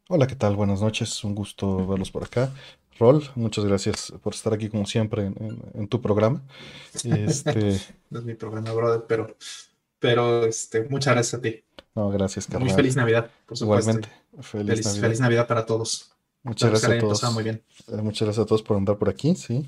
Hola, ¿qué tal? Buenas noches, un gusto verlos por acá. Rol, muchas gracias por estar aquí como siempre en tu programa. Este, No es mi programa, brother, pero muchas gracias a ti. no, gracias, Muy carnal. feliz Navidad, por supuesto. Igualmente, feliz Feliz, Navidad. feliz Navidad para todos. Muchas Espero que se gracias la a hayan pasado muy todos. bien. Muchas gracias a todos por andar por aquí, sí.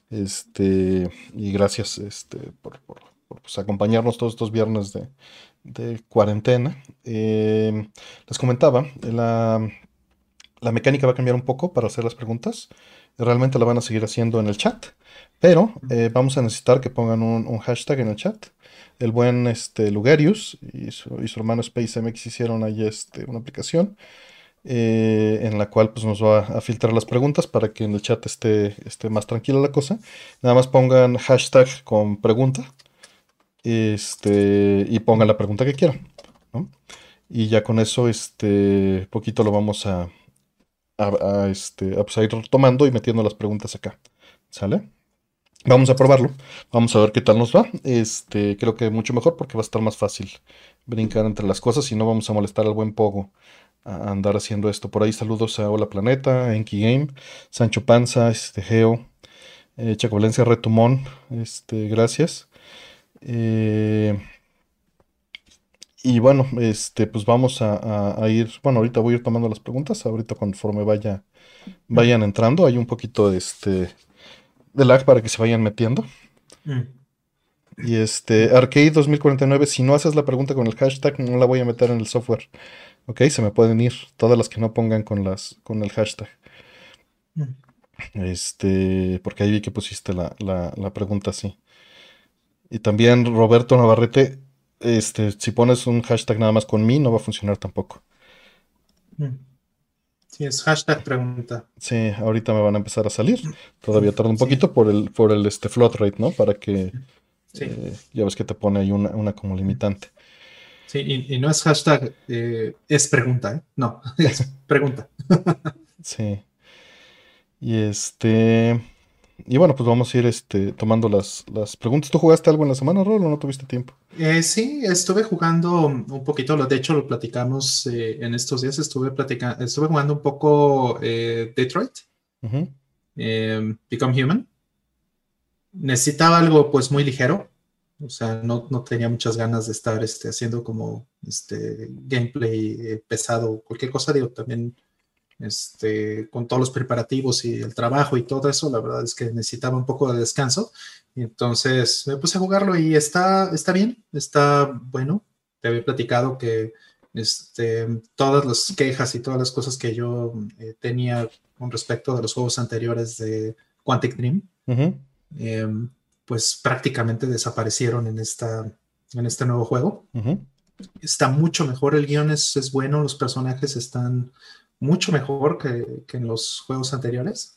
Y gracias, pues, acompañarnos todos estos viernes de cuarentena. Les comentaba, la mecánica va a cambiar un poco para hacer las preguntas. Realmente la van a seguir haciendo en el chat, pero vamos a necesitar que pongan un hashtag en el chat. El buen Lugarius y su hermano SpaceMX hicieron ahí una aplicación en la cual pues, nos va a filtrar las preguntas para que en el chat esté más tranquila la cosa. Nada más pongan hashtag con pregunta y pongan la pregunta que quieran, ¿no? Y ya con eso, poquito lo vamos a pues, a ir tomando y metiendo las preguntas acá. ¿Sale? Vamos a probarlo. Vamos a ver qué tal nos va. Creo que mucho mejor porque va a estar más fácil brincar entre las cosas y no vamos a molestar al buen Pogo a andar haciendo esto. Por ahí saludos a Hola Planeta, Enki Game, Sancho Panza, Geo, Chaco Valencia, Retumón, gracias. Eh, y bueno, pues vamos a ir, bueno, ahorita voy a ir tomando las preguntas, ahorita conforme Mm, vayan entrando, hay un poquito de lag para que se vayan metiendo. mm, Y mm, Arcade 2049, si no haces la pregunta con el hashtag, no la voy a meter en el software. Ok, se me pueden ir todas las que no pongan con el hashtag. mm. Porque ahí vi que pusiste la pregunta así. Y también Roberto Navarrete, si pones un hashtag nada más con mí, no va a funcionar tampoco. Mm. Sí, es hashtag pregunta. Sí, ahorita me van a empezar a salir. Todavía tarda un Sí, poquito por el float rate, ¿no? Para que, sí, ya ves que te pone ahí una como limitante. sí. Y no es hashtag, es pregunta, ¿eh? No, es pregunta. Sí. Y y bueno, pues vamos a ir tomando las preguntas. ¿Tú jugaste algo en la semana, Rol, o no tuviste tiempo? Sí, estuve jugando un poquito, de hecho lo platicamos en estos días, estuve jugando un poco Detroit, Ujú. Become Human. Necesitaba algo pues muy ligero, o sea, no tenía muchas ganas de estar haciendo como gameplay pesado, cualquier cosa, digo, también con todos los preparativos y el trabajo y todo eso, la verdad es que necesitaba un poco de descanso. Y entonces me puse a jugarlo y está bien, está bueno. Te había platicado que todas las quejas y todas las cosas que yo tenía con respecto de los juegos anteriores de Quantic Dream, Ujú. eh, pues prácticamente desaparecieron en este nuevo juego. Ujú. Está mucho mejor, el guión es bueno, los personajes están mucho mejor que en los juegos anteriores.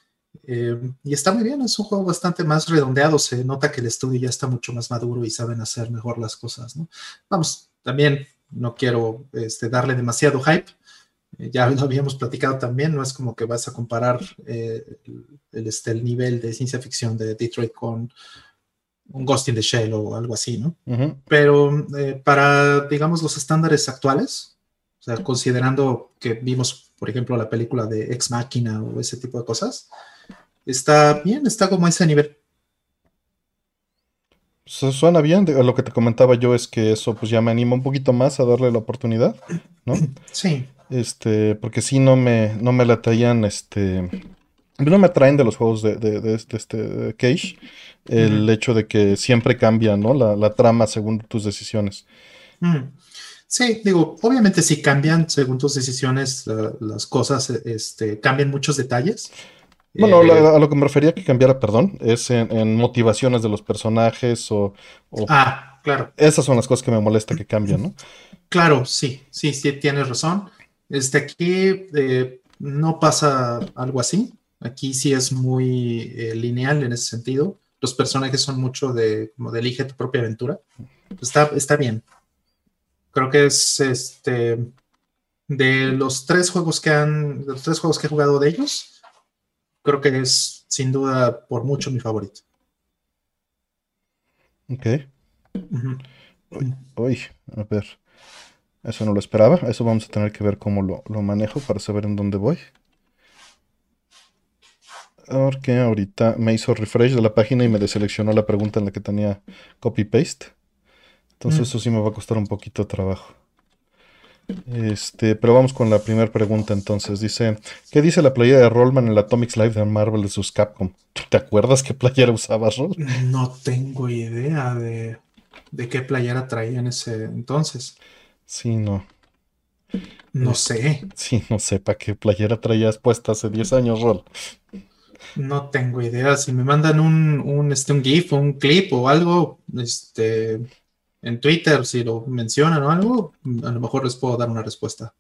Y está muy bien, es un juego bastante más redondeado, se nota que el estudio ya está mucho más maduro y saben hacer mejor las cosas, ¿no? Vamos, también no quiero darle demasiado hype, ya lo habíamos platicado también, no es como que vas a comparar el nivel de ciencia ficción de Detroit con un Ghost in the Shell o algo así, ¿no? Ujú. Pero para, digamos, los estándares actuales, o sea, considerando que vimos, por ejemplo, la película de Ex Machina o ese tipo de cosas, está bien, está como a ese nivel. Suena bien. Lo que te comentaba yo es que eso pues ya me anima un poquito más a darle la oportunidad, ¿no? Sí. Porque sí no me la traían, no me atraen de los juegos de Cage, Ujú. el hecho de que siempre cambia, ¿no? La trama según tus decisiones. Mm. Sí, digo, obviamente si cambian según tus decisiones, las cosas, cambian muchos detalles. Bueno, Eh, a lo que me refería que cambiara, perdón, es en motivaciones de los personajes o claro, esas son las cosas que me molesta que cambian, ¿no? claro, sí, sí, sí, tienes razón. Aquí no pasa algo así. Aquí sí es muy lineal en ese sentido. Los personajes son mucho de como de elige tu propia aventura. Está bien. Creo que es de los tres juegos que he jugado de ellos, creo que es sin duda por mucho mi favorito. Ok. Ujú. Uy, uy, a ver. Eso no lo esperaba. Eso vamos a tener que ver cómo lo manejo para saber en dónde voy. Porque ahorita me hizo refresh de la página y me deseleccionó la pregunta en la que tenía copy-paste. Entonces Mm, eso sí me va a costar un poquito de trabajo. Pero vamos con la primera pregunta entonces. Dice, ¿qué dice la playera de Rollman en la Atomics Live de Marvel vs. Capcom? ¿Tú te acuerdas qué playera usaba Roll? No tengo idea de qué playera traía en ese entonces. Sí, no. No Es- sé, sí, no sé para qué playera traías puesta hace 10 años, Roll. no tengo idea. Si me mandan un GIF, un clip o algo, en Twitter, si lo mencionan o algo, a lo mejor les puedo dar una respuesta.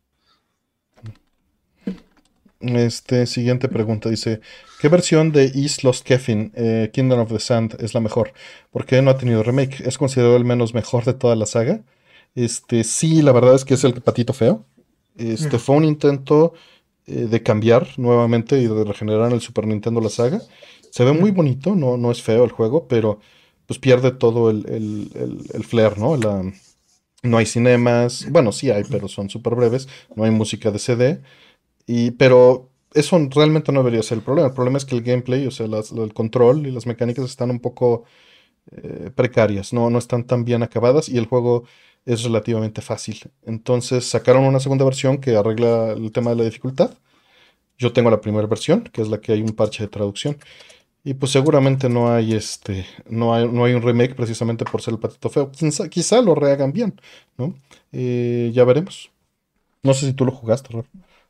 Siguiente pregunta dice, ¿qué versión de East Lost Kefin, Kingdom of the Sand, es la mejor? ¿Por qué no ha tenido remake? ¿Es considerado el menos mejor de toda la saga? Sí, la verdad es que es el patito feo. Mm, Fue un intento de cambiar nuevamente y de regenerar en el Super Nintendo la saga. Se ve muy mm, bonito, no es feo el juego, pero pues pierde todo el flair, ¿no? No hay cinemas, bueno, sí hay, pero son súper breves. No hay música de CD. Pero eso realmente no debería ser el problema. El problema es que el gameplay, o sea, el control y las mecánicas están un poco precarias, no están tan bien acabadas y el juego es relativamente fácil. Entonces sacaron una segunda versión que arregla el tema de la dificultad. Yo tengo la primera versión, que es la que hay un parche de traducción. Y pues seguramente no hay un remake precisamente por ser el patito feo. Quizá lo rehagan bien, ¿no? Ya veremos. No sé si tú lo jugaste, Ror.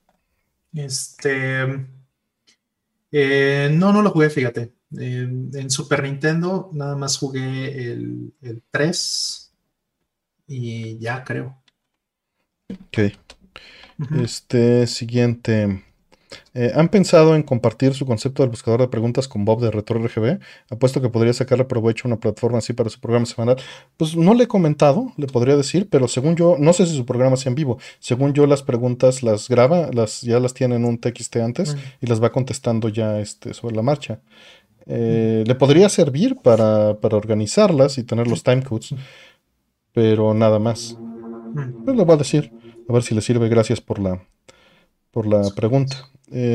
Este, no lo jugué, fíjate. En Super Nintendo nada más jugué el 3 y ya creo. Ok. Ujú. Siguiente. ¿Han pensado en compartir su concepto del buscador de preguntas con Bob de RetroRGB? Apuesto que podría sacarle provecho a una plataforma así para su programa semanal. Pues no le he comentado, le podría decir, pero según yo, no sé si su programa es en vivo. Según yo, las preguntas las graba, ya las tiene en un TXT antes Mm, y las va contestando ya sobre la marcha. mm, Le podría servir para organizarlas y tener los timecodes, pero nada más. Pues le mm. voy a decir, a ver si le sirve. Gracias por la pregunta.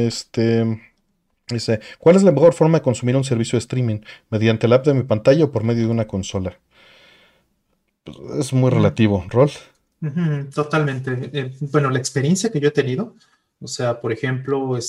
Dice, ¿cuál es la mejor forma de consumir un servicio de streaming? ¿Mediante la app de mi pantalla o por medio de una consola? Pues, es muy Mm, relativo, Rol. ujú, totalmente. Bueno, la experiencia que yo he tenido, o sea, por ejemplo,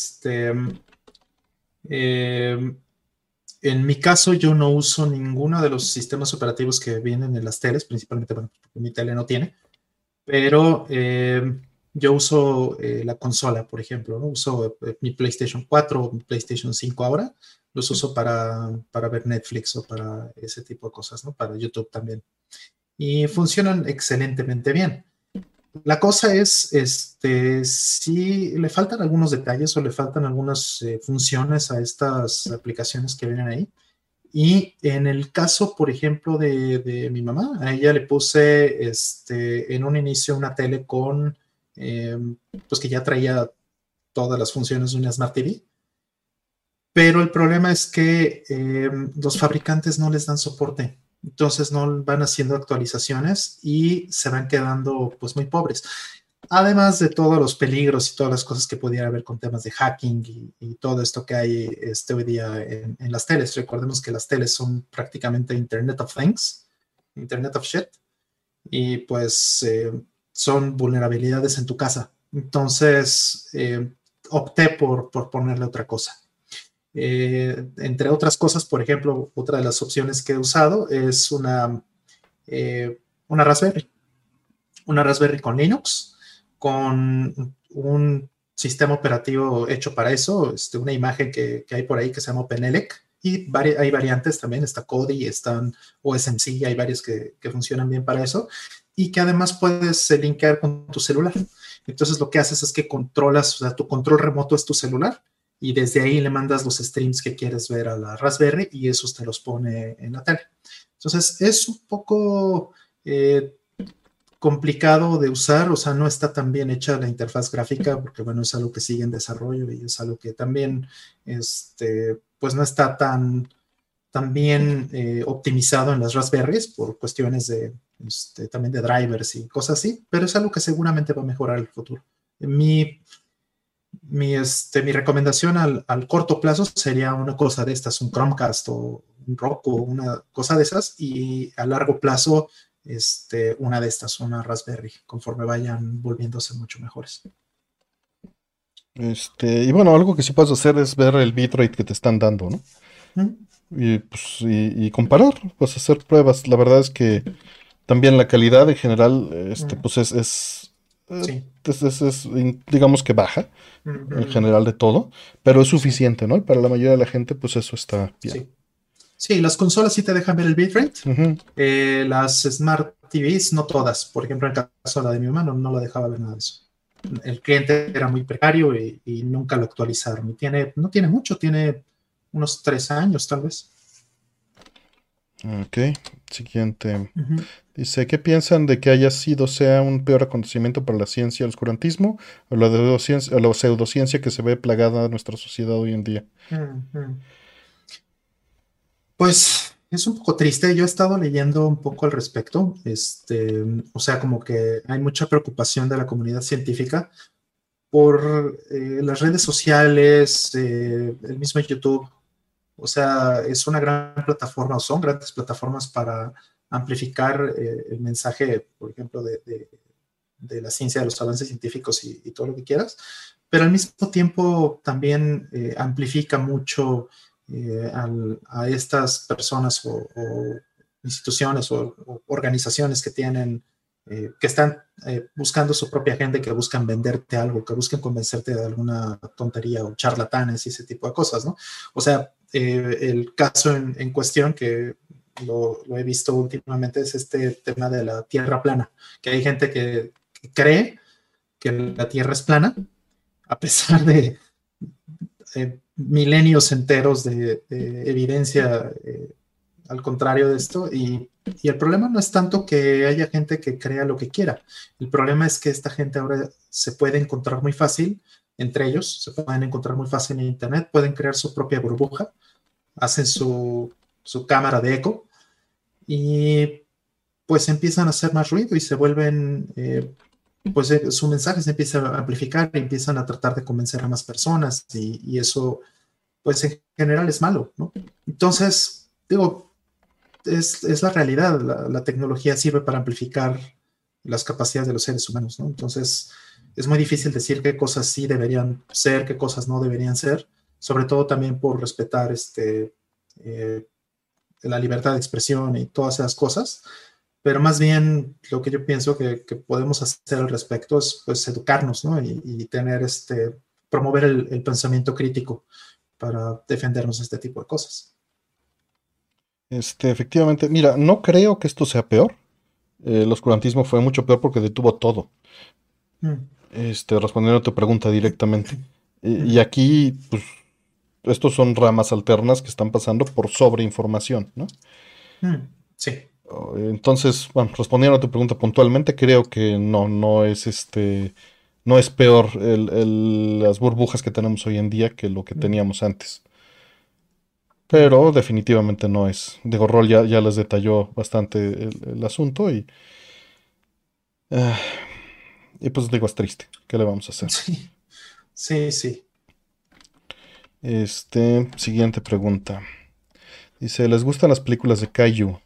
eh, en mi caso yo no uso ninguno de los sistemas operativos que vienen en las teles, principalmente, bueno, porque mi tele no tiene, pero yo uso la consola, por ejemplo, ¿no? Uso mi PlayStation 4 o mi PlayStation 5 ahora, los uso para ver Netflix o para ese tipo de cosas, ¿no? Para YouTube también. Y funcionan excelentemente bien. La cosa es, si le faltan algunos detalles o le faltan algunas funciones a estas aplicaciones que vienen ahí. Y en el caso, por ejemplo, de mi mamá, a ella le puse en un inicio una tele con, eh, pues que ya traía todas las funciones de una Smart TV, pero el problema es que los fabricantes no les dan soporte. Entonces no van haciendo actualizaciones y se van quedando pues muy pobres. Además de todos los peligros y todas las cosas que pudiera haber con temas de hacking y todo esto que hay hoy día en las teles. Recordemos que las teles son prácticamente Internet of Things, Internet of Shit, y pues son vulnerabilidades en tu casa. Entonces opté por ponerle otra cosa. Entre otras cosas, por ejemplo, otra de las opciones que he usado es una Raspberry, una Raspberry con Linux, con un sistema operativo hecho para eso, una imagen que hay por ahí que se llama OpenELEC, y hay variantes también, está Kodi, están OSMC, hay varios que funcionan bien para eso, y que además puedes linkear con tu celular. Entonces lo que haces es que controlas, o sea, tu control remoto es tu celular, y desde ahí le mandas los streams que quieres ver a la Raspberry y esos te los pone en la tele. Entonces es un poco complicado de usar, o sea, no está tan bien hecha la interfaz gráfica, porque bueno, es algo que sigue en desarrollo y es algo que también, pues no está tan bien optimizado en las Raspberries por cuestiones también de drivers y cosas así, pero es algo que seguramente va a mejorar en el futuro. Mi recomendación al corto plazo sería una cosa de estas, un Chromecast o un Roku, una cosa de esas, y a largo plazo, una de estas, una Raspberry, conforme vayan volviéndose mucho mejores. Y bueno, algo que sí puedes hacer es ver el bitrate que te están dando, ¿no? Mm, Y, pues, y comparar, pues hacer pruebas. La verdad es que también la calidad en general, mm, pues eh, sí. digamos que baja en Ujú, general de todo, pero es sí, suficiente, ¿no? Y para la mayoría de la gente, pues eso está bien. sí. Sí, las consolas sí te dejan ver el bitrate. Ujú. Las Smart TVs, no todas. Por ejemplo, en el caso de la de mi hermano, no la dejaba ver nada de eso. El cliente era muy precario y nunca lo actualizaron. No tiene mucho, tiene unos 3 años tal vez. Ok, siguiente. Ujú. Dice, ¿qué piensan de que haya sido, sea un peor acontecimiento para la ciencia, el oscurantismo, o la pseudociencia que se ve plagada en nuestra sociedad hoy en día? Ujú. Pues es un poco triste. Yo he estado leyendo un poco al respecto. O sea, como que hay mucha preocupación de la comunidad científica por las redes sociales, el mismo YouTube. O sea, es una gran plataforma, o son grandes plataformas para amplificar el mensaje, por ejemplo, de la ciencia, de los avances científicos y todo lo que quieras, pero al mismo tiempo también amplifica mucho a estas personas o instituciones o organizaciones que tienen, que están buscando su propia gente, que buscan venderte algo, que buscan convencerte de alguna tontería o charlatanes y ese tipo de cosas, ¿no? O sea, el caso en cuestión que lo he visto últimamente es este tema de la tierra plana, que hay gente que cree que la tierra es plana, a pesar de milenios enteros de evidencia al contrario de esto. Y el problema no es tanto que haya gente que crea lo que quiera. El problema es que esta gente ahora se puede encontrar muy fácil entre ellos, se pueden encontrar muy fácil en Internet, pueden crear su propia burbuja, hacen su cámara de eco y pues empiezan a hacer más ruido y se vuelven, pues su mensaje se empieza a amplificar y empiezan a tratar de convencer a más personas y eso, pues en general es malo, ¿no? Entonces, digo, es la realidad, la tecnología sirve para amplificar las capacidades de los seres humanos, ¿no? Entonces, es muy difícil decir qué cosas sí deberían ser, qué cosas no deberían ser, sobre todo también por respetar eh, la libertad de expresión y todas esas cosas, pero más bien lo que yo pienso que podemos hacer al respecto es pues educarnos, ¿no? Y tener promover el pensamiento crítico para defendernos de este tipo de cosas. Efectivamente, mira, no creo que esto sea peor. El oscurantismo fue mucho peor porque detuvo todo. Mm, Respondiendo a tu pregunta directamente. Y ujú, aquí, pues, estos son ramas alternas que están pasando por sobreinformación, ¿no? sí, Entonces, bueno, respondiendo a tu pregunta puntualmente, creo que no es peor las burbujas que tenemos hoy en día que lo que mm, teníamos antes. Pero ujú, definitivamente no es. Digo, Rol ya les detalló bastante el asunto ah, y pues digo, es triste. ¿Qué le vamos a hacer? sí, sí, sí. Siguiente pregunta. Dice, ¿les gustan las películas de Kaiju?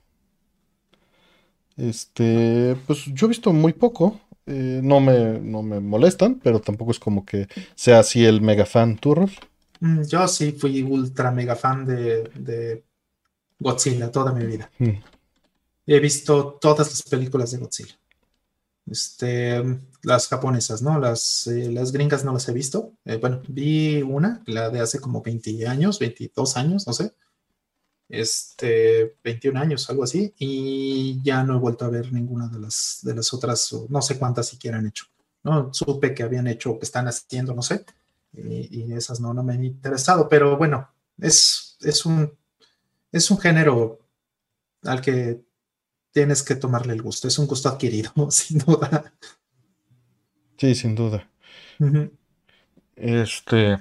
Pues yo he visto muy poco. No me molestan, pero tampoco es como que sea así el mega fan. ¿Tú, Rol? Yo sí fui ultra mega fan de Godzilla toda mi vida. Mm. He visto todas las películas de Godzilla. Las japonesas, ¿no? Las gringas no las he visto. Bueno, vi una, la de hace como 20 años, 22 años, no sé. 21 años, algo así. Y ya no he vuelto a ver ninguna de las otras, o no sé cuántas siquiera han hecho. ¿No? Supe que habían hecho, que están haciendo, no sé. Y esas no me han interesado. Pero bueno, es un género al que tienes que tomarle el gusto. Es un gusto adquirido, sin duda. Sí, sin duda. Ujú. Este,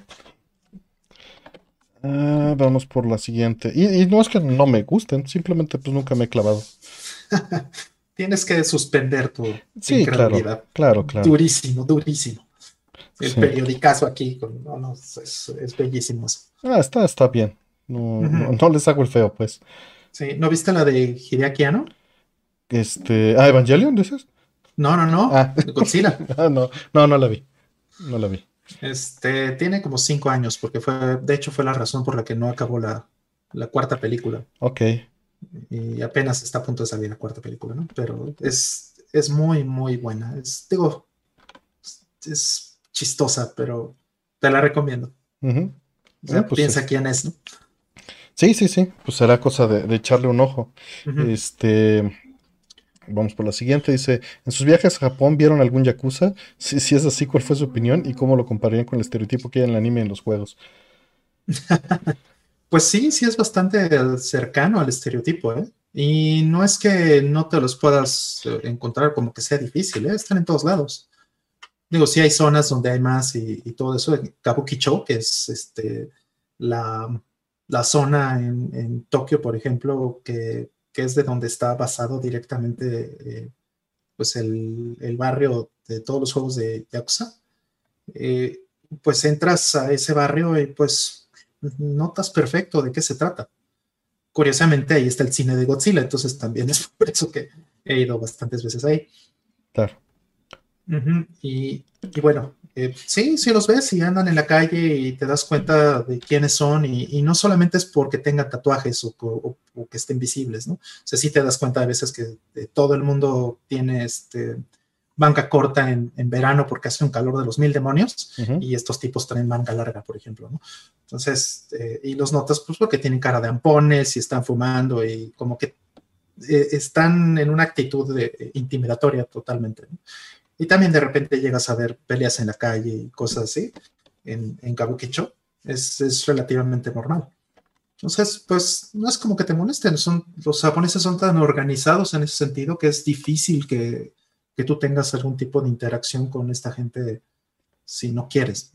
vamos por la siguiente. Y no es que no me gusten, simplemente pues nunca me he clavado. tienes que suspender tu Sí, claro, incredulidad. claro, claro. Durísimo, durísimo. El Sí. periodicazo aquí, no, no, es bellísimo eso. Está bien. No, no, Ujú. no les hago el feo, pues. Sí, ¿no viste la de Hideaki Anno? Evangelion, dices. No, no, no, Ah, Godzilla. no, no, no la vi. No la vi. Tiene como 5 años, porque de hecho fue la razón por la que no acabó la cuarta película. Ok. Y apenas está a punto de salir la cuarta película, ¿no? Pero es muy, muy buena. Digo, es chistosa, pero te la recomiendo. Ujú. O sea, Pues piensa quién es, ¿no? sí, sí, sí. Pues será cosa de echarle un ojo. Ujú. Este. Vamos por la siguiente. Dice: ¿En sus viajes a Japón vieron algún yakuza? Si es así, ¿cuál fue su opinión? ¿Y cómo lo compararían con el estereotipo que hay en el anime y en los juegos? Pues sí, sí es bastante cercano al estereotipo, ¿eh? Y no es que no te los puedas encontrar como que sea difícil, ¿eh? Están en todos lados. Digo, sí hay zonas donde hay más y todo eso. En Kabukicho, que es la, la zona en Tokio, por ejemplo, que es de donde está basado directamente pues el barrio de todos los juegos de Yakuza. Eh, pues entras a ese barrio y pues notas perfecto de qué se trata. Curiosamente, ahí está el cine de Godzilla, entonces también es por eso que he ido bastantes veces ahí. Claro. Ujú. Y bueno, sí, sí los ves y andan en la calle y te das cuenta de quiénes son y no solamente es porque tengan tatuajes o que estén visibles, ¿no? O sea, sí te das cuenta a veces que todo el mundo tiene manga corta en verano porque hace un calor de los mil demonios Ujú. y estos tipos traen manga larga, por ejemplo, ¿no? Entonces, y los notas pues porque tienen cara de ampones y están fumando y como que están en una actitud intimidatoria totalmente, ¿no? Y también de repente llegas a ver peleas en la calle y cosas así en Kabukicho. Es relativamente normal. Entonces, pues no es como que te molesten. Los japoneses son tan organizados en ese sentido que es difícil que tú tengas algún tipo de interacción con esta gente si no quieres.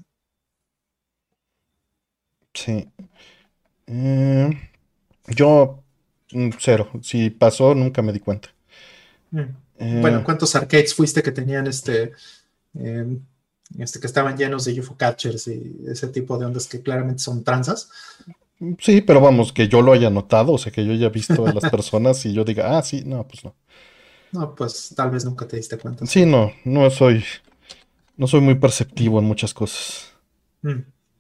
Sí. Eh, yo, cero. Si pasó, nunca me di cuenta. Mm. Bueno, Eh, ¿cuántos arcades fuiste que tenían eh, que estaban llenos de UFO catchers y ese tipo de ondas que claramente son tranzas? sí, pero vamos, que yo lo haya notado, o sea, que yo haya visto a las personas y yo diga, sí, no, pues no. No, pues tal vez nunca te diste cuenta, Sí, sí. no, no soy muy perceptivo en muchas cosas. Mm.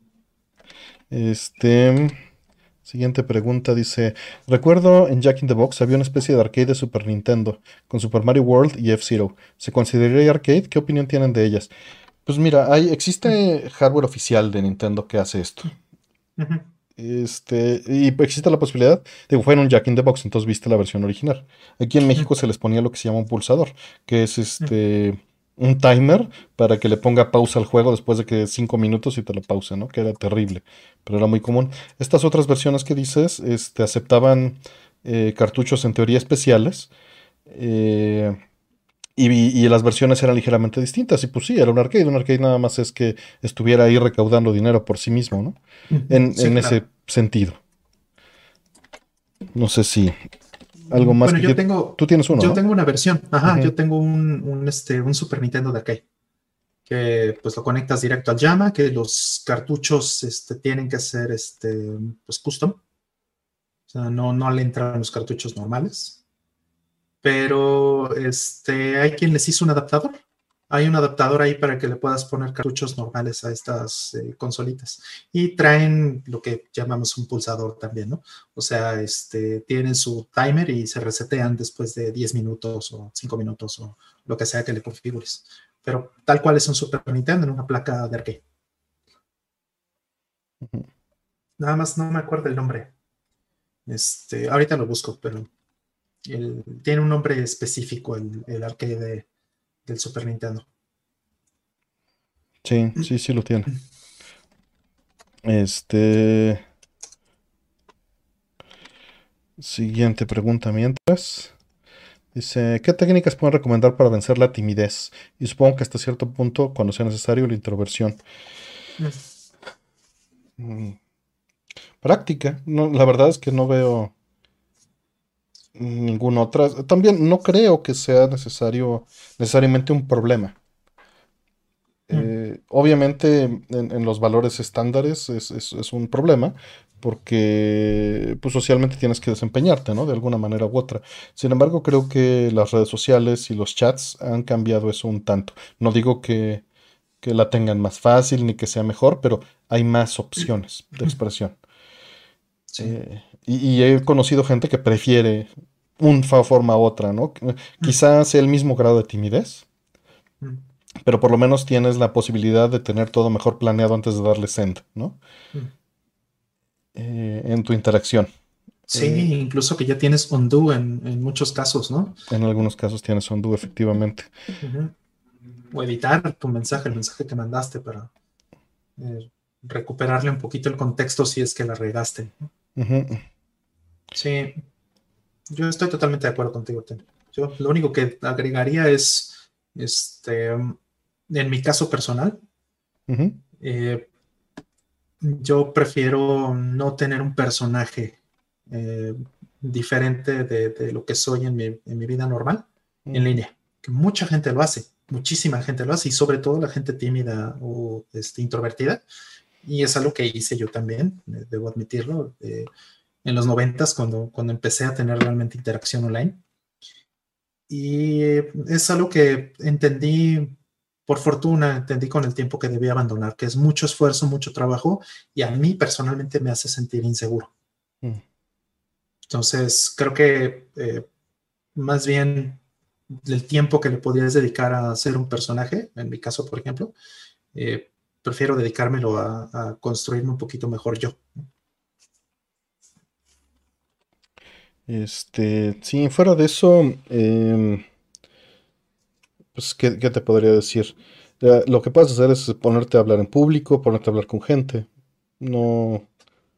Este, Siguiente pregunta dice: recuerdo en Jack in the Box había una especie de arcade de Super Nintendo con Super Mario World y F-Zero. ¿Se consideraría arcade? ¿Qué opinión tienen de ellas? Pues mira, Mm. existe hardware oficial de Nintendo que hace esto. Ujú. Y existe la posibilidad, digo, fue en un Jack in the Box, entonces viste la versión original. Aquí en Mm. México se les ponía lo que se llama un pulsador, que es Mm. un timer para que le ponga pausa al juego después de que 5 minutos y te lo pause, ¿no? Que era terrible, pero era muy común. Estas otras versiones que dices, aceptaban cartuchos en teoría especiales. eh, y las versiones eran ligeramente distintas. Y pues sí, era un arcade nada más es que estuviera ahí recaudando dinero por sí mismo, ¿no? Ujú. En, Sí, en ese claro. sentido. No sé si algo más Bueno, que tú tienes uno, yo ¿no? tengo una versión. Ajá, Ujú, yo tengo un Super Nintendo de arcade que pues lo conectas directo al llama, que los cartuchos tienen que ser pues custom, o sea, no le entran los cartuchos normales, pero hay quien les hizo un adaptador. Hay un adaptador ahí para que le puedas poner cartuchos normales a estas consolitas. Y traen lo que llamamos un pulsador también, ¿no? O sea, tienen su timer y se resetean después de 10 minutos o 5 minutos o lo que sea que le configures. Pero tal cual es un Super Nintendo en una placa de arcade. ujú. Nada más no me acuerdo el nombre. Ahorita lo busco, pero tiene un nombre específico el arcade del Super Nintendo. Sí, sí, sí lo tiene. Este, Siguiente pregunta mientras. Dice: ¿qué técnicas pueden recomendar para vencer la timidez? Y supongo que hasta cierto punto, cuando sea necesario, la introversión. Mm, Práctica. No, la verdad es que no veo. ninguna otra. También no creo que sea necesariamente un problema. Mm, Obviamente en los valores estándares es un problema porque pues, socialmente tienes que desempeñarte, ¿no? De alguna manera u otra. Sin embargo, creo que las redes sociales y los chats han cambiado eso un tanto. No digo que la tengan más fácil ni que sea mejor, pero hay más opciones de expresión. sí. Y he conocido gente que prefiere una forma u otra, ¿no? Mm, Quizás sea el mismo grado de timidez, mm, pero por lo menos tienes la posibilidad de tener todo mejor planeado antes de darle send, ¿no? mm. En tu interacción. Sí, Eh, incluso que ya tienes undo en muchos casos, ¿no? en algunos casos tienes undo, efectivamente. Ujú. O editar tu mensaje, el mensaje que mandaste para recuperarle un poquito el contexto si es que la regaste, ¿no? Ujú, Sí, yo estoy totalmente de acuerdo contigo, Tem. Yo lo único que agregaría es, en mi caso personal, ujú, eh, yo prefiero no tener un personaje eh, diferente de lo que soy en mi vida normal en ujú. línea, que mucha gente lo hace, muchísima gente lo hace, y sobre todo la gente tímida o introvertida, y es algo que hice yo también, debo admitirlo, en los noventas, cuando empecé a tener realmente interacción online. Y es algo que entendí, por fortuna, entendí con el tiempo que debía abandonar, que es mucho esfuerzo, mucho trabajo, y a mí personalmente me hace sentir inseguro. Mm. Entonces, creo que más bien el tiempo que le podrías dedicar a ser un personaje, en mi caso, por ejemplo, eh, prefiero dedicármelo a construirme un poquito mejor yo. Sí, fuera de eso, pues, ¿qué te podría decir? Lo que puedes hacer es ponerte a hablar en público, ponerte a hablar con gente. No,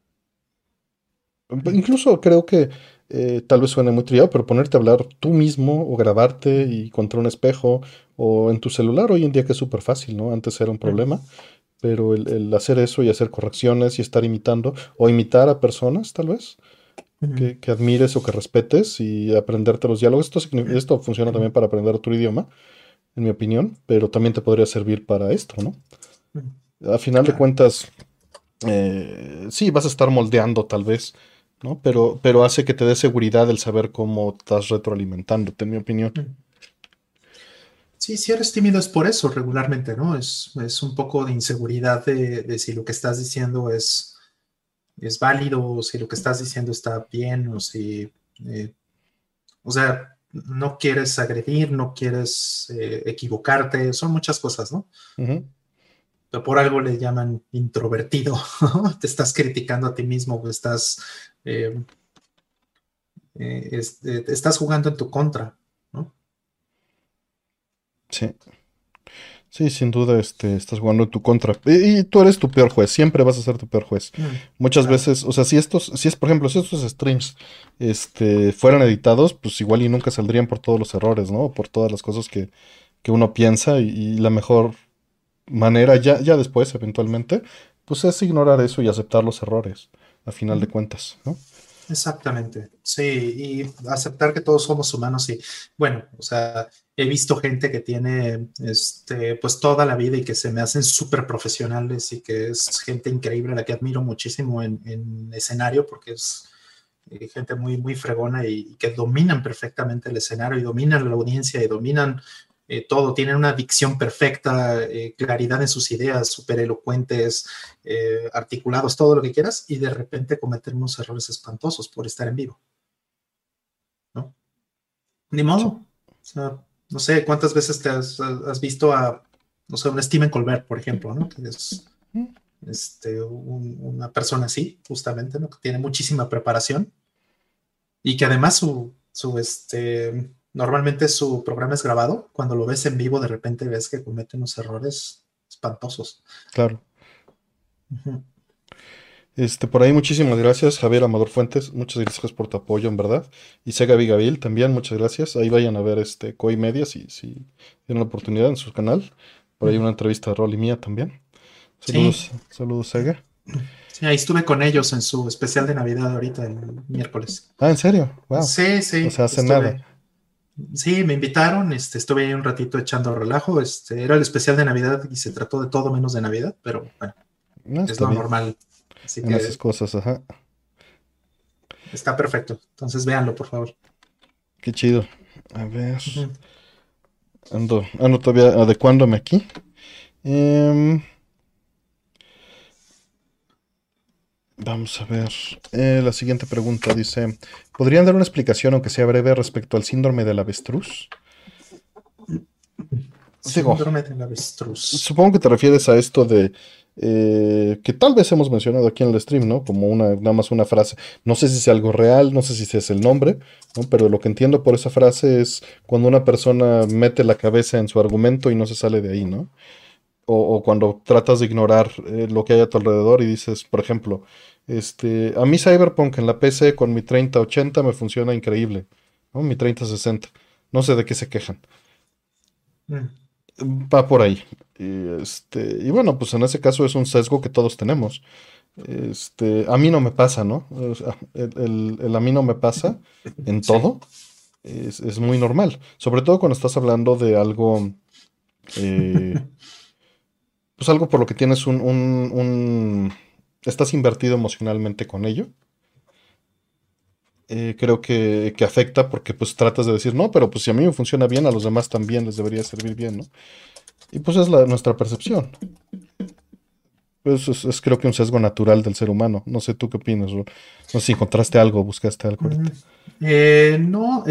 Mm, incluso creo que tal vez suene muy trillado, pero ponerte a hablar tú mismo o grabarte y contra un espejo o en tu celular hoy en día que es súper fácil, ¿no? Antes era un mm, problema, pero el hacer eso y hacer correcciones y estar imitando o imitar a personas tal vez mm, que admires o que respetes y aprenderte los diálogos. Esto funciona también mm, para aprender otro idioma, en mi opinión, pero también te podría servir para esto, ¿no? mm. A final de Claro. cuentas, sí, vas a estar moldeando tal vez, ¿no? Pero hace que te dé seguridad el saber cómo estás retroalimentándote, en mi opinión. Mm. Sí, si eres tímido es por eso regularmente, ¿no? Es un poco de inseguridad de si lo que estás diciendo es válido, o si lo que estás diciendo está bien, o si, o sea, no quieres agredir, no quieres equivocarte, son muchas cosas, ¿no? Ujú. Pero por algo le llaman introvertido, te estás criticando a ti mismo, o eh, estás jugando en tu contra, ¿no? Sí, sí, sin duda, estás jugando en tu contra. Y tú eres tu peor juez, siempre vas a ser tu peor juez. Mm, Muchas claro. veces, o sea, si es, por ejemplo, si estos streams, fueran editados, pues igual y nunca saldrían por todos los errores, ¿no? Por todas las cosas que uno piensa y la mejor manera, ya después, eventualmente, pues es ignorar eso y aceptar los errores, a final de Ujú. cuentas, ¿no? Exactamente, sí, y aceptar que todos somos humanos y bueno, o sea, he visto gente que tiene, pues toda la vida y que se me hacen súper profesionales y que es gente increíble, a la que admiro muchísimo en escenario porque es gente muy, muy fregona y que dominan perfectamente el escenario y dominan la audiencia y dominan todo, tienen una dicción perfecta, claridad en sus ideas, súper elocuentes, articulados, todo lo que quieras, y de repente cometen unos errores espantosos por estar en vivo, ¿no? Ni modo. Sí. O sea, no sé cuántas veces has visto a, no sé, un Stephen Colbert, por ejemplo, ¿no? Que es Mm. una persona así, justamente, ¿no? Que tiene muchísima preparación y que además normalmente su programa es grabado. Cuando lo ves en vivo, de repente ves que comete unos errores espantosos. Claro. Ujú. Por ahí muchísimas gracias, Javier Amador Fuentes, muchas gracias por tu apoyo, en verdad. Y Sega Abigail también, muchas gracias. Ahí vayan a ver Koi Media si tienen la oportunidad en su canal. Por ahí una entrevista de Rolly mía también. Sí, Saludos, saludos, Sega. Sí, ahí estuve con ellos en su especial de Navidad ahorita el miércoles. Ah, ¿en serio? Wow. Sí, O sí, sea, hace nada. estuve. Sí, me invitaron, estuve ahí un ratito echando relajo. Era el especial de Navidad y se trató de todo menos de Navidad, pero bueno, No, es está lo bien. normal. Así En esas que cosas, ajá. está perfecto. Entonces véanlo, por favor. Qué chido. A ver. Ujú. Ando todavía adecuándome aquí. Em, Vamos a ver. La siguiente pregunta dice: ¿podrían dar una explicación, aunque sea breve, respecto al síndrome del avestruz? Digo, Síndrome del avestruz. supongo que te refieres a esto de que tal vez hemos mencionado aquí en el stream, ¿no? Como nada más una frase. No sé si es algo real, no sé si ese es el nombre, ¿no? Pero lo que entiendo por esa frase es cuando una persona mete la cabeza en su argumento y no se sale de ahí, ¿no? O cuando tratas de ignorar lo que hay a tu alrededor y dices, por ejemplo, a mí Cyberpunk en la PC con mi 3080 me funciona increíble, ¿no? Mi 3060. No sé de qué se quejan. Mm. Va por ahí. Y bueno, pues en ese caso es un sesgo que todos tenemos. A mí no me pasa, ¿no? O sea, el a mí no me pasa en Sí. todo es muy normal. Sobre todo cuando estás hablando de algo, eh, pues algo por lo que tienes estás invertido emocionalmente con ello. Creo que afecta porque pues tratas de decir, no, pero pues si a mí me funciona bien, a los demás también les debería servir bien, ¿no? Y pues es nuestra percepción. Pues creo que un sesgo natural del ser humano. No sé tú qué opinas, Ro. No sé si encontraste algo, buscaste algo Mm. ahorita. No,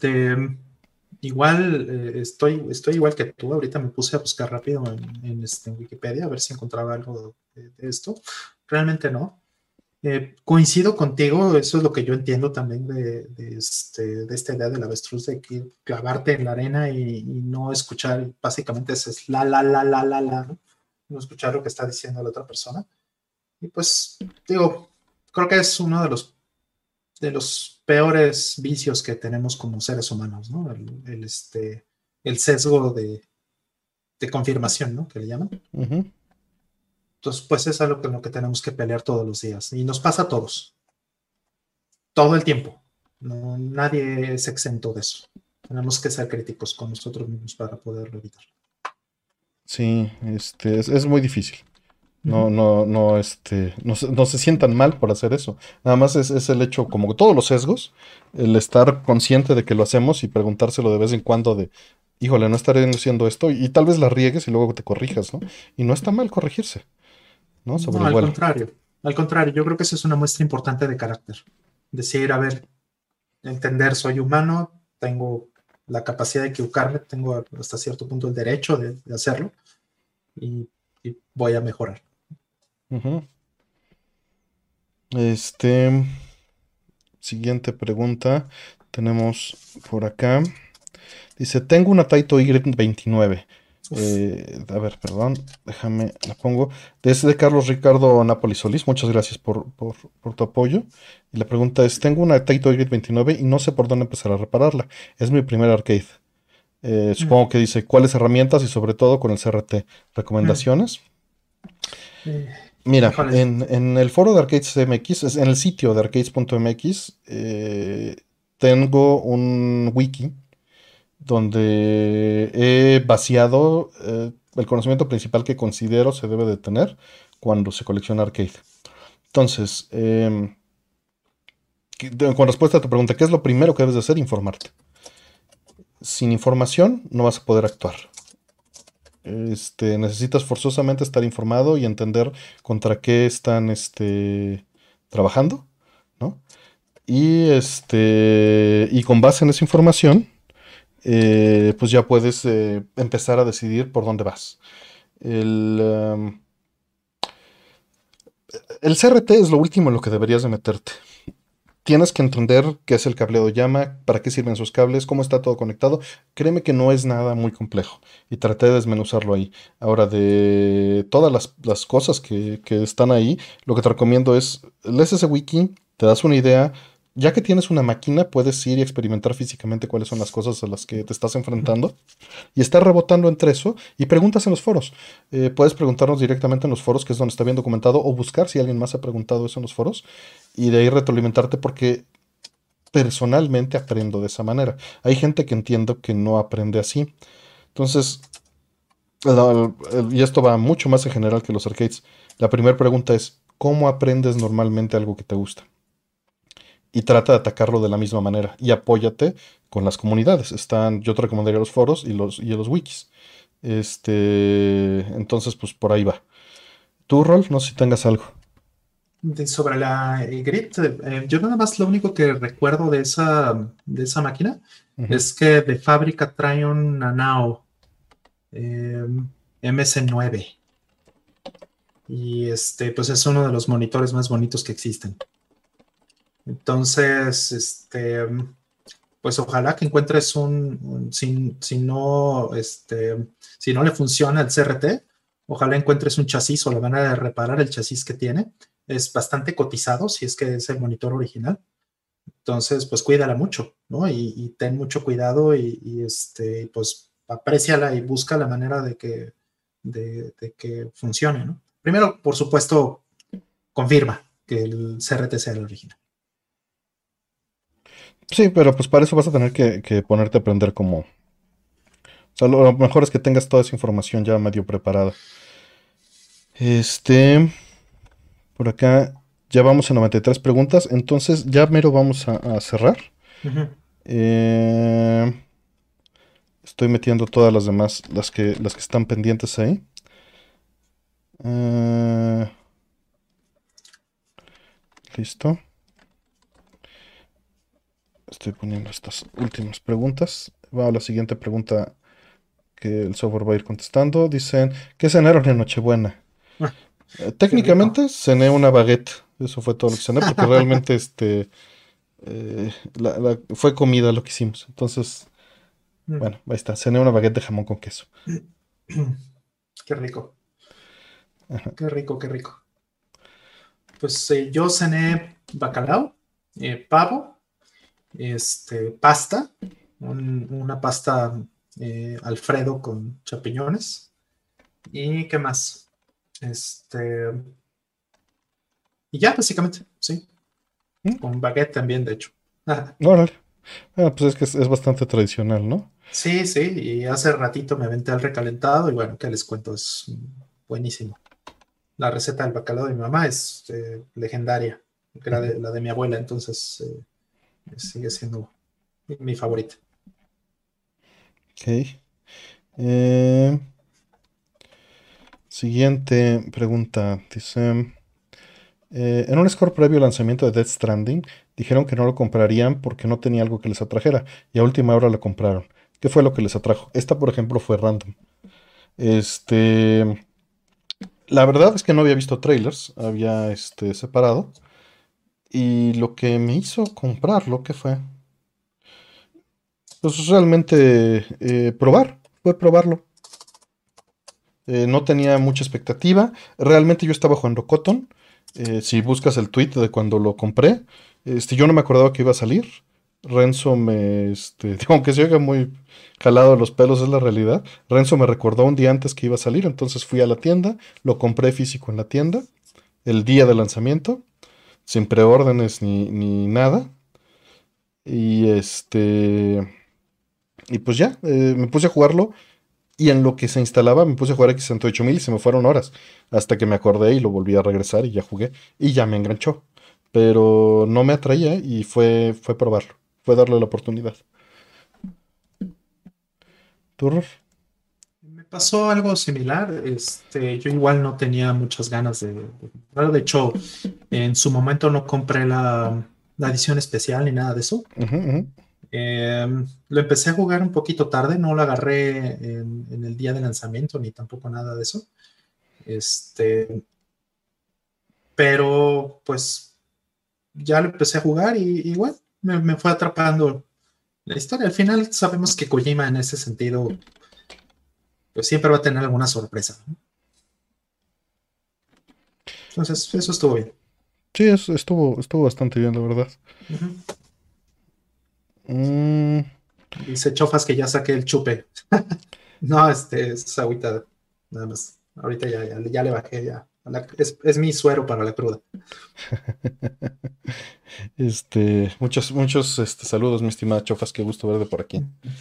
igual estoy igual que tú. Ahorita me puse a buscar rápido en Wikipedia a ver si encontraba algo de esto. Realmente no. Coincido contigo, eso es lo que yo entiendo también de esta idea del avestruz, de que clavarte en la arena y no escuchar, básicamente ese es la, ¿no? No escuchar lo que está diciendo la otra persona. Y pues, digo, creo que es uno de los peores vicios que tenemos como seres humanos, ¿no? El sesgo de confirmación, ¿no? Que le llaman. Ujú. Entonces, pues es algo con lo que tenemos que pelear todos los días. Y nos pasa a todos, todo el tiempo. No, nadie es exento de eso. Tenemos que ser críticos con nosotros mismos para poderlo evitar. Sí, es muy difícil. No, Ujú. no, no, no se sientan mal por hacer eso. Nada más es el hecho, como todos los sesgos, el estar consciente de que lo hacemos y preguntárselo de vez en cuando de, híjole, no estaré haciendo esto, y tal vez la riegues y luego te corrijas, ¿no? Y no está mal corregirse, ¿no? Sobre No, el al vuelo. contrario. Al contrario, yo creo que esa es una muestra importante de carácter. Decir, a ver, entender, soy humano, tengo la capacidad de equivocarme, tengo hasta cierto punto el derecho de hacerlo y, y voy a mejorar. Ujú. Este, Siguiente pregunta. Tenemos por acá. Dice, tengo una Taito Y29. Uf. A ver, perdón, déjame, la pongo. Es de Carlos Ricardo Napoli Solís. Muchas gracias por tu apoyo. Y la pregunta es, tengo una Taito Y29 y no sé por dónde empezar a repararla. Es mi primer arcade. Mm, Supongo que dice, ¿cuáles herramientas y sobre todo con el CRT? mm. ¿Recomendaciones? Eh, Mira, híjoles. en el foro de Arcades MX, en el sitio de arcades.mx, tengo un wiki donde he vaciado el conocimiento principal que considero se debe de tener cuando se colecciona arcade. Entonces, con respuesta a tu pregunta, ¿qué es lo primero que debes de hacer? Informarte. Sin información no vas a poder actuar. Necesitas forzosamente estar informado y entender contra qué están trabajando, ¿no? Y con base en esa información, pues ya puedes empezar a decidir por dónde vas. El, um, el CRT es lo último en lo que deberías de meterte. Tienes que entender qué es el cableado llama, para qué sirven sus cables, cómo está todo conectado. Créeme que no es nada muy complejo y traté de desmenuzarlo ahí. Ahora, de todas las cosas que están ahí, lo que te recomiendo es, lees ese wiki, te das una idea, ya que tienes una máquina, puedes ir y experimentar físicamente cuáles son las cosas a las que te estás enfrentando y estar rebotando entre eso y preguntas en los foros. Puedes preguntarnos directamente en los foros, que es donde está bien documentado, o buscar si alguien más ha preguntado eso en los foros y de ahí retroalimentarte porque personalmente aprendo de esa manera. Hay gente que entiendo que no aprende así. Entonces, y esto va mucho más en general que los arcades. La primera pregunta es, ¿cómo aprendes normalmente algo que te gusta? Y trata de atacarlo de la misma manera. Y apóyate con las comunidades. Yo te recomendaría los foros y los wikis. Entonces, pues por ahí va. Tu rol, no sé si tengas algo. Sobre la Grid, yo nada más lo único que recuerdo de esa máquina Ujú. es que de fábrica trae un Nanao eh, MS9 y pues es uno de los monitores más bonitos que existen. Entonces, pues ojalá que encuentres si no le funciona el CRT, ojalá encuentres un chasis o la manera de reparar el chasis que tiene. Es bastante cotizado si es que es el monitor original. Entonces, pues cuídala mucho, ¿no? Y ten mucho cuidado pues apréciala y busca la manera de que funcione, ¿no? Primero, por supuesto, confirma que el CRT sea el original. Sí, pero pues para eso vas a tener que ponerte a aprender como... O sea, lo mejor es que tengas toda esa información ya medio preparada. Este, por acá ya vamos a 93 preguntas, entonces ya mero vamos a cerrar. Ujú. Eh, Estoy metiendo todas las demás, las que están pendientes ahí. Eh, Listo. Estoy poniendo estas últimas preguntas. Va a la siguiente pregunta que el software va a ir contestando. Dicen, ¿qué cenaron en Nochebuena? Ah, qué rico. Técnicamente cené una baguette. Eso fue todo lo que cené porque realmente fue comida lo que hicimos. Entonces, Mm. bueno, ahí está. Cené una baguette de jamón con queso. Qué rico, Ajá. qué rico, qué rico. Pues yo cené bacalao, pavo, pasta, una pasta Alfredo con champiñones. ¿Y qué más? Este, y ya, básicamente, sí. Mm, Con baguette también, de hecho. Ah, Órale. Pues es que es bastante tradicional, ¿no? sí, sí, y hace ratito me aventé al recalentado y bueno, ¿qué les cuento? Es buenísimo. La receta del bacalao de mi mamá es legendaria, que era Ujú. la de mi abuela, entonces sigue siendo mi favorita. Ok. Eh, Siguiente pregunta. Dice, en un score previo al lanzamiento de Death Stranding, dijeron que no lo comprarían porque no tenía algo que les atrajera, y a última hora lo compraron. ¿Qué fue lo que les atrajo? Esta, por ejemplo, fue random. Este, la verdad es que no había visto trailers, había separado, y lo que me hizo comprarlo, ¿qué fue? Pues realmente fue probarlo. No tenía mucha expectativa. Realmente yo estaba jugando Cotton. Si buscas el tweet de cuando lo compré, yo no me acordaba que iba a salir. Renzo aunque se oiga muy jalado de los pelos, es la realidad. Renzo me recordó un día antes que iba a salir, entonces fui a la tienda, lo compré físico en la tienda, el día de lanzamiento, sin preórdenes ni nada. Y y pues ya, me puse a jugarlo. Y en lo que se instalaba me puse a jugar X68000 y se me fueron horas. Hasta que me acordé y lo volví a regresar y ya jugué. Y ya me enganchó. Pero no me atraía y fue probarlo. Fue darle la oportunidad. ¿Tú, Ror? Me pasó algo similar. Yo igual no tenía muchas ganas de comprarlo. De hecho, en su momento no compré la edición especial ni nada de eso. Ujú, ujú. Lo empecé a jugar un poquito tarde, no lo agarré en el día de lanzamiento ni tampoco nada de eso. Este, pero pues ya lo empecé a jugar y bueno, me fue atrapando la historia. Al final sabemos que Kojima en ese sentido pues siempre va a tener alguna sorpresa, ¿no? Entonces, eso estuvo bien. Sí, estuvo bastante bien, la verdad. Ujú. Mm, Dice Chofas que ya saqué el chupe. No, es agüita, nada más. Ahorita ya le bajé, ya. Es mi suero para la cruda. muchos saludos, mi estimada Chofas, qué gusto verte por aquí. Ujú.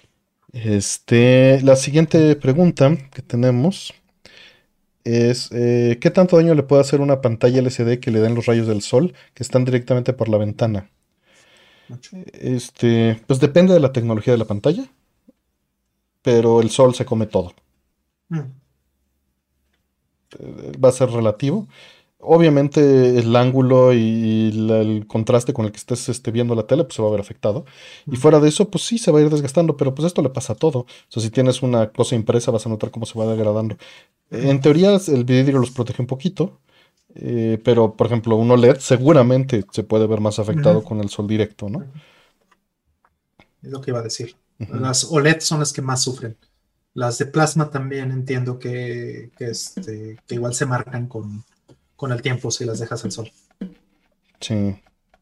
La siguiente pregunta que tenemos es, ¿qué tanto daño le puede hacer una pantalla LCD que le den los rayos del sol que están directamente por la ventana? Mucho. Pues depende de la tecnología de la pantalla, pero el sol se come todo. Mm. Va a ser relativo. Obviamente el ángulo y el contraste con el que estés viendo la tele, pues se va a ver afectado. Y Mm. fuera de eso, pues sí, se va a ir desgastando, pero pues esto le pasa a todo. O sea, si tienes una cosa impresa, vas a notar cómo se va degradando. En Mm. teoría, el vidrio los protege un poquito, pero por ejemplo, un OLED seguramente se puede ver más Ujú. afectado con el sol directo, ¿no? Ujú. Es lo que iba a decir. Ujú. Las OLED son las que más sufren. Las de plasma también entiendo que igual se marcan con el tiempo si las dejas al sol. Sí.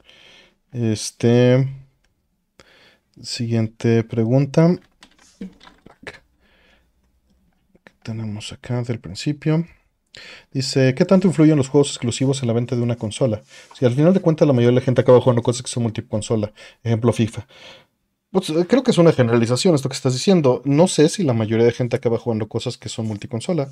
Este, Siguiente pregunta. Tenemos acá del principio. Dice, ¿qué tanto influyen los juegos exclusivos en la venta de una consola? Si al final de cuentas la mayoría de la gente acaba jugando cosas que son multiconsola, ejemplo FIFA. Pues, creo que es una generalización esto que estás diciendo. No sé si la mayoría de gente acaba jugando cosas que son multiconsola,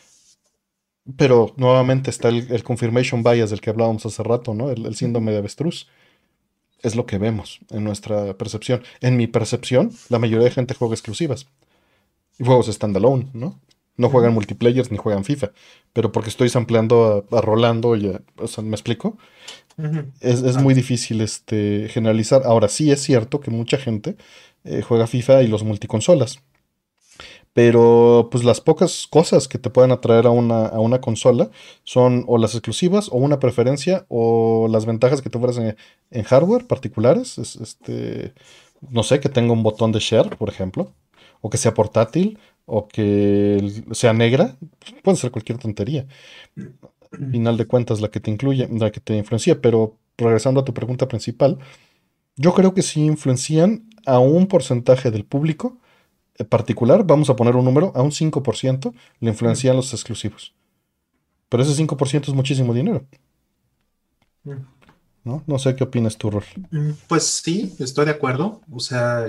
pero nuevamente está el confirmation bias del que hablábamos hace rato, ¿no? El síndrome de avestruz. Es lo que vemos en nuestra percepción. En mi percepción, la mayoría de gente juega exclusivas. Y juegos standalone, ¿no? No juegan Ujú. multiplayers ni juegan FIFA. Pero porque estoy sampleando a Rolando y o sea, ¿me explico? Ujú. Es muy Claro. difícil generalizar. Ahora sí es cierto que mucha gente juega FIFA y los multiconsolas. Pero pues las pocas cosas que te pueden atraer a una consola son o las exclusivas o una preferencia o las ventajas que te ofrecen en hardware particulares. No sé, que tenga un botón de share, por ejemplo, o que sea portátil o que sea negra. Puede ser cualquier tontería. Final de cuentas, la que te incluye, la que te influencia. Pero regresando a tu pregunta principal, yo creo que sí influencian a un porcentaje del público particular, vamos a poner un número, a un 5% le Mm. influencian los exclusivos. Pero ese 5% es muchísimo dinero, Mm. ¿no? No sé qué opinas tú, Rol. Pues sí, estoy de acuerdo. O sea,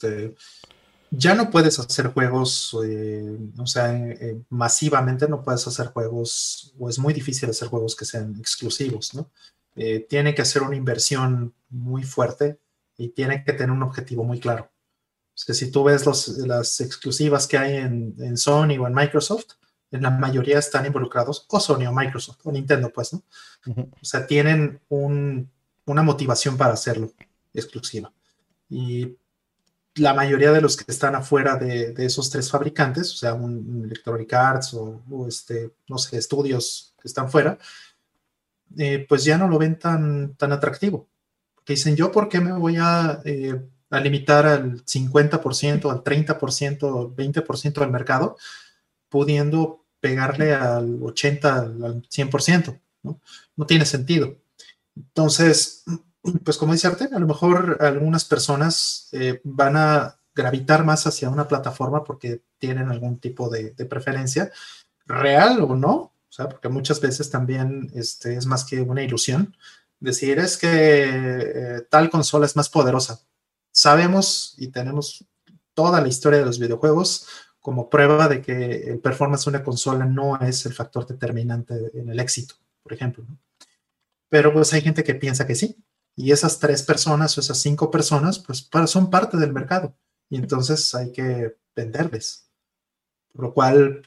ya no puedes hacer juegos, o sea, masivamente no puedes hacer juegos, o es muy difícil hacer juegos que sean exclusivos, ¿no? Tiene que hacer una inversión muy fuerte y tiene que tener un objetivo muy claro. O sea, si tú ves las exclusivas que hay en Sony o en Microsoft, en la mayoría están involucrados o Sony o Microsoft o Nintendo, pues, ¿no? Ujú. O sea, tienen una motivación para hacerlo exclusiva. Y la mayoría de los que están afuera de esos tres fabricantes, o sea, un Electronic Arts no sé, estudios que están fuera, pues ya no lo ven tan atractivo. Porque dicen, ¿yo por qué me voy a limitar al 50%, al 30%, al 20% del mercado, pudiendo pegarle al 80%, al 100%? ¿No? No tiene sentido. Entonces, pues como dice Arte, a lo mejor algunas personas van a gravitar más hacia una plataforma porque tienen algún tipo de preferencia, real o no, o sea, porque muchas veces también es más que una ilusión. Decir es que tal consola es más poderosa. Sabemos y tenemos toda la historia de los videojuegos como prueba de que el performance de una consola no es el factor determinante en el éxito, por ejemplo, ¿no? Pero pues hay gente que piensa que sí. Y esas tres personas o esas cinco personas, pues son parte del mercado. Y entonces hay que venderles. Por lo cual,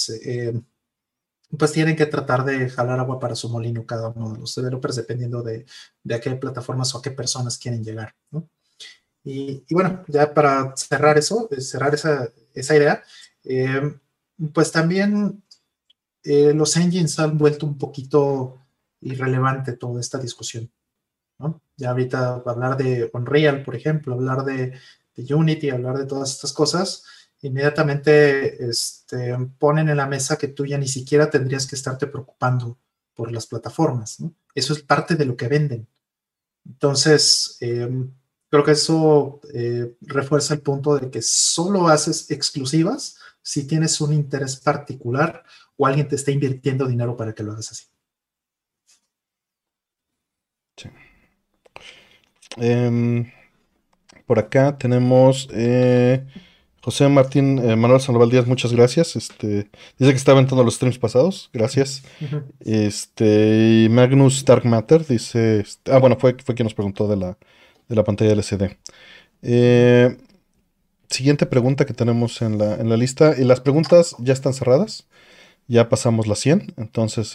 pues tienen que tratar de jalar agua para su molino cada uno de los developers, dependiendo de a qué plataformas o a qué personas quieren llegar, ¿no? Y bueno, ya para cerrar eso, cerrar esa idea, eh, pues también los engines han vuelto un poquito irrelevante toda esta discusión, ¿no? Ya ahorita hablar de Unreal, por ejemplo, hablar de Unity, hablar de todas estas cosas, inmediatamente ponen en la mesa que tú ya ni siquiera tendrías que estarte preocupando por las plataformas, ¿no? Eso es parte de lo que venden. Entonces, creo que eso refuerza el punto de que solo haces exclusivas si tienes un interés particular o alguien te está invirtiendo dinero para que lo hagas así. Sí. Por acá tenemos José Martín Manuel Sandoval Díaz, muchas gracias. Dice que está aventando los streams pasados, gracias. Ujú. Y Magnus Dark Matter dice, bueno, fue quien nos preguntó de la pantalla LCD. Eh, Siguiente pregunta que tenemos en la lista, y las preguntas ya están cerradas, ya pasamos las 100, entonces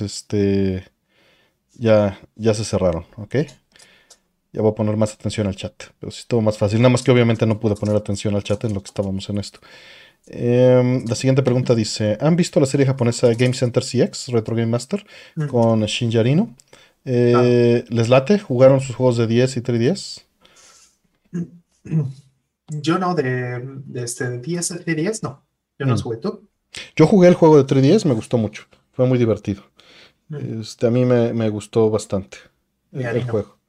ya se cerraron, ¿ok? Ya voy a poner más atención al chat, pero sí estuvo más fácil, nada más que obviamente no pude poner atención al chat en lo que estábamos en esto. La siguiente pregunta dice, ¿han visto la serie japonesa Game Center CX, Retro Game Master, Mm, con Shinji Arino? claro. ¿Les late? ¿Jugaron sus juegos de 10 y 3DS? Yo no, de 10 a 10, no. Yo no Mm. jugué tú. Yo jugué el juego de 3DS, me gustó mucho, fue muy divertido. Mm, A mí me gustó bastante ni el harino. juego.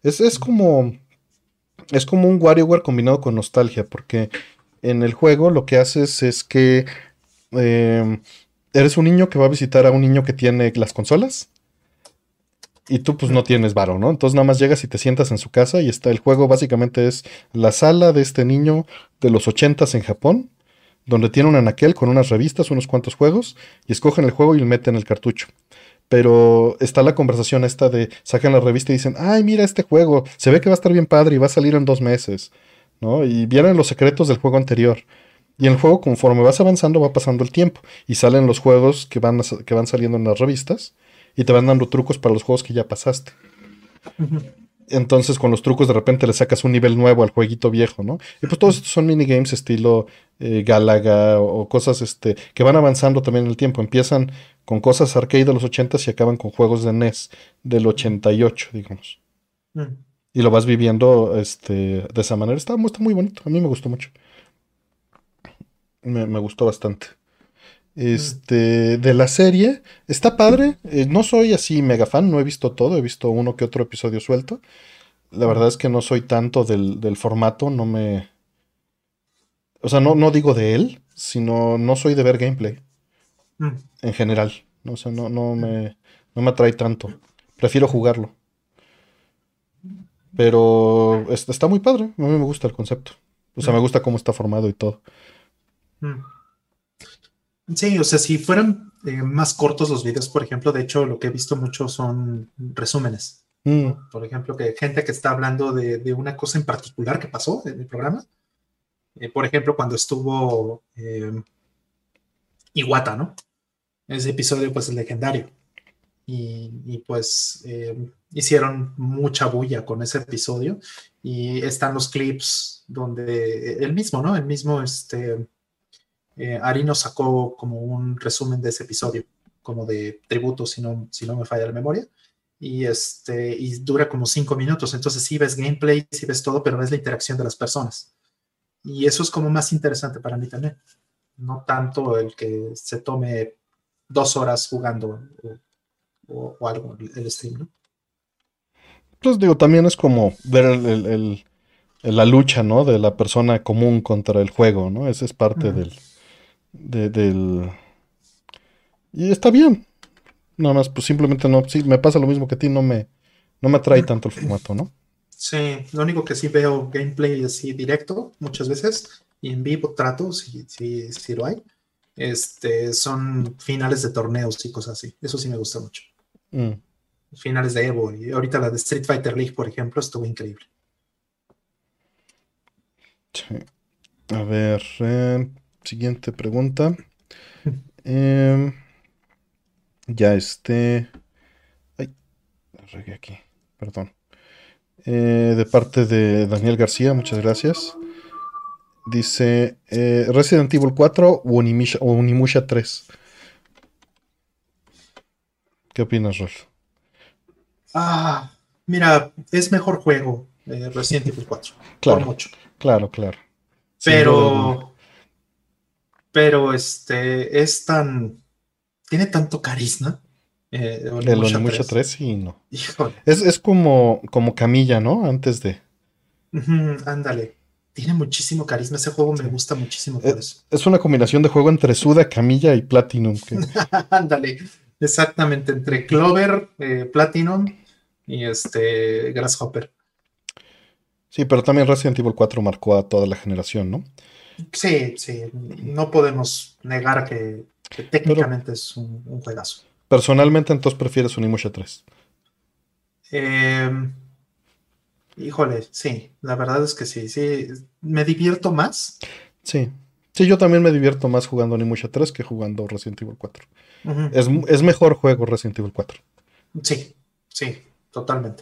Es como un WarioWare combinado con nostalgia, porque en el juego lo que haces es que eh, eres un niño que va a visitar a un niño que tiene las consolas y tú pues no Mm, tienes varo, ¿no? Entonces nada más llegas y te sientas en su casa y el juego básicamente es la sala de este niño de los 80s en Japón, donde tiene un anaquel con unas revistas, unos cuantos juegos, y escogen el juego y le meten el cartucho. Pero está la conversación esta de sacan la revista y dicen, ay, mira este juego, se ve que va a estar bien padre y va a salir en 2 meses, ¿no? Y vienen los secretos del juego anterior. Y en el juego, conforme vas avanzando, va pasando el tiempo. Y salen los juegos que van saliendo en las revistas. Y te van dando trucos para los juegos que ya pasaste. ujú, Entonces, con los trucos, de repente le sacas un nivel nuevo al jueguito viejo, ¿no? Y pues todos estos son minigames estilo Galaga o cosas que van avanzando también en el tiempo. Empiezan con cosas arcade de los 80 y acaban con juegos de NES del 88, digamos. mm, Y lo vas viviendo de esa manera. Está muy bonito. A mí me gustó mucho. Me gustó bastante. mm, De la serie, está padre. No soy así mega fan, no he visto todo, he visto uno que otro episodio suelto. La verdad mm, es que no soy tanto del formato, no me. O sea, no digo de él, sino no soy de ver gameplay mm, en general. ¿No? O sea, mm, no me atrae tanto. Prefiero jugarlo. Pero está muy padre, a mí me gusta el concepto. O sea, me mm, gusta cómo está formado y todo. mm. Sí, o sea, si fueran más cortos los videos, por ejemplo, de hecho, lo que he visto mucho son resúmenes, Mm, ¿no? Por ejemplo, que gente que está hablando de una cosa en particular que pasó en el programa. Por ejemplo, cuando estuvo Iwata, ¿no? Ese episodio, pues, es legendario. Pues hicieron mucha bulla con ese episodio y están los clips donde el mismo, ¿no? El mismo, Arino sacó como un resumen de ese episodio, como de tributo, si no me falla la memoria. Y dura como 5 minutos. Entonces sí ves gameplay, sí ves todo, pero ves la interacción de las personas. Y eso es como más interesante para mí también. No tanto el que se tome 2 horas jugando o algo, el stream, ¿no? Pues digo, también es como ver la lucha, ¿no? De la persona común contra el juego, ¿no? Ese es parte Mm, del. Y está bien. Nada más, pues simplemente no. Sí, me pasa lo mismo que a ti, no me atrae mm. tanto el formato, ¿no? Sí, lo único que sí veo gameplay así directo muchas veces y en vivo trato, si lo hay, son finales de torneos y cosas así. Eso sí me gusta mucho. Mm, Finales de Evo y ahorita la de Street Fighter League, por ejemplo, estuvo increíble. sí. A ver, siguiente pregunta. Em, ya Ay, la regué aquí. Perdón. De parte de Daniel García, muchas gracias. Dice Resident Evil 4 o Onimusha 3. ¿Qué opinas, Rolf? Ah, mira, es mejor juego Resident Evil 4, por Claro, mucho. claro, claro. Sin duda alguna. Pero, pero tiene tanto carisma. El Onimusha Onimusha 3. 3 y no. Híjole, Es como Camilla, ¿no? Antes de. ujú, ándale. Tiene muchísimo carisma. Ese juego me Sí. gusta muchísimo por eso. Es una combinación de juego entre Suda, Camilla y Platinum. Ándale. Exactamente, entre Ujú. Clover, Platinum y Grasshopper. Sí, pero también Resident Evil 4 marcó a toda la generación, ¿no? Sí, sí, no podemos negar que Pero técnicamente es un juegazo. personalmente, entonces prefieres Onimusha 3. Eh, Híjole, sí, la verdad es que sí, sí, me divierto más. Sí. Sí, yo también me divierto más jugando Onimusha 3 que jugando Resident Evil 4. Ujú, Es mejor juego Resident Evil 4. sí, sí, totalmente.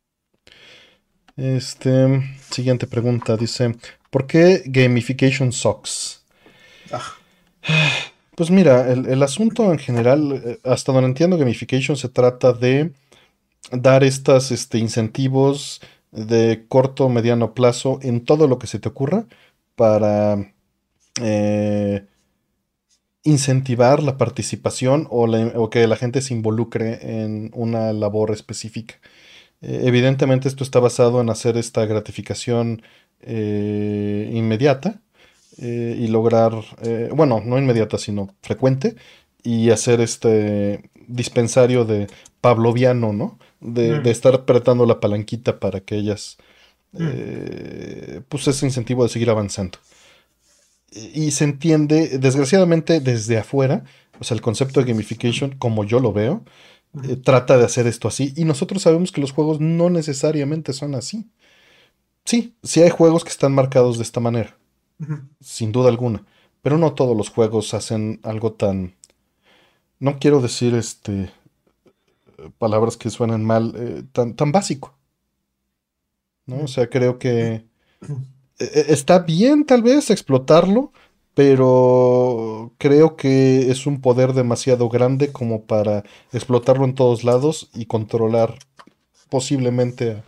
Siguiente pregunta, dice, ¿por qué gamification sucks? Ah, Pues mira, el asunto en general, hasta donde entiendo, gamification se trata de dar estas incentivos de corto o mediano plazo en todo lo que se te ocurra para eh, incentivar la participación o que la gente se involucre en una labor específica. Evidentemente esto está basado en hacer esta gratificación inmediata y lograr, bueno, no inmediata, sino frecuente, y hacer este dispensario de pavloviano, ¿no? De mm, estar apretando la palanquita para que ellas, mm, pues ese incentivo de seguir avanzando. Y se entiende, desgraciadamente, desde afuera, o sea, el concepto de gamification, como yo lo veo, mm, trata de hacer esto así, y nosotros sabemos que los juegos no necesariamente son así. Sí, sí hay juegos que están marcados de esta manera, mm, sin duda alguna, pero no todos los juegos hacen algo tan, no quiero decir palabras que suenan mal, tan básico, ¿no? O mm, sea, creo que mm, está bien tal vez explotarlo, pero creo que es un poder demasiado grande como para explotarlo en todos lados y controlar posiblemente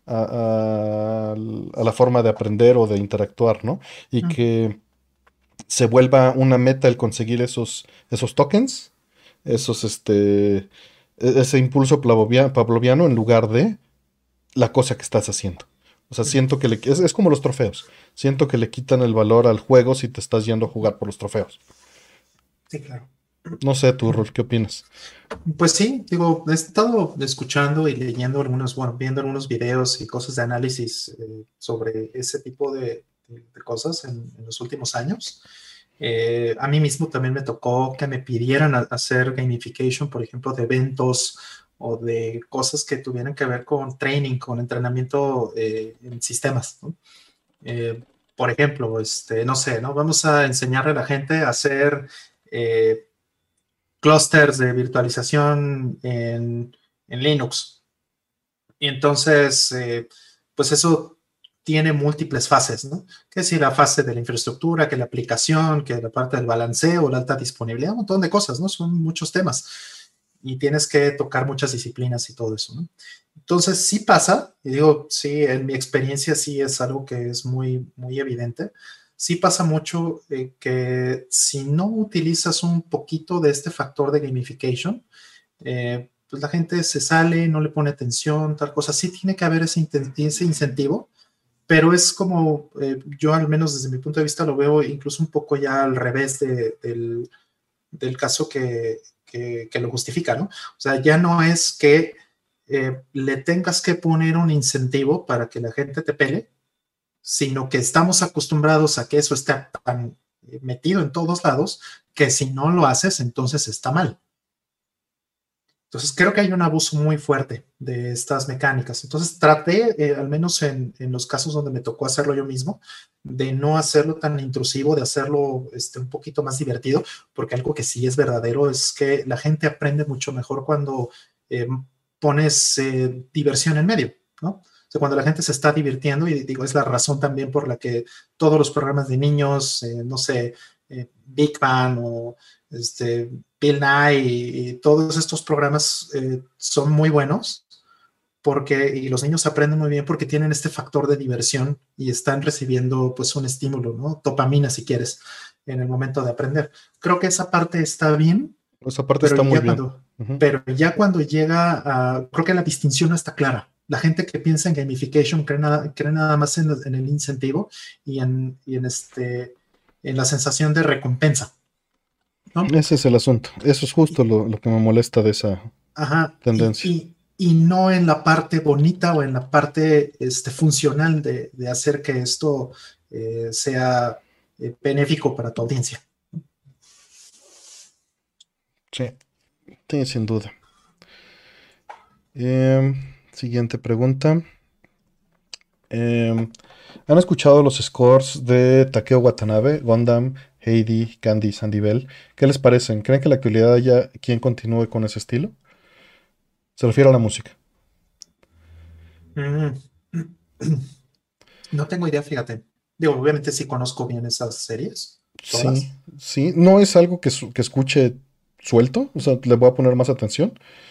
a la forma de aprender o de interactuar, ¿no? Y mm, que se vuelva una meta el conseguir esos tokens, esos, ese impulso pavloviano en lugar de la cosa que estás haciendo. O sea, mm. siento que es como los trofeos. Siento que le quitan el valor al juego si te estás yendo a jugar por los trofeos. Sí, claro. No sé, tú, Rolf, ¿qué opinas? Pues sí, digo, he estado escuchando y leyendo algunos, bueno, viendo algunos videos y cosas de análisis sobre ese tipo de cosas en los últimos años. A mí mismo también me tocó que me pidieran hacer gamification, por ejemplo, de eventos o de cosas que tuvieran que ver con training, con entrenamiento en sistemas, ¿no? Eh, por ejemplo, no sé, ¿no? Vamos a enseñarle a la gente a hacer eh, clusters de virtualización en Linux. Y entonces, pues eso tiene múltiples fases, ¿no? Que si la fase de la infraestructura, que la aplicación, que la parte del balanceo, la alta disponibilidad, un montón de cosas, ¿no? Son muchos temas y tienes que tocar muchas disciplinas y todo eso, ¿no? Entonces, sí pasa, y digo, sí, en mi experiencia sí es algo que es muy, muy evidente. Sí pasa mucho que si no utilizas un poquito de este factor de gamification, pues la gente se sale, no le pone atención, tal cosa. Sí tiene que haber ese incentivo, pero es como, yo al menos desde mi punto de vista lo veo incluso un poco ya al revés del caso que lo justifica, ¿no? O sea, ya no es que le tengas que poner un incentivo para que la gente te pele, sino que estamos acostumbrados a que eso esté tan metido en todos lados que si no lo haces, entonces está mal. Entonces creo que hay un abuso muy fuerte de estas mecánicas. Entonces traté, al menos en los casos donde me tocó hacerlo yo mismo, de no hacerlo tan intrusivo, de hacerlo un poquito más divertido, porque algo que sí es verdadero es que la gente aprende mucho mejor cuando eh, pones diversión en medio, ¿no? O sea, cuando la gente se está divirtiendo, y digo, es la razón también por la que todos los programas de niños, no sé, Big Bang o Bill Nye y todos estos programas son muy buenos porque y los niños aprenden muy bien porque tienen este factor de diversión y están recibiendo pues un estímulo, ¿no? Dopamina si quieres en el momento de aprender. Creo que esa parte está bien. Esa parte pero está muy ya bien. cuando, Ujú. pero ya cuando llega a, creo que la distinción no está clara. La gente que piensa en gamification cree nada más en el incentivo en la sensación de recompensa, ¿no? Ese es el asunto. Eso es justo lo que me molesta de esa Ajá, tendencia. y no en la parte bonita o en la parte funcional de hacer que esto sea benéfico para tu audiencia. Sí, sí, sin duda. Siguiente pregunta. Em, ¿Han escuchado los scores de Takeo Watanabe, Gundam, Heidi, Candy, Sandy Bell? ¿Qué les parecen? ¿Creen que en la actualidad haya quien continúe con ese estilo? Se refiere a la música. Mm. No tengo idea, fíjate. Digo, obviamente sí conozco bien esas series, Sí, todas. sí. No es algo que escuche suelto, o sea, le voy a poner más atención.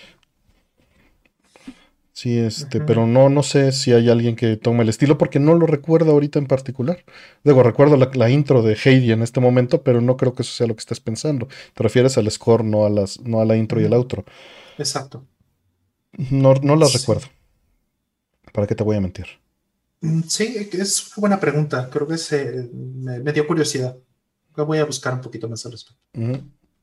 Sí, pero Ujú. no sé si hay alguien que tome el estilo porque no lo recuerdo ahorita en particular. Digo, recuerdo la intro de Heidi en este momento, pero no creo que eso sea lo que estés pensando. Te refieres al score, no a la intro y el Ujú. outro. Exacto. No las recuerdo. Sí. ¿Para qué te voy a mentir? Sí, es una buena pregunta. Creo que me dio curiosidad. Voy a buscar un poquito más al respecto. Ujú.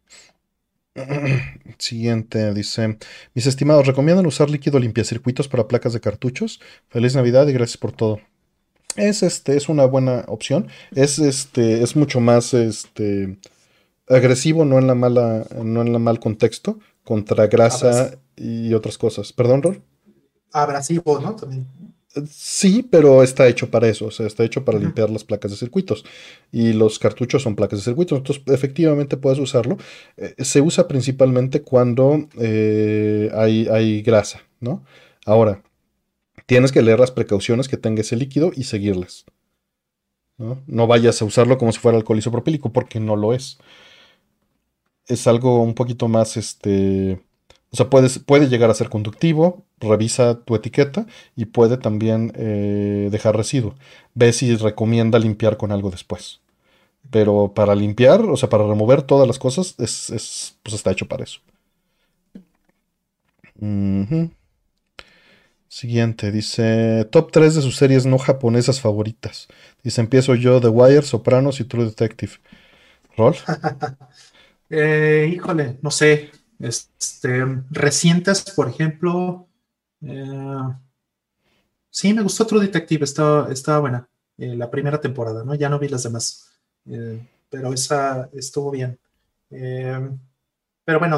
Siguiente, dice, mis estimados, ¿recomiendan usar líquido limpiacircuitos para placas de cartuchos? Feliz Navidad y gracias por todo. Es una buena opción. Es mucho más agresivo, no en la mal contexto, contra Abras- grasa y otras cosas. ¿Perdón, Ror? Abrasivo, ¿no? También. Sí, pero está hecho para eso, o sea, está hecho para Ujú. limpiar las placas de circuitos. Y los cartuchos son placas de circuitos, entonces efectivamente puedes usarlo. Se usa principalmente cuando hay grasa, ¿no? Ahora, tienes que leer las precauciones que tenga ese líquido y seguirlas, ¿no? No vayas a usarlo como si fuera alcohol isopropílico, porque no lo es. Es algo un poquito más, o sea, puede llegar a ser conductivo, revisa tu etiqueta y puede también dejar residuo. Ve si recomienda limpiar con algo después. Pero para limpiar, o sea, para remover todas las cosas, pues está hecho para eso. Ujú. Siguiente, dice, top 3 de sus series no japonesas favoritas. Dice, empiezo yo, The Wire, Sopranos y True Detective. ¿Rol? Híjole, no sé. Recientes, por ejemplo. eh, sí, me gustó True Detective, estaba buena. La primera temporada, ¿no? Ya no vi las demás. Pero esa estuvo bien. Eh, pero bueno,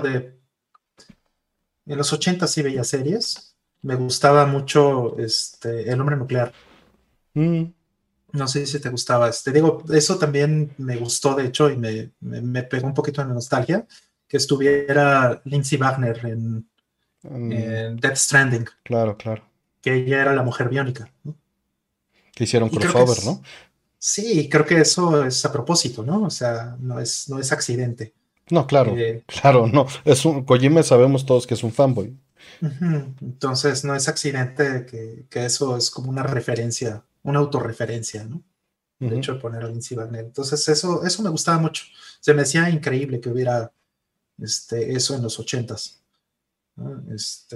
en los 80 sí veía series. Me gustaba mucho El Hombre Nuclear. Mm, No sé si te gustaba. Digo, eso también me gustó, de hecho, y me pegó un poquito en la nostalgia, que estuviera Lindsay Wagner mm, en Death Stranding, claro, claro. que ella era la mujer biónica, ¿no? Que hicieron Y creo que crossover, ¿no? sí, creo que eso es a propósito, ¿no? O sea, no es accidente. No, claro, Eh, claro, no. Kojima sabemos todos que es un fanboy. Ujú. Entonces, no es accidente que eso es como una referencia, una autorreferencia, ¿no? El Ujú. hecho de poner a Lindsay Wagner. Entonces, eso me gustaba mucho. Se me hacía increíble que hubiera eso en los ochentas, ¿no?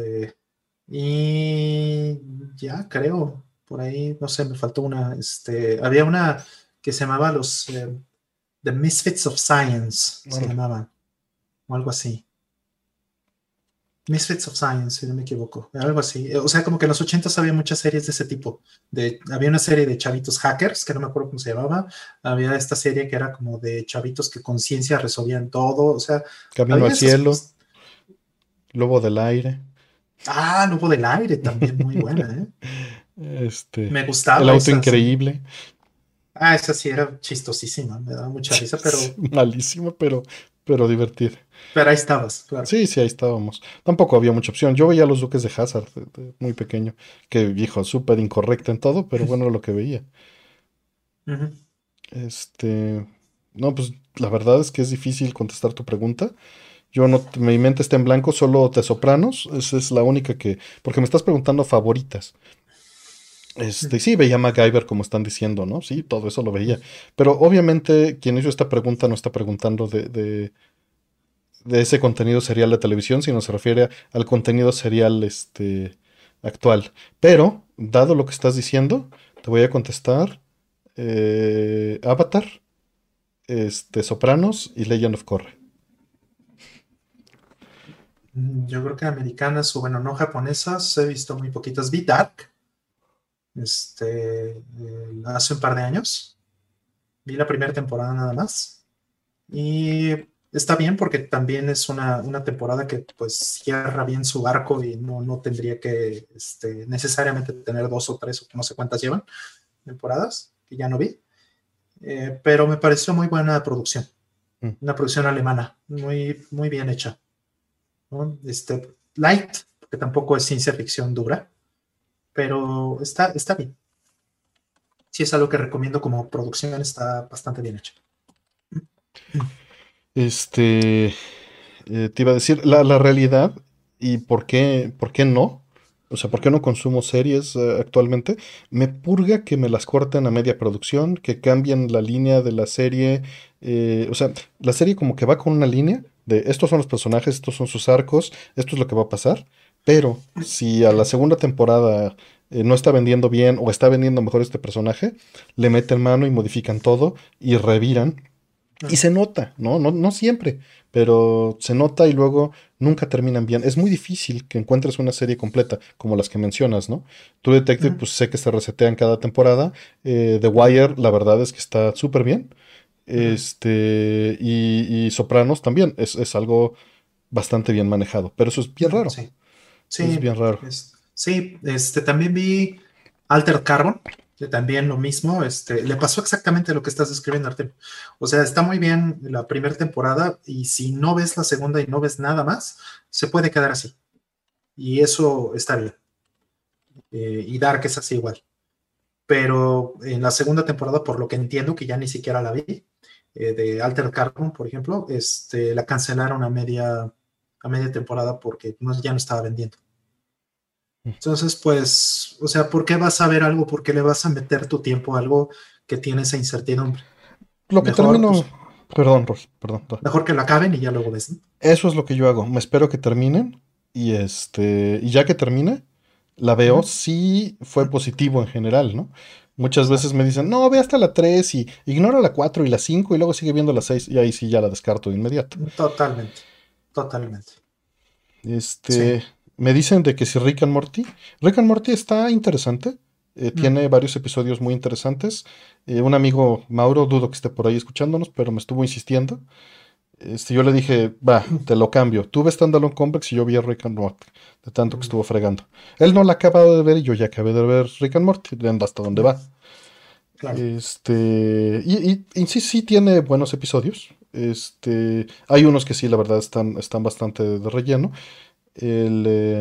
Y ya creo, por ahí, no sé, me faltó una, había una que se llamaba The Misfits of Science, se Órale. llamaba, o algo así. Misfits of Science, si no me equivoco, algo así. O sea, como que en los ochentas había muchas series de ese tipo. Había una serie de chavitos hackers, que no me acuerdo cómo se llamaba. Había esta serie que era como de chavitos que con ciencia resolvían todo. O sea, Camino había al esas. cielo, Lobo del aire. Ah, Lobo del Aire también, muy buena, ¿eh? Este, Me el gustaba auto esa, sí. increíble. Ah, esa sí era chistosísima, me daba mucha risa, Es malísimo, pero divertido. pero ahí estabas, claro. Sí, sí, ahí estábamos. Tampoco había mucha opción. Yo veía los Duques de Hazard muy pequeño. Que viejo, súper incorrecto en todo, pero bueno, era lo que veía. Ujú. Este, no, pues la verdad es que es difícil contestar tu pregunta. Yo no, mi mente está en blanco, solo de Sopranos. Esa es la única porque me estás preguntando favoritas. Sí, veía MacGyver como están diciendo, ¿no? Sí, todo eso lo veía. Pero obviamente quien hizo esta pregunta no está preguntando de ese contenido serial de televisión, sino se refiere al contenido serial actual. Pero, dado lo que estás diciendo, te voy a contestar Avatar, Sopranos y Legend of Korra. Yo creo que americanas o bueno, no japonesas, he visto muy poquitas. Vi Dark, hace un par de años. Vi la primera temporada nada más. Y está bien porque también es una temporada que pues cierra bien su arco y no tendría que necesariamente tener dos o tres o no sé cuántas llevan temporadas, que ya no vi. Pero me pareció muy buena producción. Mm. Una producción alemana, muy, muy bien hecha, ¿no? Light, que tampoco es ciencia ficción dura, pero está bien. Sí es algo que recomiendo como producción, está bastante bien hecho. Este, Te iba a decir, la realidad y por qué no, o sea, por qué no consumo series actualmente, me purga que me las corten a media producción, que cambien la línea de la serie, o sea, la serie como que va con una línea de estos son los personajes, estos son sus arcos, esto es lo que va a pasar, pero si a la segunda temporada no está vendiendo bien o está vendiendo mejor este personaje, le meten mano y modifican todo y reviran. Y se nota, ¿no? No, no siempre, pero se nota y luego nunca terminan bien. Es muy difícil que encuentres una serie completa, como las que mencionas, ¿no? True Detective, pues sé que se resetean cada temporada. The Wire, la verdad es que está súper bien. Y Sopranos también, es algo bastante bien manejado, pero eso es bien raro. Sí, Es sí, bien raro. sí, también vi Altered Carbon, que también lo mismo, le pasó exactamente lo que estás describiendo, Artem. O sea, está muy bien la primera temporada y si no ves la segunda y no ves nada más, se puede quedar así. Y eso está bien. Y Dark es así igual. Pero en la segunda temporada, por lo que entiendo, que ya ni siquiera la vi, de Altered Carbon, por ejemplo, la cancelaron a media temporada porque ya no estaba vendiendo. Entonces, pues, o sea, ¿por qué vas a ver algo? ¿Por qué le vas a meter tu tiempo a algo que tiene esa incertidumbre? Lo que Mejor, termino, pues, perdón, perdón. mejor que lo acaben y ya luego ves, ¿no? Eso es lo que yo hago. Me espero que terminen y ya que termine, la veo Ujú. si fue positivo en general, ¿no? Muchas veces Exacto. me dicen, no, ve hasta la 3 y ignora la 4 y la 5 y luego sigue viendo la 6 y ahí sí ya la descarto de inmediato. Totalmente, totalmente. Sí. Este, Me dicen de que si Rick and Morty está interesante, Mm. tiene varios episodios muy interesantes. Un amigo, Mauro, dudo que esté por ahí escuchándonos, pero me estuvo insistiendo. Yo le dije, va, te lo cambio. Tú ves Standalone Complex y yo vi a Rick and Morty, de tanto que Mm. estuvo fregando. Él no la ha acabado de ver y yo ya acabé de ver Rick and Morty, viendo hasta dónde Mm. va. Claro. Y sí, sí tiene buenos episodios. Hay unos que sí, la verdad, están bastante de relleno. El,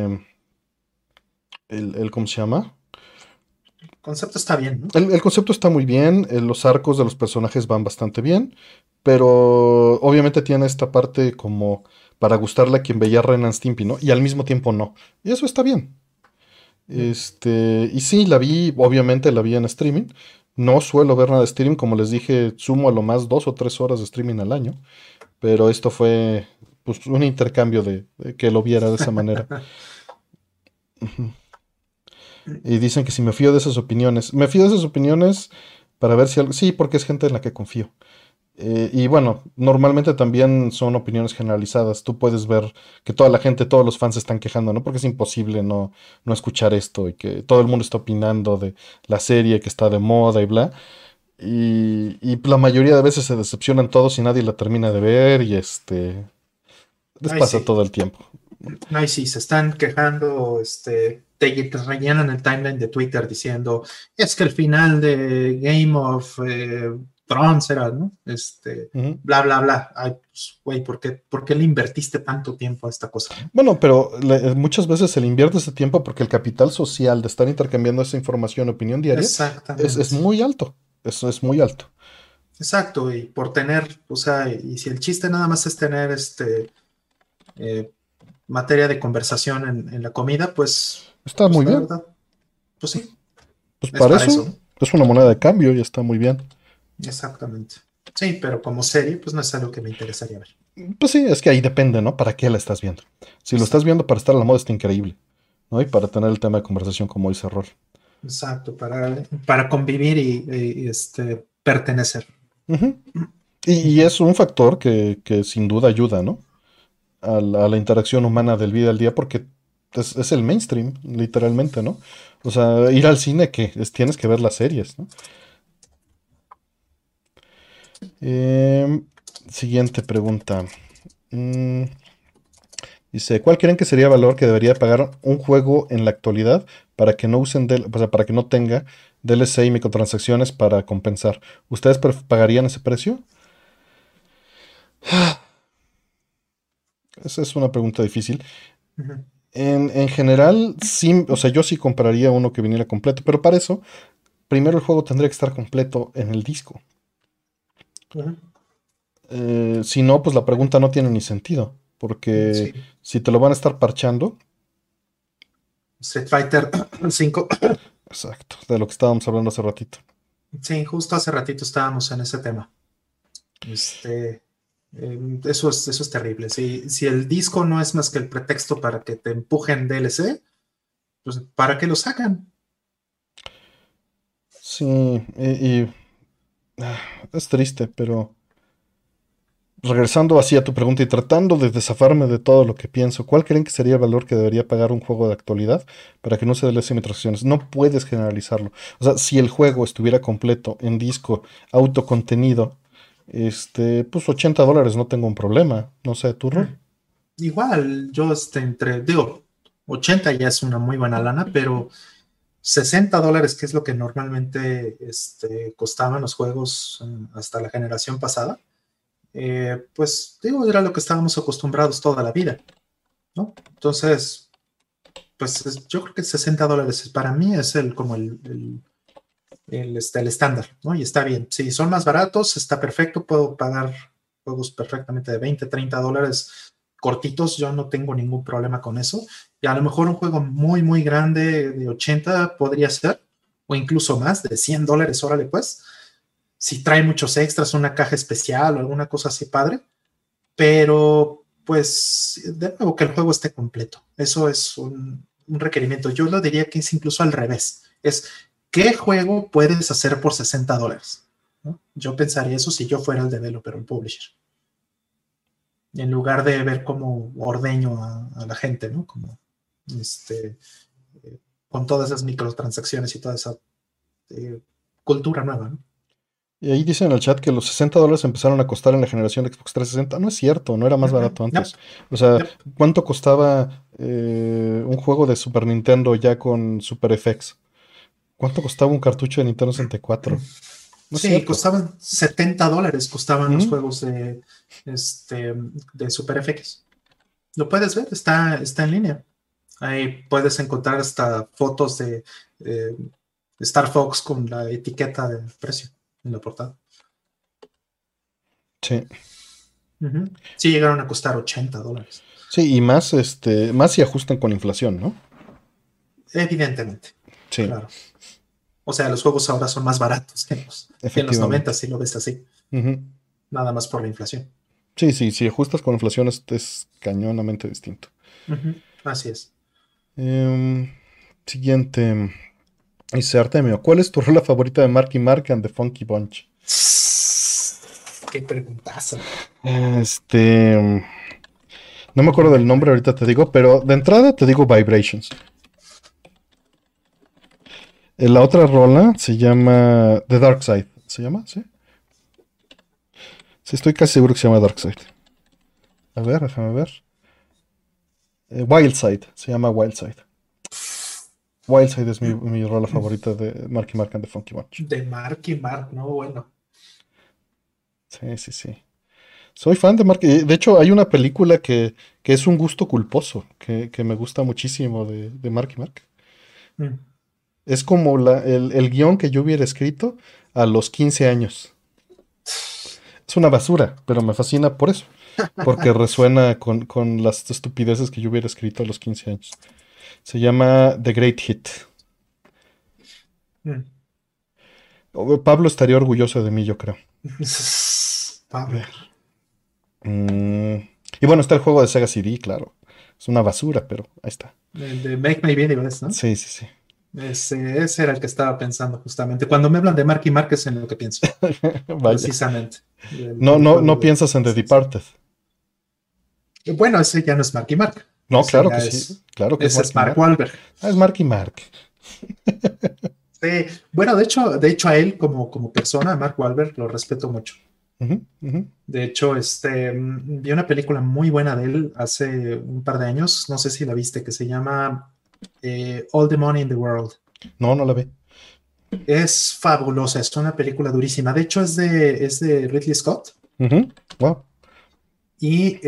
¿Cómo se llama? El concepto está bien, ¿no? El concepto está muy bien, los arcos de los personajes van bastante bien, pero obviamente tiene esta parte como para gustarle a quien veía Ren and Stimpy, ¿no? Y al mismo tiempo no. Y eso está bien. Mm. Y sí, la vi, obviamente la vi en streaming. No suelo ver nada de streaming, como les dije, sumo a lo más 2 o 3 horas de streaming al año, pero esto fue pues un intercambio de que lo viera de esa manera. Ujú. Y dicen que si me fío de esas opiniones, me fío de esas opiniones para ver si algo, sí, porque es gente en la que confío. Y bueno, normalmente también son opiniones generalizadas. Tú puedes ver que toda la gente, todos los fans se están quejando, ¿no? Porque es imposible no escuchar esto y que todo el mundo está opinando de la serie que está de moda y bla. Y la mayoría de veces se decepcionan todos y nadie la termina de ver y les Ay, pasa sí. todo el tiempo. Ay, sí, se están quejando, te rellenan el timeline de Twitter diciendo, es que el final de Game of Thrones era, ¿no? Ujú. Bla, bla, bla. Ay, pues, güey, ¿por qué le invertiste tanto tiempo a esta cosa, no? Bueno, pero muchas veces se le invierte ese tiempo porque el capital social de estar intercambiando esa información, opinión diaria, es Exactamente. muy alto. Eso es muy alto. Exacto, y por tener, o sea, y si el chiste nada más es tener eh, materia de conversación en la comida, pues, Está pues muy la bien. verdad, pues sí, Pues es para para eso eso, ¿no? es una moneda de cambio y está muy bien. Exactamente. Sí, pero como serie, pues no es algo que me interesaría ver. Pues sí, es que ahí depende, ¿no? ¿Para qué la estás viendo? Si lo estás Exacto, viendo para estar a la moda, está increíble, ¿no? Y para tener el tema de conversación como dice Rol. exacto, para convivir pertenecer. Ujú. Y Ujú, es un factor que sin duda ayuda, ¿no? A la interacción humana del día al día porque es el mainstream, literalmente, ¿no? O sea, ir al cine, que tienes que ver las series, ¿no? Em, Siguiente pregunta. Mm, Dice, ¿cuál creen que sería el valor que debería pagar un juego en la actualidad para que no o sea, para que no tenga DLC y microtransacciones para compensar? ¿Ustedes pagarían ese precio? Esa es una pregunta difícil. ujú, En general, sí, o sea, yo sí compraría uno que viniera completo, pero para eso, primero el juego tendría que estar completo en el disco. ujú. Si no, pues la pregunta no tiene ni sentido, porque Sí, si te lo van a estar parchando, Street Fighter 5. exacto, de lo que estábamos hablando hace ratito. Sí, justo hace ratito estábamos en ese tema. Eso es terrible. Si el disco no es más que el pretexto para que te empujen DLC, pues ¿para qué lo sacan? Sí, es triste, pero regresando así a tu pregunta y tratando de desafarme de todo lo que pienso, ¿cuál creen que sería el valor que debería pagar un juego de actualidad para que no se DLC transacciones? No puedes generalizarlo. O sea, si el juego estuviera completo en disco, autocontenido, pues $80 no tengo un problema. No sé, tu rol. Mm. Igual, yo digo, 80 ya es una muy buena lana, pero $60, que es lo que normalmente costaban los juegos hasta la generación pasada, pues digo, era lo que estábamos acostumbrados toda la vida, ¿no? Entonces, pues yo creo que $60 para mí es como el estándar, ¿no? Y está bien. Si son más baratos, está perfecto, puedo pagar juegos perfectamente de $20, $30 cortitos, yo no tengo ningún problema con eso. Y a lo mejor un juego muy, muy grande de 80 podría ser, o incluso más, de $100, órale pues. Si trae muchos extras, una caja especial o alguna cosa así padre, pero pues de nuevo que el juego esté completo. Eso es un requerimiento. Yo lo diría que es incluso al revés. Es ¿qué juego puedes hacer por $60? ¿No? Yo pensaría eso si yo fuera el developer o el publisher. En lugar de ver cómo ordeño a la gente, ¿no? Como este, con todas esas microtransacciones y toda esa eh, cultura nueva, ¿no? Y ahí dicen en el chat que los $60 empezaron a costar en la generación de Xbox 360. No es cierto, no era más Ujú. barato Yep, antes. O sea, yep. ¿cuánto costaba un juego de Super Nintendo ya con Super FX? ¿Cuánto costaba un cartucho de Nintendo 64? No es Sí, cierto. costaban $70, costaban los Ujú. juegos de Super FX. Lo puedes ver, está en línea. Ahí puedes encontrar hasta fotos de eh, Star Fox con la etiqueta del precio en la portada. Sí. Ujú. Sí, llegaron a costar $80. Sí, y más si ajustan con inflación, ¿no? Evidentemente, Sí, claro. O sea, los juegos ahora son más baratos que en los 90, efectivamente. si lo ves así, Ujú. nada más por la inflación. Sí, sí, si ajustas con inflación es cañonamente distinto. Ujú. Así es. Em, Siguiente. Dice Artemio, ¿cuál es tu rola favorita de Marky Mark and the Funky Bunch? Qué preguntazo. Este, no me acuerdo del nombre, Híjole. ahorita te digo, pero de entrada te digo Vibrations. La otra rola se llama The Dark Side. ¿Se llama? Sí. Sí, estoy casi seguro que se llama Dark Side. A ver, déjame ver. Wild Side, se llama Wild Side. Wild Side es mi rola favorita de Marky Mark and the Funky Bunch. De Mark y Mark, no, bueno. Sí, sí, sí. Soy fan de Marky. De hecho, hay una película que es un gusto culposo, que me gusta muchísimo de Marky Mark. Mm. Es como el guión que yo hubiera escrito a los 15 años. Es una basura, pero me fascina por eso. Porque resuena con las estupideces que yo hubiera escrito a los 15 años. Se llama The Great Hit. Mm. Pablo estaría orgulloso de mí, yo creo. A Pablo. ver. Mm, y bueno, está el juego de Sega CD, claro. Es una basura, pero ahí está. El de Make My Videos, ¿no? Sí, sí, sí. Ese era el que estaba pensando justamente. Cuando me hablan de Marky Mark es en lo que pienso, Vaya. precisamente, del, No, del no, juego no de piensas en The PlayStation. Departed. Bueno, ese ya no es Marky Mark, No, ese claro que ya sí. Claro que es ese es Marky Mark Mark. Wahlberg. Ah, es Marky Mark. Sí, bueno, de hecho a él como persona, a Mark Wahlberg, lo respeto mucho. Ujú, ujú. De hecho, vi una película muy buena de él hace un par de años, no sé si la viste, que se llama All the Money in the World. No, no la ve. Es fabulosa, es una película durísima. De hecho, es de Ridley Scott Ujú. Wow. y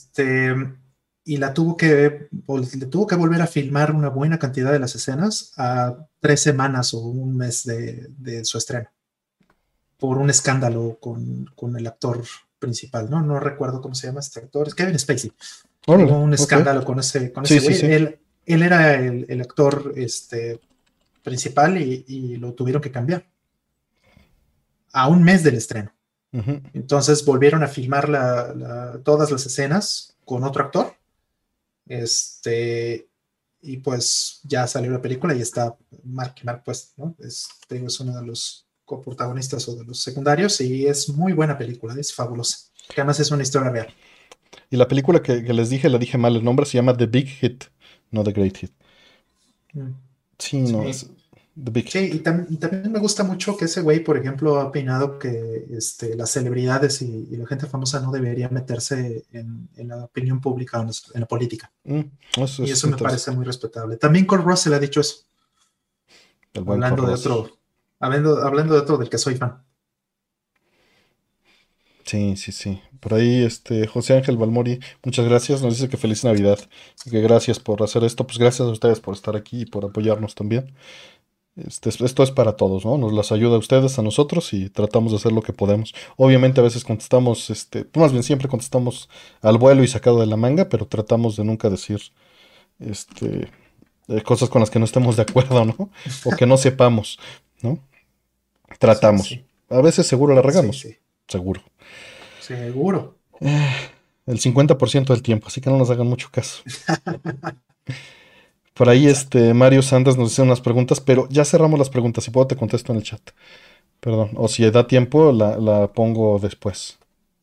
le tuvo que volver a filmar una buena cantidad de las escenas a 3 semanas o un mes de su estreno por un escándalo con el actor principal, ¿no? No recuerdo cómo se llama este actor, es Kevin Spacey. Hubo Órale, un ok. escándalo con ese, con Sí, ese sí, güey. sí. Él era el actor principal y lo tuvieron que cambiar a un mes del estreno. Ujú. Entonces volvieron a filmar todas las escenas con otro actor. Este, y pues ya salió la película y está Mark, pues, ¿no? Es uno de los coprotagonistas o de los secundarios y es muy buena película, es fabulosa. Que además es una historia real. Y la película que les dije, la dije mal el nombre, se llama The Big Hit, no The Great Hit. Mm, Sí, no, es sí. The Big Sí, Hit. y también me gusta mucho que ese güey, por ejemplo, ha opinado que las celebridades y la gente famosa no debería meterse en la opinión pública o en la política. Mm, eso Y es eso me interesante. parece muy respetable. También Kurt Russell ha dicho eso, El buen hablando de Corros. otro, hablando de otro del que soy fan. Sí, sí, sí. Por ahí, José Ángel Balmori, muchas gracias. Nos dice que feliz Navidad y que gracias por hacer esto. Pues gracias a ustedes por estar aquí y por apoyarnos también. Esto es para todos, ¿no? Nos las ayuda a ustedes, a nosotros y tratamos de hacer lo que podemos. Obviamente a veces contestamos, pues más bien siempre contestamos al vuelo y sacado de la manga, pero tratamos de nunca decir, este, cosas con las que no estemos de acuerdo, ¿no? O que no sepamos, ¿no? Sí, Tratamos. sí, A veces seguro la sí, regamos, sí, seguro. seguro. El 50% del tiempo, así que no nos hagan mucho caso. Por ahí, Exacto. Mario Sanders nos dice unas preguntas, pero ya cerramos las preguntas. Si puedo, te contesto en el chat. Perdón. O si da tiempo, la pongo después.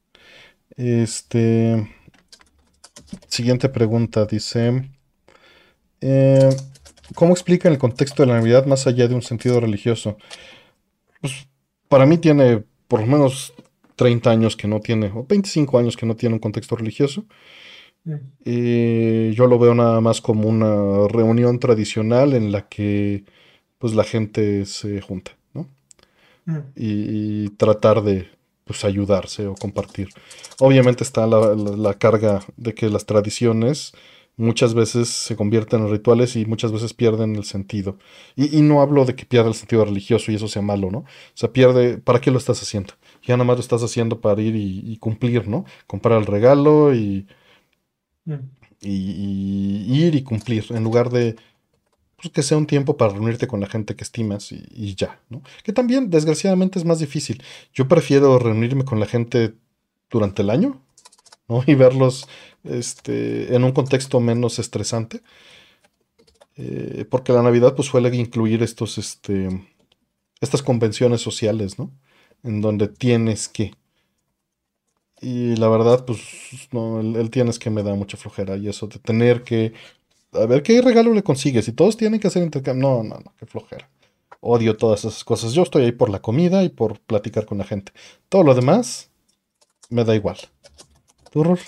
Este. Siguiente pregunta. Dice. eh, ¿Cómo explican el contexto de la Navidad más allá de un sentido religioso? Pues para mí tiene por lo menos 30 años que no tiene, o 25 años que no tiene un contexto religioso. Mm, Yo lo veo nada más como una reunión tradicional en la que pues la gente se junta, ¿no? mm, Y tratar de pues ayudarse o compartir. Obviamente está la carga de que las tradiciones muchas veces se convierten en rituales y muchas veces pierden el sentido. Y no hablo de que pierda el sentido religioso y eso sea malo, ¿no? O sea, pierde, ¿para qué lo estás haciendo? Ya nada más lo estás haciendo para ir y cumplir, ¿no? Comprar el regalo mm. y ir y cumplir, en lugar de pues, que sea un tiempo para reunirte con la gente que estimas y ya, ¿no? Que también, desgraciadamente, es más difícil. Yo prefiero reunirme con la gente durante el año, ¿no? Y verlos, en un contexto menos estresante, porque la Navidad, pues, suele incluir estas convenciones sociales, ¿no? En donde tienes que. Y la verdad, pues, no, el tienes que me da mucha flojera y eso de tener que a ver qué regalo le consigues. Y todos tienen que hacer intercambio. No, no, no, qué flojera. Odio todas esas cosas. Yo estoy ahí por la comida y por platicar con la gente. Todo lo demás me da igual. ¿Tú, Ror?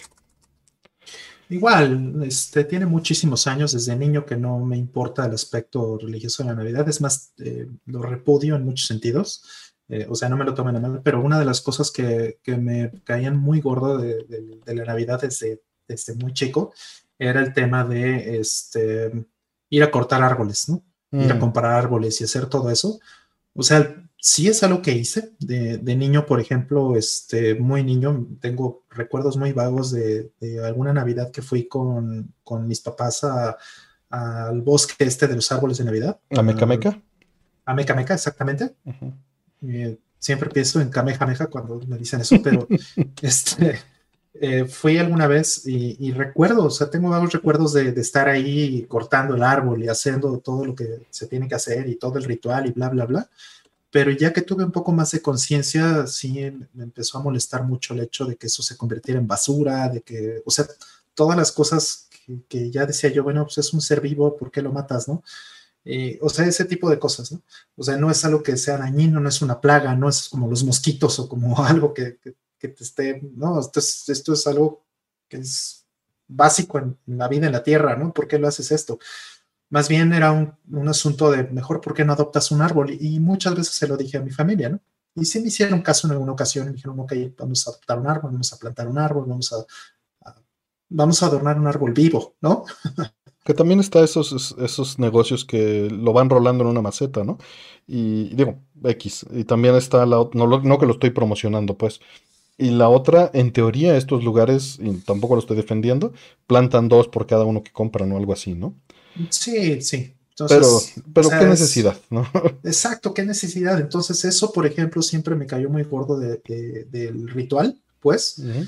Igual, tiene muchísimos años desde niño que no me importa el aspecto religioso de la Navidad. Es más, lo repudio en muchos sentidos. O sea, no me lo tomen a mal, pero una de las cosas que me caían muy gordo de la Navidad desde muy chico era el tema de ir a cortar árboles, ¿no? Ir a Mm, comprar árboles y hacer todo eso. O sea, sí es algo que hice de niño, por ejemplo, muy niño, tengo recuerdos muy vagos de alguna Navidad que fui con mis papás al bosque de los árboles de Navidad, ¿a Meca Meca? a Meca Meca, exactamente. Ujú. Siempre pienso en Kamehameha cuando me dicen eso, pero este, Fui alguna vez y recuerdo, o sea, tengo varios recuerdos de estar ahí cortando el árbol y haciendo todo lo que se tiene que hacer y todo el ritual y bla, bla, bla. Pero ya que tuve un poco más de conciencia, sí me empezó a molestar mucho el hecho de que eso se convirtiera en basura, de que, o sea, todas las cosas que ya decía yo, bueno, pues es un ser vivo, ¿por qué lo matas, no? O sea, ese tipo de cosas, ¿no? O sea, no es algo que sea dañino, no es una plaga, no es como los mosquitos o como algo que te esté, no, esto es algo que es básico en la vida en la tierra, ¿no? ¿Por qué lo haces esto? Más bien era un asunto de mejor por qué no adoptas un árbol. Y muchas veces se lo dije a mi familia, ¿no? Y sí me hicieron caso en alguna ocasión y me dijeron, ok, vamos a adoptar un árbol, vamos a plantar un árbol, a- vamos a adornar un árbol vivo, ¿no? Que también está esos negocios que lo van rolando en una maceta, ¿no? Y digo, X. Y también está no que lo estoy promocionando, pues. Y la otra, en teoría, estos lugares, y tampoco lo estoy defendiendo, plantan dos por cada uno que compran o algo así, ¿no? Sí, sí. Pero, Entonces, o pero qué sea, necesidad, es ¿no? exacto, qué necesidad. Entonces, eso, por ejemplo, siempre me cayó muy gordo del ritual, pues. Ujú.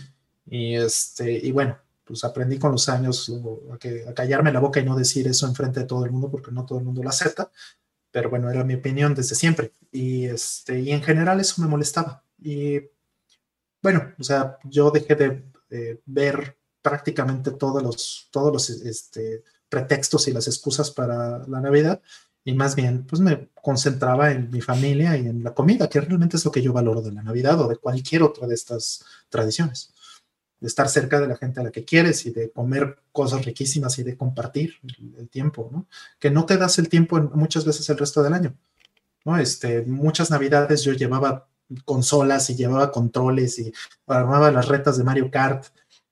Y bueno, pues aprendí con los años a callarme la boca y no decir eso enfrente de todo el mundo, porque no todo el mundo lo acepta. Pero bueno, era mi opinión desde siempre. Y en general eso me molestaba. Y bueno, o sea, yo dejé de ver prácticamente todos los pretextos y las excusas para la Navidad y más bien pues me concentraba en mi familia y en la comida, que realmente es lo que yo valoro de la Navidad o de cualquier otra de estas tradiciones. De estar cerca de la gente a la que quieres y de comer cosas riquísimas y de compartir el tiempo, ¿no? Que no te das el tiempo muchas veces el resto del año. ¿No? Muchas navidades yo llevaba consolas y llevaba controles y armaba las retas de Mario Kart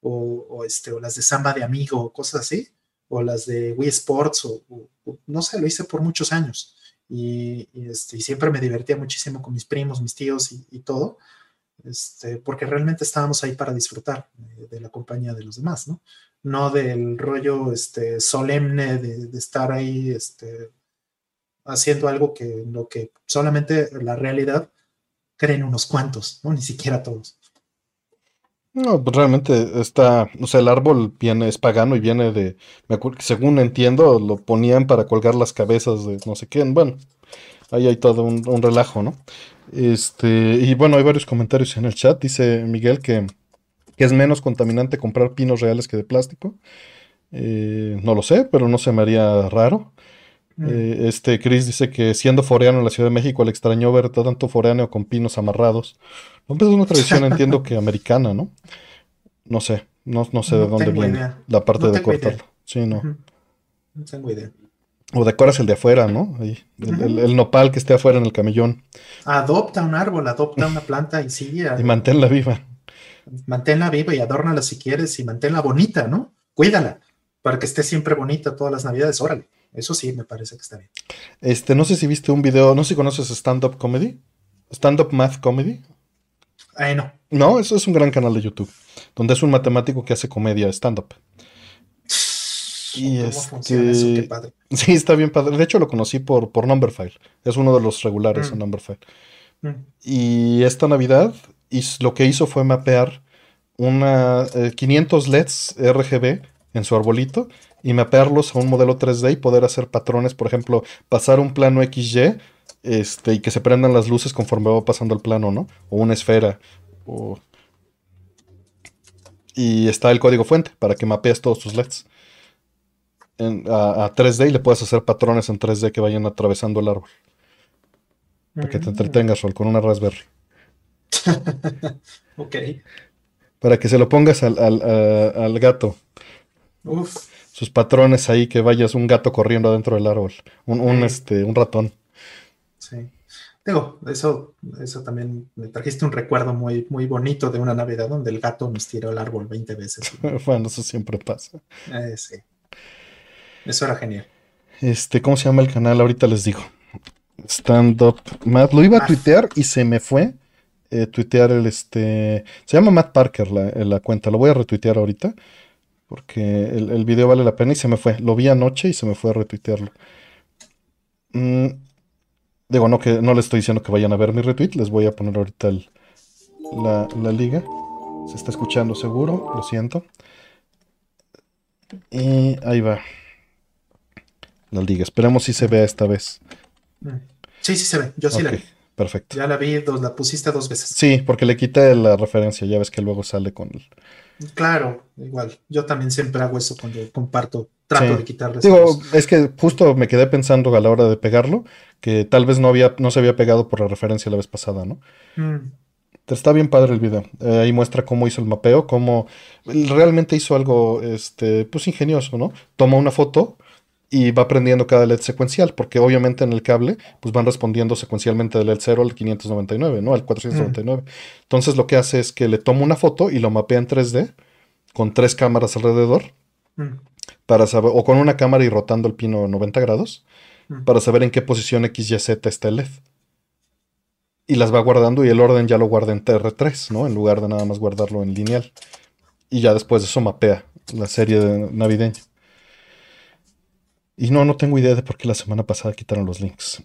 o las de Samba de Amigo, cosas así, o las de Wii Sports, no sé, lo hice por muchos años. Y siempre me divertía muchísimo con mis primos, mis tíos y todo, porque realmente estábamos ahí para disfrutar de la compañía de los demás, ¿no? No del rollo solemne de estar ahí haciendo algo que lo que solamente la realidad creen unos cuantos, ¿no? Ni siquiera todos. No, pues realmente está, o sea, el árbol viene, es pagano y viene de, me acuerdo que según entiendo, lo ponían para colgar las cabezas de no sé quién. Bueno, ahí hay todo un relajo, ¿no? Y bueno, hay varios comentarios en el chat. Dice Miguel que es menos contaminante comprar pinos reales que de plástico. No lo sé, pero no se me haría raro. Mm. Chris dice que siendo foreano en la Ciudad de México le extrañó ver tanto foráneo con pinos amarrados. No, pues es una tradición, entiendo que americana, ¿no? No sé, no sé de No dónde tengo viene idea. la parte No de tengo idea. cortarlo. Sí, no. Ujú. No tengo idea. O decoras el de afuera, ¿no? Ahí, Ujú. el nopal que esté afuera en el camellón. Adopta un árbol, adopta una planta y sí, Y manténla viva. manténla viva y adórnala si quieres y manténla bonita, ¿no? Cuídala para que esté siempre bonita todas las navidades. Órale, eso sí me parece que está bien. No sé si viste un video, no sé si conoces stand-up comedy. Stand-up math comedy. Ay, no. No, eso es un gran canal de YouTube, donde es un matemático que hace comedia stand-up. Y ¿Cómo funciona eso? Qué padre. sí, está bien padre. De hecho, lo conocí por Numberphile. Es uno de los regulares en Mm, Numberphile. mm. Y esta Navidad lo que hizo fue mapear 500 LEDs RGB en su arbolito y mapearlos a un modelo 3D y poder hacer patrones, por ejemplo, pasar un plano XY y que se prendan las luces conforme va pasando el plano, ¿no? O una esfera. o- Y está el código fuente para que mapees todos tus LEDs a 3D y le puedas hacer patrones en 3D que vayan atravesando el árbol. Para que te Mm. entretengas, Rol, con una Raspberry. Ok. Para que se lo pongas al gato. Uf. Sus patrones ahí, que vayas un gato corriendo dentro del árbol. Hey. Un ratón. Sí. Digo, eso también me trajiste un recuerdo muy, muy bonito de una Navidad donde el gato nos tiró el árbol 20 veces. Bueno, eso siempre pasa. Sí, eso era genial. ¿Cómo se llama el canal? Ahorita les digo. Stand Up Matt. Lo iba a Math. tuitear y se me fue. Tuitear Se llama Matt Parker la cuenta. Lo voy a retuitear ahorita. Porque el video vale la pena y se me fue. Lo vi anoche y se me fue a retuitearlo. Mm, digo, no le estoy diciendo que vayan a ver mi retweet. Les voy a poner ahorita la liga. Se está escuchando seguro, lo siento. Y ahí va la liga. Esperemos si se Mm, vea esta vez. mm. Sí, sí se ve, yo sí la Ok, vi. perfecto. Ya la vi, la pusiste dos veces. Sí, porque le quité la referencia, ya ves que luego sale con el... Claro, igual. Yo también siempre hago eso cuando comparto. Trato Sí. de quitarles a Digo, los. es que justo me quedé pensando a la hora de pegarlo, que tal vez no se había pegado por la referencia la vez pasada, ¿no? Mm, Está bien padre el video. Ahí muestra cómo hizo el mapeo, cómo él realmente hizo algo, pues ingenioso, ¿no? Toma una foto y va prendiendo cada LED secuencial, porque obviamente en el cable, pues van respondiendo secuencialmente del LED 0 al 599, ¿no? Al mm, 499. Entonces lo que hace es que le toma una foto y lo mapea en 3D con tres cámaras alrededor mm, para saber, o con una cámara y rotando el pino 90 grados, mm. para saber en qué posición X, Y, Z está el LED. Y las va guardando y el orden ya lo guarda en TR3, ¿no? En lugar de nada más guardarlo en lineal. Y ya después de eso mapea la serie navideña. Y no tengo idea de por qué la semana pasada quitaron los links.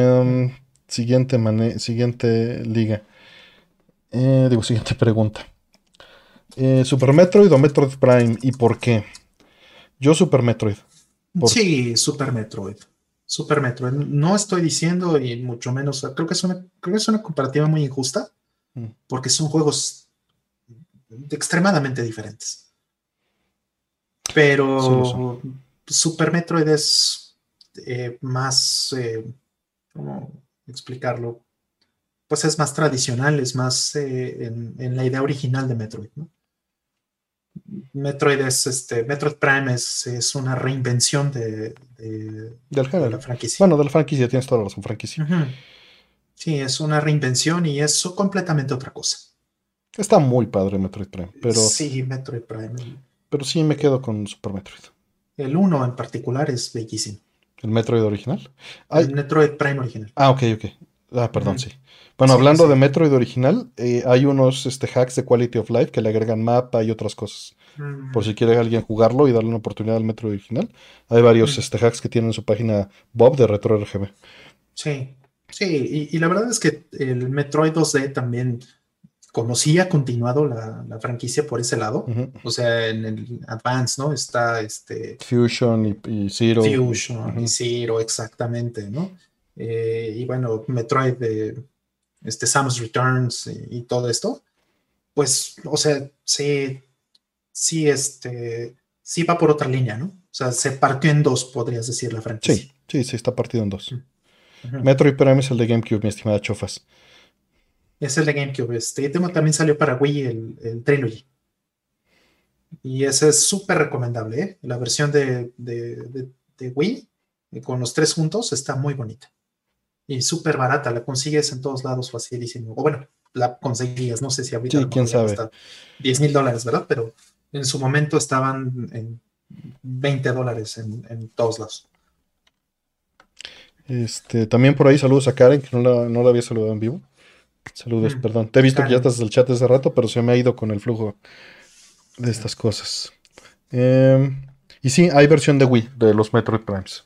Siguiente liga. Siguiente pregunta. ¿Super Metroid o Metroid Prime? ¿Y por qué? Yo Super Metroid. Por... Sí, Super Metroid. Super Metroid. No estoy diciendo, y mucho menos, creo que es una comparativa muy injusta, Mm, porque son juegos extremadamente diferentes. sí lo son. Pero Super Metroid es más, ¿cómo explicarlo? Pues es más tradicional, es más en la idea original de Metroid, ¿no? Metroid Prime es una reinvención Del de la género. franquicia. Bueno, de la franquicia, tienes toda la razón, franquicia. Ujú. Sí, es una reinvención y es completamente otra cosa. Está muy padre Metroid Prime, Sí, Metroid Prime. pero sí me quedo con Super Metroid. El uno en particular es bellísimo. ¿El Metroid original? El Ay, Metroid Prime original. ok, ok. Ah, perdón, Ujú. sí. Bueno, Sí, sí, hablando de sí. Metroid original, hay unos hacks de Quality of Life que le agregan mapa y otras cosas. Por Mm, si quiere alguien jugarlo y darle una oportunidad al Metroid original. Hay varios mm. hacks que tienen en su página Bob de Retro RGB. Sí, sí. Y la verdad es que el Metroid 2D también, como sí ha continuado la franquicia por ese lado, Ujú. o sea, en el Advance, ¿no? Está Fusion y Zero. Fusion y Ujú. Zero, exactamente, ¿no? Y bueno, Metroid Samus Returns y todo esto, pues, o sea, sí, sí, sí va por otra línea, ¿no? O sea, se partió en dos, podrías decir, la franquicia. Sí, sí, sí, está partido en dos. Ujú. Metroid Prime es el de GameCube, mi estimada Chofas. Es el de GameCube. También salió para Wii el Trilogy. Y ese es súper recomendable, ¿eh? La versión de Wii con los tres juntos está muy bonita. Y súper barata, la consigues en todos lados facilísimo. O bueno, la conseguías, no sé si ahorita a Sí, lo quién mejor ya sabe. cuesta $10,000, ¿verdad? Pero en su momento estaban en $20 en todos lados. También por ahí saludos a Karen, que no la había saludado en vivo. Saludos, Mm, perdón. Te he visto que ya Karen. estás en el chat hace rato, pero se me ha ido con el flujo de Sí. estas cosas. Y sí, hay versión de Wii de los Metroid Primes.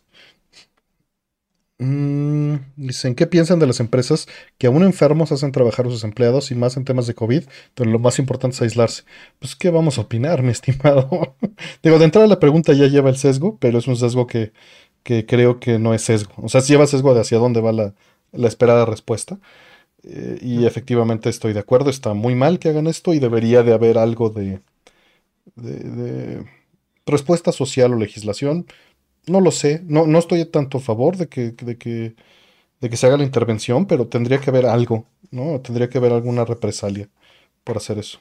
Dicen, ¿qué piensan de las empresas que aún enfermos hacen trabajar a sus empleados y más en temas de COVID, donde lo más importante es aislarse? Pues, ¿qué vamos a opinar, mi estimado? Digo, de entrada la pregunta ya lleva el sesgo, pero es un sesgo que creo que no es sesgo. O sea, sí lleva sesgo de hacia dónde va la esperada respuesta. Y Mm, efectivamente estoy de acuerdo, está muy mal que hagan esto y debería de haber algo de respuesta social o legislación. No lo sé, no estoy tanto a favor de que se haga la intervención, pero tendría que haber algo, ¿no? Tendría que haber alguna represalia por hacer eso.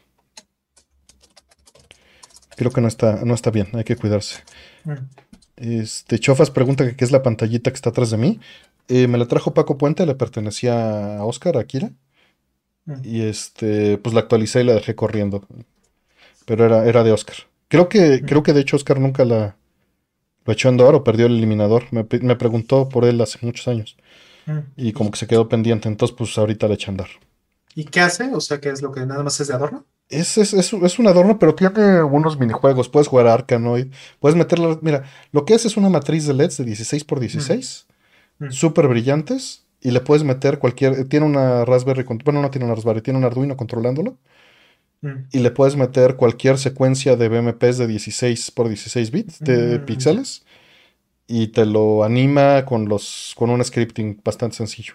Creo que no está bien, hay que cuidarse. mm, Chofas pregunta que qué es la pantallita que está atrás de mí. Me la trajo Paco Puente, le pertenecía a Oscar, a Akira, mm, y pues la actualicé y la dejé corriendo, pero era de Oscar. Creo que de hecho Oscar nunca lo echó a andar o perdió el eliminador. Me preguntó por él hace muchos años mm. y como que se quedó pendiente, entonces pues ahorita le echa a andar. ¿Y qué hace? O sea, ¿qué es lo que nada más es de adorno? Es un adorno, pero tiene algunos minijuegos. Puedes jugar a Arkanoid. Puedes meterla. Mira, lo que es una matriz de LEDs de 16 por Mm, 16, mm, súper brillantes. Y le puedes meter cualquier. Tiene una Raspberry. Bueno, no tiene una Raspberry, tiene un Arduino controlándolo. Mm, y le puedes meter cualquier secuencia de BMPs de 16 por 16 bits de ya. píxeles y te lo anima con un scripting bastante sencillo.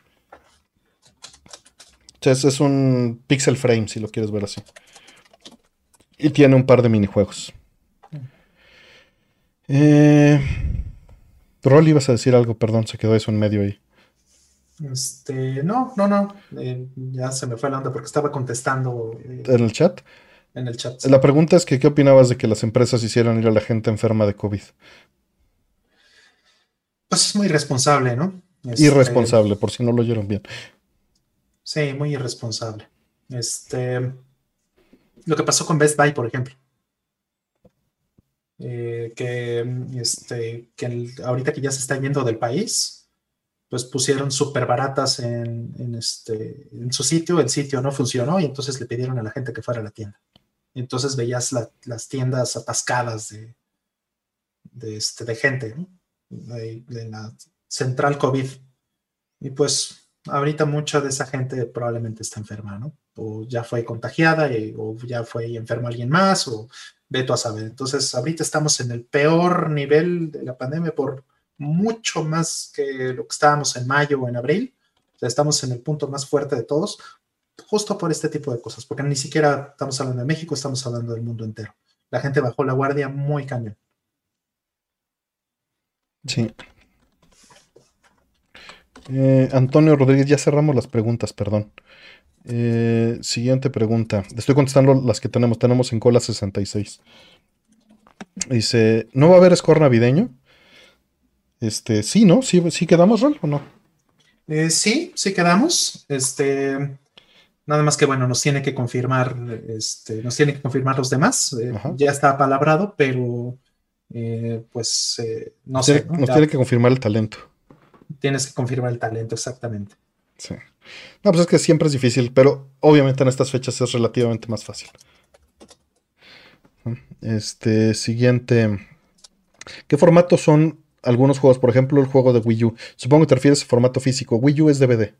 O sea, es un pixel frame si lo quieres ver así. Y tiene un par de minijuegos. Eh, Rol, ibas a decir algo, perdón, se quedó eso en medio ahí. No, no, no. Ya se me fue la onda porque estaba contestando En el chat. en el chat, La sí. pregunta es que, ¿qué opinabas de que las empresas hicieran ir a la gente enferma de COVID? Pues es muy irresponsable, ¿no? Irresponsable, por si no lo oyeron bien. Sí, muy irresponsable. Este, lo que pasó con Best Buy, por ejemplo, ahorita que ya se está yendo del país, pues pusieron súper baratas en su sitio, el sitio no funcionó y entonces le pidieron a la gente que fuera a la tienda. Y entonces veías las tiendas atascadas de gente, ¿no? De la central COVID. Y pues ahorita mucha de esa gente probablemente está enferma, ¿no? O ya fue contagiada, o ya fue enfermo alguien más, o veto a saber. Entonces, ahorita estamos en el peor nivel de la pandemia por mucho más que lo que estábamos en mayo o en abril. O sea, estamos en el punto más fuerte de todos, justo por este tipo de cosas, porque ni siquiera estamos hablando de México, estamos hablando del mundo entero. La gente bajó la guardia muy cañón. Sí. Antonio Rodríguez, ya cerramos las preguntas, perdón. Siguiente pregunta. Estoy contestando las que tenemos. Tenemos en cola 66. Dice, ¿no va a haber score navideño? Sí, ¿no? Sí, sí quedamos, Rol, ¿o no? Sí, sí quedamos. Nada más que bueno, nos tiene que confirmar los demás. Ajá. Ya está apalabrado, pero no sé, ¿no? Nos Ya tiene que confirmar el talento. tienes que confirmar el talento, exactamente. Sí. No, pues es que siempre es difícil, pero obviamente en estas fechas es relativamente más fácil. Siguiente. ¿Qué formatos son algunos juegos? Por ejemplo, el juego de Wii U. Supongo que te refieres a formato físico. Wii U es DVD.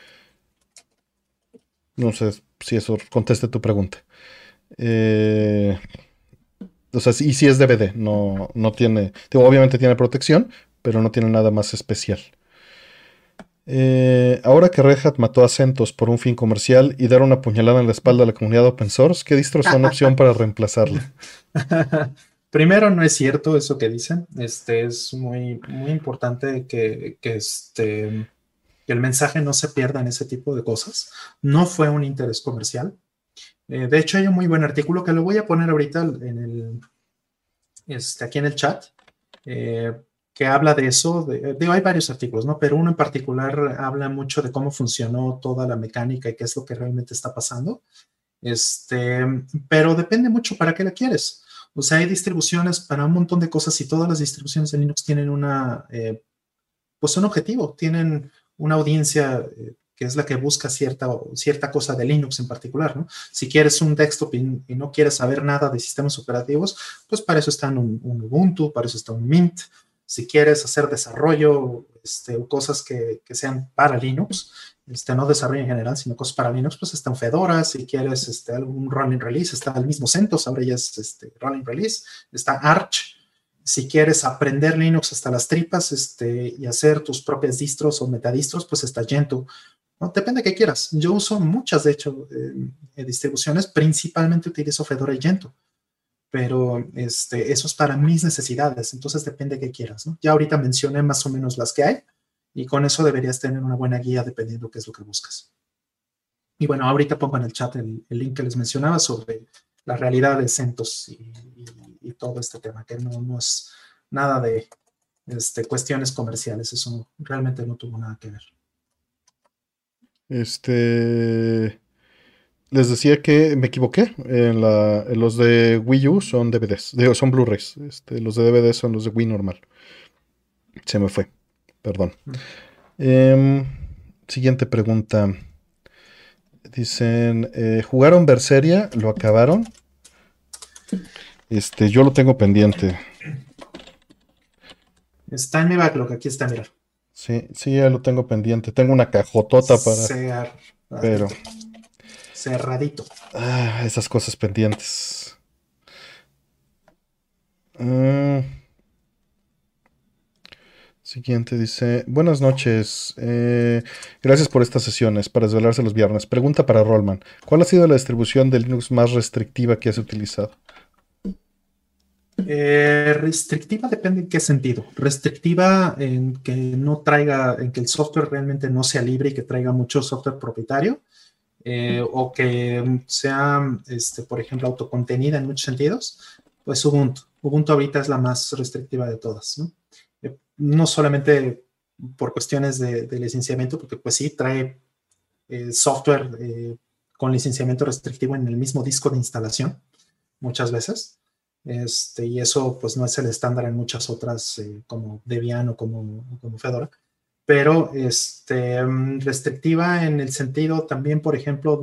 No sé si eso conteste tu pregunta. Eh, o sea, y si es DVD, no, no tiene. Digo, obviamente tiene protección, pero no tiene nada más especial. Ahora que Red Hat mató a CentOS por un fin comercial y dar una puñalada en la espalda a la comunidad open source, ¿qué distros son opción para reemplazarla? Primero, no es cierto eso que dicen. Es muy, muy importante que el mensaje no se pierda en ese tipo de cosas. No fue un interés comercial. De hecho, hay un muy buen artículo que lo voy a poner ahorita aquí en el chat, eh, que habla de eso. Digo, hay varios artículos, ¿no? Pero uno en particular habla mucho de cómo funcionó toda la mecánica y qué es lo que realmente está pasando. Este, pero depende mucho para qué la quieres. O sea, hay distribuciones para un montón de cosas y todas las distribuciones de Linux tienen pues un objetivo, tienen una audiencia que es la que busca cierta cosa de Linux en particular, ¿no? Si quieres un desktop y no quieres saber nada de sistemas operativos, pues para eso está un Ubuntu, para eso está un Mint. Si quieres hacer desarrollo o cosas que sean para Linux, no desarrollo en general, sino cosas para Linux, pues está un Fedora. Si quieres algún rolling release, está el mismo CentOS, ahora ya es rolling release, está Arch. Si quieres aprender Linux hasta las tripas y hacer tus propias distros o metadistros, pues está Gentoo, ¿no? Depende de qué quieras. Yo uso muchas, de hecho, distribuciones. Principalmente utilizo Fedora y Gentoo, pero eso es para mis necesidades. Entonces depende de qué quieras, ¿no? Ya ahorita mencioné más o menos las que hay y con eso deberías tener una buena guía dependiendo qué es lo que buscas. Y bueno, ahorita pongo en el chat el link que les mencionaba sobre la realidad de CentOS y todo este tema, que no es nada de cuestiones comerciales. Eso realmente no tuvo nada que ver. Les decía que me equivoqué. En los de Wii U son DVDs, digo, son Blu-rays. Los de DVD son los de Wii normal. Se me fue, perdón. Em, Siguiente pregunta. Dicen, ¿jugaron Berseria? ¿Lo acabaron? Yo lo tengo pendiente. Está en mi backlog, aquí está, mira. Sí, sí, ya lo tengo pendiente. Tengo una cajotota para, Se, pero cerradito. Esas cosas pendientes. Ah, Siguiente dice, buenas noches, gracias por estas sesiones para desvelarse los viernes. Pregunta para Rollman, ¿cuál ha sido la distribución de Linux más restrictiva que has utilizado? Restrictiva depende en qué sentido. Restrictiva en que no traiga, en que el software realmente no sea libre y que traiga mucho software propietario, o que sea, por ejemplo, autocontenida en muchos sentidos, pues Ubuntu. Ubuntu ahorita es la más restrictiva de todas, ¿no? No solamente por cuestiones de licenciamiento, porque pues sí, trae software con licenciamiento restrictivo en el mismo disco de instalación, muchas veces. Y eso pues no es el estándar en muchas otras como Debian o como Fedora, pero restrictiva en el sentido también, por ejemplo,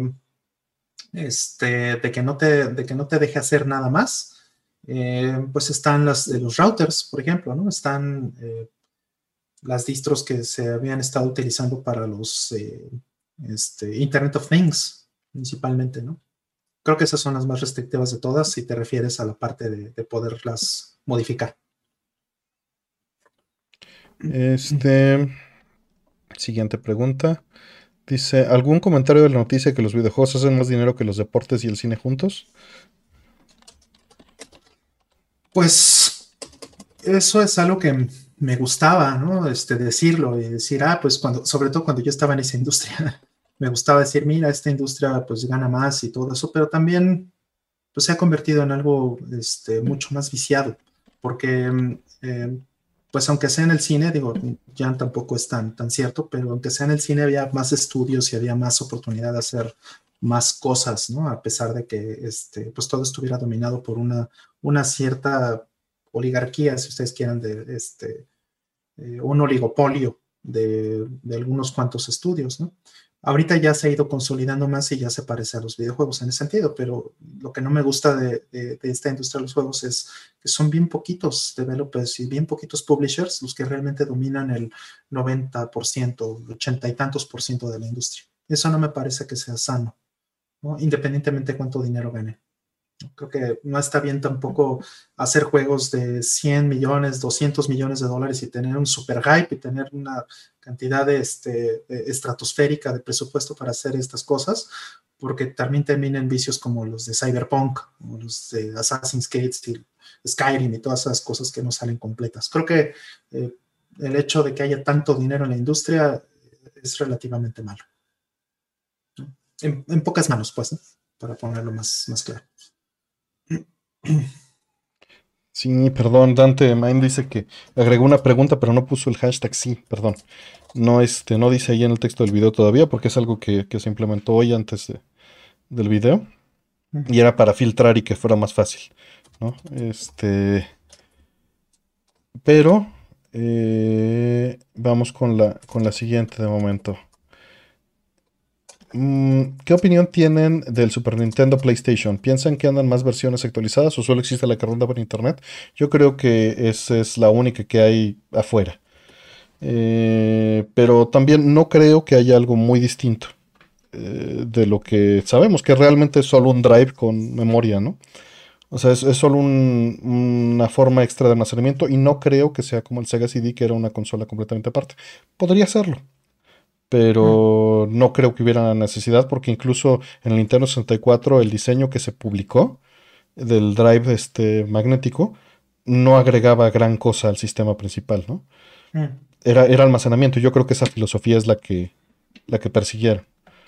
de que no te deje hacer nada más. Pues están los routers, por ejemplo, ¿no? Están las distros que se habían estado utilizando para los Internet of Things, principalmente, ¿no? Creo que esas son las más restrictivas de todas si te refieres a la parte de poderlas modificar. Este, Siguiente pregunta. Dice, ¿algún comentario de la noticia que los videojuegos hacen más dinero que los deportes y el cine juntos? Pues eso es algo que me gustaba, ¿no? Decirlo y decir, pues sobre todo cuando yo estaba en esa industria, me gustaba decir, mira, esta industria pues gana más y todo eso, pero también pues se ha convertido en algo mucho más viciado, porque pues aunque sea en el cine, digo, ya tampoco es tan cierto, pero aunque sea en el cine había más estudios y había más oportunidad de hacer más cosas, ¿no? A pesar de que pues todo estuviera dominado por una cierta oligarquía, si ustedes quieran, un oligopolio de algunos cuantos estudios, ¿no? Ahorita ya se ha ido consolidando más y ya se parece a los videojuegos en ese sentido, pero lo que no me gusta de esta industria de los juegos es que son bien poquitos developers y bien poquitos publishers los que realmente dominan el 90%, 80 y tantos por ciento de la industria. Eso no me parece que sea sano, ¿no? Independientemente de cuánto dinero gane. Creo que no está bien tampoco hacer juegos de 100 millones, 200 millones de dólares y tener un super hype y tener una cantidad estratosférica de presupuesto para hacer estas cosas, porque también terminan vicios como los de Cyberpunk, o los de Assassin's Creed, Skyrim y todas esas cosas que no salen completas. Creo que el hecho de que haya tanto dinero en la industria es relativamente malo. En pocas manos, pues, ¿no? Para ponerlo más claro. Sí, perdón, Dante Mind dice que agregó una pregunta, pero no puso el hashtag sí, perdón. No, no dice ahí en el texto del video todavía, porque es algo que se implementó hoy antes del video. Y era para filtrar y que fuera más fácil, ¿no? Pero vamos con la siguiente de momento. ¿Qué opinión tienen del Super Nintendo PlayStation? ¿Piensan que andan más versiones actualizadas o solo existe la que ronda por internet? Yo creo que esa es la única que hay afuera. Pero también no creo que haya algo muy distinto de lo que sabemos, que realmente es solo un drive con memoria, ¿no? O sea, es solo una forma extra de almacenamiento y no creo que sea como el Sega CD, que era una consola completamente aparte. Podría serlo, pero no creo que hubiera necesidad porque incluso en el Nintendo 64 el diseño que se publicó del drive magnético no agregaba gran cosa al sistema principal, ¿no? Era almacenamiento. Yo creo que esa filosofía es la que persiguieron.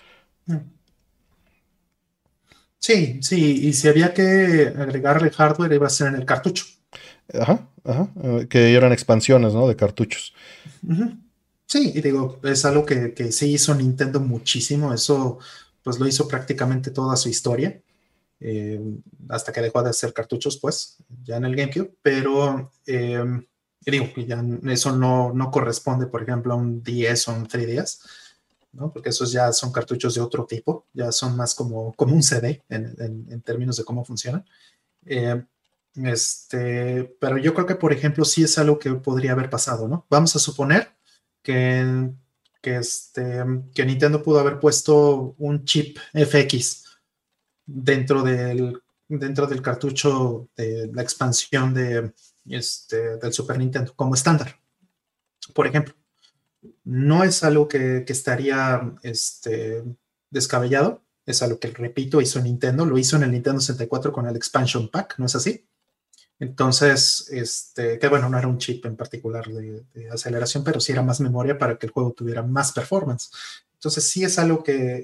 Sí, sí, y si había que agregarle hardware, iba a ser en el cartucho. Ajá, ajá. Que eran expansiones, ¿no? De cartuchos. Ujú. Sí, y digo, es algo que sí hizo Nintendo muchísimo, eso pues lo hizo prácticamente toda su historia, eh, hasta que dejó de hacer cartuchos, pues, ya en el GameCube, pero y digo, que ya eso no corresponde, por ejemplo, a un 10 o un 3DS, ¿no? Porque esos ya son cartuchos de otro tipo, ya son más como un CD en términos de cómo funcionan. Eh, pero yo creo que, por ejemplo, sí es algo que podría haber pasado, ¿no? Vamos a suponer que, que Nintendo pudo haber puesto un chip FX dentro del cartucho de la expansión del Super Nintendo como estándar, por ejemplo. No es algo que estaría descabellado, es algo que, repito, hizo Nintendo, lo hizo en el Nintendo 64 con el Expansion Pack, ¿no es así? Entonces, que bueno, no era un chip en particular de aceleración, pero sí era más memoria para que el juego tuviera más performance. Entonces, sí es algo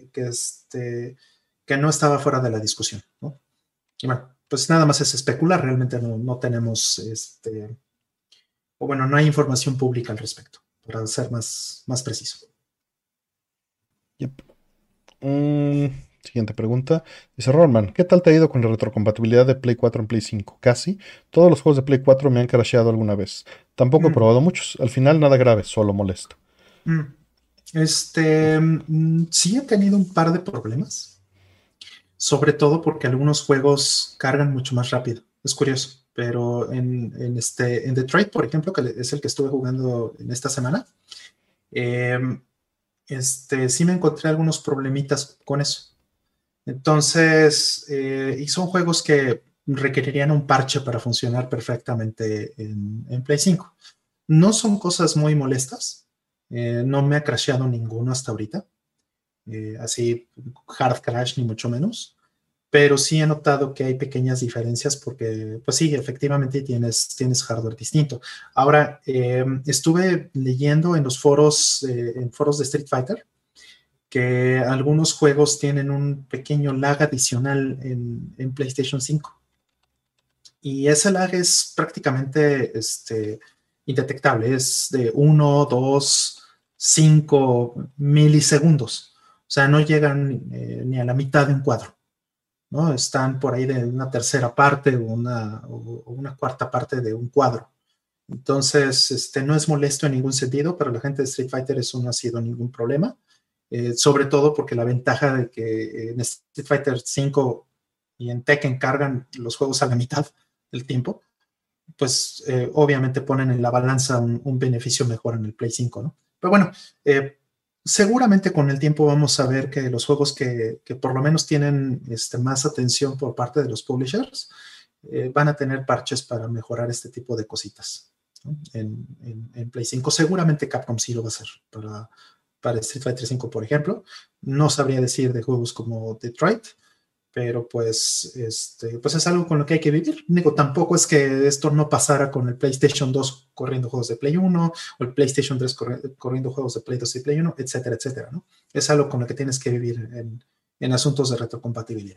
que no estaba fuera de la discusión, ¿no? Y bueno, pues nada más es especular, realmente no tenemos, o bueno, no hay información pública al respecto, para ser más preciso. Yep. Siguiente pregunta. Dice Roman, ¿qué tal te ha ido con la retrocompatibilidad de Play 4 en Play 5? Casi. Todos los juegos de Play 4 me han crasheado alguna vez. Tampoco he Mm, probado muchos. Al final nada grave, solo molesto. mm. Sí he tenido un par de problemas, sobre todo porque algunos juegos cargan mucho más rápido. Es curioso, pero en Detroit, por ejemplo, que es el que estuve jugando en esta semana, eh, sí me encontré algunos problemitas con eso. Entonces, y son juegos que requerirían un parche para funcionar perfectamente en Play 5. No son cosas muy molestas, no me ha crasheado ninguno hasta ahorita, así hard crash ni mucho menos, pero sí he notado que hay pequeñas diferencias porque, pues sí, efectivamente tienes hardware distinto. Ahora, estuve leyendo en foros de Street Fighter, que algunos juegos tienen un pequeño lag adicional en PlayStation 5. Y ese lag es prácticamente indetectable, es de 1, 2, 5 milisegundos. O sea, no llegan ni a la mitad de un cuadro, ¿no? Están por ahí de una tercera parte o una cuarta parte de un cuadro. Entonces, no es molesto en ningún sentido, pero la gente de Street Fighter eso no ha sido ningún problema. Sobre todo porque la ventaja de que en Street Fighter 5 y en Tekken cargan los juegos a la mitad del tiempo, pues obviamente ponen en la balanza un beneficio mejor en el Play 5, ¿no? Pero bueno, seguramente con el tiempo vamos a ver que los juegos que por lo menos tienen más atención por parte de los publishers van a tener parches para mejorar este tipo de cositas, ¿no? En Play 5. Seguramente Capcom sí lo va a hacer para Street Fighter 5, por ejemplo. No sabría decir de juegos como Detroit, pero pues es algo con lo que hay que vivir. Digo, tampoco es que esto no pasara con el PlayStation 2 corriendo juegos de Play 1 o el PlayStation 3 corriendo juegos de Play 2 y Play 1, etcétera, etcétera, ¿no? Es algo con lo que tienes que vivir en asuntos de retrocompatibilidad.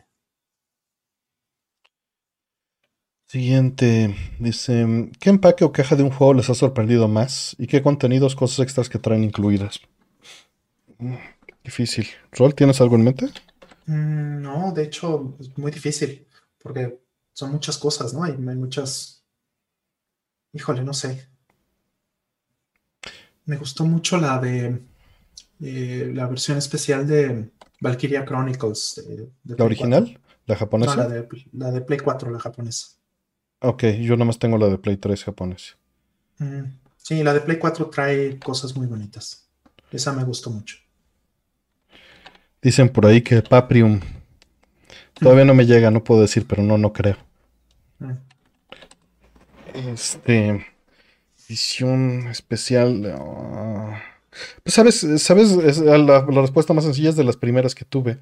Siguiente. Dice, ¿qué empaque o caja de un juego les ha sorprendido más? ¿Y qué contenidos, cosas extras que traen incluidas? Mm, Difícil. ¿Rol, tienes algo en mente? No, de hecho, es muy difícil, porque son muchas cosas, ¿no? Hay muchas, híjole, no sé. Me gustó mucho la versión especial de Valkyria Chronicles de ¿La Play 4. original? ¿La No, japonesa? la de Play 4, la japonesa. Ok, yo nada más tengo la de Play 3 japonesa. Sí, la de Play 4 trae cosas muy bonitas. Esa me gustó mucho. Dicen por ahí que Paprium todavía no me llega, no puedo decir, pero no creo. Mm, Este, edición especial. Pues sabes, la respuesta más sencilla es de las primeras que tuve.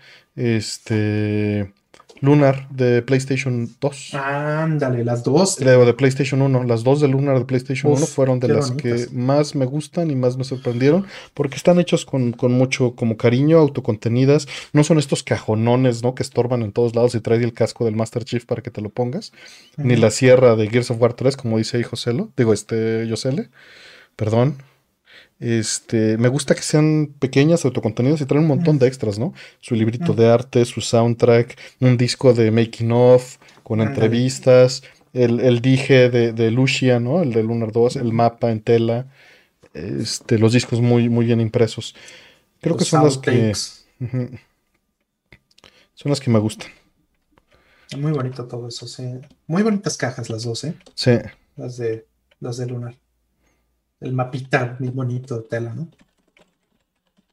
Lunar de PlayStation 2. Ándale, las dos. De PlayStation 1. Las dos de Lunar de PlayStation 1 Uf, fueron de qué las que bonitas. más me gustan y más me sorprendieron porque están hechos con mucho como cariño, autocontenidas. No son estos cajonones, ¿no? Que estorban en todos lados y trae el casco del Master Chief para que te lo pongas. Ni Ujú, la sierra de Gears of War 3, como dice ahí Joselo. Digo, Yosele. Perdón. Me gusta que sean pequeñas, autocontenidas y traen un montón mm, de extras, ¿no? Su librito mm, de arte, su soundtrack, un disco de making of, con ándale. entrevistas, el dije de Lucia, ¿no? El de Lunar 2, el Ujú. mapa en tela, los discos muy bien impresos. Creo que Los son las que, outtakes. ujú, son las que me gustan. Muy bonito todo eso, sí. Muy bonitas cajas las dos, ¿eh? Sí. Las de Lunar. El mapita muy bonito de tela, ¿no?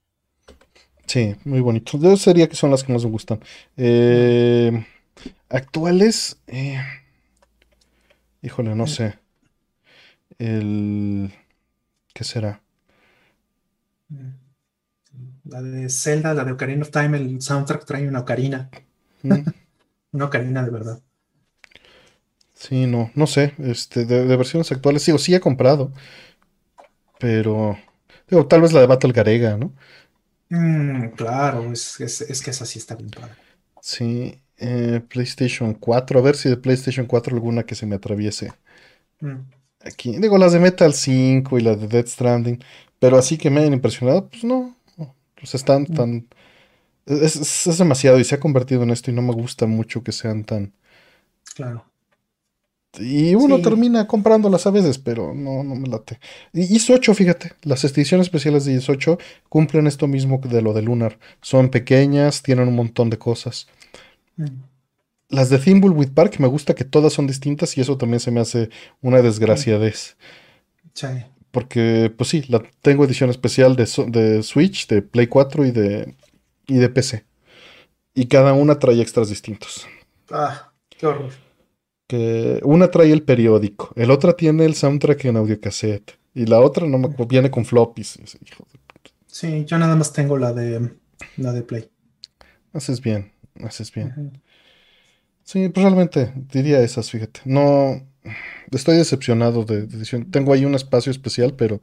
Sí, muy bonito. Yo sería que son las que más me gustan. Mm. Eh, actuales, híjole, no Eh, sé. El, ¿qué será? mm. La de Zelda, la de Ocarina of Time, el soundtrack trae Mm, una ocarina de verdad. sí, no, no sé. De versiones actuales, sigo, sí he comprado, pero digo, tal vez la de Battle Garega, ¿no? Claro, es que esa sí está bien padre. Sí, PlayStation 4, a ver si de PlayStation 4 alguna que se me atraviese. Mm, Aquí, digo, las de Metal 5 y las de Death Stranding, pero así que me hayan impresionado, pues no. Pues están mm, tan. Es demasiado y se ha convertido en esto y no me gusta mucho que sean tan. claro. Y uno Sí. termina comprándolas a veces, pero no, no me late. Y IS 8, fíjate, las ediciones especiales de IS 8 cumplen esto mismo que de lo de Lunar. Son pequeñas, tienen un montón de cosas. Mm, Las de Thimbleweed Park me gusta que todas son distintas y eso también se me hace una mm, desgraciadez. sí. Porque, pues sí, la tengo edición especial de Switch, de Play 4 y de PC. Y cada una trae extras distintos. Ah, qué horror. Que una trae el periódico, el otra tiene el soundtrack en audiocassette y la otra no Mm. viene con floppies. Hijo Sí, yo nada más tengo la de Play. haces bien, haces bien. Ujú. Sí, pues realmente diría esas, fíjate. No, estoy decepcionado de edición. Tengo ahí un espacio especial, pero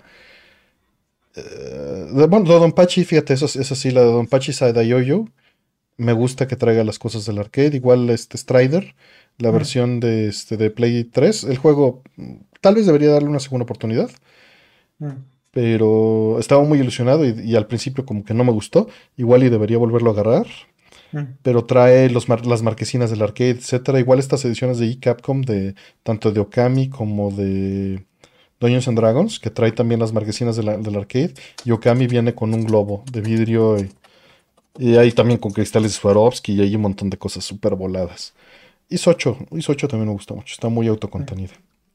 bueno, de Don Pachi, fíjate, esa sí, la de Don Pachi Side Yo-Yo. Me gusta que traiga las cosas del arcade. Igual Strider, la Mm, versión de Play 3. El juego tal vez debería darle una segunda oportunidad. mm, Pero estaba muy ilusionado y al principio como que no me gustó. Igual y debería volverlo a agarrar. mm, Pero trae las marquesinas del arcade, etcétera. Igual estas ediciones de eCapcom de tanto de Okami como de Dungeons and Dragons, que trae también las marquesinas del arcade. Y Okami viene con un globo de vidrio y ahí también con cristales Swarovski y hay un montón de cosas súper voladas. Is 8 también me gusta mucho, está muy mm, autocontenida.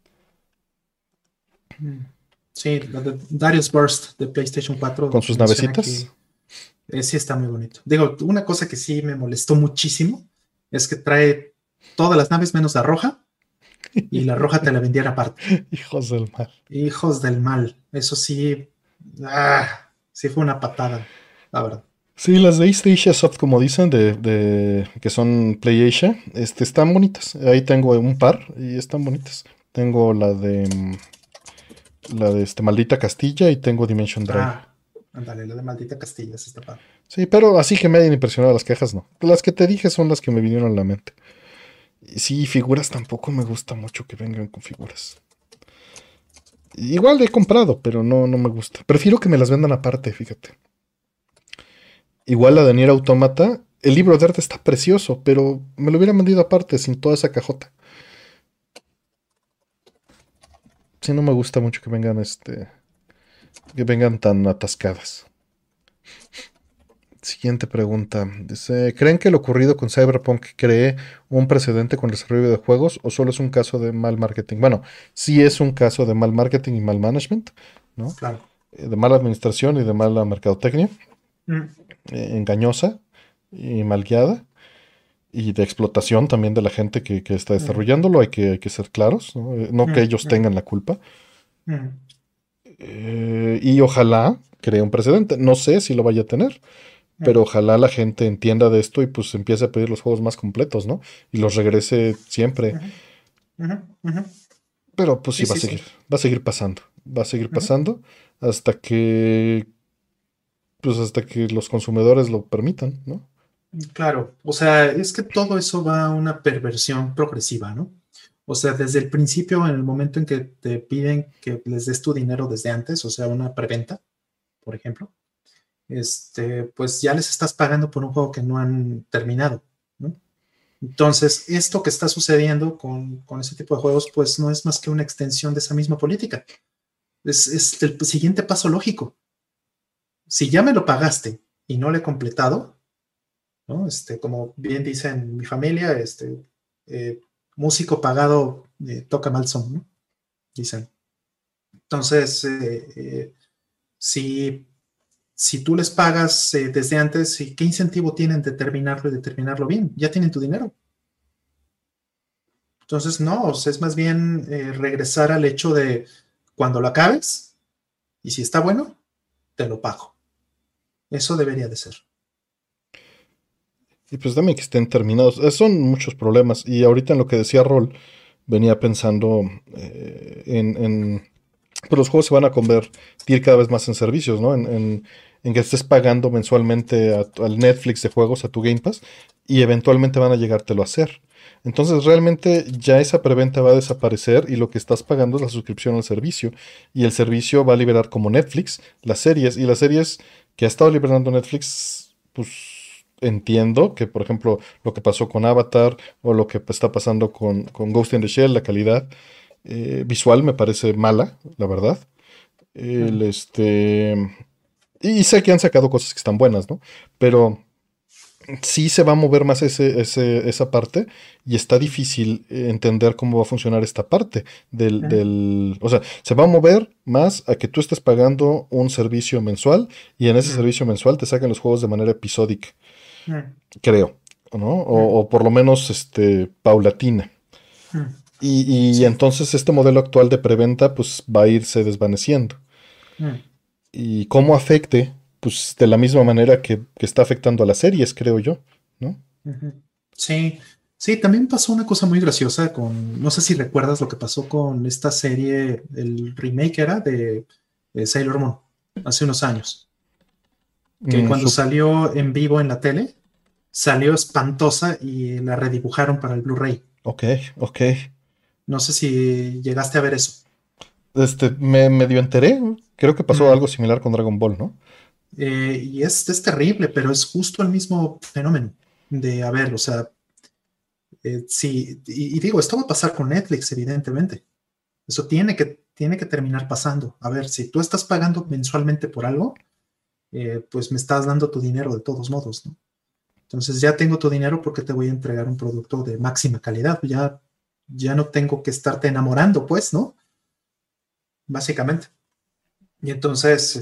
mm. Sí, la de Darius Burst de PlayStation Con 4 sus que menciona navecitas. aquí, sí está muy bonito. Digo, una cosa que sí me molestó muchísimo es que trae todas las naves menos la roja y la roja te la vendían aparte. Hijos del mal. Hijos del mal. Eso sí, sí fue una patada, la verdad. Sí, las de East Asia Soft, como dicen, que son Play Asia, están bonitas. Ahí tengo un par y están bonitas. Tengo la de Maldita Castilla y tengo Dimension Drive. Ah, ándale, la de Maldita Castilla, sí está padre. Sí, pero así que me hayan impresionado las cajas, no. Las que te dije son las que me vinieron a la mente. Y sí, figuras tampoco me gusta mucho que vengan con figuras. Igual he comprado, pero no, no me gusta. Prefiero que me las vendan aparte, fíjate. Igual la de Nier Automata, el libro de arte está precioso, pero me lo hubieran vendido aparte, sin toda esa cajota. Sí, no me gusta mucho que vengan tan atascadas. Siguiente pregunta. Dice, ¿creen que lo ocurrido con Cyberpunk cree un precedente con el desarrollo de juegos o solo es un caso de mal marketing? Bueno, sí es un caso de mal marketing y mal management, ¿no? Claro. De mala administración y de mala mercadotecnia, Mm, engañosa y mal guiada, y de explotación también de la gente que está mm, desarrollándolo, hay que ser claros, ¿no? No que mm, ellos mm, tengan la culpa. mm, Y ojalá cree un precedente. No sé si lo vaya a tener, pero mm, ojalá la gente entienda de esto y pues empiece a pedir los juegos más completos, ¿no? Y los regrese siempre. ujú, ujú, ujú. Pero pues sí, Sí, va a sí, seguir, sí. va a seguir pasando. Va a seguir Ujú. pasando hasta que los consumidores lo permitan, ¿no? Claro, o sea, es que todo eso va a una perversión progresiva, ¿no? O sea, desde el principio, en el momento en que te piden que les des tu dinero desde antes, o sea, una preventa, por ejemplo, pues ya les estás pagando por un juego que no han terminado, ¿no? Entonces, esto que está sucediendo con ese tipo de juegos, pues no es más que una extensión de esa misma política. Es el siguiente paso lógico. Si ya me lo pagaste y no lo he completado, ¿no? Como bien dicen mi familia, eh, músico pagado toca mal son, ¿no? Dicen. Entonces, sí, si tú les pagas desde antes, ¿qué incentivo tienen de terminarlo y de terminarlo bien? Ya tienen tu dinero. Entonces, no, o sea, es más bien regresar al hecho de cuando lo acabes y si está bueno, te lo pago. Eso debería de ser. Y pues también que estén terminados. Son muchos problemas. Y ahorita en lo que decía Rol, venía pensando pues los juegos se van a convertir cada vez más en servicios, ¿no? En que estés pagando mensualmente al Netflix de juegos, a tu Game Pass, y eventualmente van a llegártelo a hacer. Entonces realmente ya esa preventa va a desaparecer y lo que estás pagando es la suscripción al servicio. Y el servicio va a liberar como Netflix las series. Y las series que ha estado liberando Netflix, pues entiendo que, por ejemplo, lo que pasó con Avatar o lo que está pasando con Ghost in the Shell, la calidad visual me parece mala, la verdad. El, Mm, este, y sé que han sacado cosas que están buenas, ¿no? Pero sí se va a mover más esa parte y está mm, difícil entender cómo va a funcionar esta parte mm, o sea, se va a mover más a que tú estés pagando un servicio mensual y en ese mm, servicio mensual te saquen los juegos de manera episódica, mm, creo, ¿no? mm, O por lo menos paulatina. mm. Y Sí. entonces este modelo actual de preventa pues va a irse desvaneciendo. Mm, Y cómo afecte, pues de la misma manera que está afectando a las series, creo yo, ¿no? ujú. Sí, sí, también pasó una cosa muy graciosa con, no sé si recuerdas lo que pasó con esta serie, el remake era de Sailor Moon, hace unos años, que Mm, cuando sup- salió en vivo en la tele, salió espantosa y la redibujaron para el Blu-ray. ok, ok. No sé si llegaste a ver eso. Me medio enteré, creo que pasó Mm, algo similar con Dragon Ball, ¿no? y es terrible, pero es justo el mismo fenómeno de, a ver, o sea, sí, y digo, esto va a pasar con Netflix, evidentemente. Eso tiene que terminar pasando. A ver, si tú estás pagando mensualmente por algo, pues me estás dando tu dinero de todos modos, ¿no? Entonces ya tengo tu dinero porque te voy a entregar un producto de máxima calidad. Ya no tengo que estarte enamorando, pues, ¿no? Básicamente. Y entonces,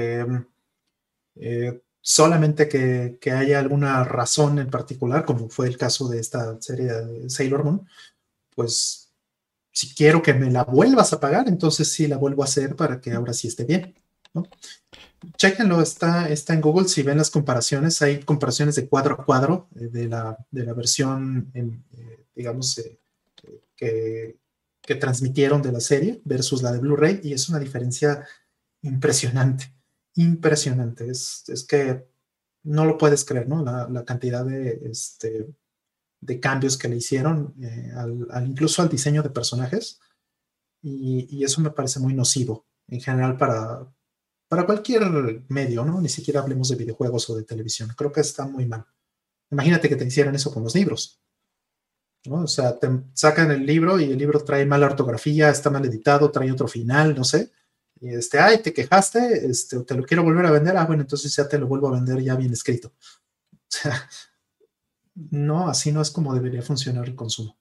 solamente que haya alguna razón en particular, como fue el caso de esta serie de Sailor Moon, pues si quiero que me la vuelvas a pagar, entonces sí la vuelvo a hacer para que ahora sí esté bien, ¿no? Chéquenlo, está en Google, si ven las comparaciones, hay comparaciones de cuadro a cuadro de la versión, digamos, que, que transmitieron de la serie versus la de Blu-ray y es una diferencia impresionante, impresionante. Es que no lo puedes creer, ¿no? La cantidad de cambios que le hicieron incluso al diseño de personajes y eso me parece muy nocivo en general para cualquier medio, ¿no? Ni siquiera hablemos de videojuegos o de televisión. Creo que está muy mal. Imagínate que te hicieran eso con los libros, ¿no? O sea, te sacan el libro y el libro trae mala ortografía, está mal editado, trae otro final, no sé. Y ay, te quejaste, te lo quiero volver a vender. Ah, bueno, entonces ya te lo vuelvo a vender ya bien escrito. O sea, no, así no es como debería funcionar el consumo.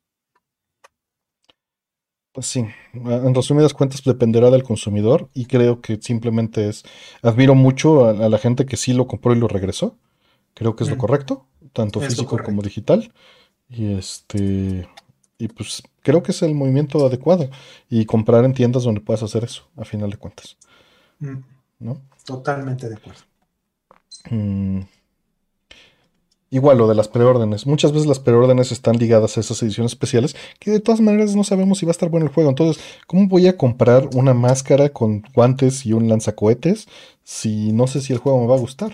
Pues sí, en resumidas cuentas dependerá del consumidor y creo que simplemente admiro mucho a la gente que sí lo compró y lo regresó. Creo que es lo Mm, correcto, tanto es lo físico como correcto. digital. Y y pues creo que es el movimiento adecuado. Y comprar en tiendas donde puedas hacer eso, a final de cuentas, Mm, ¿no? totalmente de acuerdo. Mm, igual lo de las preórdenes. Muchas veces las preórdenes están ligadas a esas ediciones especiales que de todas maneras no sabemos si va a estar bueno el juego. Entonces, ¿cómo voy a comprar una máscara con guantes y un lanzacohetes si no sé si el juego me va a gustar?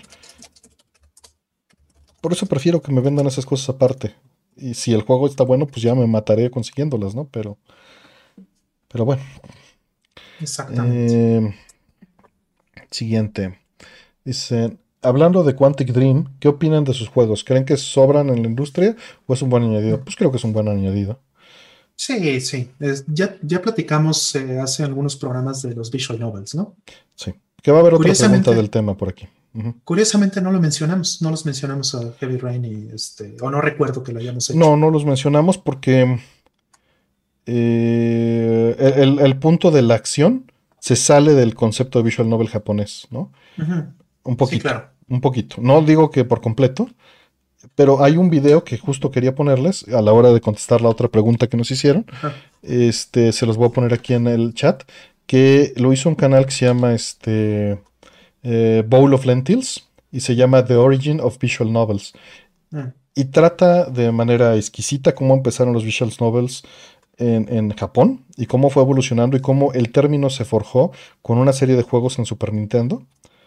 Por eso prefiero que me vendan esas cosas aparte. Y si el juego está bueno, pues ya me mataré consiguiéndolas, ¿no? Pero bueno. Exactamente. Eh, Siguiente. Dice, hablando de Quantic Dream, ¿qué opinan de sus juegos? ¿Creen que sobran en la industria o es un buen añadido? Mm. Pues creo que es un buen añadido. Sí, sí. Ya platicamos hace algunos programas de los visual novels, ¿no? Sí. Que va a haber otra pregunta del Curiosamente, tema por aquí. Ujú. curiosamente no lo mencionamos, no los mencionamos a Heavy Rain y o no recuerdo que lo hayamos hecho. No, no los mencionamos porque el punto de la acción se sale del concepto de visual novel japonés, ¿no? Ujú, Sí, claro. un poquito. No digo que por completo, pero hay un video que justo quería ponerles a la hora de contestar la otra pregunta que nos hicieron. Ajá. Se los voy a poner aquí en el chat, que lo hizo un canal que se llama Bowl of Lentils y se llama The Origin of Visual Novels. Mm, Y trata de manera exquisita cómo empezaron los visual novels en Japón y cómo fue evolucionando y cómo el término se forjó con una serie de juegos en Super Nintendo.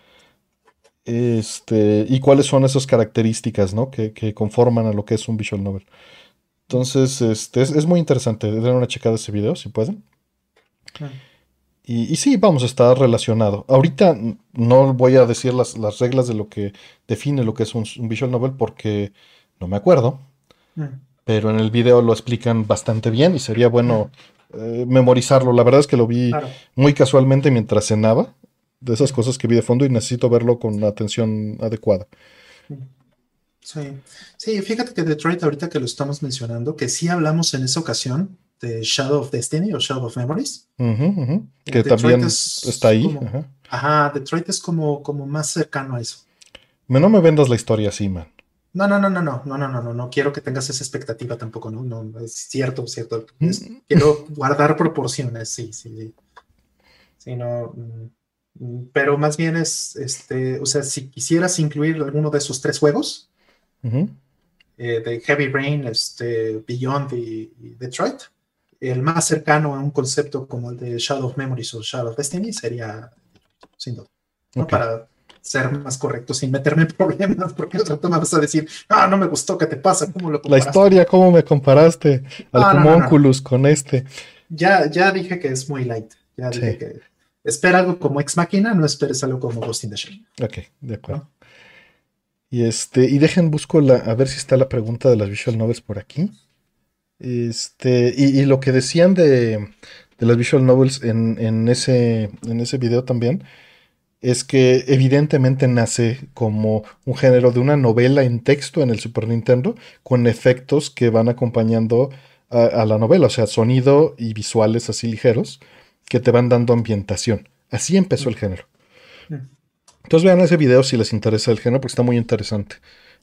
Y cuáles son esas características, ¿no? que conforman a lo que es un visual novel. Entonces, es muy interesante. Den una checada a ese video si pueden. mm, Y sí, vamos a estar relacionado. Ahorita no voy a decir las reglas de lo que define lo que es un visual novel porque no me acuerdo, mm, pero en el video lo explican bastante bien y sería bueno mm. memorizarlo. La verdad es que lo vi Claro. muy casualmente mientras cenaba, de esas Mm, cosas que vi de fondo y necesito verlo con la atención adecuada. mm. Sí, sí, fíjate que Detroit, ahorita que lo estamos mencionando, que sí hablamos en esa ocasión de Shadow of Destiny o Shadow of Memories. Ujú, ujú. Que Detroit también está es ahí. como, Ajá. ajá, Detroit es como más cercano a eso. No me vendas la historia así, man. No, no, no, no, no, no, no, no, no, no quiero que tengas esa expectativa tampoco, ¿no? No, es cierto, cierto. Mm, Quiero guardar proporciones, sí, sí, sí. Sí, no, pero más bien es, o sea, si quisieras incluir alguno de esos tres juegos, ujú. de Heavy Rain, Beyond y Detroit, el más cercano a un concepto como el de Shadow of Memories o Shadow of Destiny sería, sin duda, ¿no? Ok. Para ser más correcto, sin meterme en problemas, porque al rato me vas a decir, ah, no me gustó, ¿qué te pasa? ¿Cómo lo La comparaste? historia, ¿cómo me comparaste al No, no, no, no, no. Homunculus con este? Ya dije que es muy light. Ya dije Sí, que espera algo como Ex Machina, no esperes algo como Ghost in the Shell, ok, de acuerdo. ¿no? Y dejen busco a ver si está la pregunta de las visual novels por aquí. Y lo que decían de las visual novels en ese video también es que evidentemente nace como un género de una novela en texto en el Super Nintendo con efectos que van acompañando a la novela, o sea, sonido y visuales así ligeros que te van dando ambientación. Así empezó el Mm, género. mm, Entonces vean ese video si les interesa el género porque está muy interesante.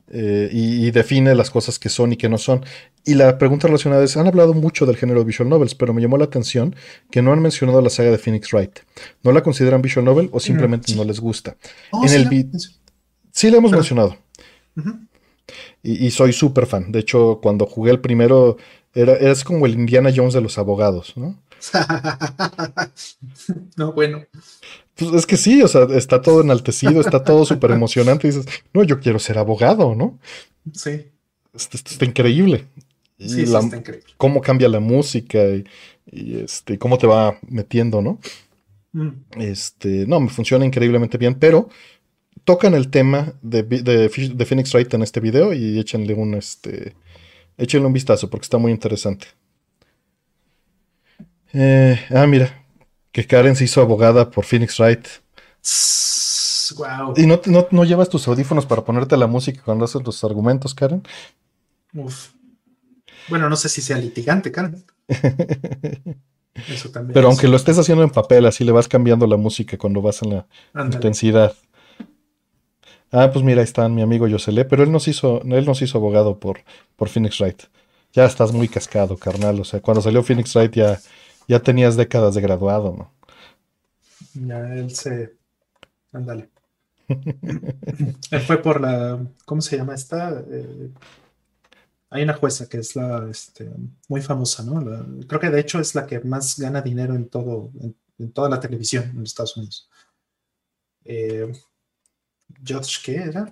Y define las cosas que son y que no son. Y la pregunta relacionada es, han hablado mucho del género de visual novels, pero me llamó la atención que no han mencionado la saga de Phoenix Wright. ¿No la consideran visual novel o simplemente no sí. les gusta? Oh, En sí, el la. sí la hemos Perdón. mencionado Ujú. y soy súper fan. De hecho, cuando jugué el primero, eras como el Indiana Jones de los abogados, ¿no? No, bueno, Pues es que sí, o sea, está todo enaltecido, está todo súper emocionante. Y dices, no, yo quiero ser abogado, ¿no? sí, Esto está increíble. Y sí, sí, está increíble. cómo cambia la música y cómo te va metiendo, ¿no? Mm, No, me funciona increíblemente bien, pero tocan el tema de Phoenix Wright en este video y échenle un vistazo porque está muy interesante. Mira, que Karen se hizo abogada por Phoenix Wright. ¿Y wow. no llevas tus audífonos para ponerte la música cuando haces los argumentos, Karen? Uf. Bueno, no sé si sea litigante, Karen. Eso también Pero es aunque lo un. estés haciendo en papel, así le vas cambiando la música cuando vas en la Ándale. intensidad. Pues mira, ahí está mi amigo Yoselé, pero él nos hizo abogado por Phoenix Wright. Ya estás muy cascado, carnal. O sea, cuando salió Phoenix Wright ya tenías décadas de graduado, ¿no? Ya él se. Ándale. Él fue por la. ¿Cómo se llama esta? Hay una jueza que es muy famosa, ¿no? Creo que de hecho es la que más gana dinero en toda la televisión en Estados Unidos. Eh, Judge, ¿qué era?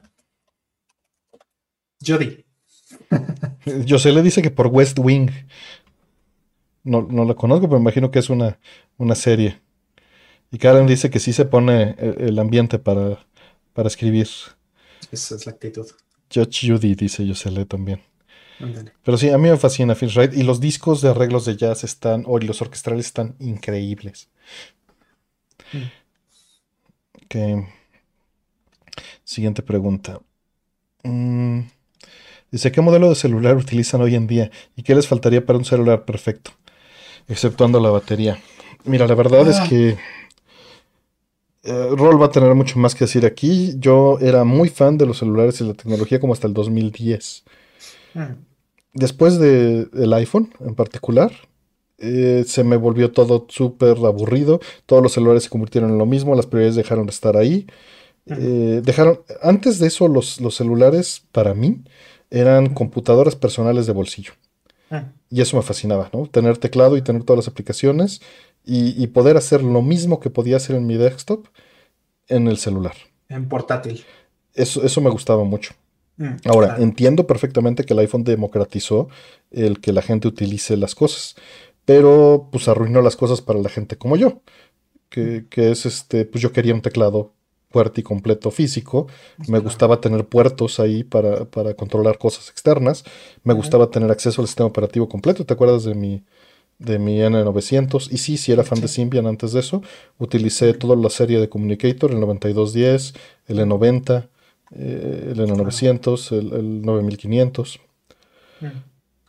Jody. Yoselé dice que por West Wing. No, no la conozco, pero me imagino que es una serie. Y Karen Mm, dice que sí se pone el ambiente para escribir. esa es la actitud. Judge Judy, dice Yoselé también. Ándale. Pero sí, a mí me fascina Phoenix Wright y los discos de arreglos de jazz y los orquestales están increíbles. Mm. Ok, siguiente pregunta. Mm, Dice, ¿qué modelo de celular utilizan hoy en día y qué les faltaría para un celular perfecto, exceptuando la batería? Mira, la verdad es Ah, que Rol va a tener mucho más que decir aquí. Yo era muy fan de los celulares y la tecnología como hasta el 2010. Mm, Después del iPhone en particular, se me volvió todo súper aburrido. Todos los celulares se convirtieron en lo mismo, las prioridades dejaron de estar ahí. mm, Antes de eso, los celulares para mí eran mm, computadoras personales de bolsillo. mm. Y eso me fascinaba, ¿no? Tener teclado y tener todas las aplicaciones y poder hacer lo mismo que podía hacer en mi desktop en el celular. En portátil. Eso me gustaba mucho. Mm, Ahora, claro. entiendo perfectamente que el iPhone democratizó el que la gente utilice las cosas, pero pues arruinó las cosas para la gente como yo, Mm, que es pues yo quería un teclado fuerte y completo físico, me claro. gustaba tener puertos ahí para controlar cosas externas, me Ujú. gustaba tener acceso al sistema operativo completo. ¿Te acuerdas de mi N900? Y sí, sí era fan de Sí. Symbian antes de eso. Utilicé Mm, toda la serie de Communicator, el 9210, el mm, E90, el claro. N900, el 9500. Mm,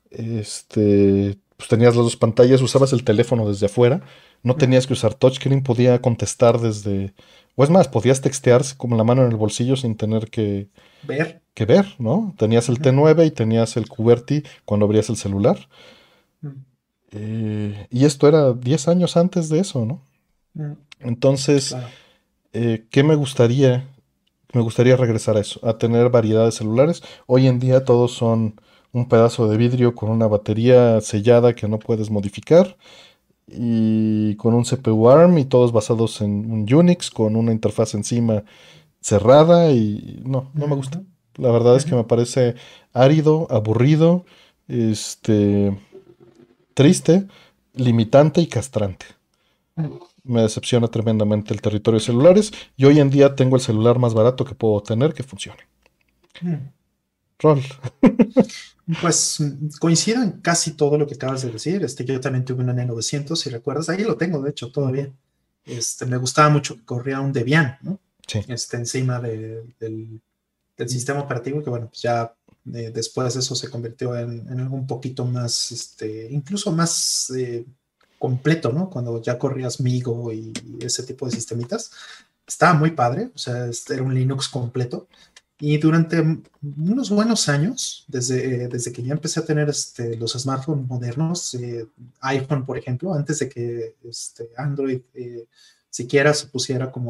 Pues tenías las dos pantallas, usabas el teléfono desde afuera, no mm. tenías que usar touchscreen, podía contestar desde... O es más, podías textearse con la mano en el bolsillo sin tener Ver. que ver, ¿no? Tenías el Ujú. T9 y tenías el QWERTY cuando abrías el celular. Mm, Y esto era 10 años antes de eso, ¿no? mm, Entonces, claro. ¿qué me gustaría? Me gustaría regresar a eso, a tener variedad de celulares. Hoy en día todos son un pedazo de vidrio con una batería sellada que no puedes modificar y con un CPU ARM y todos basados en un Unix con una interfaz encima cerrada y no, no me gusta. Ujú, La verdad es ujú. que me parece árido, aburrido, este, triste, limitante y castrante. Mm, Me decepciona tremendamente el territorio de celulares y hoy en día tengo el celular más barato que puedo tener que funcione. mm. Rol. Pues coincido en casi todo lo que acabas de decir. Yo también tuve un N900, si recuerdas. Ahí lo tengo, de hecho, Ujú. todavía. Me gustaba mucho que corría un Debian, ¿no? Sí. Encima del sistema operativo, que bueno, pues ya después eso se convirtió en algo un poquito más, incluso más completo, ¿no? Cuando ya corrías Migo y ese tipo de sistemitas. Estaba muy padre, o sea, era un Linux completo. Y durante unos buenos años, desde que ya empecé a tener los smartphones modernos, iPhone, por ejemplo, antes de que Android siquiera se pusiera como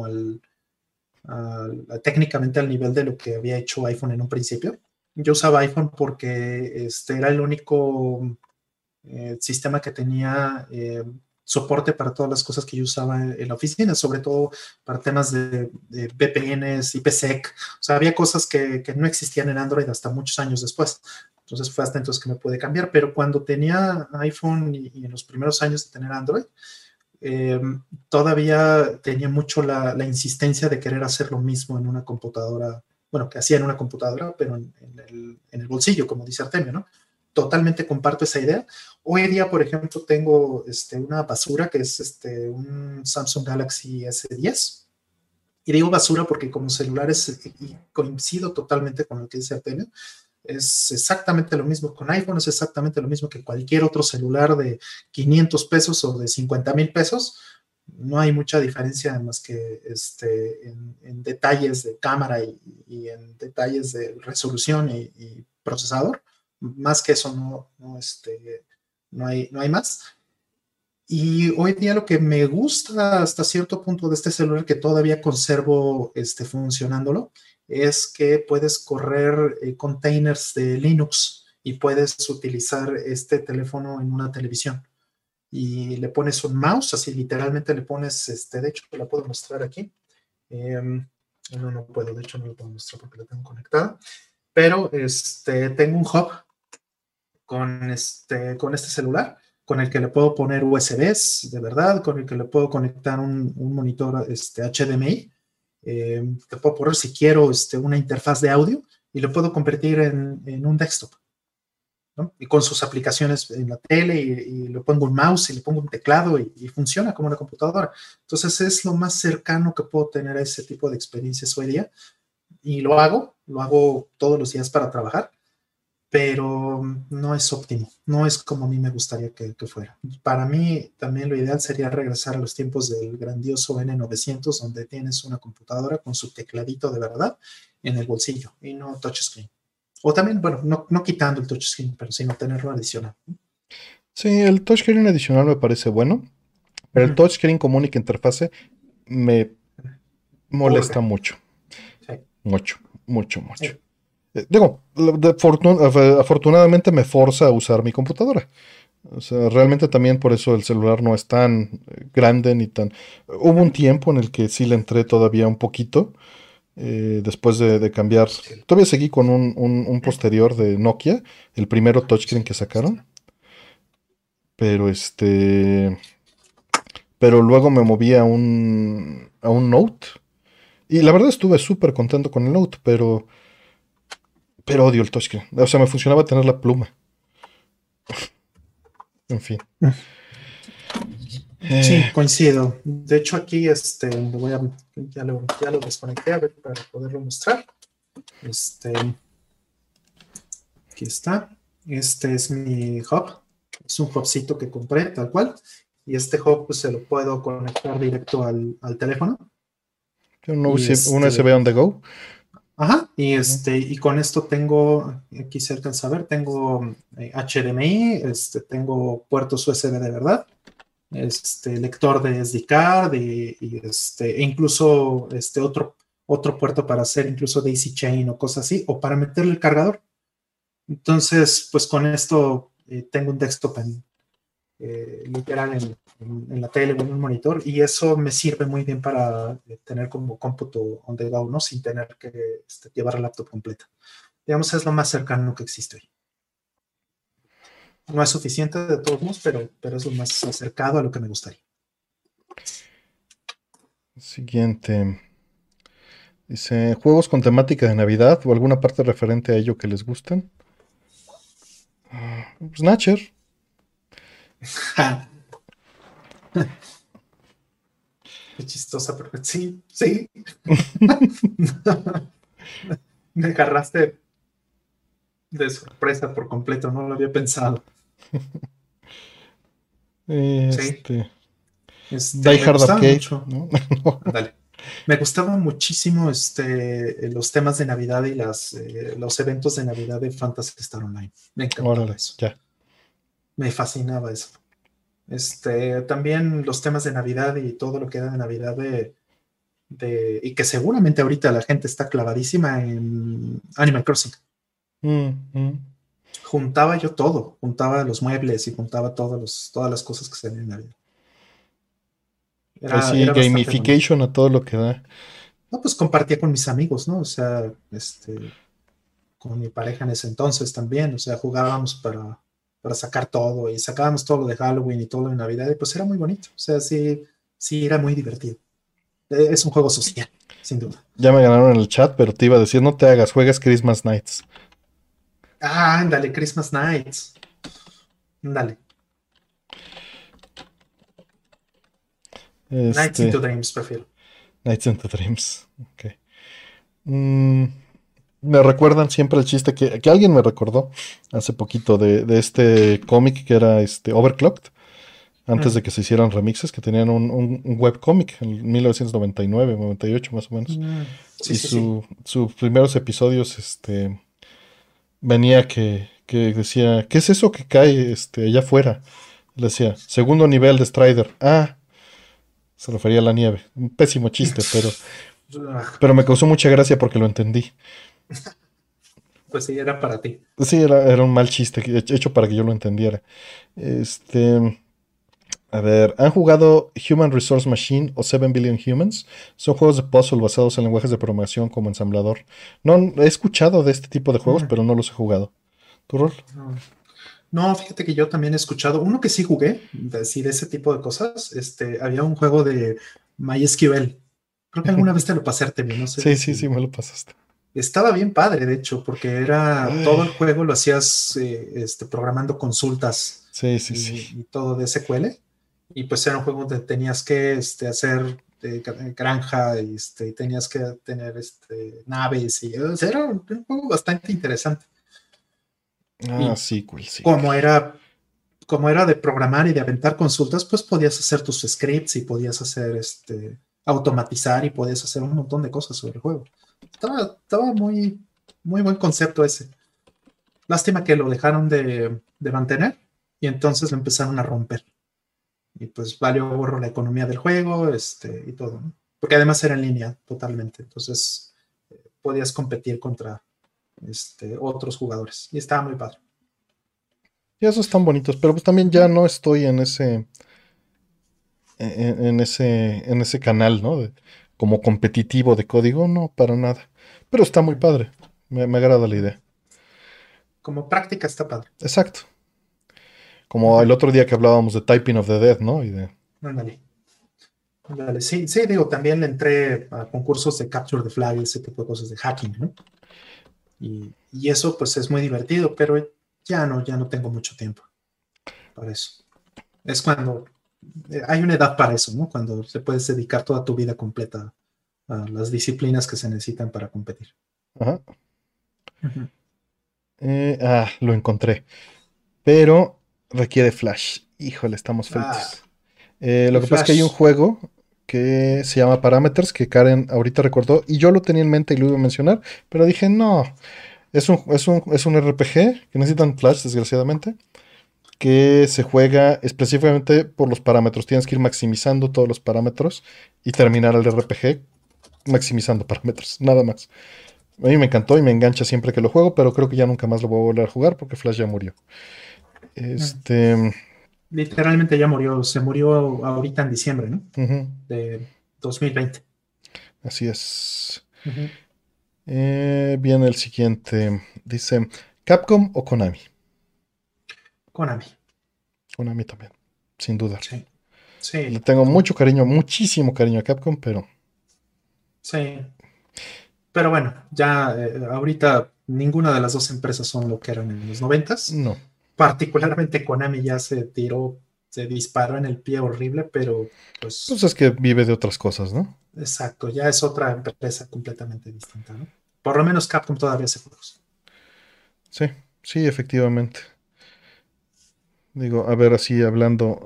técnicamente al nivel de lo que había hecho iPhone en un principio. Yo usaba iPhone porque era el único sistema que tenía soporte para todas las cosas que yo usaba en la oficina, sobre todo para temas de VPNs, IPsec. O sea, había cosas que no existían en Android hasta muchos años después. Entonces fue hasta entonces que me pude cambiar. Pero cuando tenía iPhone y en los primeros años de tener Android, eh, todavía tenía mucho la insistencia de querer hacer lo mismo en una computadora, bueno, que hacía en una computadora, pero en el bolsillo, como dice Artemio, ¿no? Totalmente comparto esa idea. Hoy día, por ejemplo, tengo una basura que es un Samsung Galaxy S10. Y digo basura porque como celulares, y coincido totalmente con lo que dice Artemio, es exactamente lo mismo con iPhone, es exactamente lo mismo que cualquier otro celular de 500 pesos o de 50,000 pesos. No hay mucha diferencia más que en detalles de cámara y en detalles de resolución y procesador. Más que eso no hay más. Y hoy día lo que me gusta hasta cierto punto de este celular que todavía conservo funcionándolo es que puedes correr containers de Linux y puedes utilizar este teléfono en una televisión. Y le pones un mouse, así literalmente le pones, de hecho te la puedo mostrar aquí. No, no puedo, de hecho no lo puedo mostrar porque la tengo conectada. Pero tengo un hub con este celular, con el que le puedo poner USBs, de verdad, con el que le puedo conectar un monitor HDMI. Te puedo poner, si quiero, una interfaz de audio y lo puedo convertir en un desktop, ¿no? Y con sus aplicaciones en la tele y le pongo un mouse y le pongo un teclado y funciona como una computadora. Entonces es lo más cercano que puedo tener a ese tipo de experiencias hoy día y lo hago todos los días para trabajar pero no es óptimo, no es como a mí me gustaría que fuera. Para mí también lo ideal sería regresar a los tiempos del grandioso N900, donde tienes una computadora con su tecladito de verdad en el bolsillo y no touchscreen. O también, bueno, no quitando el touchscreen, pero sino tenerlo adicional. Sí, el touchscreen adicional me parece bueno, pero el Ujú. touchscreen común y que interfase me molesta Urge. mucho, Sí. mucho, mucho, mucho. Sí. Digo, afortunadamente me forza a usar mi computadora. O sea, realmente también por eso el celular no es tan grande ni tan... Hubo un Ujú. tiempo en el que sí le entré todavía un poquito, después de cambiar. Sí. Todavía seguí con un posterior de Nokia, el primero touchscreen Sí, que sacaron, pero pero luego me moví a un Note. Y la verdad estuve súper contento con el Note, pero odio el touchscreen. O sea, me funcionaba tener la pluma. En fin. sí, Eh, coincido. De hecho, aquí ya lo desconecté a ver para poderlo mostrar. Este, Aquí está. Este es mi hub. Es un hubcito que compré, tal cual. Y este hub pues, se lo puedo conectar directo al teléfono. Y un USB on the go. ajá, Ujú. y con esto tengo, aquí se alcanza a ver, tengo HDMI, tengo puertos USB de verdad, lector de SD card e incluso otro puerto para hacer incluso daisy chain o cosas así, o para meterle el cargador. Entonces, pues con esto tengo un desktop literal en la tele o en un monitor y eso me sirve muy bien para tener como cómputo on the go, ¿no? Sin tener que llevar la laptop completa. Digamos, es lo más cercano que existe hoy. No es suficiente de todos modos, pero es lo más acercado a lo que me gustaría. Siguiente. Dice, juegos con temática de Navidad o alguna parte referente a ello que les gusten. Snatcher. Qué chistosa, pero sí, sí. Me agarraste de sorpresa por completo, no lo había pensado. Sí, Este. Die me Hard gustaba Arcade, mucho. ¿no? Ándale. Me gustaban muchísimo los temas de Navidad y los eventos de Navidad de Phantasy Star Online. Me encantaba Órale, eso. ya. Me fascinaba eso. También los temas de Navidad y todo lo que era de Navidad y que seguramente ahorita la gente está clavadísima en Animal Crossing. Mm, mm. Juntaba yo todo, juntaba los muebles y juntaba todas las cosas que se ven en Navidad. Ahí sí, Era bastante bonito. gamification a todo lo que da. No, pues compartía con mis amigos, ¿no? O sea, con mi pareja en ese entonces también, o sea, jugábamos para sacar todo y sacábamos todo lo de Halloween y todo lo de Navidad y pues era muy bonito, o sea, sí, sí, era muy divertido. Es un juego social, sin duda. Ya me ganaron en el chat, pero te iba a decir, no te hagas, juegas Christmas Nights. Ah, ándale, Christmas Nights, ándale, Nights Este, into Dreams, prefiero. Nights into Dreams. Ok. Mm, me recuerdan siempre el chiste que alguien me recordó hace poquito de este cómic que era Overclocked, antes Mm, de que se hicieran remixes, que tenían un webcómic en 1999, 98 más o menos. sí, Y sí, sí. sus primeros episodios, venía que decía, ¿qué es eso que cae allá afuera? Le decía, segundo nivel de Strider. Ah, se refería a la nieve. Un pésimo chiste, Ah, pero me causó mucha gracia porque lo entendí. pues sí, era para ti. Sí, era un mal chiste hecho para que yo lo entendiera. Este, a ver, ¿han jugado Human Resource Machine o 7 Billion Humans? Son juegos de puzzle basados en lenguajes de programación como ensamblador. No, he escuchado de este tipo de juegos, Mm, pero no los he jugado. ¿Tu rol? no. No, fíjate que yo también he escuchado uno que sí jugué, sí, de ese tipo de cosas. Había un juego de MySQL. Creo que alguna vez te lo pasé, Artemio, no sé Sí, sí, sí, si. me lo pasaste. Estaba bien padre, de hecho, porque era Ay, todo el juego lo hacías programando consultas sí, sí, sí. y todo de SQL. Y pues era un juego donde tenías que hacer granja y tenías que tener naves. Y, o sea, era un juego bastante interesante. Ah, Y SQL, SQL. como era, como era de programar y de aventar consultas, pues podías hacer tus scripts y podías hacer automatizar y podías hacer un montón de cosas sobre el juego. Estaba muy, muy buen concepto ese. Lástima que lo dejaron de mantener y entonces lo empezaron a romper. Y pues valió gorro la economía del juego, y todo, ¿no? Porque además era en línea totalmente. Entonces podías competir contra otros jugadores. Y estaba muy padre. Y esos están bonitos, pero pues también ya Ujú. no estoy en ese canal, ¿no? Como competitivo de código, no, para nada. Pero está muy padre. Me agrada la idea. Como práctica está padre. Exacto. Como el Ujú. otro día que hablábamos de Typing of the Dead, ¿no? Y de. Ándale. Ándale. Sí, sí, digo, también le entré a concursos de Capture the Flag y ese tipo de cosas de hacking, ¿no? Y eso pues es muy divertido, pero ya no tengo mucho tiempo para eso. Es cuando hay una edad para eso, ¿no? Cuando te puedes dedicar toda tu vida completa a las disciplinas que se necesitan para competir. Ajá. Ujú. Lo encontré. Pero requiere Flash. Híjole, estamos Ah, fritos. y Lo que pasa es que hay un Flash. juego que se llama Parameters, que Karen ahorita recordó, y yo lo tenía en mente y lo iba a mencionar, pero dije, no, es un RPG que necesitan Flash, desgraciadamente, que se juega específicamente por los parámetros. Tienes que ir maximizando todos los parámetros y terminar el RPG maximizando parámetros, nada más. A mí me encantó y me engancha siempre que lo juego, pero creo que ya nunca más lo voy a volver a jugar porque Flash ya murió. Mm. Este, Literalmente ya murió, se murió ahorita en diciembre, ¿no? ujú, De 2020. así es. Ujú. Viene el siguiente. Dice, ¿Capcom o Konami? Konami. Konami también, sin dudar. Sí, Le sí, tengo mucho cariño, muchísimo cariño a Capcom, pero sí. Pero bueno, ya ahorita ninguna de las dos empresas son lo que eran en los noventas. no. Particularmente Konami ya se tiró, se disparó en el pie horrible, pero Pues pues es que vive de otras cosas, ¿no? exacto, ya es otra empresa completamente distinta, ¿no? Por lo menos Capcom todavía hace juegos. Sí, sí, efectivamente. Digo, a ver, así hablando,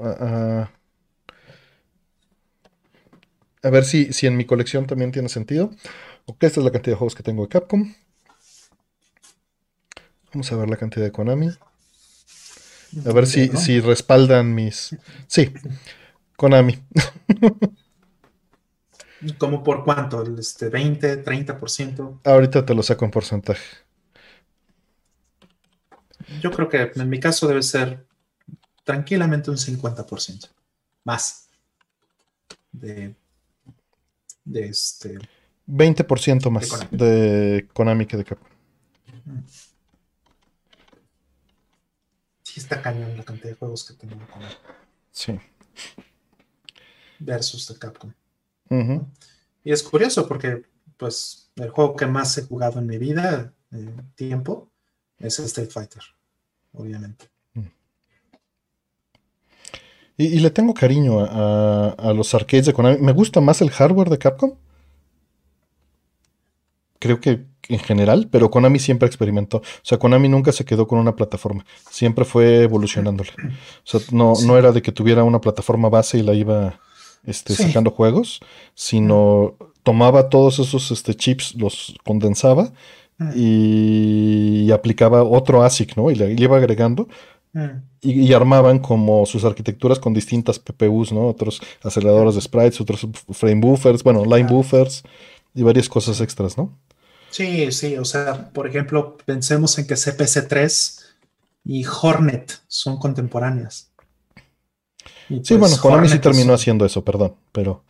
a ver si en mi colección también tiene sentido. Ok, esta es la cantidad de juegos que tengo de Capcom. Vamos a ver la cantidad de Konami. A ver Ni de si broma. respaldan mis. Sí, Konami. ¿Cómo por cuánto? 20, 30%. Ahorita te lo saco en porcentaje. Yo creo que en mi caso debe ser tranquilamente un 50% más de, de, 20% de más Konami. de Konami que de Capcom. Sí está cañón la cantidad de juegos que tengo de Konami Sí. versus de Capcom, Ujú. ¿no? Y es curioso porque, pues, el juego que más he jugado en mi vida, tiempo, es Street Fighter, obviamente. Y le tengo cariño a los arcades de Konami. Me gusta más el hardware de Capcom. Creo que en general, pero Konami siempre experimentó. O sea, Konami nunca se quedó con una plataforma. Siempre fue evolucionándola. O sea, no era Sí, de que tuviera una plataforma base y la iba sí. sacando juegos, sino tomaba todos esos chips, los condensaba y aplicaba otro ASIC, ¿no? Y le iba agregando y armaban como sus arquitecturas con distintas PPUs, ¿no? Otros aceleradores de sprites, otros frame buffers, bueno, line Claro, buffers y varias cosas sí. extras, ¿no? Sí, sí, o sea, por ejemplo, pensemos en que CPC-3 y Hornet son contemporáneas. Y Sí, bueno, pues Konami sí Hornet terminó haciendo eso, perdón, pero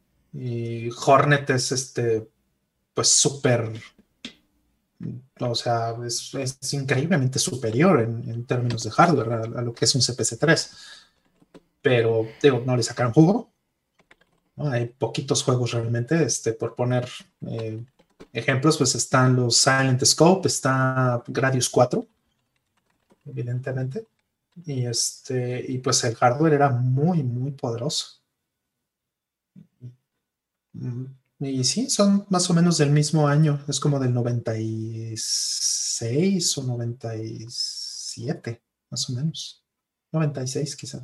Es pues súper, o sea, es increíblemente superior en términos de hardware a lo que es un CPC-3. Pero, digo, no le sacaron jugo, ¿no? Hay poquitos juegos realmente, por poner eh, ejemplos, pues están los Silent Scope, está Gradius 4, evidentemente, y pues el hardware era muy, muy poderoso. Mm, Y sí, son más o menos del mismo año, es como del 96 o 97, 97, más o menos. 96 quizá.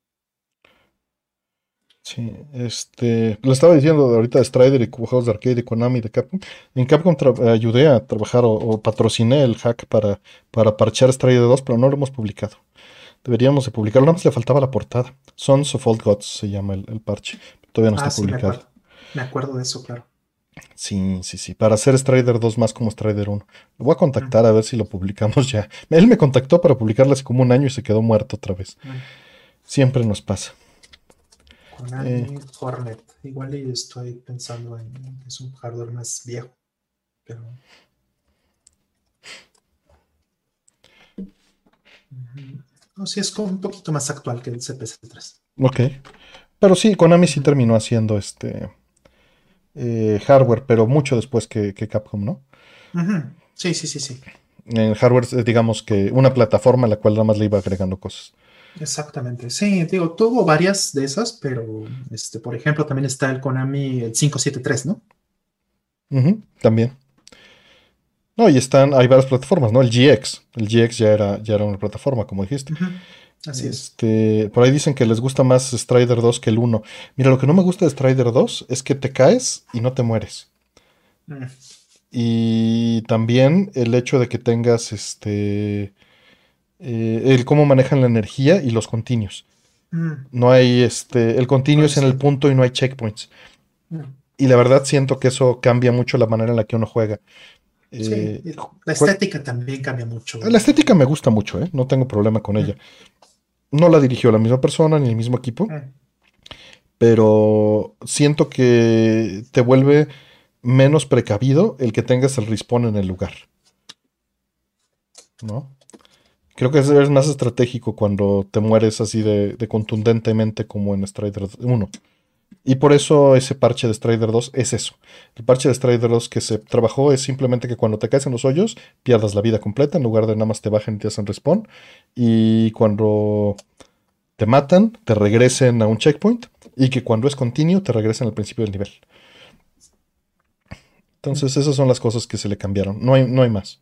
Sí, lo estaba diciendo ahorita de Strider y juegos de arcade de Konami de Capcom. En Capcom ayudé a trabajar o patrociné el hack para parchear Strider 2, pero no lo hemos publicado. Deberíamos de publicarlo, nada más le faltaba la portada. Sons of Old Gods se llama el parche. Todavía no Ah, está sí, me publicado. acuerdo. Me acuerdo de eso, claro. Sí, sí, sí. Para hacer Strider 2 más como Strider 1. Lo voy a Mm, contactar a ver si lo publicamos ya. Él me contactó para publicarlo hace como un año y se quedó muerto otra vez. mm. Siempre nos pasa. Eh, Konami Hornet. Igual y estoy pensando en que es un hardware más viejo, pero no, sí es como un poquito más actual que el CPC-3. ok. Pero sí, Konami sí Ujú, terminó haciendo hardware, pero mucho después que Capcom, ¿no? ujú. Sí, sí, sí, sí. En hardware, digamos que una plataforma a la cual nada más le iba agregando cosas. Exactamente. Sí, digo, tuvo varias de esas, pero por ejemplo, también está el Konami el 573, ¿no? Ujú, también. No, y hay varias plataformas, ¿no? El GX. El GX ya era una plataforma, como dijiste. Ujú. Así es. Por ahí dicen que les gusta más Strider 2 que el uno. Mira, lo que no me gusta de Strider 2 es que te caes y no te mueres. Mm, Y también el hecho de que tengas el cómo manejan la energía y los continuos. mm. No hay el continuo es en el Coincido. punto y no hay checkpoints. Mm. Y la verdad siento que eso cambia mucho la manera en la que uno juega. Sí, Eh, y la jue- estética también cambia mucho. la estética me gusta mucho, ¿eh? No tengo problema con ella. Mm, No la dirigió la misma persona ni el mismo equipo, mm. pero siento que te vuelve menos precavido el que tengas el respawn en el lugar, ¿no? Creo que es más estratégico cuando te mueres así de contundentemente como en Strider 1. Y por eso ese parche de Strider 2 es eso. El parche de Strider 2 que se trabajó es simplemente que cuando te caes en los hoyos pierdas la vida completa en lugar de nada más te bajen y te hacen respawn. Y cuando te matan, te regresen a un checkpoint. Y que cuando es continuo te regresen al principio del nivel. Mm. Entonces esas son las cosas que se le cambiaron. No hay más.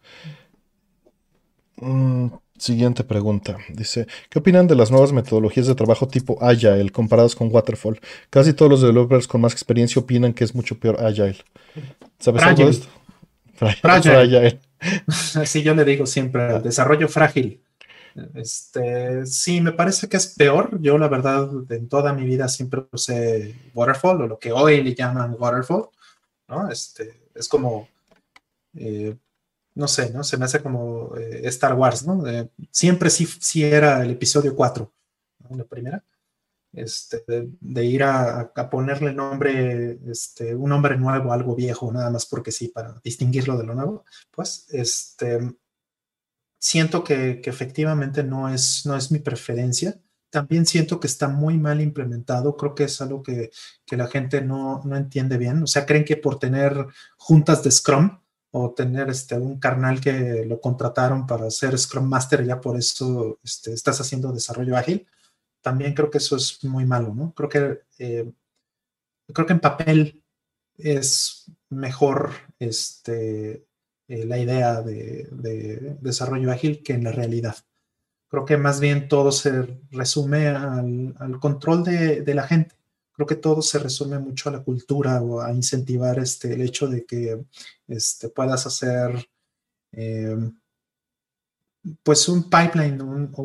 Siguiente pregunta. Dice, ¿qué opinan de las nuevas metodologías de trabajo tipo Agile comparadas con Waterfall? Casi todos los developers con más experiencia opinan que es mucho peor Agile. ¿Sabes algo de Frágil, esto? fragile. Fragile. Así yo le digo siempre al Ah, desarrollo frágil. Sí, me parece que es peor. Yo, la verdad, en toda mi vida siempre usé Waterfall o lo que hoy le llaman Waterfall, ¿no? Es como, eh, no sé, ¿no? Se me hace como Star Wars, ¿no? Siempre sí, sí era el episodio 4, ¿no? La primera. De ir a ponerle nombre, un nombre nuevo a algo viejo, nada más porque sí, para distinguirlo de lo nuevo, pues, siento que efectivamente no es mi preferencia. También siento que está muy mal implementado. Creo que es algo que la gente no entiende bien. O sea, creen que por tener juntas de Scrum o tener un carnal que lo contrataron para ser Scrum Master, ya por eso estás haciendo desarrollo ágil. También creo que eso es muy malo, ¿no? Creo que en papel es mejor la idea de desarrollo ágil que en la realidad. Creo que más bien todo se resume al control de la gente. Creo que todo se resume mucho a la cultura o a incentivar el hecho de que puedas hacer eh, pues un pipeline o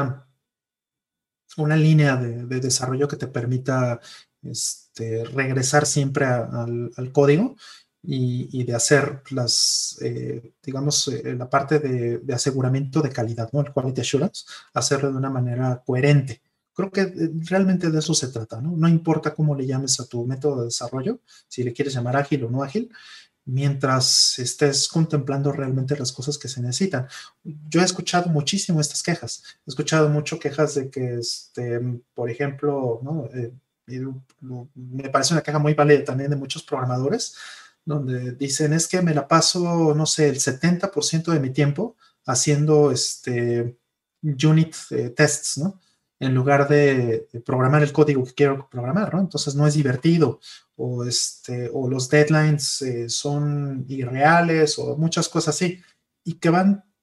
una línea de desarrollo que te permita regresar siempre al código y de hacer digamos, la parte de aseguramiento de calidad, ¿no? El quality assurance, hacerlo de una manera coherente. Creo que realmente de eso se trata, ¿no? No importa cómo le llames a tu método de desarrollo, si le quieres llamar ágil o no ágil, mientras estés contemplando realmente las cosas que se necesitan. Yo he escuchado muchísimo estas quejas. He escuchado mucho quejas de que, por ejemplo, ¿no? Me parece una queja muy válida también de muchos programadores, donde dicen, es que me la paso, no sé, el 70% de mi tiempo haciendo unit tests, ¿no? En lugar de programar el código que quiero programar, ¿no? Entonces no es divertido, o los deadlines son irreales, o muchas cosas así, y que van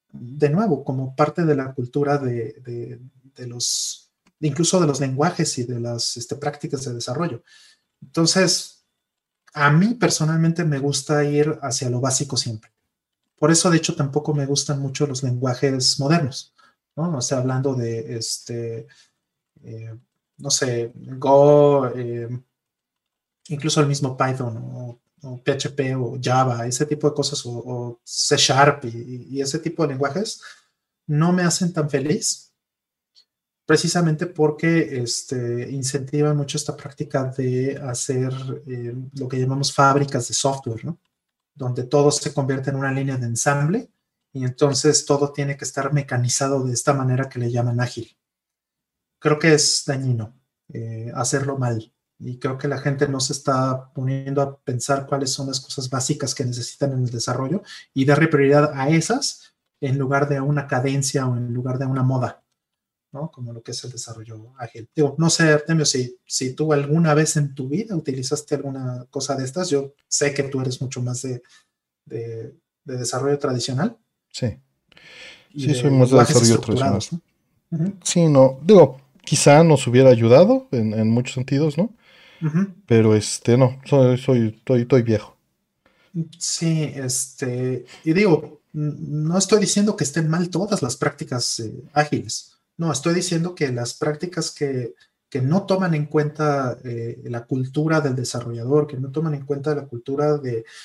de nuevo, como parte de la cultura de los, incluso de los lenguajes y de las prácticas de desarrollo. Entonces, a mí personalmente me gusta ir hacia lo básico siempre. Por eso, de hecho, tampoco me gustan mucho los lenguajes modernos, ¿no? O sea, hablando de, eh, no sé, Go, incluso el mismo Python o PHP o Java, ese tipo de cosas, o C Sharp y ese tipo de lenguajes, no me hacen tan feliz, precisamente porque incentivan mucho esta práctica de hacer lo que llamamos fábricas de software, ¿no? Donde todo se convierte en una línea de ensamble y entonces todo tiene que estar mecanizado de esta manera que le llaman ágil. Creo que es dañino hacerlo mal y creo que la gente no se está poniendo a pensar cuáles son las cosas básicas que necesitan en el desarrollo y darle prioridad a esas en lugar de a una cadencia o en lugar de a una moda, ¿no? Como lo que es el desarrollo ágil. Digo, no sé, Artemio, si tú alguna vez en tu vida utilizaste alguna cosa de estas, yo sé que tú eres mucho más de desarrollo tradicional Sí, y sí, soy de más de lenguajes desarrollo tradicional. estructurados, ¿no? Uh-huh, Sí, no, digo, quizá nos hubiera ayudado en muchos sentidos, ¿no? uh-huh. Pero no, estoy viejo. Sí, y digo, no estoy diciendo que estén mal todas las prácticas ágiles. No, estoy diciendo que las prácticas que no toman en cuenta la cultura del desarrollador, que no toman en cuenta la cultura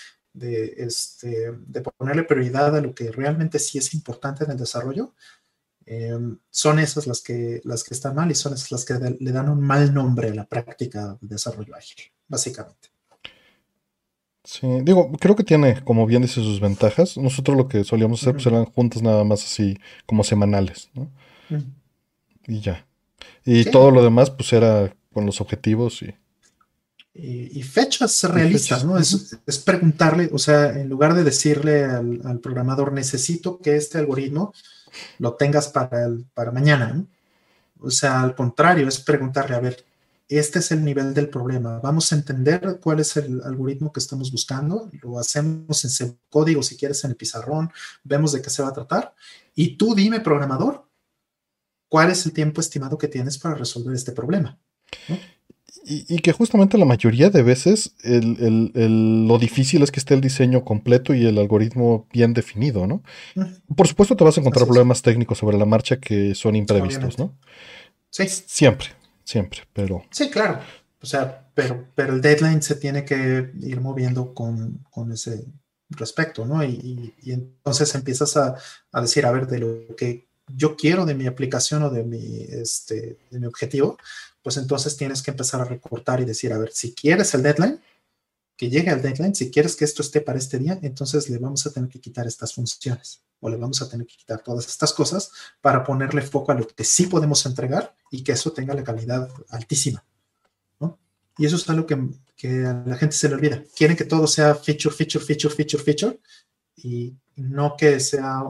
de ponerle prioridad a lo que realmente sí es importante en el desarrollo, son esas las que están mal y son esas las que le dan un mal nombre a la práctica de desarrollo ágil, básicamente. Sí, digo, creo que tiene, como bien dice, sus ventajas. Nosotros lo que solíamos hacer, pues Ujú, eran juntas nada más así, como semanales, ¿no? ujú. Y ya. Y todo Sí, lo demás, pues era con los objetivos y fechas y realistas, fechas. ¿no? Ujú. Es preguntarle, o sea, en lugar de decirle al programador, necesito que este algoritmo lo tengas para mañana, ¿no? O sea, al contrario, es preguntarle, a ver, este es el nivel del problema, vamos a entender cuál es el algoritmo que estamos buscando, lo hacemos en código, si quieres, en el pizarrón, vemos de qué se va a tratar, y tú dime, programador, cuál es el tiempo estimado que tienes para resolver este problema, ¿no? Y que justamente la mayoría de veces lo difícil es que esté el diseño completo y el algoritmo bien definido, ¿no? Por supuesto te vas a encontrar Así es, problemas técnicos sobre la marcha que son imprevistos, obviamente. ¿no? Sí, Siempre, siempre, pero sí, claro. O sea, pero el deadline se tiene que ir moviendo con ese respecto, ¿no? Y entonces empiezas a decir, a ver, de lo que yo quiero de mi aplicación o de mi objetivo, pues entonces tienes que empezar a recortar y decir, a ver, si quieres el deadline, que llegue al deadline, si quieres que esto esté para este día, entonces le vamos a tener que quitar estas funciones o le vamos a tener que quitar todas estas cosas para ponerle foco a lo que sí podemos entregar y que eso tenga la calidad altísima, ¿no? Y eso es algo que a la gente se le olvida. Quieren que todo sea feature, feature, feature, feature, feature y no que sea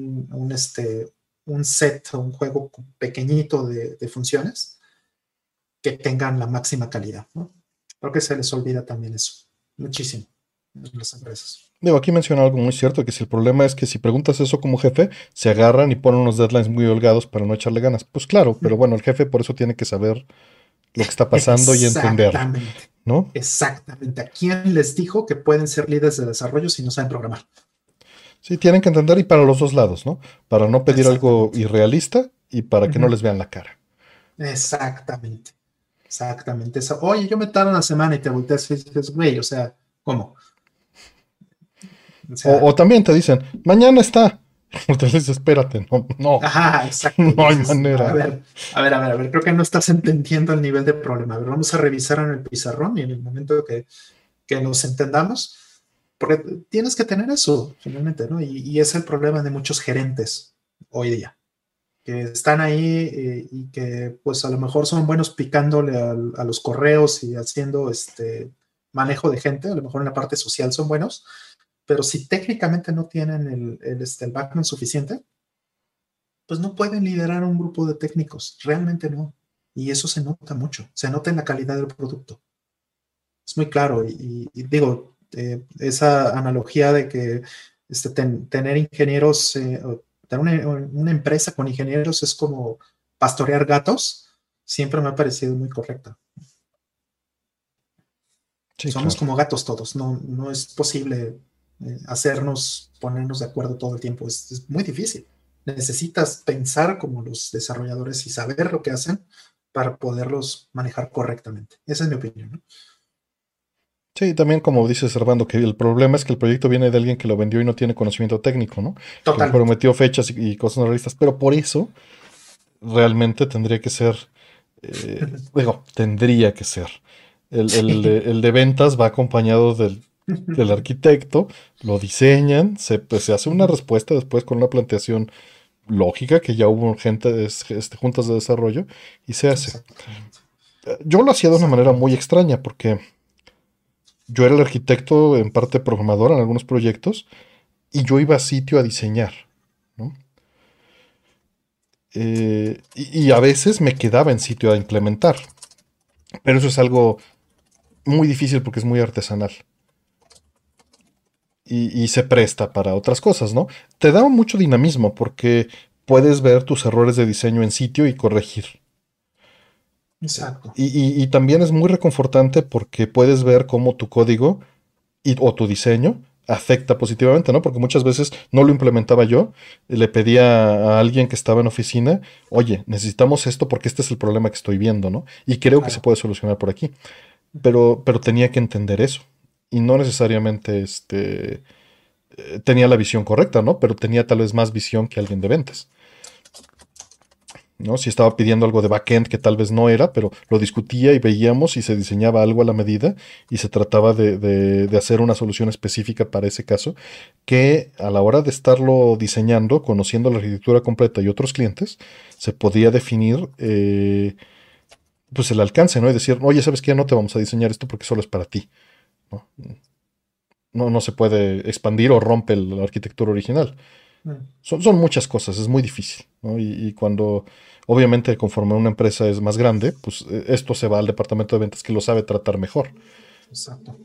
un set o un juego pequeñito de funciones que tengan la máxima calidad, ¿no? Creo que se les olvida también eso, muchísimo en las empresas. digo, aquí menciona algo muy cierto, que si el problema es que si preguntas eso como jefe, se agarran y ponen unos deadlines muy holgados para no echarle ganas. Pues claro, pero bueno, el jefe por eso tiene que saber lo que está pasando y entenderlo, Exactamente, ¿no? exactamente. ¿A quién les dijo que pueden ser líderes de desarrollo si no saben programar? Sí, tienen que entender y para los dos lados, ¿no? Para no pedir algo Exactamente. irrealista y para que no Ujú. les vean la cara. Exactamente. Exactamente. Eso. Oye, yo me tardo una semana y te volteas y dices, güey, o sea, ¿cómo? O O sea, también te dicen, mañana está. Entonces espérate, no, no, ajá, exacto. no hay Dices, a manera. ver, a ver, a ver, a ver, creo que no estás entendiendo el nivel de problema. A ver, vamos a revisar en el pizarrón y en el momento que nos entendamos, porque tienes que tener eso, finalmente, ¿no? Y es el problema de muchos gerentes hoy día, que están ahí y que pues a lo mejor son buenos picándole a los correos y haciendo manejo de gente, a lo mejor en la parte social son buenos, pero si técnicamente no tienen el background suficiente, pues no pueden liderar un grupo de técnicos, realmente no. Y eso se nota mucho, se nota en la calidad del producto. Es muy claro y digo, esa analogía de que tener ingenieros Una empresa con ingenieros es como pastorear gatos, siempre me ha parecido muy correcta. Sí, Somos claro. como gatos todos, no es posible ponernos de acuerdo todo el tiempo, es muy difícil. Necesitas pensar como los desarrolladores y saber lo que hacen para poderlos manejar correctamente. Esa es mi opinión, ¿no? Sí, también como dice Servando, que el problema es que el proyecto viene de alguien que lo vendió y no tiene conocimiento técnico, ¿no? Que Totalmente. prometió fechas y cosas no realistas, pero por eso realmente tendría que ser, digo, tendría que ser. Sí. El de ventas va acompañado del arquitecto, lo diseñan, pues, se hace una respuesta después con una planteación lógica, que ya hubo gente, juntas de desarrollo, y se hace. Exactamente. Yo lo hacía de una manera muy Exactamente. extraña, porque yo era el arquitecto, en parte programador en algunos proyectos, y yo iba a sitio a diseñar, ¿no? Y a veces me quedaba en sitio a implementar, pero eso es algo muy difícil porque es muy artesanal y se presta para otras cosas, ¿no? Te da mucho dinamismo porque puedes ver tus errores de diseño en sitio y corregir. Exacto. Y también es muy reconfortante porque puedes ver cómo tu código o tu diseño afecta positivamente, ¿no? Porque muchas veces no lo implementaba yo, le pedía a alguien que estaba en oficina, oye, necesitamos esto porque este es el problema que estoy viendo, ¿no? Y creo que se Claro. puede solucionar por aquí. Pero tenía que entender eso. Y no necesariamente tenía la visión correcta, ¿no? Pero tenía tal vez más visión que alguien de ventas. ¿No? Si estaba pidiendo algo de backend que tal vez no era, pero lo discutía y veíamos y se diseñaba algo a la medida y se trataba de hacer una solución específica para ese caso, que a la hora de estarlo diseñando, conociendo la arquitectura completa y otros clientes, se podía definir pues el alcance, ¿no? Y decir, oye, ¿sabes qué? No te vamos a diseñar esto porque solo es para ti, ¿no? No se puede expandir o rompe la arquitectura original. Mm. Son muchas cosas, es muy difícil, ¿no? Y cuando, obviamente, conforme una empresa es más grande, pues esto se va al departamento de ventas que lo sabe tratar mejor. Exacto.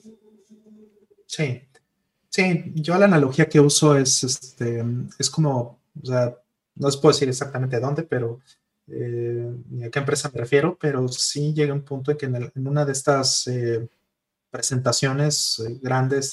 Sí. Sí, yo la analogía que uso es como, o sea, no les puedo decir exactamente dónde, pero ni a qué empresa me refiero, pero sí llega un punto en que en una de estas presentaciones grandes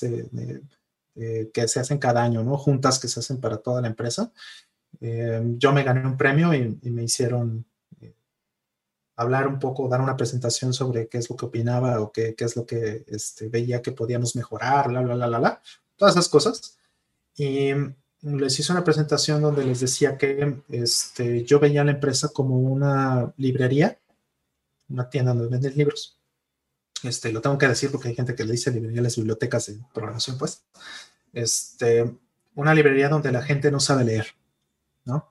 que se hacen cada año, ¿no? Juntas que se hacen para toda la empresa, yo me gané un premio y me hicieron eh, hablar un poco, dar una presentación sobre qué es lo que opinaba o qué es lo que veía que podíamos mejorar, todas esas cosas. Y les hice una presentación donde les decía que yo veía a la empresa como una librería, una tienda donde venden libros. Lo tengo que decir porque hay gente que le dice librería a las bibliotecas de programación, pues. Este, una librería donde la gente no sabe leer, ¿no?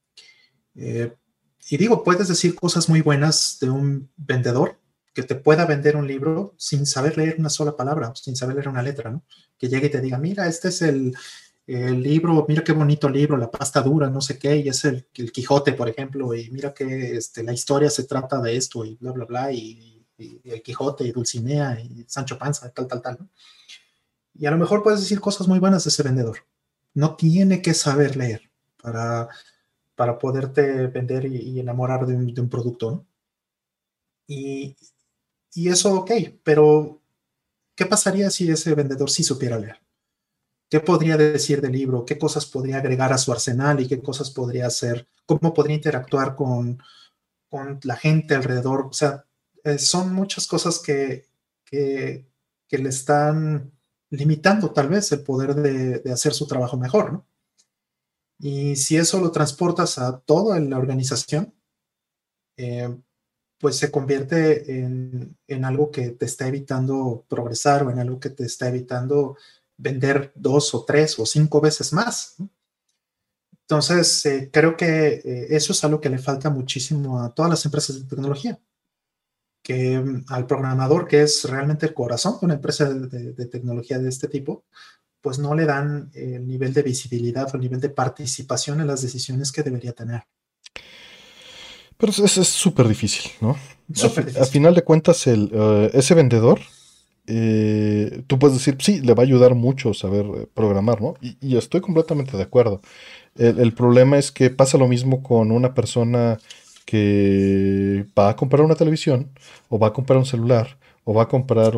Eh, y digo, puedes decir cosas muy buenas de un vendedor que te pueda vender un libro sin saber leer una sola palabra, sin saber leer una letra, ¿no? Que llegue y te diga, mira, este es el libro, mira qué bonito libro, la pasta dura, no sé qué, y es el Quijote, por ejemplo, y mira que la historia se trata de esto, y bla, bla, bla, y el Quijote, y Dulcinea, y Sancho Panza, tal, ¿no? Y a lo mejor puedes decir cosas muy buenas de ese vendedor. No tiene que saber leer para, para poderte vender y enamorar de un producto, ¿no? Y, y eso, ok, pero ¿qué pasaría si ese vendedor sí supiera leer? ¿Qué podría decir del libro? ¿Qué cosas podría agregar a su arsenal y qué cosas podría hacer? ¿Cómo podría interactuar con la gente alrededor? O sea, son muchas cosas que, que le están limitando tal vez el poder de hacer su trabajo mejor, ¿no? Y si eso lo transportas a toda la organización, eh, pues se convierte en algo que te está evitando progresar o en algo que te está evitando vender dos o tres o cinco veces más, ¿no? Entonces, creo que eso es algo que le falta muchísimo a todas las empresas de tecnología, que al programador, que es realmente el corazón de una empresa de tecnología de este tipo, pues no le dan el nivel de visibilidad o el nivel de participación en las decisiones que debería tener. Pero es súper difícil, ¿no? Súper A difícil. final de cuentas, ese vendedor, tú puedes decir, sí, le va a ayudar mucho saber programar, ¿no? Y estoy completamente de acuerdo. El problema es que pasa lo mismo con una persona que va a comprar una televisión, o va a comprar un celular, o va a comprar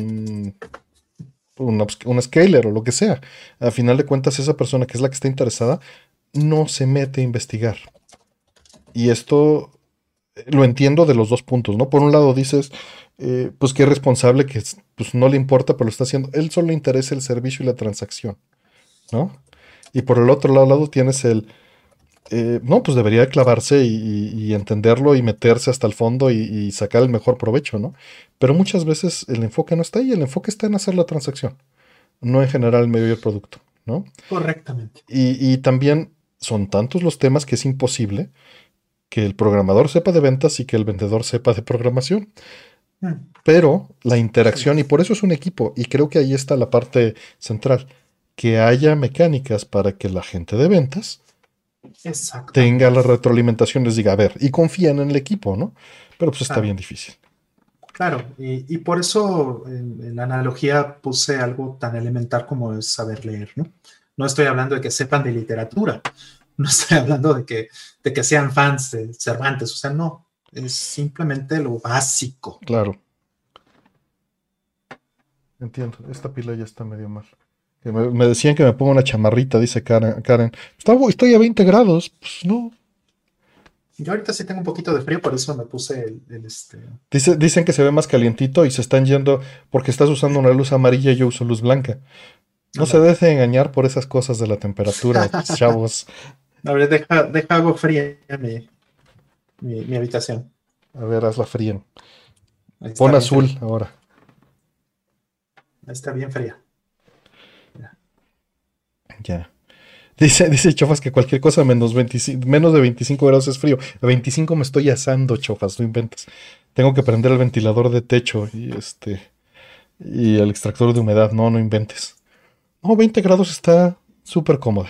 un scaler o lo que sea. A final de cuentas, esa persona que es la que está interesada no se mete a investigar. Y esto lo entiendo de los dos puntos, ¿no? Por un lado dices, pues que es responsable, que pues no le importa, pero lo está haciendo. Él solo le interesa el servicio y la transacción, ¿no? Y por el otro lado tienes no, pues debería clavarse y entenderlo y meterse hasta el fondo y sacar el mejor provecho, ¿no? Pero muchas veces el enfoque no está ahí, el enfoque está en hacer la transacción, no en generar el medio y el producto, ¿no? Correctamente. Y también son tantos los temas que es imposible que el programador sepa de ventas y que el vendedor sepa de programación. Mm, Pero la interacción, y híjoles. por eso es un equipo, y creo que ahí está la parte central, que haya mecánicas para que la gente de ventas tenga la Exactamente. retroalimentación, les diga, a ver, y confían en el equipo, ¿no? Pero pues está bien Claro, difícil. claro. Y por eso en la analogía puse algo tan elemental como es saber leer, ¿no? No estoy hablando de que sepan de literatura, no estoy hablando de que sean fans de Cervantes, o sea, no, es simplemente lo básico. Claro, entiendo. Esta pila ya está medio mal. Que me decían que me ponga una chamarrita, dice Karen. Estoy a 20 grados. Pues no. Yo ahorita sí tengo un poquito de frío, por eso me puse Dicen que se ve más calientito y se están yendo porque estás usando una luz amarilla y yo uso luz blanca. No se ándale. dejen engañar por esas cosas de la temperatura, chavos. A ver, deja algo fría mi habitación. A ver, hazla fría. Ahí Pon está bien azul fría. ahora. Ahí está bien fría. Ya. Dice Chofas que cualquier cosa menos de 25 grados es frío. A 25 me estoy asando, Chofas, no inventes. Tengo que prender el ventilador de techo y el extractor de humedad. No, no inventes. No, 20 grados está súper cómoda.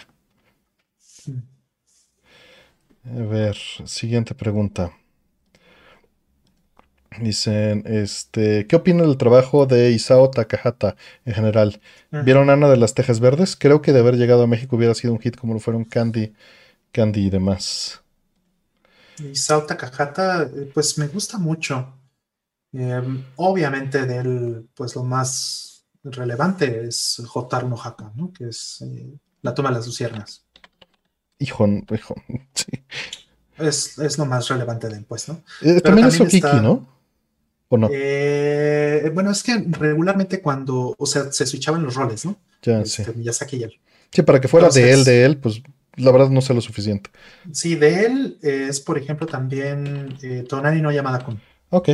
A ver, siguiente pregunta. Dicen, ¿qué opinan del trabajo de Isao Takahata en general? Mm. ¿Vieron Ana de las Tejas Verdes? Creo que de haber llegado a México hubiera sido un hit como lo fueron Candy y demás. Y Sao Takahata, pues me gusta mucho. Obviamente de él, pues lo más relevante es Hotaru no Haka, ¿no? Que es la toma de las luciernas. Hijo, sí. Es lo más relevante de él, pues, ¿no? Pero También es también Okiki, está, ¿no? ¿O no? bueno, es que regularmente cuando, o sea, se switchaban los roles, ¿no? Ya, sí. Miyazaki y él. Sí, para que fuera Entonces, de él, pues la verdad no sé lo suficiente. sí, de él es, por ejemplo, también Tonari no Yamada-kun. Ok,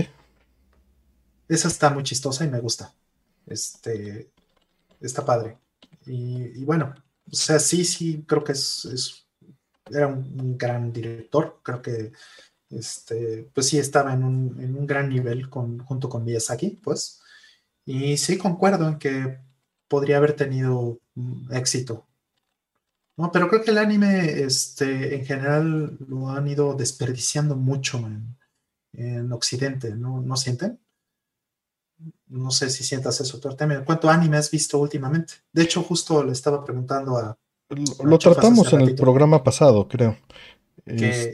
Esa está muy chistosa y me gusta. Este, está padre. Y bueno, o sea, sí, creo que era un gran director. Creo que, pues sí, estaba en un gran nivel junto con Miyazaki, pues. Y sí, concuerdo en que podría haber tenido éxito. No, pero creo que el anime, en general, lo han ido desperdiciando mucho en Occidente, ¿no? ¿No sienten? No sé si sientas eso, pero también, ¿cuánto anime has visto últimamente? De hecho, justo le estaba preguntando a lo Chofas hace tratamos en el ratito programa pasado, creo. Es-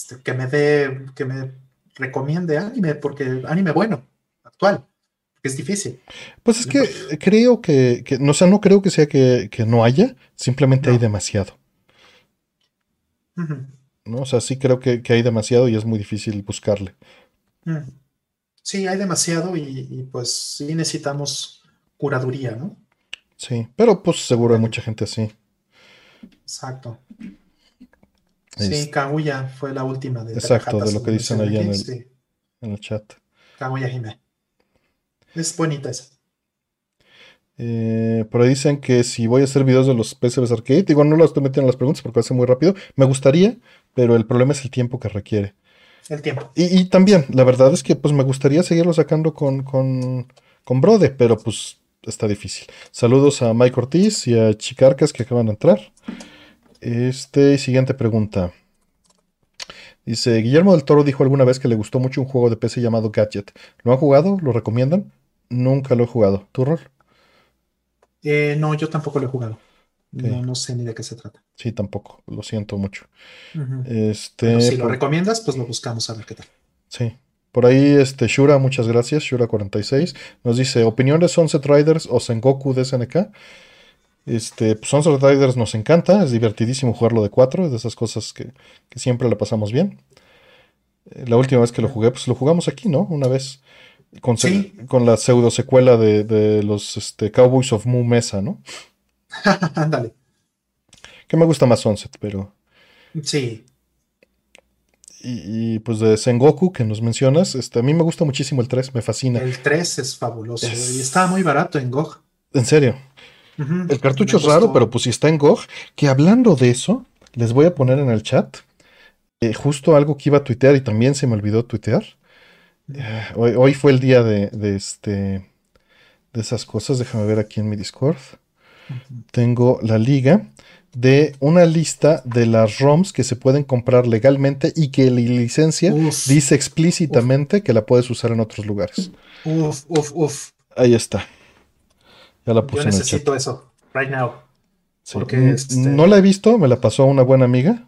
que me recomiende anime, porque anime bueno, actual, que es difícil. pues es que creo no, o sea, no creo que sea que no haya, simplemente hay No. demasiado, Ujú, ¿no? O sea, sí creo que hay demasiado y es muy difícil buscarle. ujú. Sí, hay demasiado pues sí necesitamos curaduría, ¿no? Sí, pero pues seguro hay mucha Curaduría. gente así. Exacto. Sí, Es, Kaguya fue la última de exacto, Takahata, de lo que según dicen menciona allá aquí. Sí, en el chat. Kaguya Hime. Es bonita esa. Por ahí dicen que si voy a hacer videos de los PCBs Arcade, digo, no lo estoy metiendo en las preguntas porque va a ser muy rápido. Me gustaría, pero el problema es el tiempo que requiere. El tiempo. Y también, la verdad es que pues me gustaría seguirlo sacando con Brode, pero pues está difícil. Saludos a Mike Ortiz y a Chicarcas que acaban de entrar. Siguiente pregunta. Dice, Guillermo del Toro dijo alguna vez que le gustó mucho un juego de PC llamado Gadget. ¿Lo han jugado? ¿Lo recomiendan? Nunca lo he jugado. ¿Tu rol? No, yo tampoco lo he jugado. Ok. No sé ni de qué se trata. Sí, tampoco, lo siento mucho. Ujú. Pero Este, si lo por, recomiendas, pues lo buscamos a ver qué tal. sí. Por ahí, Shura, muchas gracias. Shura46 nos dice: ¿opiniones Sunset Riders o Sengoku de SNK? Pues Sunset Riders nos encanta, es divertidísimo jugarlo de 4, es de esas cosas que siempre le pasamos bien. La última vez que lo Mm. jugué, pues lo jugamos aquí, ¿no? Una vez Sí, con la pseudo secuela de los Cowboys of Mu Mesa, ¿no? ándale. Que me gusta más Sunset, pero. Sí, Pues de Sengoku que nos mencionas, a mí me gusta muchísimo el 3, me fascina. el 3 es fabuloso y estaba muy Es. barato en GOG. En serio, Ujú. el cartucho Me es raro, pero costó. pues si está en GOG, que hablando de eso, les voy a poner en el chat justo algo que iba a tuitear y también se me olvidó tuitear. Ujú. Hoy fue el día de esas cosas, déjame ver aquí en mi Discord. Ujú. Tengo la liga de una lista de las ROMs que se pueden comprar legalmente y que la licencia Uf, dice uf, explícitamente que la puedes usar en otros lugares. uf. Ahí está, ya la Yo puse en el chat. necesito eso, right now, Sí, porque no la he visto, me la pasó una buena amiga.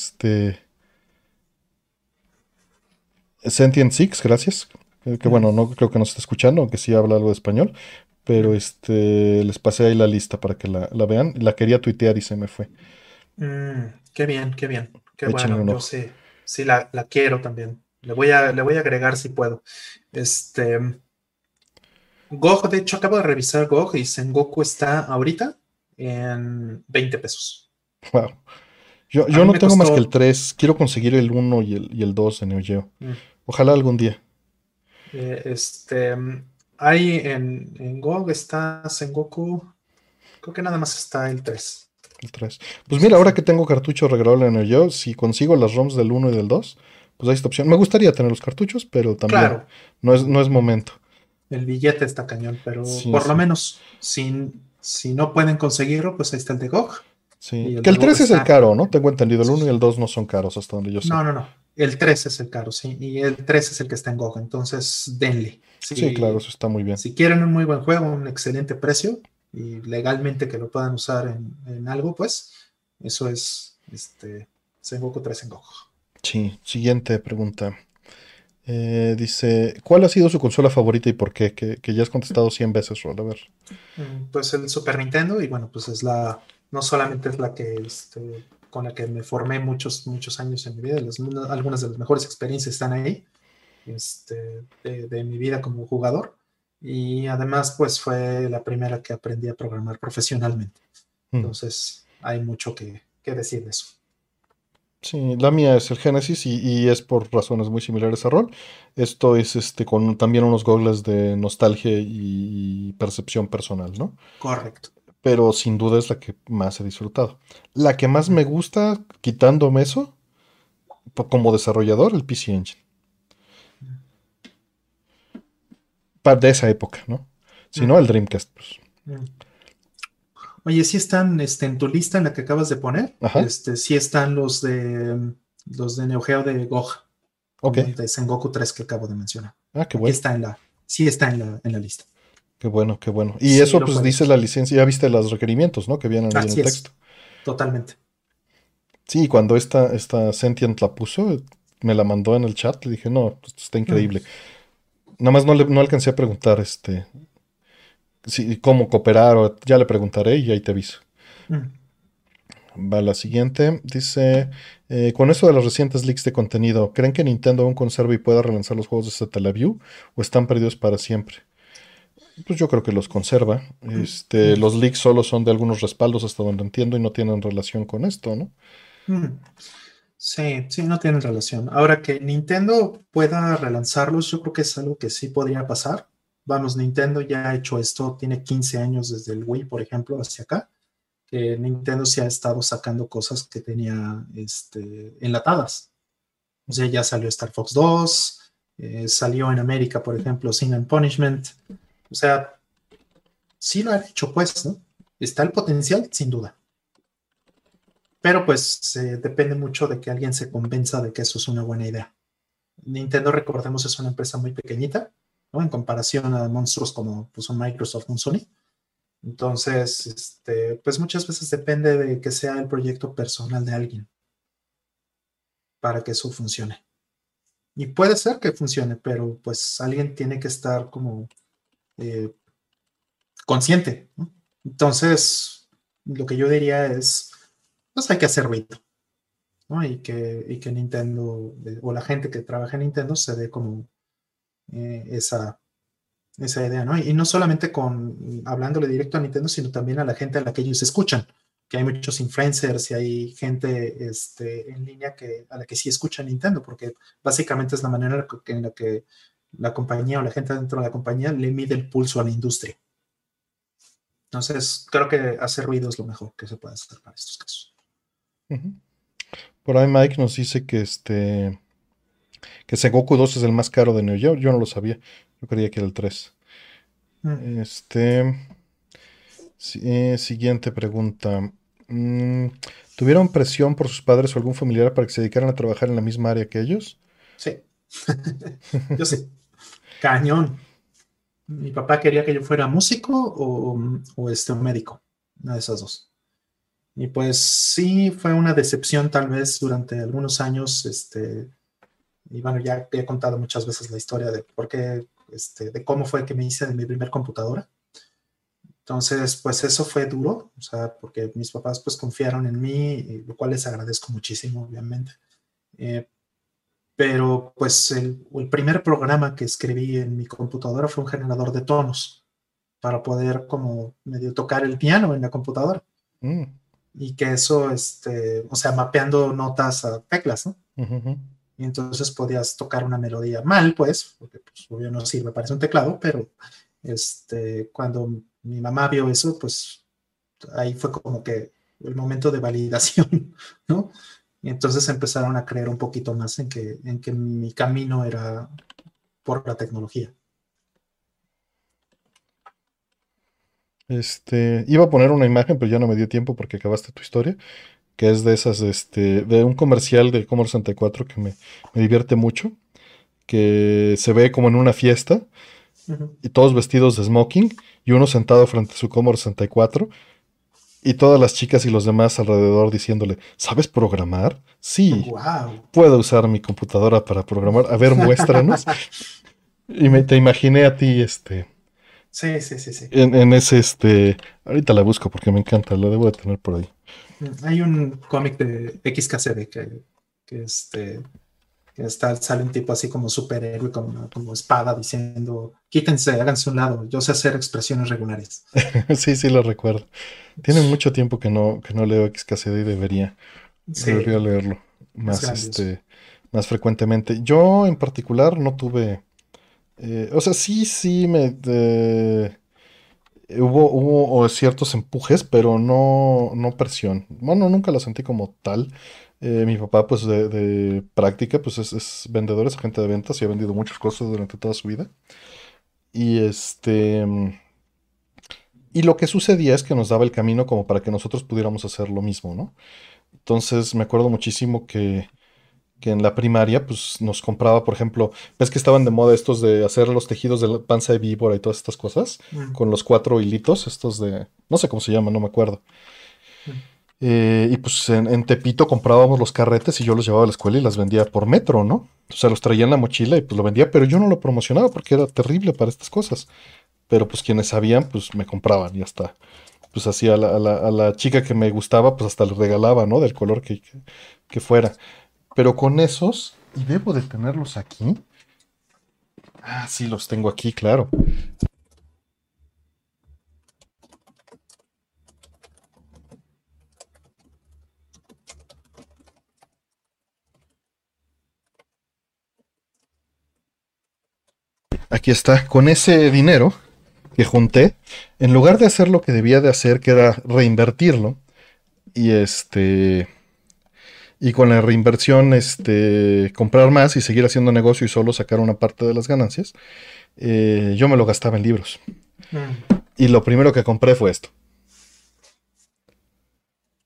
Sentient Six, gracias. Que mm, bueno, no creo que nos esté escuchando, aunque sí habla algo de español. Pero mm, les pasé ahí la lista para que la vean. La quería tuitear y se me fue. qué bien, qué Échenle bueno, un yo ojo. sí, sí la quiero también. Le voy a agregar si puedo. Este, GOG, de hecho, acabo de revisar GOG y Sengoku está ahorita en 20 pesos. Wow. A Yo mí no me tengo más que el costó, 3. Quiero conseguir el uno y el 2 de Neo Geo. mm, Ojalá algún día. eh, este, ahí en GOG está Sengoku, creo que nada más está el 3. El 3. Pues Sí, mira, ahora sí. que tengo cartucho regalable en Neo Geo, si consigo las ROMs del uno y del 2, pues hay esta opción. Me gustaría tener los cartuchos, pero también Claro, no es momento. el billete está cañón, pero Sí, por lo sí. menos, si no pueden conseguirlo, pues ahí está el de GOG. Sí. Y el Que de el GOG 3 es el está. caro, ¿no? Tengo entendido. El uno y el 2 no son caros, hasta donde yo sé. No. El 3 es el caro, sí. Y el 3 es el que está en GOG. Entonces, denle. Sí, claro, eso está muy bien. Si quieren un muy buen juego, un excelente precio y legalmente que lo puedan usar en algo, pues eso es Sengoku 3 en GOG. Sí, siguiente pregunta. Dice, ¿cuál ha sido su consola favorita y por qué? Que ya has contestado 100 veces, Rol. A ver. Pues el Super Nintendo, y bueno, pues no solamente es la que, con la que me formé muchos años en mi vida, algunas de las mejores experiencias están ahí, de mi vida como jugador, y además, pues fue la primera que aprendí a programar profesionalmente. Mm. Entonces, hay mucho que decir de eso. Sí, la mía es el Genesis y es por razones muy similares a Rol. Esto es con también unos gogles de nostalgia y percepción personal, ¿no? Correcto. Pero sin duda es la que más he disfrutado. La que más Ujú. me gusta, quitándome eso, como desarrollador, el PC Engine. De esa época, ¿no? Si no, el Ujú. Dreamcast, pues. Ujú. Oye, sí están en tu lista en la que acabas de poner, Ajá, sí están los de Neo Geo de GOG, ok. como el de Sengoku 3 que acabo de mencionar. Ah, qué Aquí bueno. está sí está en la lista. Qué bueno, qué bueno. Y Sí, eso lo pues puedes dice la usar. licencia, ya viste los requerimientos, ¿no? Que vienen ahí en el Así texto. es, totalmente. Sí, cuando esta Sentient la puso, me la mandó en el chat, le dije, no, esto está Mm, increíble. Nada más no alcancé a preguntar, cómo cooperar, ya le preguntaré y ahí te aviso. mm. Va la siguiente, dice, con eso de los recientes leaks de contenido, ¿creen que Nintendo aún conserva y pueda relanzar los juegos de Satellaview o están perdidos para siempre? Pues yo creo que los conserva. Mm, Los leaks solo son de algunos respaldos hasta donde entiendo y no tienen relación con esto, ¿no? mm. Sí, sí, no tienen relación. Ahora que Nintendo pueda relanzarlos, yo creo que es algo que sí podría pasar. Vamos, Nintendo ya ha hecho esto, tiene 15 años desde el Wii, por ejemplo, hacia acá, que Nintendo se ha estado sacando cosas que tenía enlatadas. O sea, ya salió Star Fox 2, salió en América, por ejemplo, Sin and Punishment. O sea, sí lo han hecho, pues, ¿no? Está el potencial, sin duda. Pero pues depende mucho de que alguien se convenza de que eso es una buena idea. Nintendo, recordemos, es una empresa muy pequeñita, ¿no? En comparación a monstruos como pues, son Microsoft o Sony. Entonces, pues muchas veces depende de que sea el proyecto personal de alguien para que eso funcione. Y puede ser que funcione, pero pues alguien tiene que estar como eh, consciente, ¿no? Entonces, lo que yo diría es, pues hay que hacer ruido, ¿no? Y que Nintendo, o la gente que trabaja en Nintendo se dé como esa idea, ¿no? Y no solamente hablándole directo a Nintendo, sino también a la gente a la que ellos escuchan, que hay muchos influencers y hay gente en línea a la que sí escucha Nintendo, porque básicamente es la manera en la que la compañía o la gente dentro de la compañía le mide el pulso a la industria. Entonces, creo que hacer ruido es lo mejor que se puede hacer para estos casos. Ujú. Por ahí Mike nos dice que Sengoku 2 es el más caro de Neo Geo. Yo no lo sabía. Yo creía que era el 3. Mm, Este, Siguiente pregunta. Mm, ¿Tuvieron presión por sus padres o algún familiar para que se dedicaran a trabajar en la misma área que ellos? sí, yo sí, cañón. Mi papá quería que yo fuera músico o médico, una de esas dos. Y pues sí, fue una decepción tal vez durante algunos años, y bueno, ya he contado muchas veces la historia de por qué, de cómo fue que me hice de mi primer computadora. Entonces, pues eso fue duro, o sea, porque mis papás pues confiaron en mí, y lo cual les agradezco muchísimo, obviamente. Eh, pero pues el primer programa que escribí en mi computadora fue un generador de tonos para poder como medio tocar el piano en la computadora. Mm, Y que eso, o sea, mapeando notas a teclas, ¿no? ujú, ujú. Y entonces podías tocar una melodía mal, pues, porque pues, obvio no sirve para un teclado, pero cuando mi mamá vio eso, pues ahí fue como que el momento de validación, ¿no? Y entonces empezaron a creer un poquito más en que mi camino era por la tecnología. Iba a poner una imagen, pero ya no me dio tiempo porque acabaste tu historia, que es de esas, de un comercial de Commodore 64 que me divierte mucho, que se ve como en una fiesta Ujú. y todos vestidos de smoking y uno sentado frente a su Commodore 64 y todas las chicas y los demás alrededor diciéndole, ¿sabes programar? Sí, Wow. puedo usar mi computadora para programar. A ver, muéstranos. Y te imaginé a ti, Sí, sí, sí, sí. en ese, ahorita la busco porque me encanta, la debo de tener por ahí. Hay un cómic de XKCD que, sale un tipo así como superhéroe con una como espada diciendo, quítense, háganse un lado, yo sé hacer expresiones regulares. Sí, sí, lo recuerdo. Tiene mucho tiempo que no leo XKCD y debería Sí, leerlo es más, grandioso. más frecuentemente. Yo en particular no tuve, o sea, sí hubo ciertos empujes, pero no presión. Bueno, nunca la sentí como tal. Mi papá, pues de práctica, pues es vendedor, es agente de ventas y ha vendido muchas cosas durante toda su vida. Y y lo que sucedía es que nos daba el camino como para que nosotros pudiéramos hacer lo mismo, ¿no? Entonces me acuerdo muchísimo que en la primaria, pues nos compraba, por ejemplo, ves que estaban de moda estos de hacer los tejidos de la panza de víbora y todas estas cosas, Mm, con los cuatro hilitos, estos de, no sé cómo se llaman, no me acuerdo. mm. Y pues en Tepito comprábamos los carretes y yo los llevaba a la escuela y las vendía por metro, ¿no? O sea, los traía en la mochila y pues lo vendía, pero yo no lo promocionaba porque era terrible para estas cosas. Pero pues quienes sabían, pues me compraban y hasta, pues así a la chica que me gustaba, pues hasta le regalaba, ¿no? Del color que fuera. Pero con esos, y debo de tenerlos aquí. Ah, sí, los tengo aquí, claro. Aquí está. Con ese dinero que junté, en lugar de hacer lo que debía de hacer, que era reinvertirlo, y y con la reinversión, comprar más y seguir haciendo negocio y solo sacar una parte de las ganancias, yo me lo gastaba en libros. Mm. Y lo primero que compré fue esto.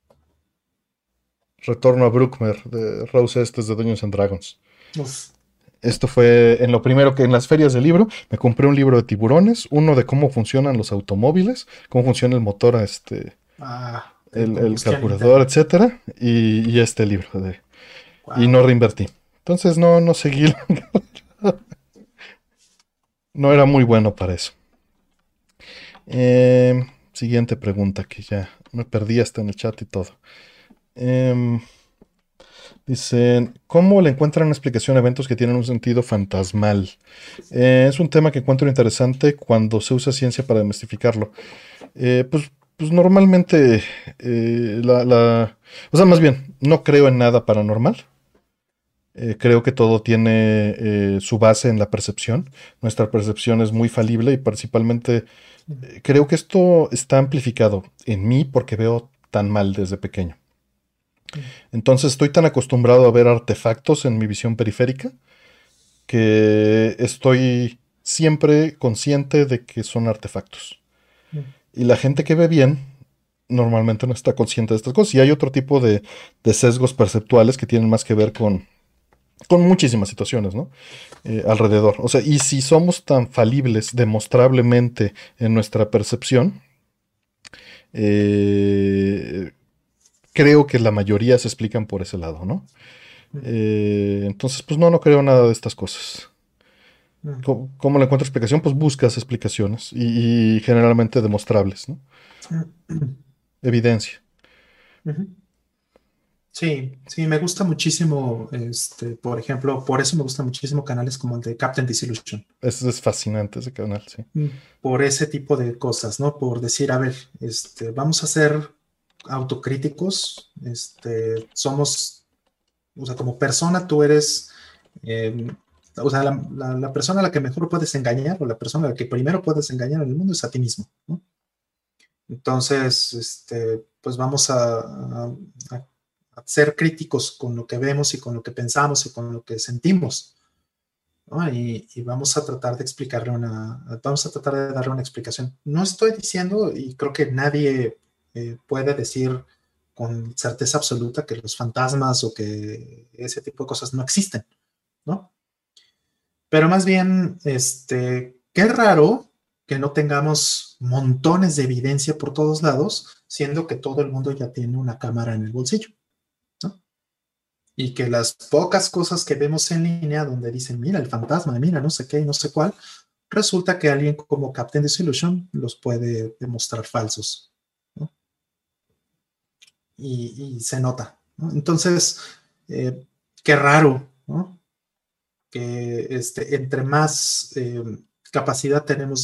Retorno a Brookmer de Rose Estes de Dungeons and Dragons. Uf. Esto fue en lo primero que en las ferias de libro me compré un libro de tiburones, uno de cómo funcionan los automóviles, cómo funciona el motor, De el combustión carburador, interna. etcétera, y este libro y Wow. no reinvertí. Entonces no seguí, no era muy bueno para eso. Siguiente pregunta que ya me perdí hasta en el chat y todo. Em, Dicen, ¿cómo le encuentran una explicación a eventos que tienen un sentido fantasmal? Es un tema que encuentro interesante cuando se usa ciencia para desmistificarlo. Pues normalmente, o sea, más bien, no creo en nada paranormal. Creo que todo tiene su base en la percepción. Nuestra percepción es muy falible y principalmente creo que esto está amplificado en mí porque veo tan mal desde pequeño. Entonces estoy tan acostumbrado a ver artefactos en mi visión periférica que estoy siempre consciente de que son artefactos. Y la gente que ve bien normalmente no está consciente de estas cosas. Y hay otro tipo de sesgos perceptuales que tienen más que ver con muchísimas situaciones, ¿no? Alrededor. O sea, y si somos tan falibles demostrablemente en nuestra percepción, eh, creo que la mayoría se explican por ese lado, ¿no? Entonces, pues no creo nada de estas cosas. ¿Cómo le encuentro explicación? Pues buscas explicaciones y generalmente demostrables, ¿no? Evidencia. Sí, sí, me gusta muchísimo, por ejemplo, por eso me gusta muchísimo canales como el de Captain Disillusion. Es fascinante ese canal, sí. Por ese tipo de cosas, ¿no? Por decir, a ver, vamos a ser autocríticos, somos, o sea, como persona tú eres, eh, o sea, la persona a la que mejor puedes engañar o la persona a la que primero puedes engañar en el mundo es a ti mismo, ¿no? Entonces, pues vamos a ser críticos con lo que vemos y con lo que pensamos y con lo que sentimos, ¿no? Y vamos a tratar de explicarle vamos a tratar de darle una explicación. No estoy diciendo, y creo que nadie puede decir con certeza absoluta que los fantasmas o que ese tipo de cosas no existen, ¿no? Pero más bien, qué raro que no tengamos montones de evidencia por todos lados, siendo que todo el mundo ya tiene una cámara en el bolsillo, ¿no? Y que las pocas cosas que vemos en línea donde dicen, mira el fantasma, mira no sé qué y no sé cuál, resulta que alguien como Captain Disillusion los puede demostrar falsos, ¿no? Y se nota, ¿no? Entonces, qué raro, ¿no? Que entre más capacidad tenemos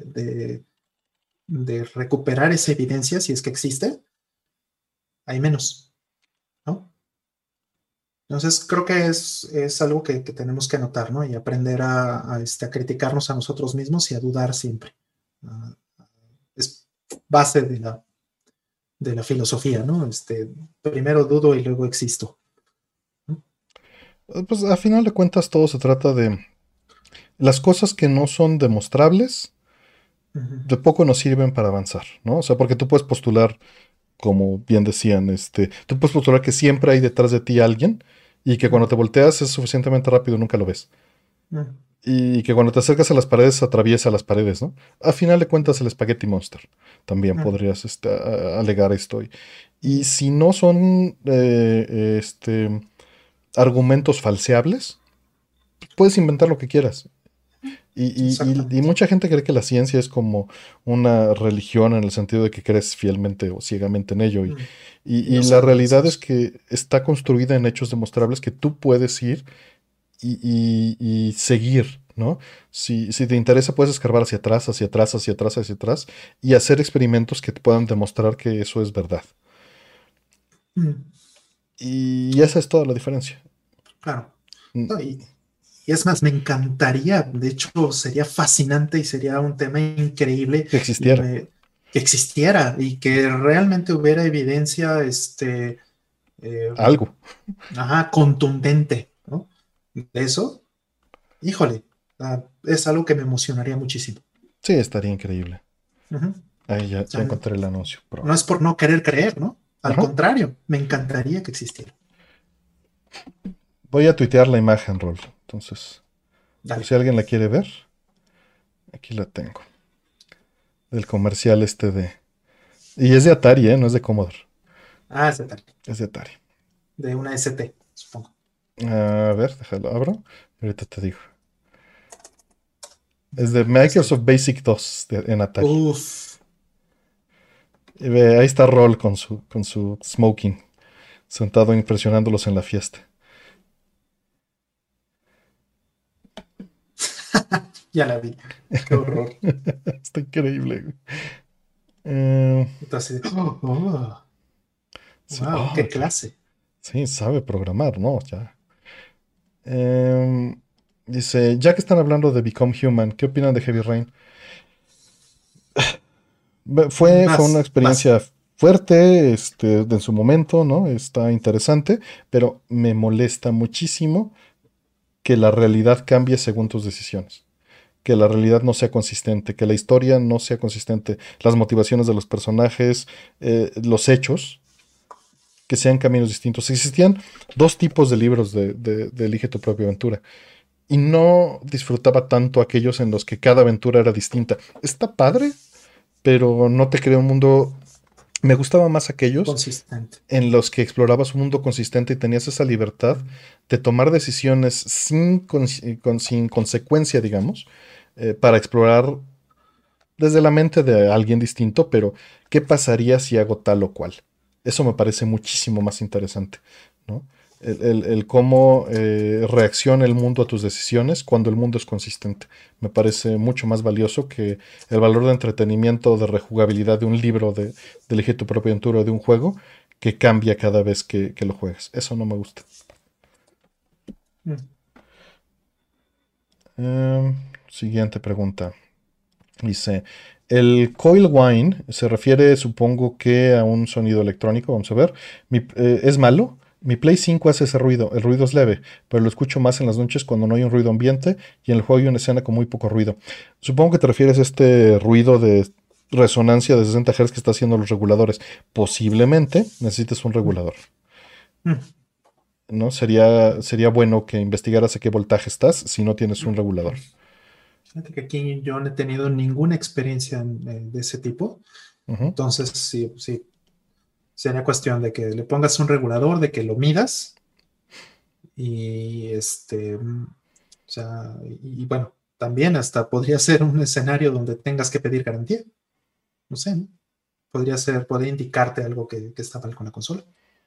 de recuperar esa evidencia, si es que existe, hay menos, ¿no? Entonces, creo que es algo que tenemos que notar, ¿no? Y aprender a criticarnos a nosotros mismos y a dudar siempre. Uh, es base de la filosofía, ¿no? Primero dudo y luego existo. ¿No? Pues a final de cuentas todo se trata de las cosas que no son demostrables, Uh -huh. de poco nos sirven para avanzar, ¿no? O sea, porque tú puedes postular, como bien decían, tú puedes postular que siempre hay detrás de ti alguien y que Uh cuando te volteas es suficientemente rápido, nunca lo ves. -huh. Y que cuando te acercas a las paredes atraviesa las paredes, ¿no? A final de cuentas el Spaghetti Monster. También podrías alegar esto. Y si no son argumentos falseables, puedes inventar lo que quieras. Y Exactamente. mucha gente cree que la ciencia es como una religión en el sentido de que crees fielmente o ciegamente en ello. Y Y no la sabrías realidad es eso. que está construida en hechos demostrables que tú puedes ir y seguir, ¿no? Si te interesa, puedes escarbar hacia atrás, hacia atrás, hacia atrás, hacia atrás y hacer experimentos que te puedan demostrar que eso es verdad. Y esa es toda la diferencia. Claro. Mm, No, y es más, me encantaría, de hecho, sería fascinante y sería un tema increíble Que y existiera que existiera y que realmente hubiera evidencia, eh, algo. ajá, contundente, ¿no? De eso, híjole, es algo que me emocionaría muchísimo. Sí, estaría increíble. Ujú. Ahí O ya sea, encontré el anuncio, no pero. es por no querer creer, ¿no? Al Ajá. contrario, me encantaría que existiera. Voy a tuitear la imagen, Rol. Entonces. por Dale. si alguien la quiere ver. Aquí la tengo. Del comercial este de... Y es de Atari, ¿eh? No es de Commodore. Ah, es de tal. Es de Atari. De una ST, supongo. A ver, déjalo, abro. Ahorita te digo. Es Ya, de ya estoy. Makers of Basic 2 en Atari. Uf, Y ve, ahí está Roll con su smoking, sentado impresionándolos en la fiesta. ya la vi. Qué horror. Está increíble, güey. Eh, Entonces, oh, sí, wow, oh, qué clase. sí, sabe programar, ¿no? Ya. Em, dice, ya que están hablando de Become Human, ¿qué opinan de Heavy Rain? Fue una Vas, vas. experiencia fuerte, en su momento, ¿no? Está interesante, pero me molesta muchísimo que la realidad cambie según tus decisiones. Que la realidad no sea consistente, que la historia no sea consistente, las motivaciones de los personajes, los hechos, que sean caminos distintos. Existían dos tipos de libros de Elige tu propia aventura. Y no disfrutaba tanto aquellos en los que cada aventura era distinta. Está padre, pero no te crea un mundo. Me gustaba más aquellos Consistente. en los que explorabas un mundo consistente y tenías esa libertad de tomar decisiones sin consecuencia, digamos, para explorar desde la mente de alguien distinto, pero ¿qué pasaría si hago tal o cual? Eso me parece muchísimo más interesante, ¿no? El cómo reacciona el mundo a tus decisiones cuando el mundo es consistente. Me parece mucho más valioso que el valor de entretenimiento, de rejugabilidad de un libro, de elegir tu propia aventura de un juego que cambia cada vez que lo juegas. Eso no me gusta. Mm. Siguiente pregunta. Dice, el coil whine se refiere, supongo que a un sonido electrónico, vamos a ver. ¿Es malo? Mi Play 5 hace ese ruido, el ruido es leve, pero lo escucho más en las noches cuando no hay un ruido ambiente y en el juego hay una escena con muy poco ruido. Supongo que te refieres a este ruido de resonancia de 60 Hz que está haciendo los reguladores. Posiblemente necesites un Mm. regulador, Mm. ¿no? Sería bueno que investigaras a qué voltaje estás si no tienes un regulador. Fíjate que aquí yo no he tenido ninguna experiencia de ese tipo. Ujú. Entonces, sí, sí, sería cuestión de que le pongas un regulador, de que lo midas y o sea, y bueno, también hasta podría ser un escenario donde tengas que pedir garantía. No sé, ¿no? Podría indicarte algo que está mal con la consola.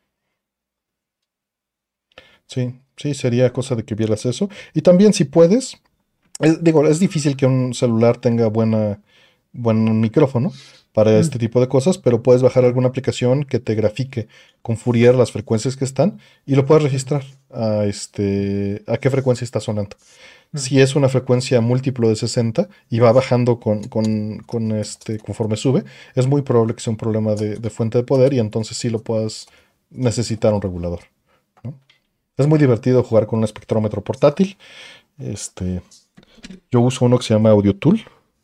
Sí, sí, sería cosa de que vieras eso. Y también si puedes, digo, es difícil que un celular tenga buen micrófono para Mm. este tipo de cosas, pero puedes bajar alguna aplicación que te grafique con Fourier las frecuencias que están y lo puedes Mm. registrar a qué frecuencia está sonando. Mm. Si es una frecuencia múltiplo de 60 y va bajando conforme sube, es muy probable que sea un problema de fuente de poder y entonces sí lo puedas necesitar un regulador, ¿no? Es muy divertido jugar con un espectrómetro portátil. Este, yo uso uno que se llama Audio Tool.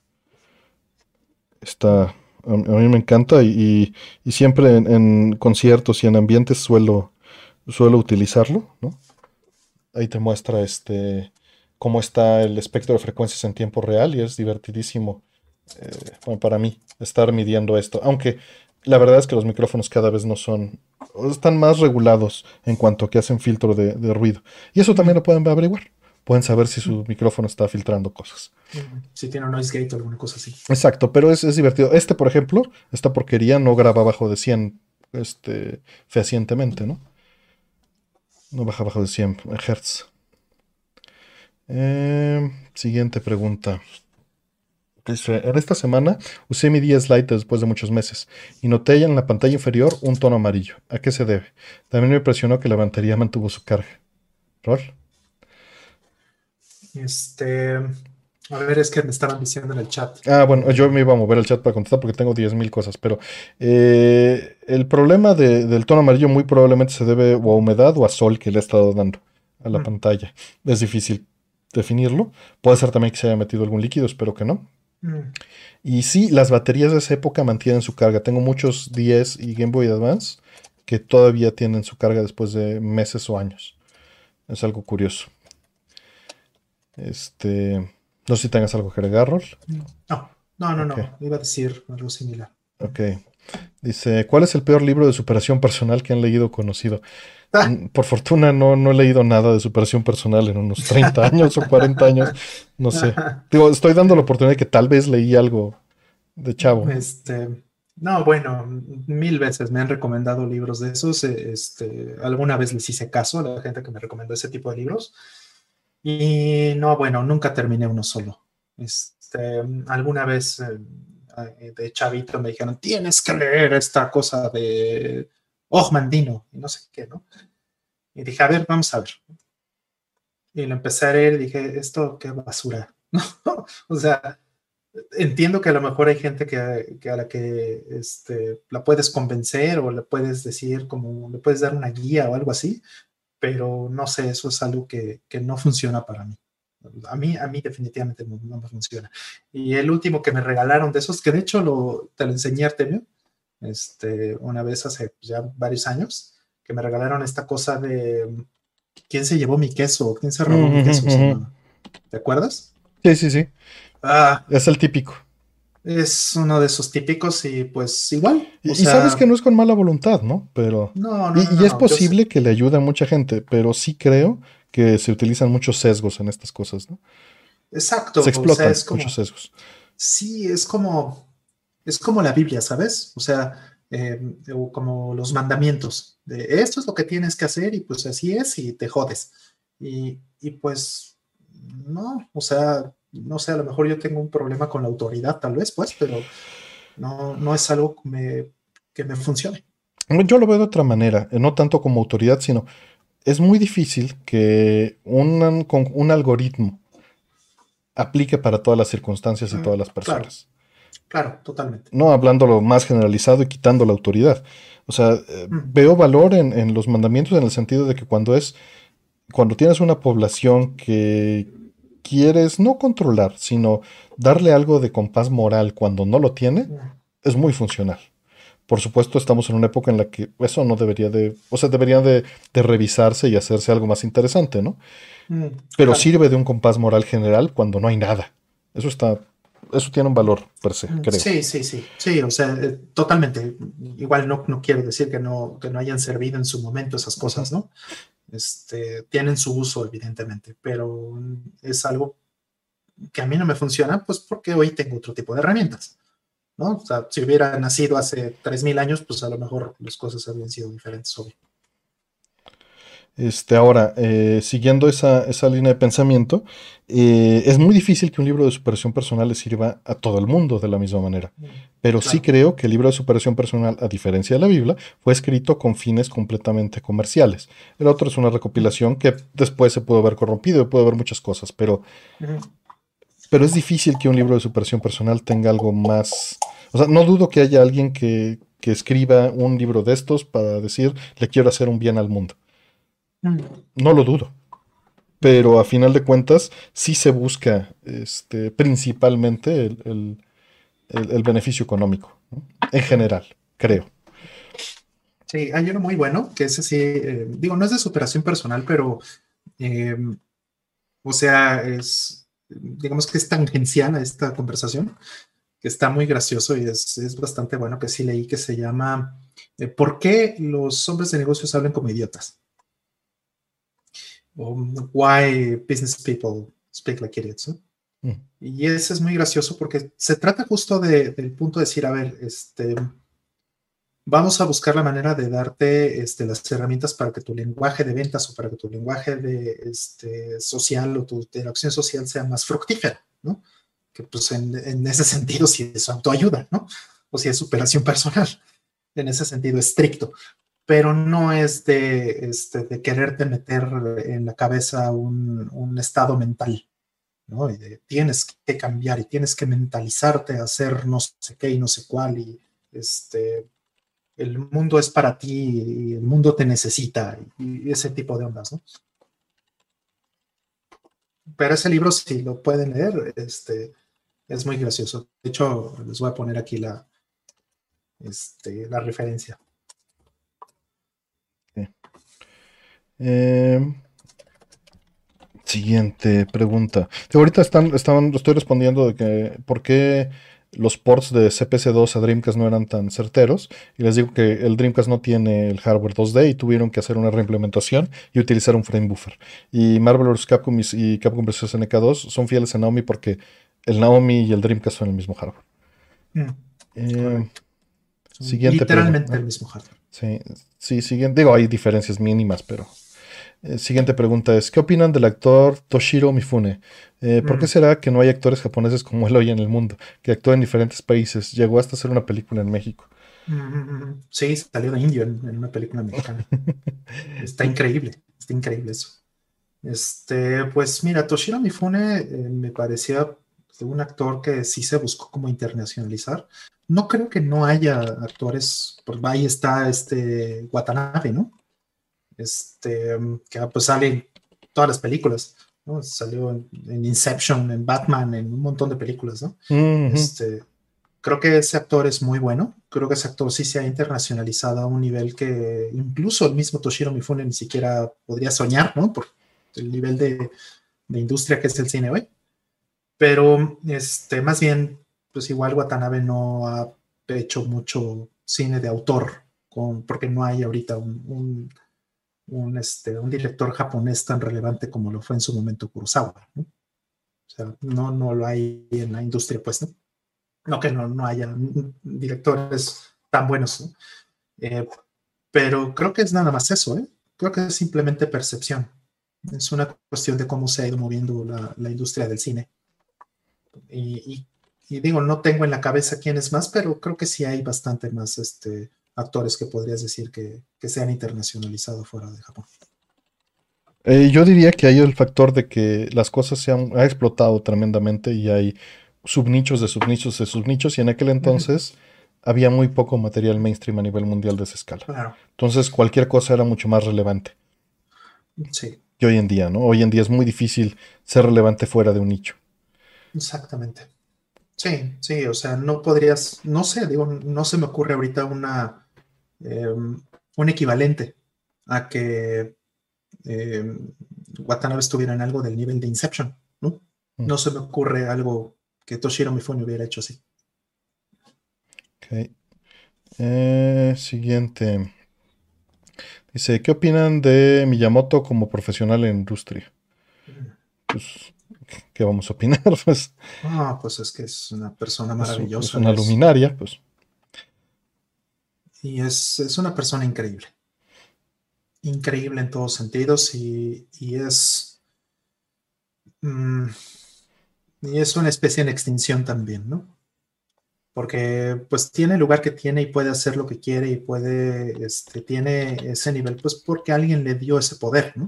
Mm. A mí me encanta y siempre en conciertos y en ambientes suelo utilizarlo, ¿no? Ahí te muestra cómo está el espectro de frecuencias en tiempo real y es divertidísimo, bueno, para mí estar midiendo esto. Aunque la verdad es que los micrófonos cada vez no son, o están más regulados en cuanto a que hacen filtro de ruido. Y eso también Mm. lo pueden averiguar. Pueden saber si Mm. su micrófono está filtrando cosas. Si tiene un noise gate o alguna cosa así. Exacto, pero es divertido. Por ejemplo, esta porquería no graba bajo de 100, fehacientemente, ¿no? No baja bajo de 100 Hz. Siguiente pregunta. Dice, en esta semana usé mi 10 Lite después de muchos meses y noté en la pantalla inferior un tono amarillo. ¿A qué se debe? También me impresionó que la batería mantuvo su carga. ¿Rol? A ver, es que me estaban diciendo en el chat. Ah, bueno, yo me iba a mover el chat para contestar porque tengo 10.000 cosas, pero el problema del tono amarillo muy probablemente se debe o a humedad o a sol que le he estado dando a la Mm. pantalla. Es difícil definirlo. Puede ser también que se haya metido algún líquido, espero que no. Mm. Y sí, las baterías de esa época mantienen su carga. Tengo muchos 10 y Game Boy Advance que todavía tienen su carga después de meses o años. Es algo curioso. No sé si tengas algo que agregar, Rol. No, Ok, iba a decir algo similar. ok. Dice, ¿cuál es el peor libro de superación personal que han leído o conocido? Por fortuna no he leído nada de superación personal en unos 30 años o 40 años, no sé. Digo, estoy dando la oportunidad de que tal vez leí algo de chavo, ¿no? No, bueno, mil veces me han recomendado libros de esos. Alguna vez les hice caso a la gente que me recomendó ese tipo de libros. Y no, bueno, nunca terminé uno solo. Alguna vez de chavito me dijeron, tienes que leer esta cosa de Mandino y no sé qué, ¿no? Y dije, a ver, vamos a ver. Y lo empecé a leer y dije, esto qué basura. O sea, entiendo que a lo mejor hay gente que a la que la puedes convencer o le puedes decir como, le puedes dar una guía o algo así, pero no sé, eso es algo que no funciona para mí. A mí definitivamente no me funciona. Y el último que me regalaron de esos, que de hecho te lo enseñé, Artemio, una vez hace ya varios años, que me regalaron esta cosa de ¿quién se llevó mi queso? ¿Quién se robó mi Ujú, queso? Se ujú. llamaba. ¿Te acuerdas? Sí, sí, sí. Ah, Es el típico. es uno de esos típicos y pues igual, o Y sabes que sea, no es con mala voluntad, ¿no? Pero. Y es no, yo sé. posible que le ayude a mucha gente, pero sí creo que se utilizan muchos sesgos en estas cosas, ¿no? Se Exacto, o sea, explotan muchos sesgos. sí, es como la Biblia, ¿sabes? O sea, o como los mandamientos, de esto es lo que tienes que hacer y pues así es y te jodes. Y pues, no, o sea, no sé, a lo mejor yo tengo un problema con la autoridad, tal vez, pues, pero no es algo que me funcione. Yo lo veo de otra manera, no tanto como autoridad, sino es muy difícil que con un algoritmo aplique para todas las circunstancias y todas las Claro, personas. claro, totalmente. No hablándolo más generalizado y quitando la autoridad. O sea, Mm, veo valor en los mandamientos en el sentido de que cuando tienes una población que quieres no controlar, sino darle algo de compás moral cuando no lo tiene, mm, es muy funcional. Por supuesto, estamos en una época en la que eso no debería o sea, debería de revisarse y hacerse algo más interesante, ¿no? Pero claro. sirve de un compás moral general cuando no hay nada. Eso tiene un valor per se, creo. Sí, sí, sí, sí, o sea, totalmente. Igual no quiero decir que no hayan servido en su momento esas Ujú. cosas, ¿no? Tienen su uso, evidentemente, pero es algo que a mí no me funciona, pues porque hoy tengo otro tipo de herramientas, ¿no? O sea, si hubiera nacido hace 3000 años, pues a lo mejor las cosas habrían sido diferentes hoy. Ahora, siguiendo esa línea de pensamiento, es muy difícil que un libro de superación personal le sirva a todo el mundo de la misma manera. Pero sí Claro. creo que el libro de superación personal, a diferencia de la Biblia, fue escrito con fines completamente comerciales. El otro es una recopilación que después se pudo haber corrompido, puede haber muchas cosas, pero es difícil que un libro de superación personal tenga algo más. O sea, no dudo que haya alguien que escriba un libro de estos para decir, le quiero hacer un bien al mundo. No lo dudo, pero a final de cuentas sí se busca principalmente el beneficio económico, ¿no? En general, creo. Sí, hay uno muy bueno, que ese sí, digo, no es de superación personal, pero eh, o sea, digamos que es tangencial a esta conversación, que está muy gracioso y es bastante bueno, que sí leí, que se llama ¿Por qué los hombres de negocios hablan como idiotas? O Why Business People Speak Like Idiots, ¿no? Mm. Y ese es muy gracioso porque se trata justo del punto de decir, a ver, vamos a buscar la manera de darte las herramientas para que tu lenguaje de ventas o para que tu lenguaje social o tu interacción social sea más fructífera, ¿no? Que pues en ese sentido sí es autoayuda, ¿no? O si es superación personal, en ese sentido estricto, pero no es de quererte meter en la cabeza un estado mental, ¿no? Y tienes que cambiar y tienes que mentalizarte a hacer no sé qué y no sé cuál y el mundo es para ti y el mundo te necesita y ese tipo de ondas, ¿no? Pero ese libro, si lo pueden leer, es muy gracioso. De hecho, les voy a poner aquí la referencia. Sí. Eh, Siguiente pregunta. Sí, ahorita estoy respondiendo de que por qué los ports de CPC-2 a Dreamcast no eran tan certeros. Y les digo que el Dreamcast no tiene el hardware 2D y tuvieron que hacer una reimplementación y utilizar un frame buffer. Y Marvel vs. Capcom y Capcom vs. SNK2 son fieles a Naomi porque el Naomi y el Dreamcast son el mismo hardware. Mm, Eh, correcto. Son Siguiente literalmente pregunta. el mismo hardware. Sí, sí, siguiente. Digo, hay diferencias mínimas, pero siguiente pregunta es, ¿qué opinan del actor Toshiro Mifune? ¿Por qué Mm, será que no hay actores japoneses como él hoy en el mundo, que actúan en diferentes países? Llegó hasta hacer una película en México. Sí, salió de indio en una película mexicana. Está increíble eso. Pues mira, Toshiro Mifune me parecía un actor que sí se buscó como internacionalizar. No creo que no haya actores, pues ahí está este Watanabe, ¿no? Que pues sale en todas las películas, ¿no? Salió en Inception, en Batman, en un montón de películas, ¿no? Ujú. Este, Creo que ese actor es muy bueno. Creo que ese actor sí se ha internacionalizado a un nivel que incluso el mismo Toshiro Mifune ni siquiera podría soñar, ¿no? Por el nivel de industria que es el cine hoy. Pero más bien, pues igual Watanabe no ha hecho mucho cine de autor, porque no hay ahorita un director japonés tan relevante como lo fue en su momento Kurosawa, ¿no? O sea, no lo hay en la industria, pues, ¿no? No que no haya directores tan buenos, ¿no? Eh, pero creo que es nada más eso, ¿eh? Creo que es simplemente percepción. Es una cuestión de cómo se ha ido moviendo la industria del cine. Y, y digo, no tengo en la cabeza quién es más, pero creo que sí hay bastante más actores que podrías decir que se han internacionalizado fuera de Japón. Yo diría que hay el factor de que las cosas ha explotado tremendamente y hay subnichos de subnichos de subnichos y en aquel Ujú. entonces había muy poco material mainstream a nivel mundial de esa escala. Claro, Entonces cualquier cosa era mucho más relevante sí, que hoy en día, ¿no? Hoy en día es muy difícil ser relevante fuera de un nicho. exactamente. Sí, sí, o sea, no podrías, no sé, digo, no se me ocurre ahorita un equivalente a que eh, Watanabe estuviera en algo del nivel de Inception, ¿no? Mm, No se me ocurre algo que Toshiro Mifune hubiera hecho así. ok. Siguiente. Dice, ¿qué opinan de Miyamoto como profesional en la industria? Pues, ¿qué vamos a opinar? Pues Ah, pues es que es una persona es maravillosa, una luminaria, pues. y es una persona increíble, increíble en todos sentidos mm, y es una especie en extinción también, ¿no? Porque pues tiene el lugar que tiene y puede hacer lo que quiere y tiene ese nivel, pues porque alguien le dio ese poder, ¿no?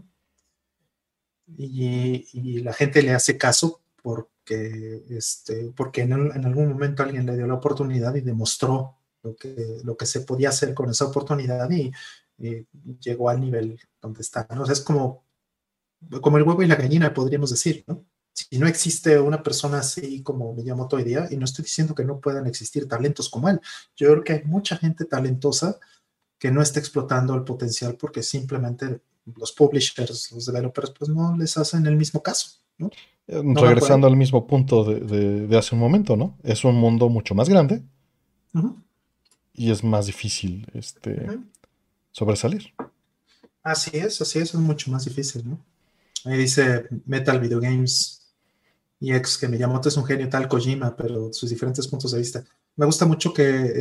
Y la gente le hace caso porque en algún momento alguien le dio la oportunidad y demostró lo que se podía hacer con esa oportunidad y llegó al nivel donde está, ¿no? O sea, es como el huevo y la gallina, podríamos decir, ¿no? Si no existe una persona así como Miyamoto hoy día, y no estoy diciendo que no puedan existir talentos como él, yo creo que hay mucha gente talentosa que no está explotando el potencial porque simplemente los publishers, los developers, pues no les hacen el mismo caso, ¿no? No van por Regresando ahí. al mismo punto de hace un momento, ¿no? Es un mundo mucho más grande Ujú, y es más difícil ujú. sobresalir. Así es mucho más difícil, ¿no? Ahí dice Metal Video Games EX que Miyamoto es un genio tal Kojima, pero sus diferentes puntos de vista. Me gusta mucho que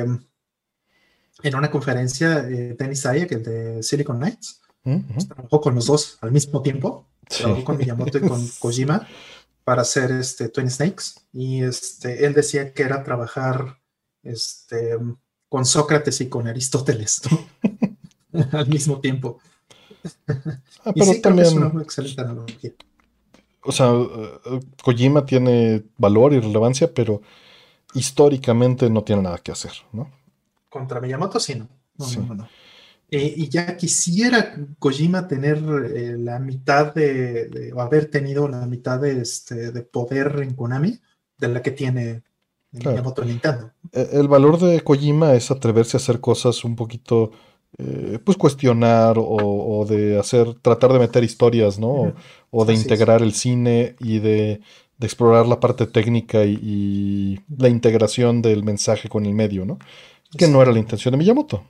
en una conferencia, Dennis Sayek, el de Silicon Knights, Ujú. pues, trabajó con los dos al mismo tiempo. Sí. Trabajó con Miyamoto y con Kojima para hacer Twin Snakes. Y él decía que era trabajar este, con Sócrates y con Aristóteles, ¿no? Al mismo tiempo. Y Pero sí, creo que es también, una excelente analogía. o sea, Kojima tiene valor y relevancia, pero históricamente no tiene nada que hacer, ¿no? Contra Miyamoto, sí, no. No, no, Sí, no, no. Y ya quisiera Kojima tener la mitad o haber tenido la mitad de poder en Konami de la que tiene claro. Miyamoto en Nintendo. El valor de Kojima es atreverse a hacer cosas un poquito pues cuestionar o de hacer, tratar de meter historias, ¿no? Ujú. O de Así es. integrar el cine y de explorar la parte técnica y la integración del mensaje con el medio, ¿no? Que no era la Exactamente. intención de Miyamoto.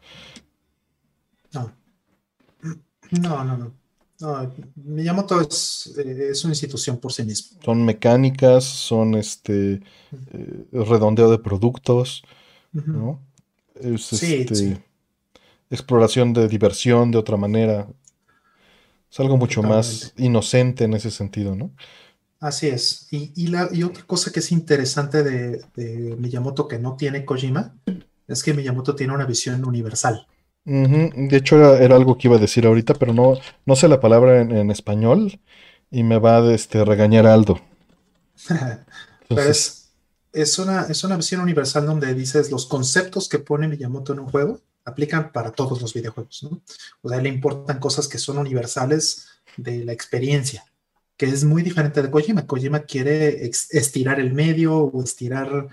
No, no, no, no. No, Miyamoto es una institución por sí mismo. Son mecánicas, son redondeo de productos, Ujú. ¿no? Es Sí, sí, exploración de diversión de otra manera. Es algo mucho más totalmente. inocente en ese sentido, ¿no? Así es. Y otra cosa que es interesante de Miyamoto que no tiene Kojima es que Miyamoto tiene una visión universal. Ujú. De hecho, era algo que iba a decir ahorita, pero no sé la palabra en español y me va a regañar Aldo. Pero Entonces, es una visión universal donde dices los conceptos que pone Miyamoto en un juego aplican para todos los videojuegos, ¿no? O sea, le importan cosas que son universales de la experiencia, que es muy diferente de Kojima. Kojima quiere estirar el medio o estirar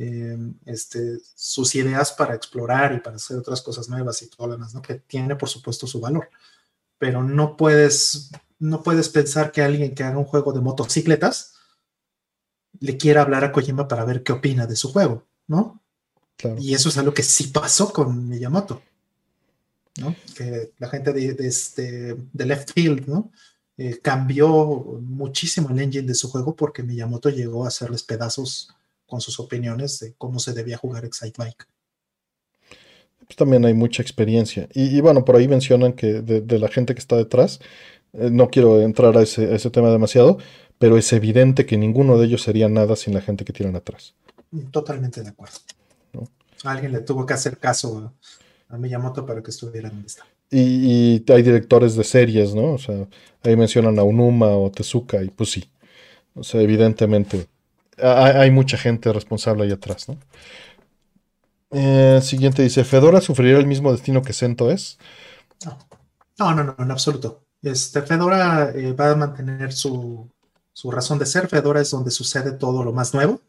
sus ideas para explorar y para hacer otras cosas nuevas y todo lo demás, ¿no? Que tiene, por supuesto, su valor. Pero no puedes pensar que alguien que haga un juego de motocicletas le quiera hablar a Kojima para ver qué opina de su juego, ¿no? claro. Y eso es algo que sí pasó con Miyamoto, ¿no? Que la gente de Left Field, ¿no? Cambió muchísimo el engine de su juego porque Miyamoto llegó a hacerles pedazos con sus opiniones de cómo se debía jugar Excitebike. Pues también hay mucha experiencia. Y bueno, por ahí mencionan que de la gente que está detrás, no quiero entrar a ese tema demasiado, pero es evidente que ninguno de ellos sería nada sin la gente que tienen atrás, Totalmente de acuerdo. ¿no? Alguien le tuvo que hacer caso a Miyamoto para que estuviera donde está. Y hay directores de series, ¿no? O sea, ahí mencionan a Unuma o Tezuka, y pues sí. O sea, evidentemente hay mucha gente responsable ahí atrás, ¿no? Siguiente dice, ¿Fedora sufrirá el mismo destino que CentOS? No, no, no, no, en absoluto. Fedora va a mantener su razón de ser. Fedora es donde sucede todo lo más nuevo.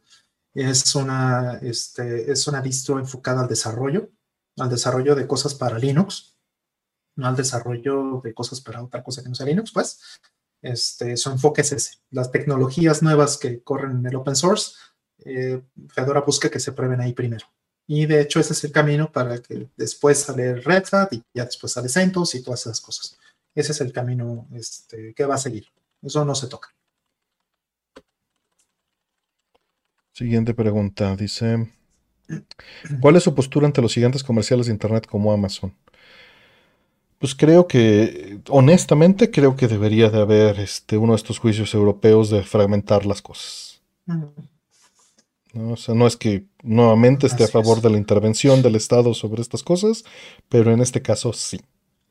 Es una distro enfocada al desarrollo de cosas para Linux, no al desarrollo de cosas para otra cosa que no sea Linux, pues. Su enfoque es ese. Las tecnologías nuevas que corren en el open source, Fedora busca que se prueben ahí primero. Y de hecho ese es el camino para que después sale Red Hat y ya después sale CentOS y todas esas cosas. Ese es el camino que va a seguir. Eso no se toca. Siguiente pregunta, dice, ¿cuál es su postura ante los gigantes comerciales de Internet como Amazon? Pues creo que, honestamente, creo que debería de haber uno de estos juicios europeos de fragmentar las cosas, ¿no? O sea, no es que nuevamente esté a Así favor de es. la intervención del Estado sobre estas cosas, pero en este caso sí.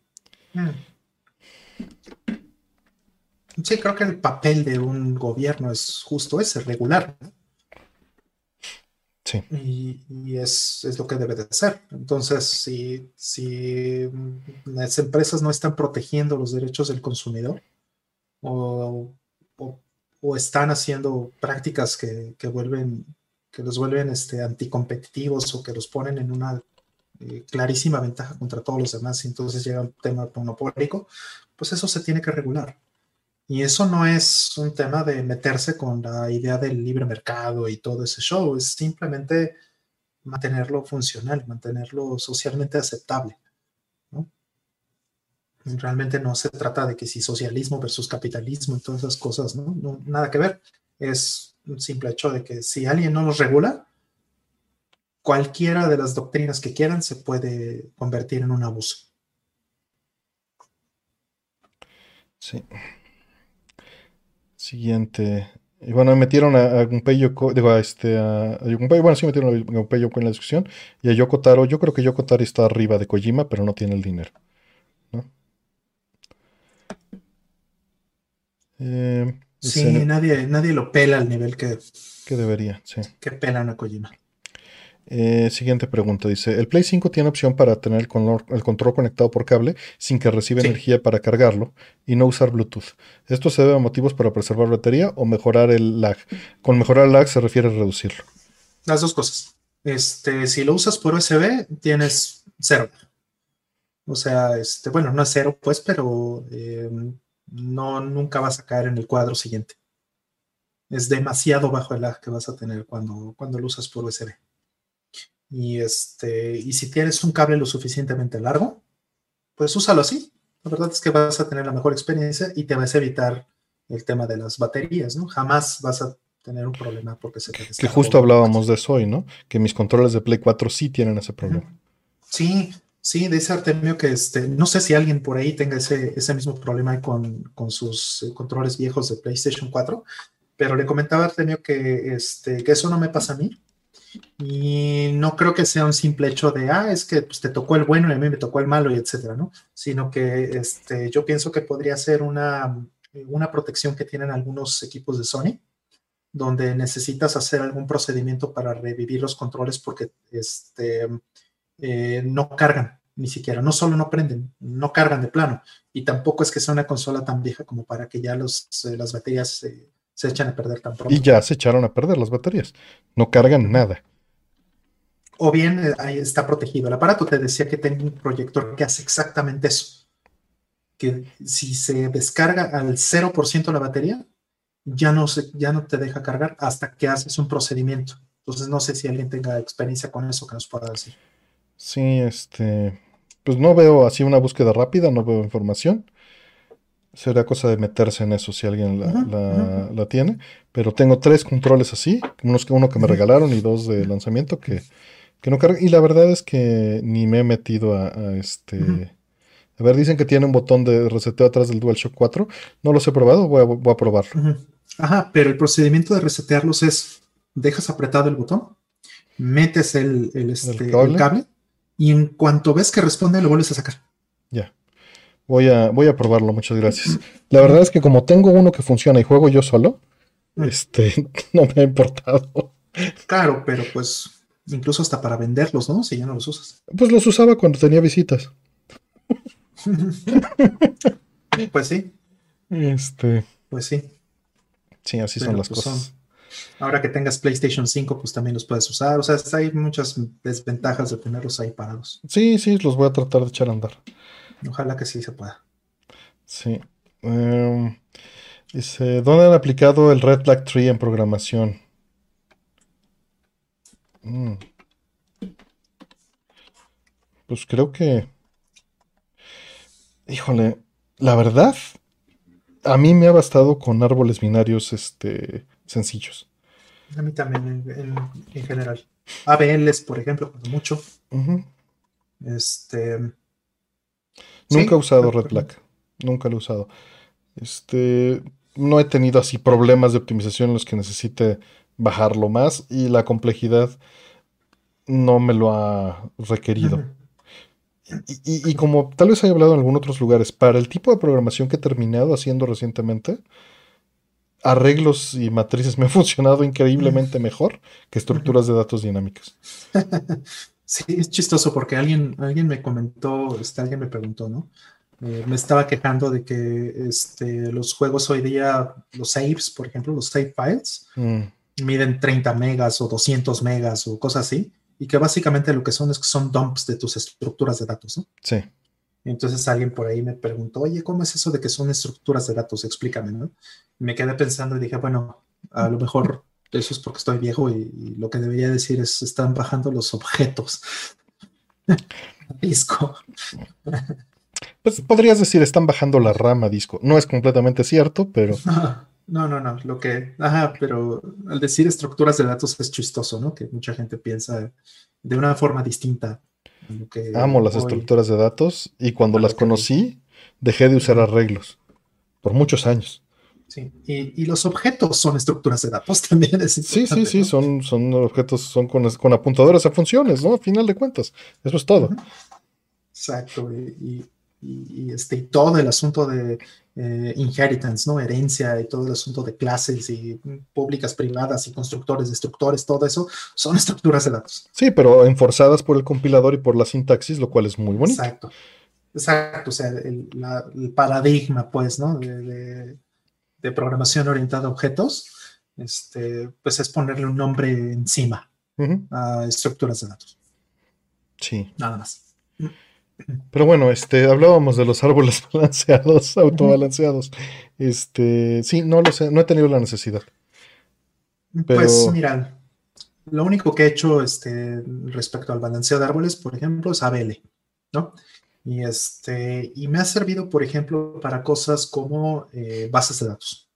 Sí, creo que el papel de un gobierno es justo ese, regular, ¿no? Sí. Y es lo que debe de ser. Entonces, si las empresas no están protegiendo los derechos del consumidor o, o- o están haciendo prácticas que los vuelven anticompetitivos o que los ponen en una clarísima ventaja contra todos los demás, y entonces llega un tema monopólico, pues eso se tiene que regular. Y eso no es un tema de meterse con la idea del libre mercado y todo ese show, es simplemente mantenerlo funcional, mantenerlo socialmente aceptable, ¿no? Realmente no se trata de que si socialismo versus capitalismo y todas esas cosas, ¿no? No, nada que ver. Es un simple hecho de que si alguien no los regula, cualquiera de las doctrinas que quieran se puede convertir en un abuso. Sí. Siguiente. Y bueno, metieron a Gunpei Yoko, digo, a Gunpei, bueno, sí metieron a Gunpei Yoko en la discusión, y a Yoko Taro, yo creo que Yoko Taro está arriba de Kojima, pero no tiene el dinero, ¿no? Sí, Dice nadie lo pela al nivel que debería, sí. que pelan a Kojima. Siguiente pregunta, dice, ¿el Play 5 tiene opción para tener el control conectado por cable sin que reciba Sí, energía para cargarlo y no usar Bluetooth? ¿Esto se debe a motivos para preservar batería o mejorar el lag? Con mejorar el lag se refiere a reducirlo. las dos cosas. Si lo usas por USB, tienes cero. O sea, bueno, no es cero, pues, pero no, nunca vas a caer en el cuadro siguiente. Es demasiado bajo el lag que vas a tener cuando lo usas por USB. Y si tienes un cable lo suficientemente largo, pues úsalo así. La verdad es que vas a tener la mejor experiencia y te vas a evitar el tema de las baterías, ¿no? Jamás vas a tener un problema porque se te Que descargó justo o algo hablábamos así. de eso hoy, ¿no? Que mis controles de Play 4 sí tienen ese Ujú. problema. Sí, sí, dice Artemio que no sé si alguien por ahí tenga ese mismo problema con sus controles viejos de PlayStation 4, pero le comentaba a Artemio que eso no me pasa a mí. Y no creo que sea un simple hecho de, es que pues, te tocó el bueno y a mí me tocó el malo y etcétera, ¿no? Sino que yo pienso que podría ser una protección que tienen algunos equipos de Sony, donde necesitas hacer algún procedimiento para revivir los controles porque no cargan ni siquiera, no solo no prenden, no cargan de plano. Y tampoco es que sea una consola tan vieja como para que ya las baterías se echan a perder tan Y pronto. ya se echaron a perder las baterías. No cargan Ujú. nada. O bien ahí está protegido el aparato. Te decía que tengo un proyector que hace exactamente eso, que si se descarga al 0% la batería, ya no te deja cargar hasta que haces un procedimiento. Entonces no sé si alguien tenga experiencia con eso que nos pueda decir. Sí, pues no veo así una búsqueda rápida, no veo información. Será cosa de meterse en eso si alguien Ujú, ujú, la tiene. Pero tengo tres controles así, uno que me ujú, regalaron y dos de lanzamiento que no cargan. Y la verdad es que ni me he metido ujú. A ver, dicen que tiene un botón de reseteo atrás del DualShock 4. No los he probado, voy a probarlo. Ujú. Ajá, pero el procedimiento de resetearlos es, dejas apretado el botón, metes El el cable, cable y en cuanto ves que responde, lo vuelves a sacar. ya. Voy a probarlo, muchas gracias. La Ujú. verdad es que como tengo uno que funciona y juego yo solo, Mm. no me ha importado. Claro, pero pues incluso hasta para venderlos, ¿no? Si ya no los usas. Pues los usaba cuando tenía visitas. Pues sí, Este, pues sí, sí, así son pero las pues cosas. ahora que tengas PlayStation 5, pues también los puedes usar. O sea, hay muchas desventajas de tenerlos ahí parados. Sí, sí, los voy a tratar de echar a andar. Ojalá que sí se pueda. Sí. Em, Dice, ¿dónde han aplicado el Red Flag Tree en programación? Mm, pues creo que, híjole, la verdad, a mí me ha bastado con árboles binarios, sencillos. A mí también, en general. ABLs, por ejemplo, cuando mucho. Ujú. Este, Nunca he sí, usado Red Flag, nunca lo he usado. Este, no he tenido así problemas de optimización en los que necesite bajarlo más y la complejidad no me lo ha requerido. ujú. Y como tal vez haya hablado en algunos otros lugares, para el tipo de programación que he terminado haciendo recientemente, arreglos y matrices me han funcionado increíblemente mejor que Ujú. estructuras de datos dinámicas. Sí, es chistoso porque alguien me comentó, alguien me preguntó, ¿no? Me estaba quejando de que los juegos hoy día, los saves, por ejemplo, los save files, Mm, miden 30 megas o 200 megas o cosas así, y que básicamente lo que son es que son dumps de tus estructuras de datos, ¿no? sí. Entonces alguien por ahí me preguntó, oye, ¿cómo es eso de que son estructuras de datos? Explícame, ¿no? Y me quedé pensando y dije, bueno, a lo mejor eso es porque estoy viejo y lo que debería decir es, están bajando los objetos a disco. Pues podrías decir, están bajando la rama disco. No es completamente cierto, pero No, no, no, ajá, pero al decir estructuras de datos es chistoso, ¿no? Que mucha gente piensa de una forma distinta a lo amo que las hoy, estructuras de datos y cuando a las lo que hoy. conocí, dejé de usar Ujú. arreglos por muchos años. Sí, y los objetos son estructuras de datos, también es Sí, sí, importante, sí, ¿no? son objetos, son con apuntadores a funciones, ¿no? A final de cuentas, eso es todo. Ujú. Exacto, y todo el asunto de inheritance, ¿no? Herencia y todo el asunto de clases y públicas, privadas y constructores, destructores, todo eso son estructuras de datos. Sí, pero enforzadas por el compilador y por la sintaxis, lo cual es muy bonito. Exacto, exacto, o sea, el paradigma, pues, ¿no? De programación orientada a objetos, pues es ponerle un nombre encima Ujú. a estructuras de datos, Sí. nada más. Pero bueno, hablábamos de los árboles balanceados, Ujú. autobalanceados. Sí, no lo sé, no he tenido la necesidad. Pues Pero, mira, lo único que he hecho respecto al balanceo de árboles, por ejemplo, es ABL, ¿no? Y me ha servido, por ejemplo, para cosas como bases de datos,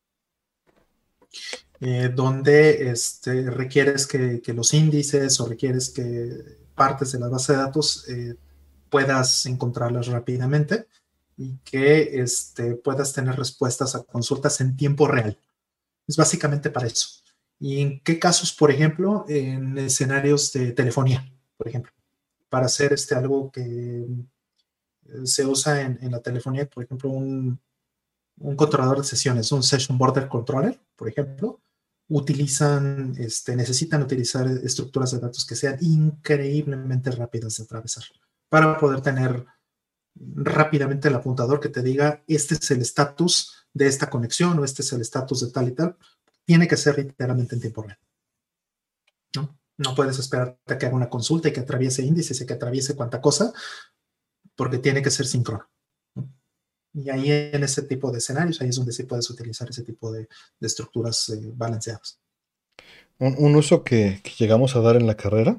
donde requieres que los índices o requieres que partes de la base de datos puedas encontrarlas rápidamente y que puedas tener respuestas a consultas en tiempo real. Es básicamente para eso. ¿Y en qué casos, por ejemplo? En escenarios de telefonía, por ejemplo, para hacer algo que se usa en la telefonía, por ejemplo, un controlador de sesiones, un Session Border Controller, por ejemplo, necesitan utilizar estructuras de datos que sean increíblemente rápidas de atravesar para poder tener rápidamente el apuntador que te diga, este es el estatus de esta conexión o este es el estatus de tal y tal. Tiene que ser literalmente en tiempo real, ¿no? No puedes esperar a que haga una consulta y que atraviese índices y que atraviese cuanta cosa, porque tiene que ser síncrono, ¿no? Y ahí en ese tipo de escenarios, ahí es donde sí puedes utilizar ese tipo de estructuras balanceadas. un uso que llegamos a dar en la carrera,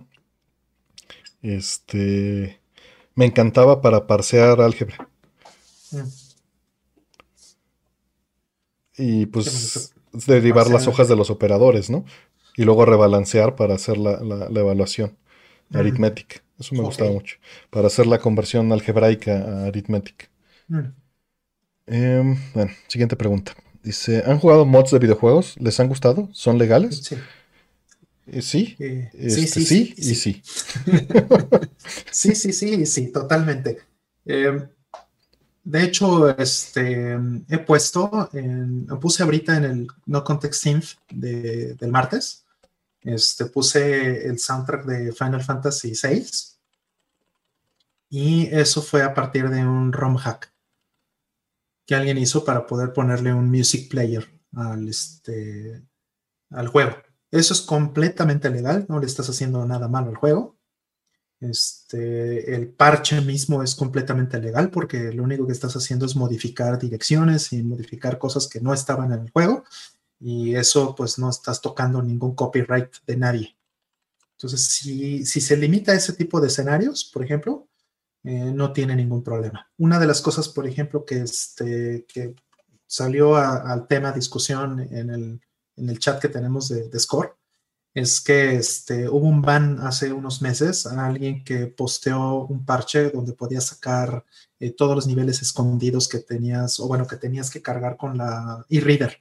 me encantaba para parsear álgebra. Mm, Y qué bonito. pues derivar Parcial las hojas de álgebra. los operadores, ¿no? Y luego rebalancear para hacer la evaluación Mm, aritmética. Eso me ok. gustaba mucho. Para hacer la conversión algebraica a aritmética. Mm, Bueno, siguiente pregunta. Dice, ¿han jugado mods de videojuegos? ¿Les han gustado? ¿Son legales? sí. Sí, Sí, sí, sí, sí y y sí. sí. Sí, sí, sí, sí, totalmente. Eh, de hecho, he puesto, puse ahorita en el No Context Synth del martes, puse el soundtrack de Final Fantasy VI y eso fue a partir de un ROM hack que alguien hizo para poder ponerle un music player al juego. Eso es completamente legal, no le estás haciendo nada malo al juego. El parche mismo es completamente legal porque lo único que estás haciendo es modificar direcciones y modificar cosas que no estaban en el juego y eso pues no estás tocando ningún copyright de nadie. Entonces, si se limita a ese tipo de escenarios, por ejemplo, no tiene ningún problema. Una de las cosas, por ejemplo, que salió al tema discusión en el chat que tenemos de Score, es que hubo un ban hace unos meses a alguien que posteó un parche donde podías sacar todos los niveles escondidos que tenías, o bueno, que tenías que cargar con la e-reader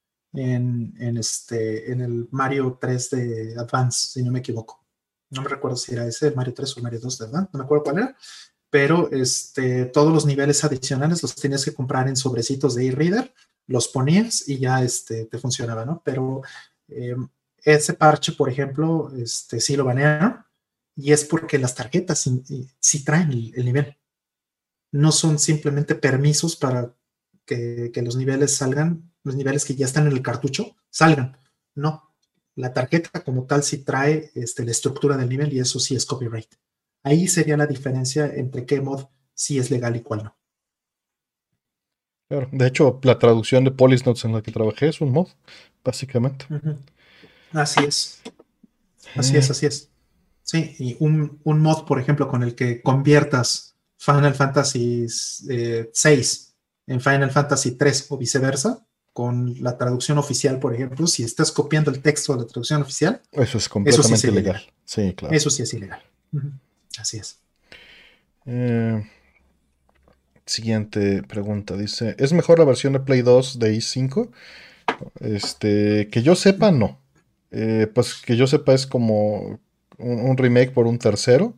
en el Mario 3 de Advance, si no me equivoco. No me recuerdo si era ese, el Mario 3 o el Mario 2 de Advance, no me acuerdo cuál era, pero todos los niveles adicionales los tenías que comprar en sobrecitos de e-reader, los ponías y ya te funcionaba, ¿no? Pero eh, ese parche, por ejemplo, sí lo banearon y es porque las tarjetas sí traen el nivel. No son simplemente permisos para que los niveles salgan, los niveles que ya están en el cartucho salgan. No, la tarjeta como tal sí trae la estructura del nivel y eso sí es copyright. Ahí sería la diferencia entre qué mod sí es legal y cuál no. Claro. De hecho, la traducción de Notes en la que trabajé es un mod, básicamente. Uh -huh. Así es, así es, Eh, así es. Sí, y un mod, por ejemplo, con el que conviertas Final Fantasy 6 en Final Fantasy 3 o viceversa, con la traducción oficial, por ejemplo, si estás copiando el texto de la traducción oficial, Eso es eso sí completamente sería legal. ilegal. Sí, claro. Eso sí es ilegal. Uh -huh. Así es. Eh, Siguiente pregunta. Dice, ¿es mejor la versión de Play 2 de i5? Que yo sepa, no. Pues que yo sepa es como un remake por un tercero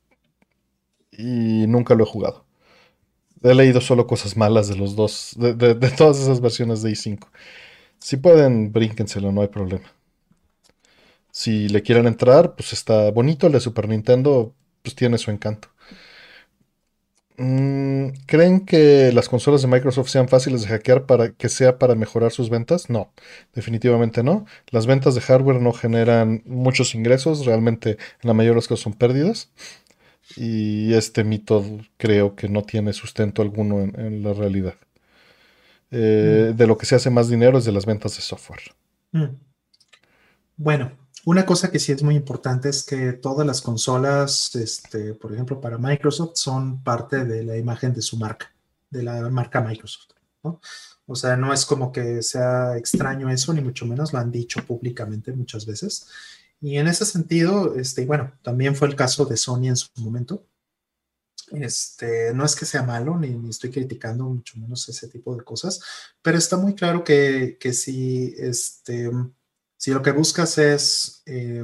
y nunca lo he jugado. He leído solo cosas malas de los dos, de todas esas versiones de i5. Si pueden, brínquenselo, no hay problema. Si le quieren entrar, pues está bonito. El de Super Nintendo, pues tiene su encanto. ¿Creen que las consolas de Microsoft sean fáciles de hackear para que sea para mejorar sus ventas? No, definitivamente no. Las ventas de hardware no generan muchos ingresos, realmente en la mayoría de los casos son pérdidas. Y este mito creo que no tiene sustento alguno en la realidad. Mm, De lo que se hace más dinero es de las ventas de software. mm. Bueno, una cosa que sí es muy importante es que todas las consolas, por ejemplo, para Microsoft, son parte de la imagen de su marca, de la marca Microsoft, ¿no? O sea, no es como que sea extraño eso, ni mucho menos, lo han dicho públicamente muchas veces. Y en ese sentido, bueno, también fue el caso de Sony en su momento. No es que sea malo, ni estoy criticando mucho menos ese tipo de cosas, pero está muy claro que si, si lo que buscas es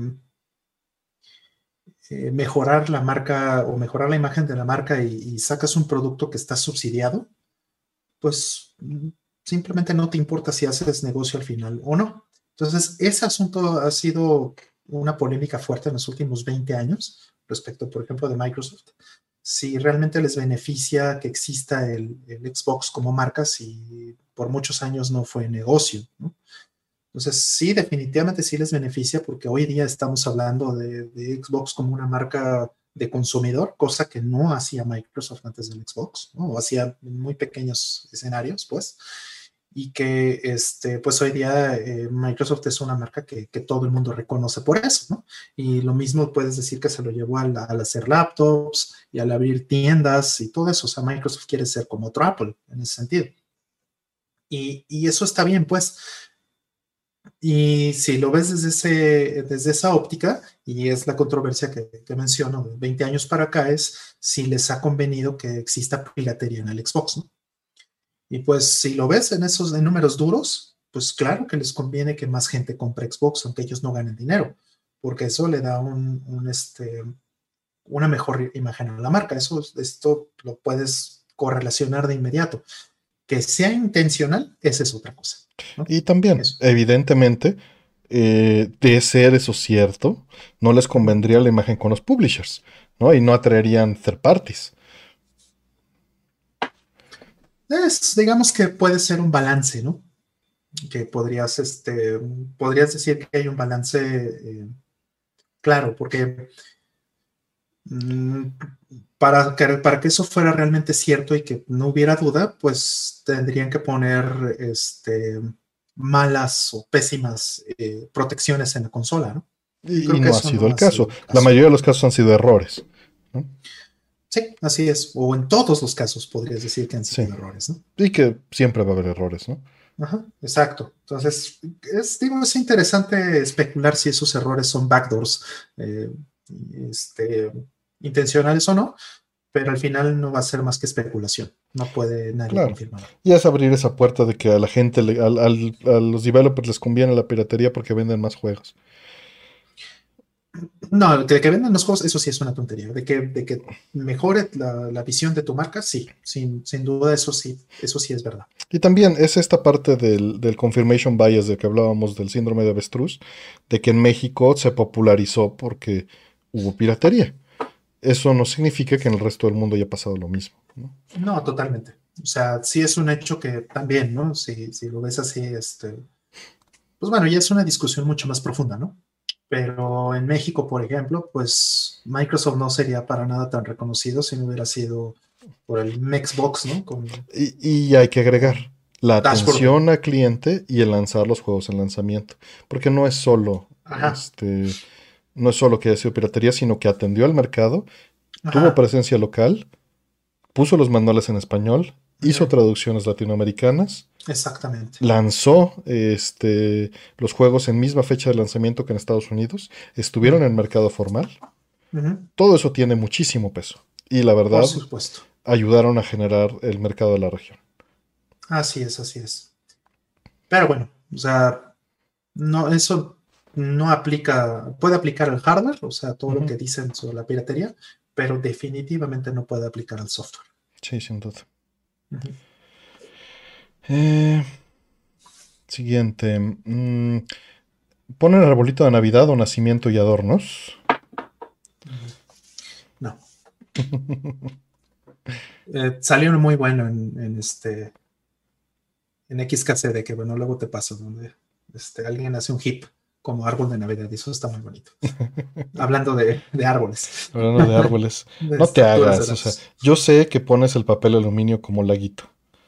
mejorar la marca o mejorar la imagen de la marca y sacas un producto que está subsidiado, pues simplemente no te importa si haces negocio al final o no. Entonces, ese asunto ha sido una polémica fuerte en los últimos 20 años respecto, por ejemplo, de Microsoft. Si realmente les beneficia que exista el Xbox como marca, si por muchos años no fue negocio, ¿no? Entonces, sí, definitivamente sí les beneficia porque hoy día estamos hablando de Xbox como una marca de consumidor, cosa que no hacía Microsoft antes del Xbox, ¿no? O hacía en muy pequeños escenarios, pues, y que, pues hoy día Microsoft es una marca que todo el mundo reconoce por eso, ¿no? Y lo mismo puedes decir que se lo llevó al hacer laptops y al abrir tiendas y todo eso, o sea, Microsoft quiere ser como otro Apple en ese sentido. Y eso está bien, pues, y si lo ves desde esa óptica, y es la controversia que menciono de 20 años para acá, es si les ha convenido que exista piratería en el Xbox, ¿no? Y pues si lo ves en esos en números duros, pues claro que les conviene que más gente compre Xbox, aunque ellos no ganen dinero, porque eso le da una mejor imagen a la marca. Esto lo puedes correlacionar de inmediato. Que sea intencional, esa es otra cosa, ¿no? Y también, Eso. evidentemente, de ser eso cierto, no les Ujú. convendría la imagen con los publishers, ¿no? Y no atraerían third parties. Digamos que puede ser un balance, ¿no? Que podrías decir que hay un balance claro, porque mm, para que eso fuera realmente cierto y que no hubiera duda, pues tendrían que poner malas o pésimas protecciones en la consola, ¿no? Y Y creo que no ha eso sido no el ha sido caso. el La caso. mayoría de los casos han sido errores, ¿no? Sí, así es. O en todos los casos podrías decir que han Sí. sido errores, ¿no? Y que siempre va a haber errores, ¿no? Ajá, exacto. Entonces, es interesante especular si esos errores son backdoors, eh, este, intencionales o no, pero al final no va a ser más que especulación. No puede nadie Claro. confirmarlo. Y es abrir esa puerta de que a la gente, a los developers les conviene la piratería porque venden más juegos. No, de que vendan los juegos, eso sí es una tontería. De que mejore la visión de tu marca, sí, sin duda, eso sí es verdad. Y también es esta parte del confirmation bias de que hablábamos del síndrome de avestruz, de que en México se popularizó porque hubo piratería. Eso no significa que en el resto del mundo haya pasado lo mismo, ¿no? No, totalmente. O sea, sí es un hecho que también, ¿no? Si lo ves así, pues bueno, ya es una discusión mucho más profunda, ¿no? Pero en México, por ejemplo, pues Microsoft no sería para nada tan reconocido si no hubiera sido por el Xbox, ¿no? Y hay que agregar la Dashboard. atención al cliente y el lanzar los juegos en lanzamiento. Porque Ajá, no es solo que haya sido piratería, sino que atendió al mercado, tuvo ajá. presencia local, puso los manuales en español, hizo Ujú, traducciones latinoamericanas, exactamente. lanzó los juegos en misma fecha de lanzamiento que en Estados Unidos, estuvieron en el Ujú, mercado formal. ujú. Todo eso tiene muchísimo peso. Y la Por verdad, supuesto. ayudaron a generar el mercado de la región. Así es, así es. Pero bueno, o sea, no, eso no aplica, puede aplicar al hardware, o sea, todo lo Ujú. que dicen sobre la piratería, pero definitivamente no puede aplicar al software. Sí, sin duda. Ujú. Eh, Siguiente. ¿Ponen arbolito de Navidad o nacimiento y adornos? No. Salió uno muy bueno en XKCD, que bueno, luego te paso, donde alguien hace un hip. como árbol de Navidad, y eso está muy bonito. Hablando de árboles, Hablando de árboles. de No te estructuras de hagas, o sea, datos. yo sé que pones el papel aluminio como laguito.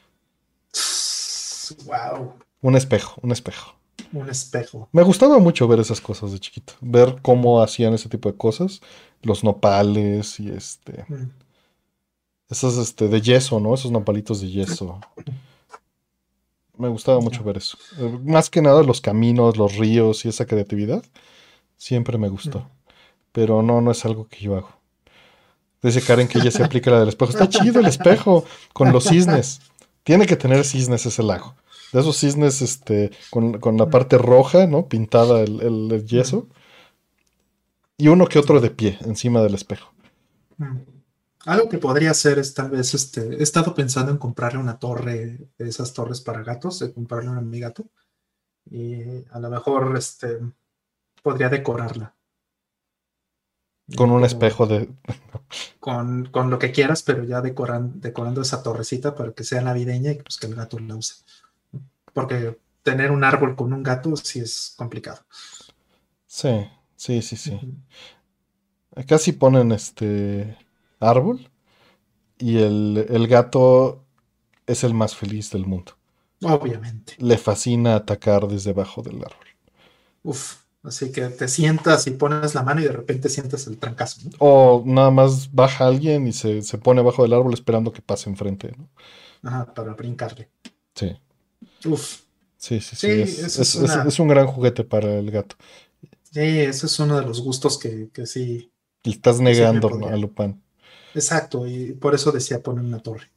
Wow, Un espejo, un espejo. un espejo. Me gustaba mucho ver esas cosas de chiquito. Ver cómo hacían ese tipo de cosas. Los nopales y Mm, esos de yeso, ¿no? Esos nopalitos de yeso. Me gustaba mucho ya, ver eso. Más que nada los caminos, los ríos y esa creatividad. Siempre me mm. gustó. Pero no, no es algo que yo hago. Dice Karen que ella se aplica la del espejo. Está chido el espejo con los cisnes. Tiene que tener cisnes ese lago. De esos cisnes, con la Mm, parte roja, ¿no? Pintada el mm, yeso. Y uno que otro de ya, pie, encima del espejo. mm. Algo que podría hacer es tal vez, he estado pensando en comprarle una torre, de esas torres para gatos, de comprarle una a mi gato, y a lo mejor, podría decorarla, Con un como espejo de. con lo que quieras, pero ya decorando esa torrecita para que sea navideña y pues que el gato la use. Porque tener un árbol con un gato sí es complicado. Sí, sí, sí, sí. Ujú. Acá sí ponen árbol y el gato es el más feliz del mundo. Obviamente. Le fascina atacar desde abajo del árbol. Uf. Así que te sientas y pones la mano y de repente sientes el trancazo, ¿no? O nada más baja alguien y se pone abajo del árbol esperando que pase enfrente, ¿no? Ajá, para brincarle. Sí, Uf. sí, sí, Sí, sí. eso es una. Es un gran juguete para el gato. Sí, eso es uno de los gustos que sí, Le estás que sí me negando, ¿no? A podría. Lupin. Exacto, y por eso decía poner una torre.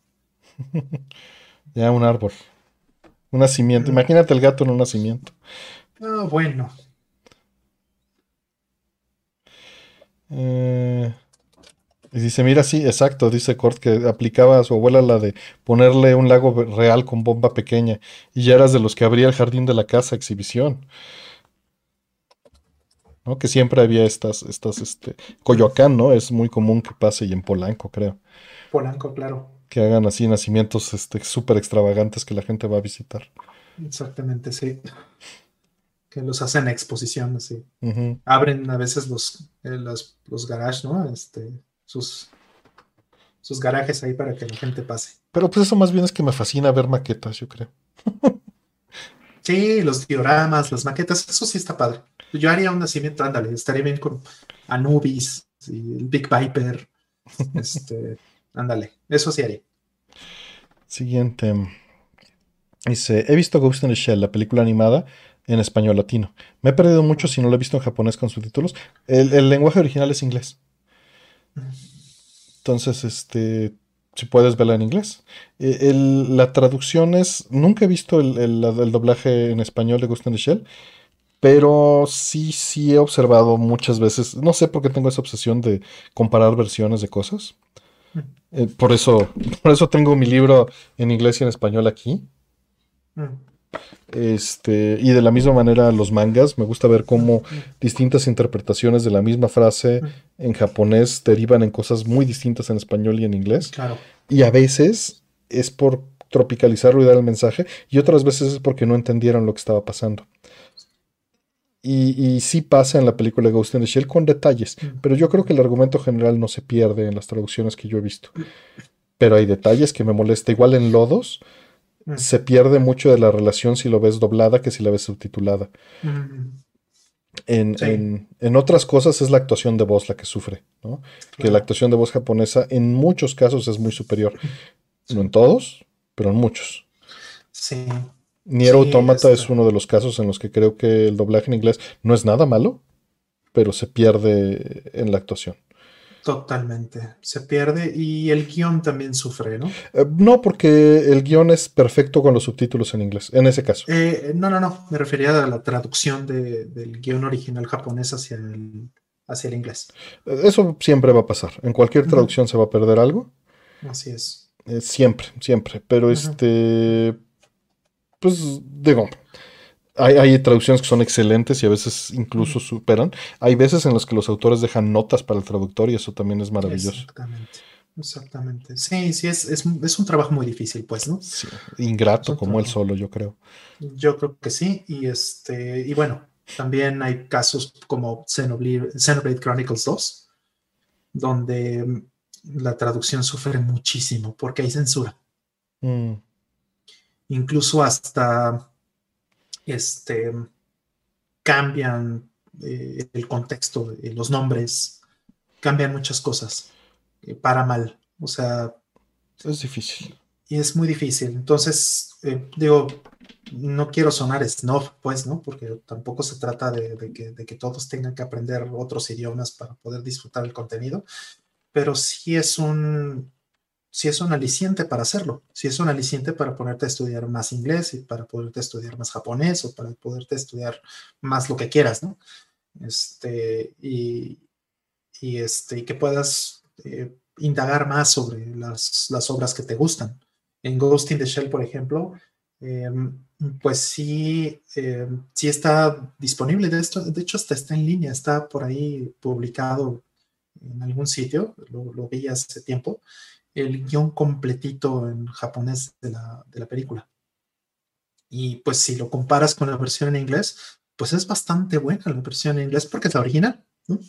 Ya un árbol. Un nacimiento. Mm. Imagínate el gato en un nacimiento. Ah, bueno. Eh, y dice, mira, sí, exacto, dice Kurt que aplicaba a su abuela la de ponerle un lago real con bomba pequeña y ya eras de los que abría el jardín de la casa a exhibición, ¿no? Que siempre había Mm. Coyoacán, ¿no? Es muy común que pase y en Polanco, creo, Polanco, claro. que hagan así nacimientos, súper extravagantes que la gente va a visitar. Exactamente, sí. Que los hacen en exposición, así. Ujú. Abren a veces los garages, ¿no? Sus garajes ahí para que la gente pase. Pero pues eso más bien es que me fascina ver maquetas, yo creo. Sí, los dioramas, las maquetas, eso sí está padre. Yo haría un nacimiento, ándale, estaría bien con Anubis y el Big Viper, ándale, eso sí haría. Siguiente. Dice, he visto Ghost in the Shell, la película animada en español latino. Me he perdido mucho si no lo he visto en japonés con subtítulos. El lenguaje original es inglés. Entonces, si puedes verla en inglés. La traducción es, nunca he visto el doblaje en español de Ghost in the Shell, pero sí, sí he observado muchas veces, no sé por qué tengo esa obsesión de comparar versiones de cosas. Por eso, por eso tengo mi libro en inglés y en español aquí. Y de la misma manera los mangas, me gusta ver cómo distintas interpretaciones de la misma frase en japonés derivan en cosas muy distintas en español y en inglés. Claro. Y a veces es por tropicalizarlo y dar el mensaje, y otras veces es porque no entendieron lo que estaba pasando. Y sí pasa en la película Ghost in the Shell con detalles, pero yo creo que el argumento general no se pierde en las traducciones que yo he visto. Pero hay detalles que me molesta. Igual en Lodos se pierde mucho de la relación si lo ves doblada que si la ves subtitulada. Sí, En otras cosas es la actuación de voz la que sufre, ¿no? Que la claro. actuación de voz japonesa en muchos casos es muy superior. No en todos, pero en muchos. Sí, Nier sí, Automata es uno de los casos en los que creo que el doblaje en inglés no es nada malo, pero se pierde en la actuación. totalmente. Se pierde y el guión también sufre, ¿no? No, porque el guión es perfecto con los subtítulos en inglés, en ese caso. No, no, no. Me refería a la traducción del guión original japonés hacia el inglés. Eso siempre va a pasar. En cualquier Ujú. traducción se va a perder algo. Así es. Siempre, siempre. Pero Ujú. pues digo, hay traducciones que son excelentes y a veces incluso Ujú. superan. Hay veces en las que los autores dejan notas para el traductor y eso también es maravilloso. Exactamente. Exactamente. Sí, sí, es un trabajo muy difícil, pues, ¿no? Sí, Es ingrato un como él trabajo. solo, yo creo. Yo creo que sí. Y bueno. También hay casos como Xenoblade Chronicles 2, donde la traducción sufre muchísimo porque hay censura. Mm, Incluso hasta este, cambian el contexto, los nombres, cambian muchas cosas para mal. O sea, es difícil. y es muy difícil. Entonces, digo, no quiero sonar snob, pues, ¿no? Porque tampoco se trata de que todos tengan que aprender otros idiomas para poder disfrutar el contenido, pero sí es un aliciente para hacerlo. Sí es un aliciente para ponerte a estudiar más inglés y para poderte estudiar más japonés o para poderte estudiar más lo que quieras, ¿no? Este, y que puedas indagar más sobre las obras que te gustan. En Ghost in the Shell, por ejemplo, eh, pues sí, sí está disponible. De hecho, hasta está en línea, está por ahí publicado en algún sitio, lo vi hace tiempo, el guión completito en japonés de la película. Y pues si lo comparas con la versión en inglés, pues es bastante buena la versión en inglés porque es la original, ¿no?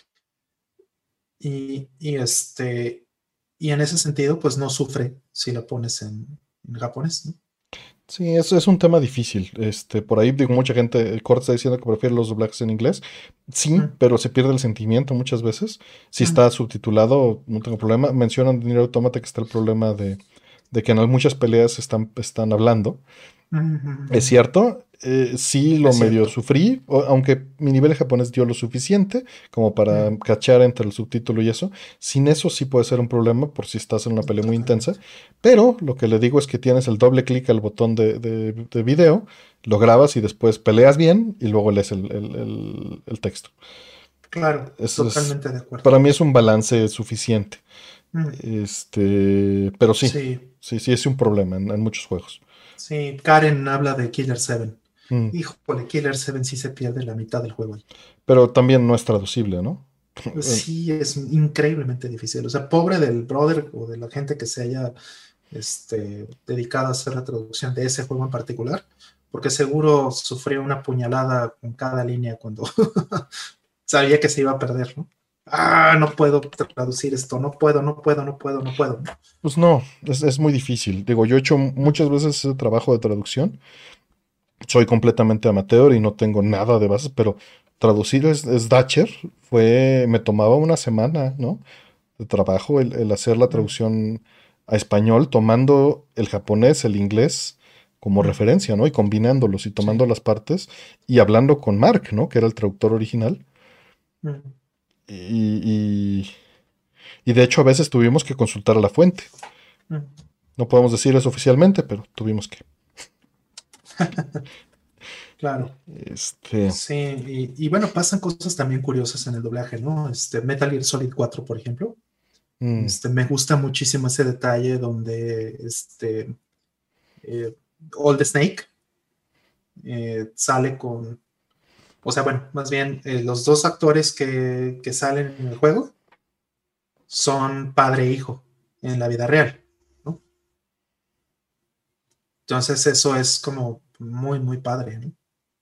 Y en ese sentido, pues no sufre si la pones en japonés, ¿no? Sí, es un tema difícil. Por ahí digo, mucha gente, el corte está diciendo que prefiere los doblajes en inglés. Sí, Mm, pero se pierde el sentimiento muchas veces. Si mm, está subtitulado, no tengo problema. Mencionan en Nier Automata que está el problema de que en muchas peleas están hablando. mm, Es mm. cierto, sí lo Es medio cierto. sufrí, aunque mi nivel de japonés dio lo suficiente como para Mm, cachar entre el subtítulo y eso. Sin eso sí puede ser un problema por si estás en una pelea muy intensa. totalmente. Pero lo que le digo es que tienes el doble clic al botón de video, lo grabas y después peleas bien y luego lees el texto. Claro, Es, totalmente de acuerdo. para mí es un balance suficiente. Mm, Pero sí, sí, sí es un problema en muchos juegos. sí. Karen habla de Killer 7. Mm. Híjole, Killer 7 sí se pierde la mitad del juego ahí. Pero también no es traducible, ¿no? Sí, es increíblemente difícil. O sea, pobre del brother o de la gente que se haya dedicado a hacer la traducción de ese juego en particular, porque seguro sufrió una puñalada con cada línea cuando sabía que se iba a perder, ¿no? Ah, no puedo traducir esto, no puedo, no puedo, no puedo, no puedo. Pues no, es muy difícil. Digo, yo he hecho muchas veces ese trabajo de traducción. Soy completamente amateur y no tengo nada de bases, pero traducir es Datcher me tomaba una semana, ¿no? De trabajo el hacer la Mm, traducción a español, tomando el japonés, el inglés como mm, referencia, ¿no? Y combinándolos y sí. tomando las partes y hablando con Mark, ¿no? Que era el traductor original. Mm, Y, y de hecho a veces tuvimos que consultar a la fuente. mm. No podemos decir eso oficialmente, pero tuvimos que. Claro. Este, Sí, y bueno, pasan cosas también curiosas en el doblaje, ¿no? Metal Gear Solid 4, por ejemplo. mm, Me gusta muchísimo ese detalle donde eh, Old Snake sale con, o sea, bueno, más bien los dos actores que salen en el juego son padre e hijo en la vida real, ¿no? Entonces eso es como muy, muy padre, ¿no?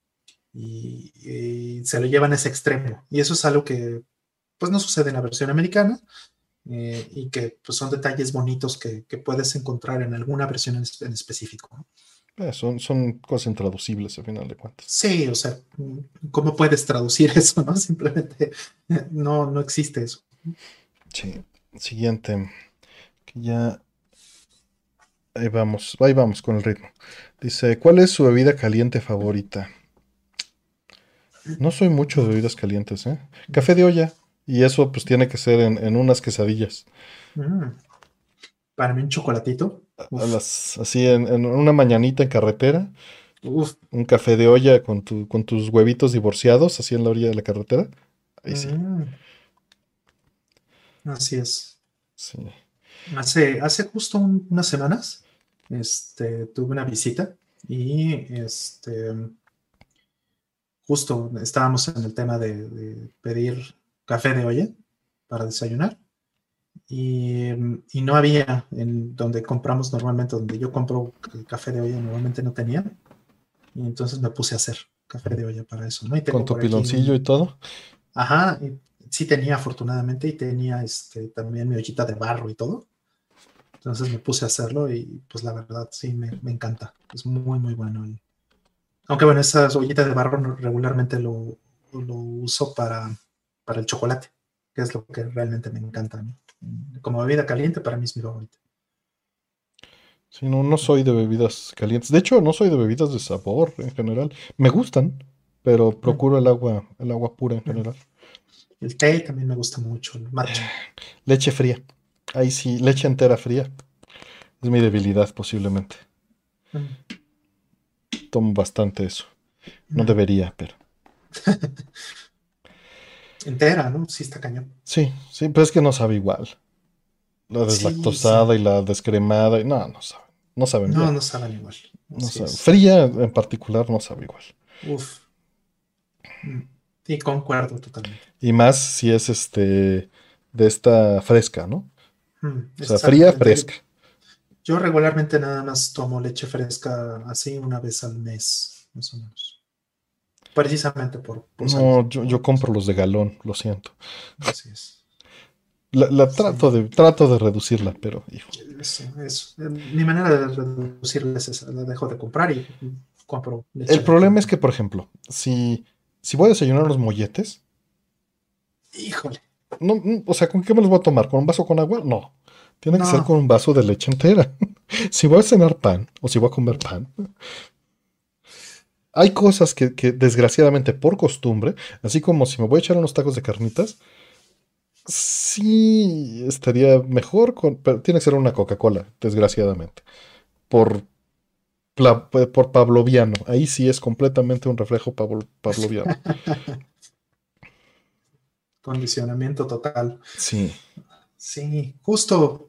Y se lo llevan a ese extremo. Y eso es algo que pues no sucede en la versión americana y que pues, son detalles bonitos que puedes encontrar en alguna versión en específico, ¿no? son cosas intraducibles, a final de cuentas. Sí, o sea, ¿cómo puedes traducir eso, no? Simplemente no existe eso. Sí. Siguiente. Que ya. Ahí vamos con el ritmo. Dice, ¿cuál es su bebida caliente favorita? No soy mucho de bebidas calientes, ¿eh? Café de olla. Y eso pues tiene que ser en unas quesadillas. Mm, para mí un chocolatito, uf, Así en una mañanita en carretera. uf, Un café de olla con tus huevitos divorciados, así en la orilla de la carretera. Ahí sí. mm, así es. Sí. Hace justo unas semanas, tuve una visita y justo estábamos en el tema de pedir café de olla para desayunar y no había en donde compramos normalmente, donde yo compro el café de olla, normalmente no tenía y entonces me puse a hacer. café de olla para eso, ¿no? Y Con tengo tu por aquí piloncillo y todo. ajá, y sí tenía afortunadamente y tenía también mi ollita de barro y todo. Entonces me puse a hacerlo y pues la verdad sí me encanta. Es muy, muy bueno. Aunque bueno, esas ollitas de barro regularmente lo uso para el chocolate, que es lo que realmente me encanta, ¿no? Como bebida caliente para mí es mi favorita. Sí, no, no soy de bebidas calientes. De hecho, no soy de bebidas de sabor en general. Me gustan, pero Mm, procuro el agua pura en mm. general. El té también me gusta mucho, el matcha. Leche fría. Ahí sí, leche entera fría. Es mi debilidad posiblemente. Mm, Tomo bastante eso. No mm. debería, pero. Entera, ¿no? Sí, está cañón. Sí, sí, pero es que no sabe igual. La Sí, sí. deslactosada y la descremada. No, no saben. No saben No, bien. no saben igual. No Así saben. es. Fría en particular no sabe igual. Uf. Mm. Sí, concuerdo totalmente. Y más si es de esta fresca, ¿no? O sea, fría, Exactamente. fresca. Yo regularmente nada más tomo leche fresca así una vez al mes, más o menos. Precisamente por salud, No, yo ¿no? compro los de galón, lo siento. Así es. La Sí, trato de reducirla, pero, hijo. eso. Mi manera de reducirla es esa. La dejo de comprar y compro leche El natural. problema es que, por ejemplo, si voy a desayunar unos molletes, Híjole. no, o sea, ¿con qué me los voy a tomar? ¿Con un vaso con agua? No. Tiene que ser No. con un vaso de leche entera. Si voy a cenar pan o si voy a comer pan, hay cosas que desgraciadamente por costumbre, así como si me voy a echar unos tacos de carnitas, sí estaría mejor pero tiene que ser una Coca-Cola, desgraciadamente. Por, por pavloviano. Ahí sí es completamente un reflejo pavloviano. Condicionamiento total. Sí. Sí, justo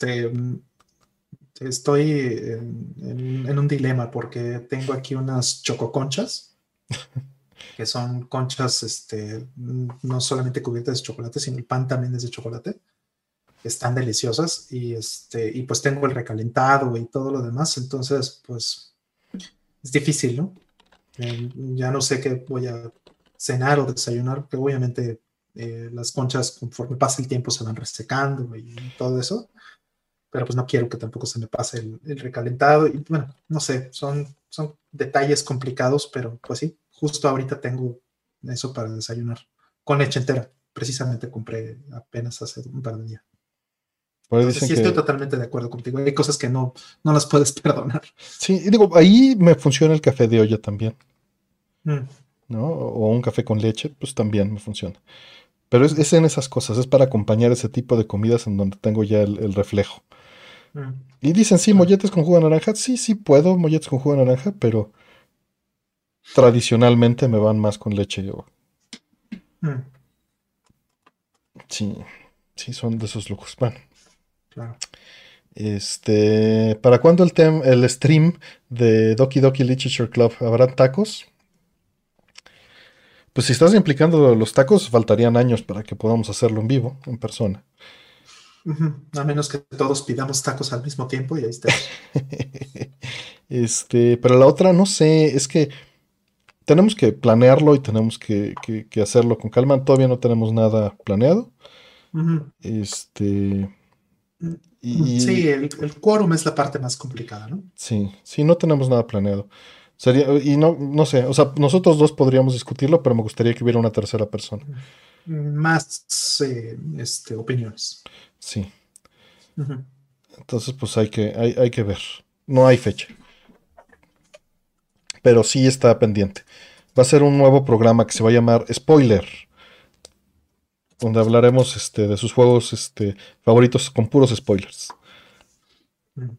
estoy en un dilema porque tengo aquí unas chococonchas que son conchas, no solamente cubiertas de chocolate, sino el pan también es de chocolate. Están deliciosas y pues tengo el recalentado y todo lo demás, entonces pues es difícil, ¿no? Ya no sé qué voy a cenar o desayunar, porque obviamente las conchas conforme pasa el tiempo se van resecando y todo eso, pero pues no quiero que tampoco se me pase el recalentado y bueno, no sé, son detalles complicados, pero pues sí, justo ahorita tengo eso para desayunar con leche entera. Precisamente compré apenas hace un par de días. Por ahí Entonces dicen sí estoy que. totalmente de acuerdo contigo. Hay cosas que no las puedes perdonar. Sí, y digo, ahí me funciona el café de olla también, Mm, ¿no? O un café con leche, pues también me funciona. Pero mm, es en esas cosas, es para acompañar ese tipo de comidas en donde tengo ya el reflejo. mm, Y dicen, sí, claro. molletes con jugo de naranja. Sí, sí puedo, molletes con jugo de naranja, pero tradicionalmente me van más con leche. Mm, Sí, sí, son de esos lujos. Bueno, claro. ¿para cuándo el stream de Doki Doki Literature Club? ¿Habrán tacos? Pues si estás implicando los tacos, faltarían años para que podamos hacerlo en vivo, en persona. Ujú. A menos que todos pidamos tacos al mismo tiempo y ahí estemos. Pero la otra, no sé, es que tenemos que planearlo y tenemos que hacerlo con calma. Todavía no tenemos nada planeado. Ujú. Este, Sí, y el quórum es la parte más complicada, ¿no? sí, sí, no tenemos nada planeado. Y no, no sé, o sea, nosotros dos podríamos discutirlo, pero me gustaría que hubiera una tercera persona. Más opiniones. Sí, Ujú. entonces pues hay que ver. No hay fecha, pero sí está pendiente. Va a ser un nuevo programa que se va a llamar Spoiler, donde hablaremos de sus juegos favoritos con puros spoilers. Mm.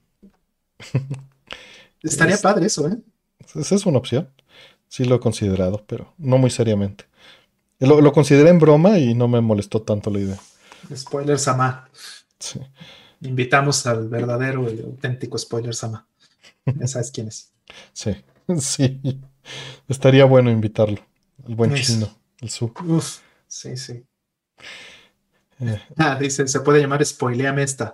Estaría Es, padre eso, ¿eh? esa es una opción. Sí lo he considerado, pero no muy seriamente. Lo consideré en broma y no me molestó tanto la idea. Spoiler Sama. Sí, Invitamos al verdadero y auténtico Spoiler Sama. Ya sabes quién es. sí, sí. Estaría bueno invitarlo. El buen Eso. chino, el su. Uf. Sí, sí. Eh, Ah, dice, se puede llamar Spoileame esta.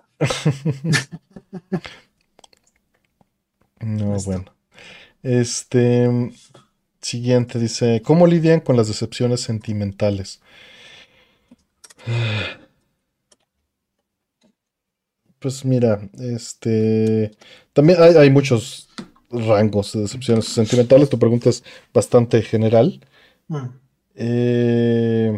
no, Listo. bueno. Este, Siguiente dice, ¿cómo lidian con las decepciones sentimentales? Pues mira, también hay muchos rangos de decepciones sentimentales. Tu pregunta es bastante general. Mm, Eh,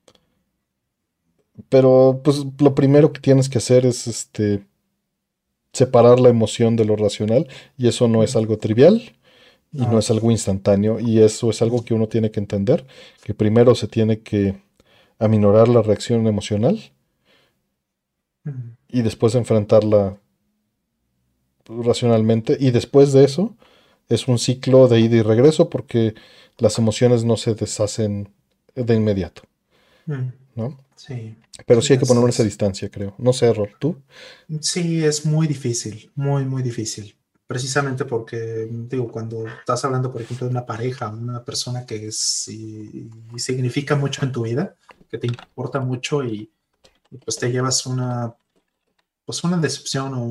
pero pues lo primero que tienes que hacer es separar la emoción de lo racional y eso no es mm. algo trivial y no No. es algo instantáneo y eso es algo Mm, que uno tiene que entender, que primero se tiene que aminorar la reacción emocional mm, y después enfrentarla racionalmente y después de eso es un ciclo de ida y regreso porque las emociones no se deshacen de inmediato, mm. ¿no? Sí, Pero sí sí, hay que así poner esa es. distancia, creo. No sé, Rol, ¿tú? Sí, es muy difícil, muy, muy difícil. Precisamente porque, digo, cuando estás hablando, por ejemplo, de una pareja, una persona que es y significa mucho en tu vida, que te importa mucho y, pues te llevas pues una decepción o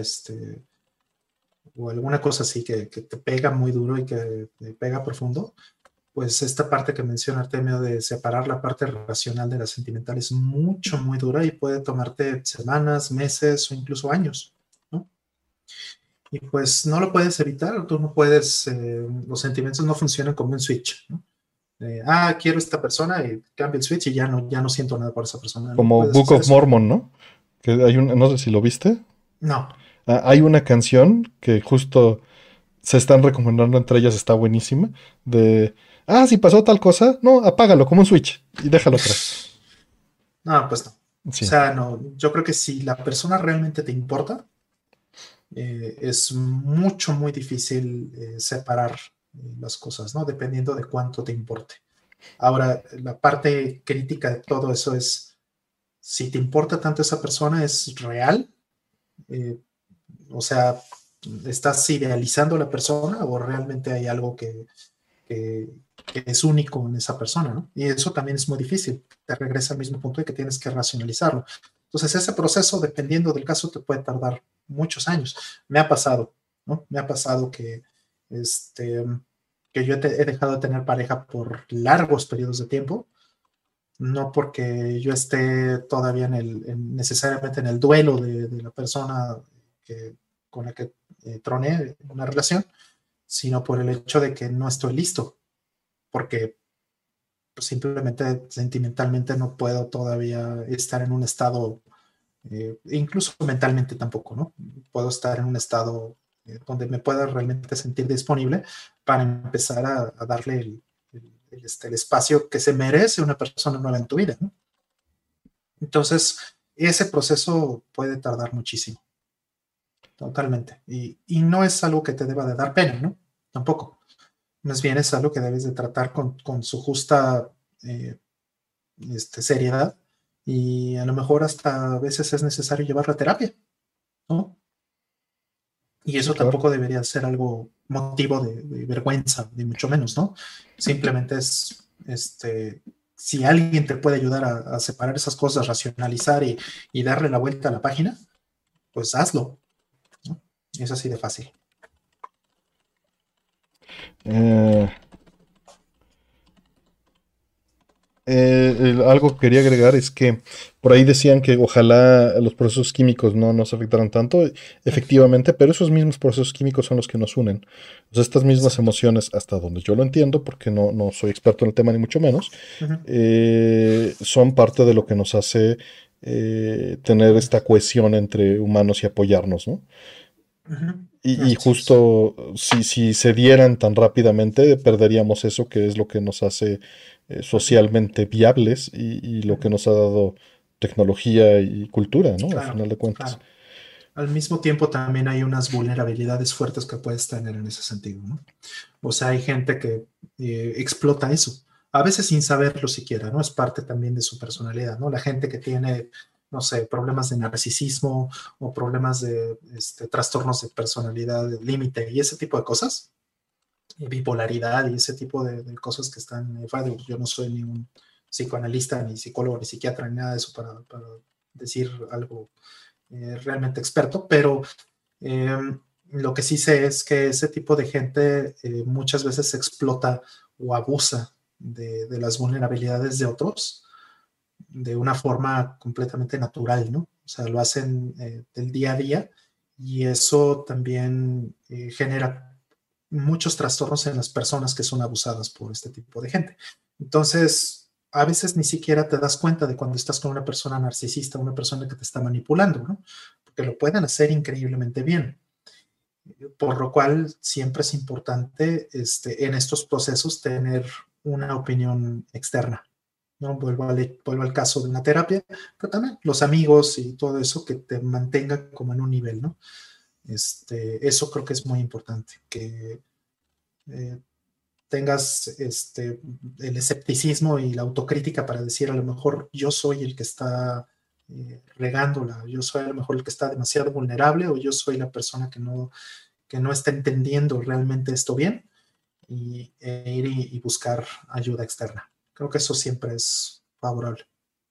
o alguna cosa así que te pega muy duro y que te pega profundo, pues esta parte que menciona Artemio de separar la parte racional de la sentimental es mucho, muy dura y puede tomarte semanas, meses o incluso años, ¿no? Y pues no lo puedes evitar, tú no puedes, los sentimientos no funcionan como un switch, ¿no? Quiero esta persona y cambio el switch y ya no siento nada por esa persona, no Como puedes Book hacer of eso. Mormon, ¿no? Que hay un, no sé si lo viste. No. Hay una canción que justo se están recomendando entre ellas, está buenísima, si pasó tal cosa, no, apágalo como un switch y déjalo atrás. No, pues no. O Sí, sea, no, yo creo que si la persona realmente te importa, es mucho, muy difícil separar las cosas, ¿no? Dependiendo de cuánto te importe. Ahora, la parte crítica de todo eso es, si te importa tanto esa persona, ¿es real? Eh, o sea, ¿estás idealizando a la persona o realmente hay algo que, que es único en esa persona, ¿no? Y eso también es muy difícil. Te regresa al mismo punto de que tienes que racionalizarlo. Entonces, ese proceso, dependiendo del caso, te puede tardar muchos años. Me ha pasado, ¿no? Me ha pasado este, que he dejado de tener pareja por largos periodos de tiempo, no porque yo esté todavía necesariamente en el duelo de la persona que, con la que troné una relación, sino por el hecho de que no estoy listo, porque pues, simplemente sentimentalmente no puedo todavía estar en un estado, incluso mentalmente tampoco, ¿no? Puedo estar en un estado donde me pueda realmente sentir disponible para empezar a darle el espacio que se merece una persona nueva en tu vida, ¿no? Entonces, ese proceso puede tardar muchísimo, totalmente. Y no es algo que te deba de dar pena, ¿no? Tampoco. Más bien es algo que debes de tratar con su justa eh, seriedad y a lo mejor hasta a veces es necesario llevarla a terapia, ¿no? Y sí, eso claro. tampoco debería ser algo motivo de vergüenza, ni mucho menos, ¿no? Simplemente es, si alguien te puede ayudar a separar esas cosas, racionalizar y darle la vuelta a la página, pues hazlo, ¿no? Es así de fácil. Eh, Algo que quería agregar es que por ahí decían que ojalá los procesos químicos no nos afectaran tanto, efectivamente, pero esos mismos procesos químicos son los que nos unen. O sea, estas mismas Exacto. emociones, hasta donde yo lo entiendo, porque no soy experto en el tema ni mucho menos, Ujú, son parte de lo que nos hace tener esta cohesión entre humanos y apoyarnos, ¿no? ujú. Y Así es. justo si se dieran tan rápidamente, perderíamos eso que es lo que nos hace Ujú, socialmente viables y lo que ujú. nos ha dado tecnología y cultura, ¿no? A Claro, final de cuentas. claro. Al mismo tiempo también hay unas vulnerabilidades fuertes que puedes tener en ese sentido, ¿no? O sea, hay gente que explota eso, a veces sin saberlo siquiera, ¿no? Es parte también de su personalidad, ¿no? La gente que tiene, no sé, problemas de narcisismo o problemas de trastornos de personalidad de límite y ese tipo de cosas, y bipolaridad y ese tipo de cosas que están, yo no soy ningún psicoanalista, ni psicólogo, ni psiquiatra, ni nada de eso para decir algo realmente experto, pero eh, Lo que sí sé es que ese tipo de gente muchas veces explota o abusa de las vulnerabilidades de otros de una forma completamente natural, ¿no? O sea, lo hacen del día a día y eso también genera muchos trastornos en las personas que son abusadas por este tipo de gente. Entonces, a veces ni siquiera te das cuenta de cuando estás con una persona narcisista, una persona que te está manipulando, ¿no? Porque lo pueden hacer increíblemente bien. Por lo cual siempre es importante en estos procesos tener una opinión externa. ¿No? Vuelvo al caso de una terapia, pero también los amigos y todo eso que te mantenga como en un nivel, ¿no? Eso creo que es muy importante, que eh, tengas el escepticismo y la autocrítica para decir a lo mejor yo soy el que está regándola, yo soy a lo mejor el que está demasiado vulnerable o yo soy la persona que no está entendiendo realmente esto bien ir y buscar ayuda externa. Creo que eso siempre es favorable.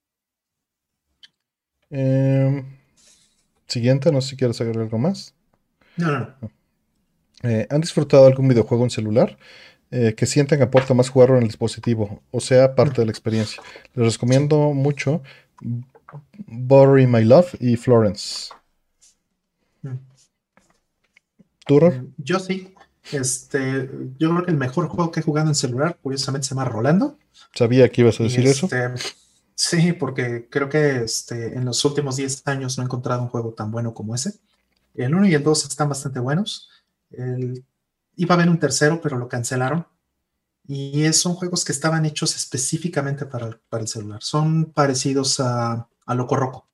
Em, Siguiente, no sé si quieres agregar algo más. No, no, no. ¿Han disfrutado algún videojuego en celular que sienten que aporta más jugarlo en el dispositivo, o sea, parte de la experiencia? Les Sí. recomiendo mucho Bury My Love y Florence. Mm. ¿Turor? Yo sí. Yo creo que el mejor juego que he jugado en celular, curiosamente, se llama Rolando. Sabía que ibas a Y decir eso. sí, porque creo que en los últimos 10 años no he encontrado un juego tan bueno como ese. El uno y el 2 están bastante buenos. El, iba a haber un tercero, pero lo cancelaron. Y son juegos que estaban hechos específicamente para el celular. Son parecidos a Loco Roco,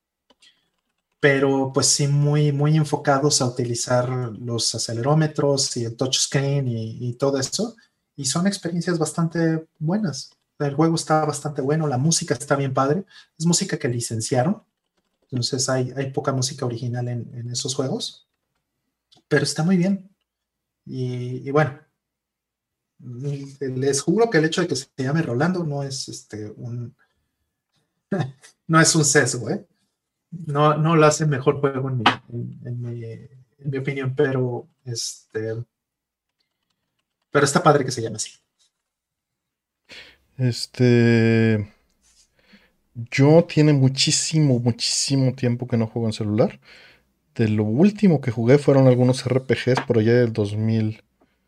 pero pues sí muy, muy enfocados a utilizar los acelerómetros y el touchscreen y todo eso. Y son experiencias bastante buenas. El juego está bastante bueno, la música está bien padre. Es música que licenciaron, entonces hay poca música original en esos juegos, pero está muy bien. Y bueno, les juro que el hecho de que se llame Rolando no es no es un sesgo, ¿eh? No, no lo hace mejor juego en mi opinión, pero está padre que se llame así. Este, yo tiene muchísimo, muchísimo tiempo que no juego en celular. De lo último que jugué fueron algunos RPGs por allá del 2000,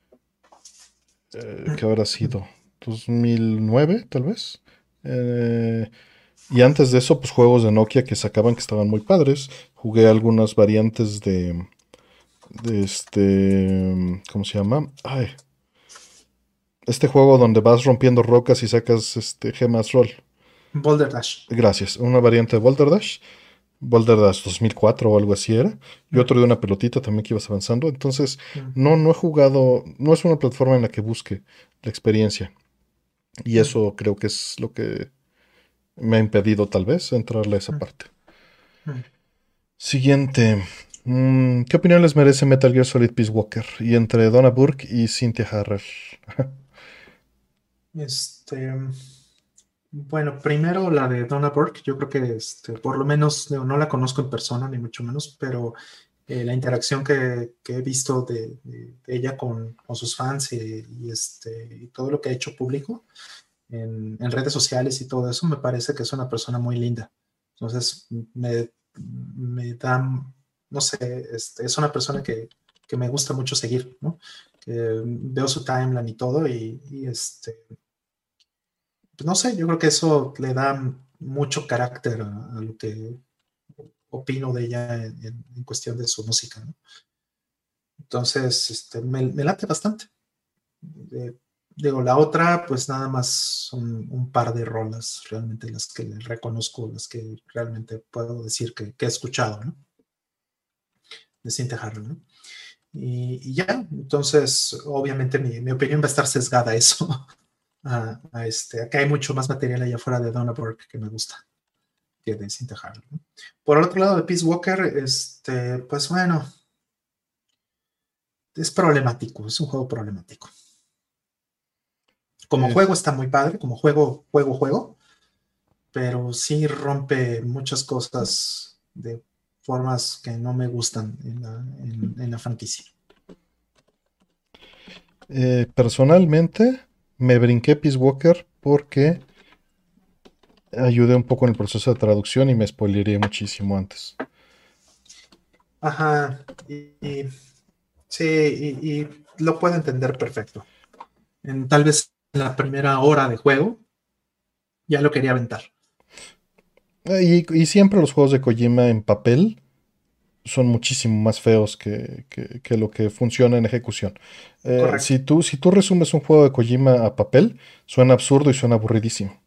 ¿qué habrá sido? 2009, tal vez. Eh, y antes de eso, pues juegos de Nokia que sacaban que estaban muy padres. Jugué algunas variantes ¿cómo se llama? Ay, este juego donde vas rompiendo rocas y sacas gemas roll. Boulder Dash. Gracias. Una variante de Boulder Dash. Boulder Dash 2004 o algo así era. Y Mm, otro de una pelotita también que ibas avanzando. Entonces, mm, no he jugado, no es una plataforma en la que busque la experiencia. Y mm, eso creo que es lo que me ha impedido tal vez entrarle a esa mm, parte. mm. Siguiente. ¿Qué opinión les merece Metal Gear Solid Peace Walker? Y entre Donna Burke y Cynthia Harrer. Este, bueno, primero la de Donna Burke, yo creo que por lo menos no la conozco en persona, ni mucho menos, pero la interacción que he visto de ella con sus fans y todo lo que ha hecho público en redes sociales y todo eso, me parece que es una persona muy linda. Entonces, me da, no sé, es una persona que me gusta mucho seguir, ¿no? Que veo su timeline y todo pues no sé, yo creo que eso le da mucho carácter a lo que opino de ella en cuestión de su música, ¿no? Entonces, me late bastante. Eh, Digo, la otra, pues nada más son un par de rolas realmente las que le reconozco, las que realmente puedo decir que he escuchado, ¿no? De Cynthia Harrell, ¿no? Y ya, entonces, obviamente mi opinión va a estar sesgada a eso, acá hay mucho más material allá afuera de Donna Burke que me gusta que de Cynthia Harrell, ¿no? Por el otro lado de Peace Walker, pues bueno, es problemático, es un juego problemático. Como juego Es, está muy padre, como juego, pero sí rompe muchas cosas de formas que no me gustan en la franquicia. Personalmente, me brinqué Peace Walker porque ayudé un poco en el proceso de traducción y me spoilería muchísimo antes. Ajá, sí, y lo puedo entender perfecto. Tal vez en la primera hora de juego ya lo quería aventar. Y siempre los juegos de Kojima en papel son muchísimo más feos que lo que funciona en ejecución. Correcto. Si tú resumes un juego de Kojima a papel, suena absurdo y suena aburridísimo.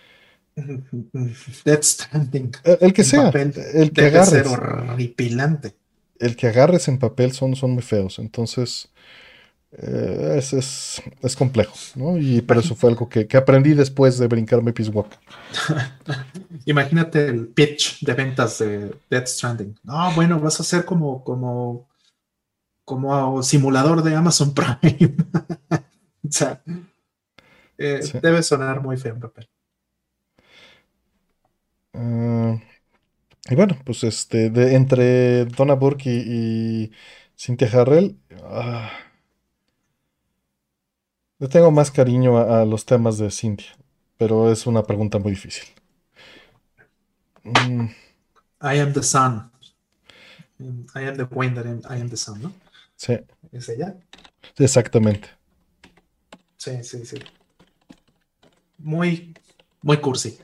Death Stranding El que en sea, papel el que debe ser agarres, horripilante. el que agarres en papel son muy feos. Entonces, es complejo, ¿no? Y por eso fue algo que aprendí después de brincarme Peace Walker. Imagínate el pitch de ventas de Death Stranding. No, bueno, vas a ser como simulador de Amazon Prime. O sea, Sí. debe sonar muy feo en papel. Ah, y bueno, pues entre Donna Burke y Cynthia Harrell, le tengo más cariño a los temas de Cynthia, pero es una pregunta muy difícil. Mm, I am the sun. I am the wind that I am the sun, ¿no? sí, ¿Es ella? exactamente. Sí, sí, sí. Muy, muy cursi.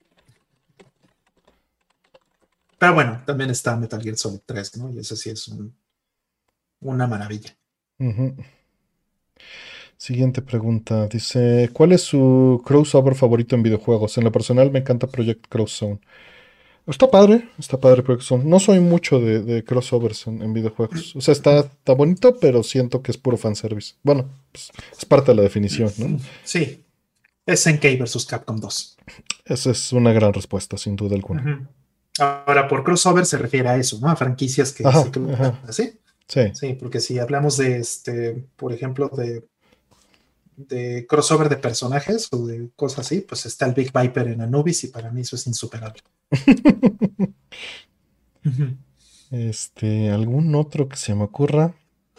Pero bueno, también está Metal Gear Solid 3, ¿no? Y eso sí es una maravilla. Ujú. Siguiente pregunta. Dice, ¿cuál es su crossover favorito en videojuegos? En lo personal me encanta Project Cross Zone. Está padre Project Zone. No soy mucho de crossovers en videojuegos. O sea, está bonito, pero siento que es puro fanservice. Bueno, pues, es parte de la definición, ¿no? Sí, es SNK versus Capcom 2. Esa es una gran respuesta, sin duda alguna. Ujú. Ahora, por crossover se refiere a eso, ¿no? A franquicias que se Ajá, cruzan ajá. así. Sí. Sí, porque si hablamos de por ejemplo, de crossover de personajes o de cosas así, pues está el Big Viper en Anubis y para mí eso es insuperable. Ujú. ¿Algún otro que se me ocurra?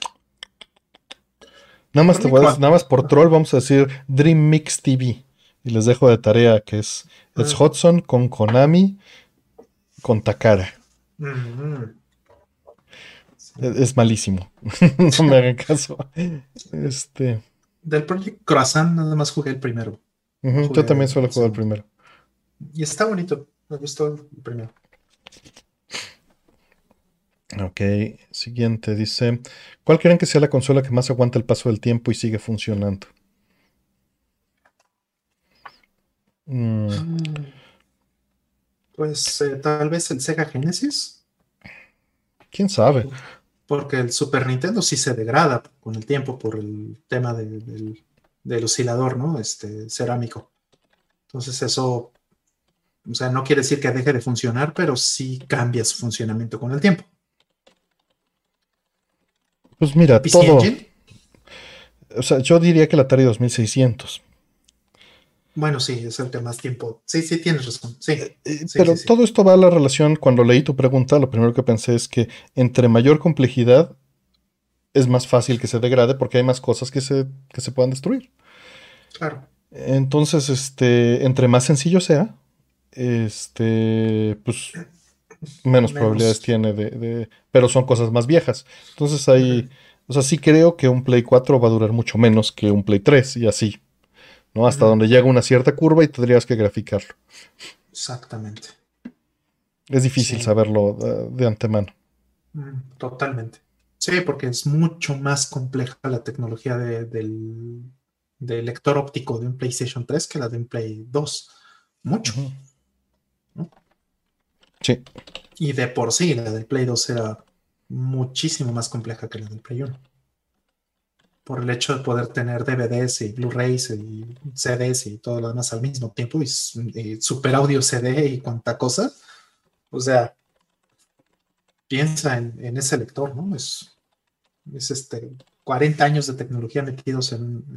Por mí, ¿cuál? Nada más por Ajá. troll vamos a decir Dream Mix TV. Y les dejo de tarea que es Mm, Hudson con Konami, con Takara. mm, sí. Es malísimo. No me hagan caso. Este, Del Project Croissant nada más jugué el primero, no yo jugué también solo el juego el segundo. primero. Y está bonito, me gustó el primero. Ok, siguiente. Dice, ¿cuál creen que sea la consola que más aguanta el paso del tiempo y sigue funcionando? Mm, Mm, Pues tal vez el Sega Genesis, ¿Quién sabe? porque el Super Nintendo sí se degrada con el tiempo por el tema del oscilador, ¿no? Cerámico. Entonces eso, o sea, no quiere decir que deje de funcionar, pero sí cambia su funcionamiento con el tiempo. Pues El mira, PC todo. Engine, O sea, yo diría que el Atari 2600. bueno, sí, es el que más tiempo. Sí, sí, tienes razón. Sí, sí, sí, Pero sí. todo esto va a la relación, cuando leí tu pregunta, lo primero que pensé es que entre mayor complejidad es más fácil que se degrade porque hay más cosas que se puedan destruir. Claro. Entonces, entre más sencillo sea, pues menos probabilidades Menos. tiene pero son cosas más viejas. Entonces Ujú. o sea, sí creo que un Play 4 va a durar mucho menos que un Play 3 y así, ¿no? Hasta Ujú. donde llega una cierta curva y tendrías que graficarlo. Exactamente. Es difícil Sí. saberlo de antemano. Totalmente. Sí, porque es mucho más compleja la tecnología del lector óptico de un PlayStation 3 que la de un Play 2. Mucho, Ujú. ¿no? Sí. Y de por sí, la del Play 2 era muchísimo más compleja que la del Play 1. Por el hecho de poder tener DVDs y Blu-rays y CDs y todo lo demás al mismo tiempo y super audio CD y cuanta cosa. O sea, piensa en ese lector, ¿no? Es 40 años de tecnología metidos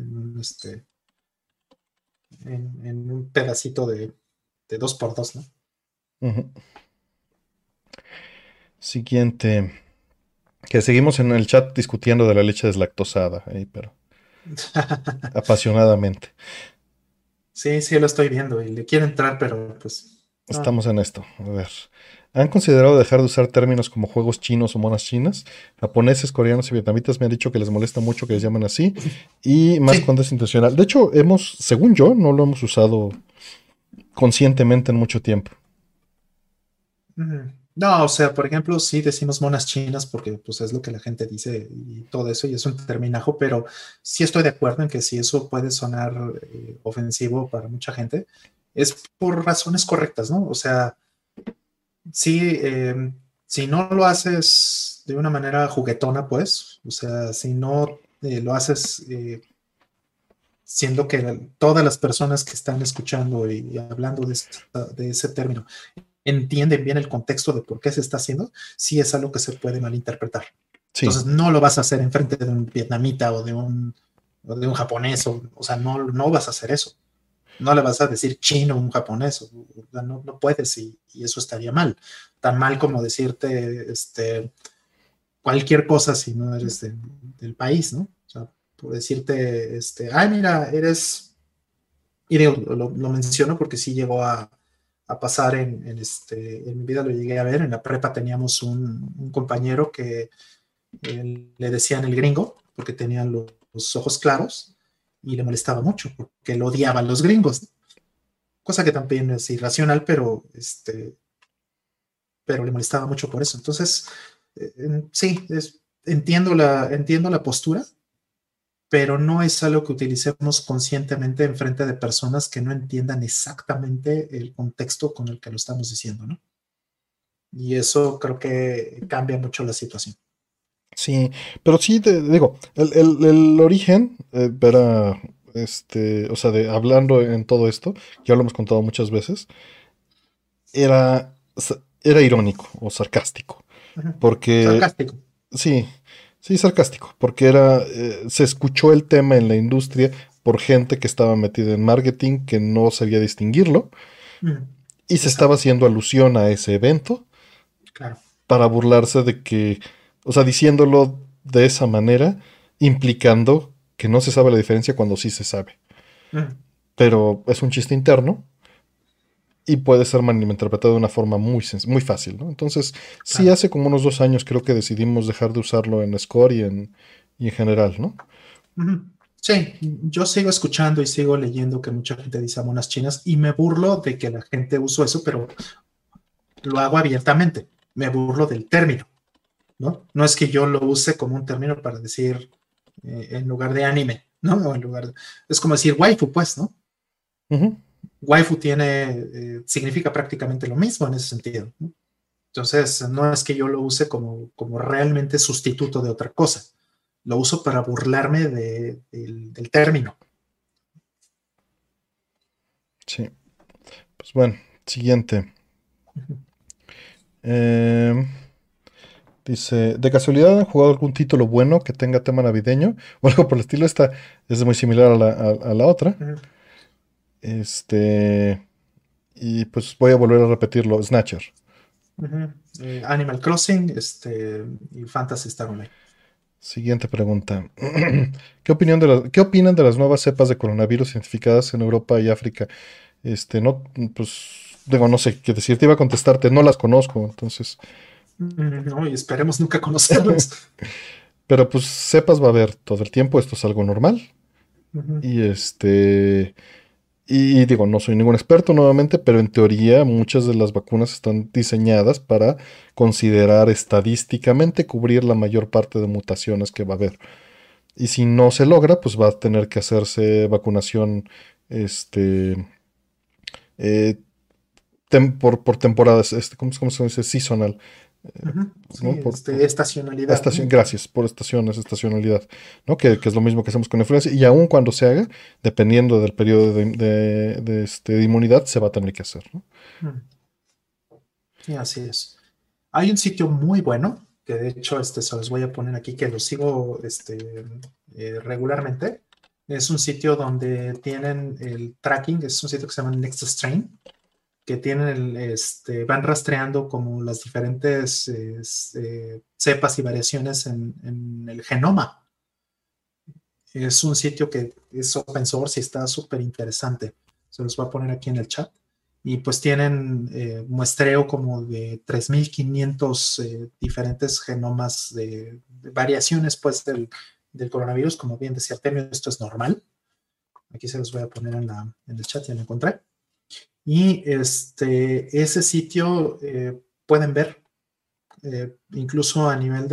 en un pedacito de 2x2, ¿no? Ujú. Siguiente. Que seguimos en el chat discutiendo de la leche deslactosada, pero apasionadamente. Sí, sí, lo estoy viendo y le quiero entrar, pero pues no. Estamos en esto. A ver. ¿Han considerado dejar de usar términos como juegos chinos o monas chinas? Japoneses, coreanos y vietnamitas me han dicho que les molesta mucho que les llamen así. Y más Sí. cuando es intencional. De hecho, según yo, no lo hemos usado conscientemente en mucho tiempo. Ujú. No, o sea, por ejemplo, sí decimos monas chinas porque pues es lo que la gente dice y todo eso y es un terminajo, pero sí estoy de acuerdo en que si eso puede sonar ofensivo para mucha gente, es por razones correctas, ¿no? O sea, sí, si no lo haces de una manera juguetona, pues, o sea, si no lo haces siendo que todas las personas que están escuchando y hablando de ese término entienden bien el contexto de por qué se está haciendo, sí es algo que se puede malinterpretar. Sí, Entonces, no lo vas a hacer enfrente de un vietnamita o de un japonés, o sea, no, no vas a hacer eso. No le vas a decir chino a un japonés, o sea, no, no puedes y eso estaría mal. Tan mal como decirte cualquier cosa si no eres del país, ¿no? O sea, por decirte, ay, mira, y digo, lo menciono porque sí llegó a pasar en mi vida, lo llegué a ver. En la prepa teníamos un compañero que le decían el gringo porque tenía los ojos claros y le molestaba mucho porque lo odiaban los gringos, cosa que también es irracional, pero le molestaba mucho por eso. Entonces, sí, entiendo la postura, pero no es algo que utilicemos conscientemente en frente de personas que no entiendan exactamente el contexto con el que lo estamos diciendo, ¿no? Y eso creo que cambia mucho la situación. sí. Pero sí, te digo, el origen era, o sea, hablando en todo esto, ya lo hemos contado muchas veces, era irónico o sarcástico. Ujú. Porque Sarcástico. sí, sí, sarcástico, porque se escuchó el tema en la industria por gente que estaba metida en marketing, que no sabía distinguirlo, Ujú. y se estaba Exacto, haciendo alusión a ese evento claro. para burlarse de que, o sea, diciéndolo de esa manera, implicando que no se sabe la diferencia cuando sí se sabe. Ujú. Pero es un chiste interno y puede ser interpretado de una forma muy fácil, ¿no? Entonces, sí, Claro. hace como unos 2 años creo que decidimos dejar de usarlo en Score y en general, ¿no? Ujú. Sí, yo sigo escuchando y sigo leyendo que mucha gente dice monas chinas y me burlo de que la gente usó eso, pero lo hago abiertamente. Me burlo del término, ¿no? No es que yo lo use como un término para decir en lugar de anime, ¿no? O en lugar de, es como decir waifu, pues, ¿no? Ujú. Waifu significa prácticamente lo mismo en ese sentido, ¿no? Entonces, no es que yo lo use como realmente sustituto de otra cosa. Lo uso para burlarme del término. Sí, pues bueno, siguiente. Em, Dice, ¿de casualidad han jugado algún título bueno que tenga tema navideño? O algo por el estilo. Esta es muy similar a la otra. Este, y pues voy a volver a repetirlo. Snatcher. Animal Crossing y Fantasy Star Online. Siguiente pregunta. ¿Qué opinan de las nuevas cepas de coronavirus identificadas en Europa y África? No, pues, digo, no sé qué decir. Te iba a contestarte, no las conozco, entonces. No, y esperemos nunca conocerlos. Pero pues cepas va a haber todo el tiempo, esto es algo normal. Ujú. Y y digo, no soy ningún experto nuevamente, pero en teoría muchas de las vacunas están diseñadas para considerar estadísticamente cubrir la mayor parte de mutaciones que va a haber. Y si no se logra, pues va a tener que hacerse vacunación, este, eh, por temporadas, ¿cómo se dice? Seasonal, Ujú. Sí, ¿no? estacionalidad, ¿no? Gracias, por estaciones, estacionalidad, ¿no? Que es lo mismo que hacemos con la influenza. Y aun cuando se haga, dependiendo del periodo de inmunidad, se va a tener que hacer, ¿no? Mm. Sí, así es. Hay un sitio muy bueno, que de hecho se los voy a poner aquí, que lo sigo regularmente. Es un sitio donde tienen el tracking, es un sitio que se llama Next Strain, que tienen van rastreando como las diferentes cepas y variaciones en el genoma. Es un sitio que es open source y está súper interesante. Se los voy a poner aquí en el chat. Y pues tienen muestreo como de 3.500 diferentes genomas de variaciones pues del coronavirus. Como bien decía Artemio, esto es normal. Aquí se los voy a poner en el chat, ya lo encontré. Y ese sitio pueden ver incluso a nivel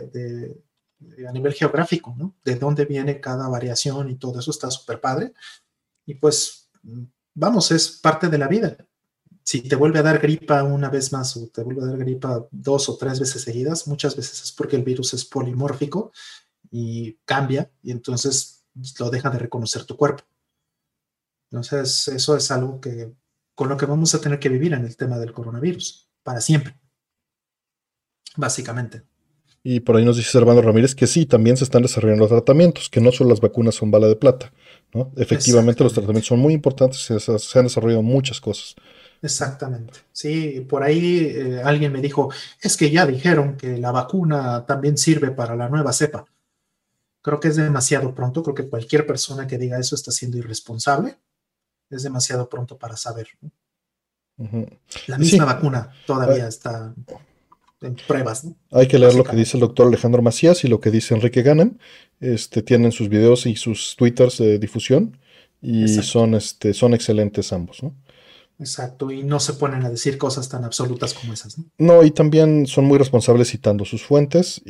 a nivel geográfico, ¿no? De dónde viene cada variación y todo eso está súper padre. Y pues, vamos, es parte de la vida. Si te vuelve a dar gripa una vez más o te vuelve a dar gripa 2 o 3 veces seguidas, muchas veces es porque el virus es polimórfico y cambia y entonces lo deja de reconocer tu cuerpo. Entonces, eso es algo con lo que vamos a tener que vivir en el tema del coronavirus, para siempre, básicamente. Y por ahí nos dice Servando Ramírez que sí, también se están desarrollando tratamientos, que no solo las vacunas son bala de plata, ¿no? Efectivamente, los Exactamente. tratamientos son muy importantes y se han desarrollado muchas cosas. Exactamente. Sí, por ahí alguien me dijo, es que ya dijeron que la vacuna también sirve para la nueva cepa. Creo que es demasiado pronto, creo que cualquier persona que diga eso está siendo irresponsable. Es demasiado pronto para saber, ¿no? Ujú. La Y misma sí, vacuna hay, todavía está en pruebas, ¿no? hay que leer lo que dice Básicamente. el doctor Alejandro Macías y lo que dice Enrique Ganem. Tienen sus videos y sus twitters de difusión y Exacto, son excelentes ambos, ¿no? exacto. Y no se ponen a decir cosas tan absolutas como esas, ¿no? No, y también son muy responsables citando sus fuentes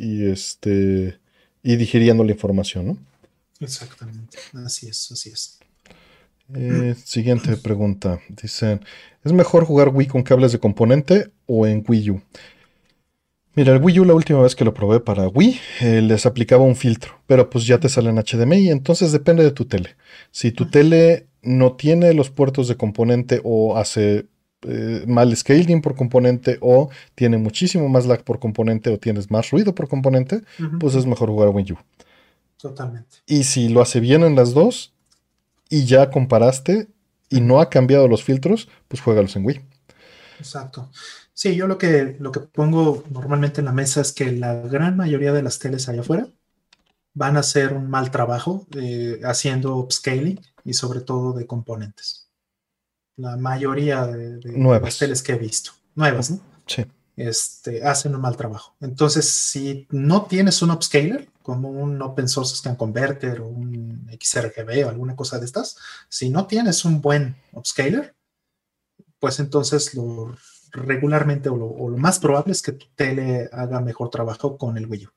y digiriendo la información, ¿no? Exactamente. Así es, así es. Siguiente pregunta. Dicen, ¿es mejor jugar Wii con cables de componente o en Wii U? Mira, el Wii U la última vez que lo probé para Wii, les aplicaba un filtro, pero pues ya te sale en HDMI, entonces depende de tu tele. Si tu tele no tiene los puertos de componente o hace mal scaling por componente o tiene muchísimo más lag por componente o tienes más ruido por componente, Ujú, pues es ujú. mejor jugar Wii U. Totalmente. Y si lo hace bien en las dos y ya comparaste y Ujú. no ha cambiado los filtros, pues juégalos en Wii. Exacto. Sí, yo lo que pongo normalmente en la mesa es que la gran mayoría de las teles allá afuera van a hacer un mal trabajo haciendo upscaling y sobre todo de componentes. La mayoría de las Nuevas. teles que he visto, nuevas, ¿no? Sí. Hacen un mal trabajo. Entonces, si no tienes un upscaler, como un Open Source Scan Converter o un XRGB o alguna cosa de estas, si no tienes un buen upscaler, pues entonces regularmente o lo más probable es que tu tele haga mejor trabajo con el Wii U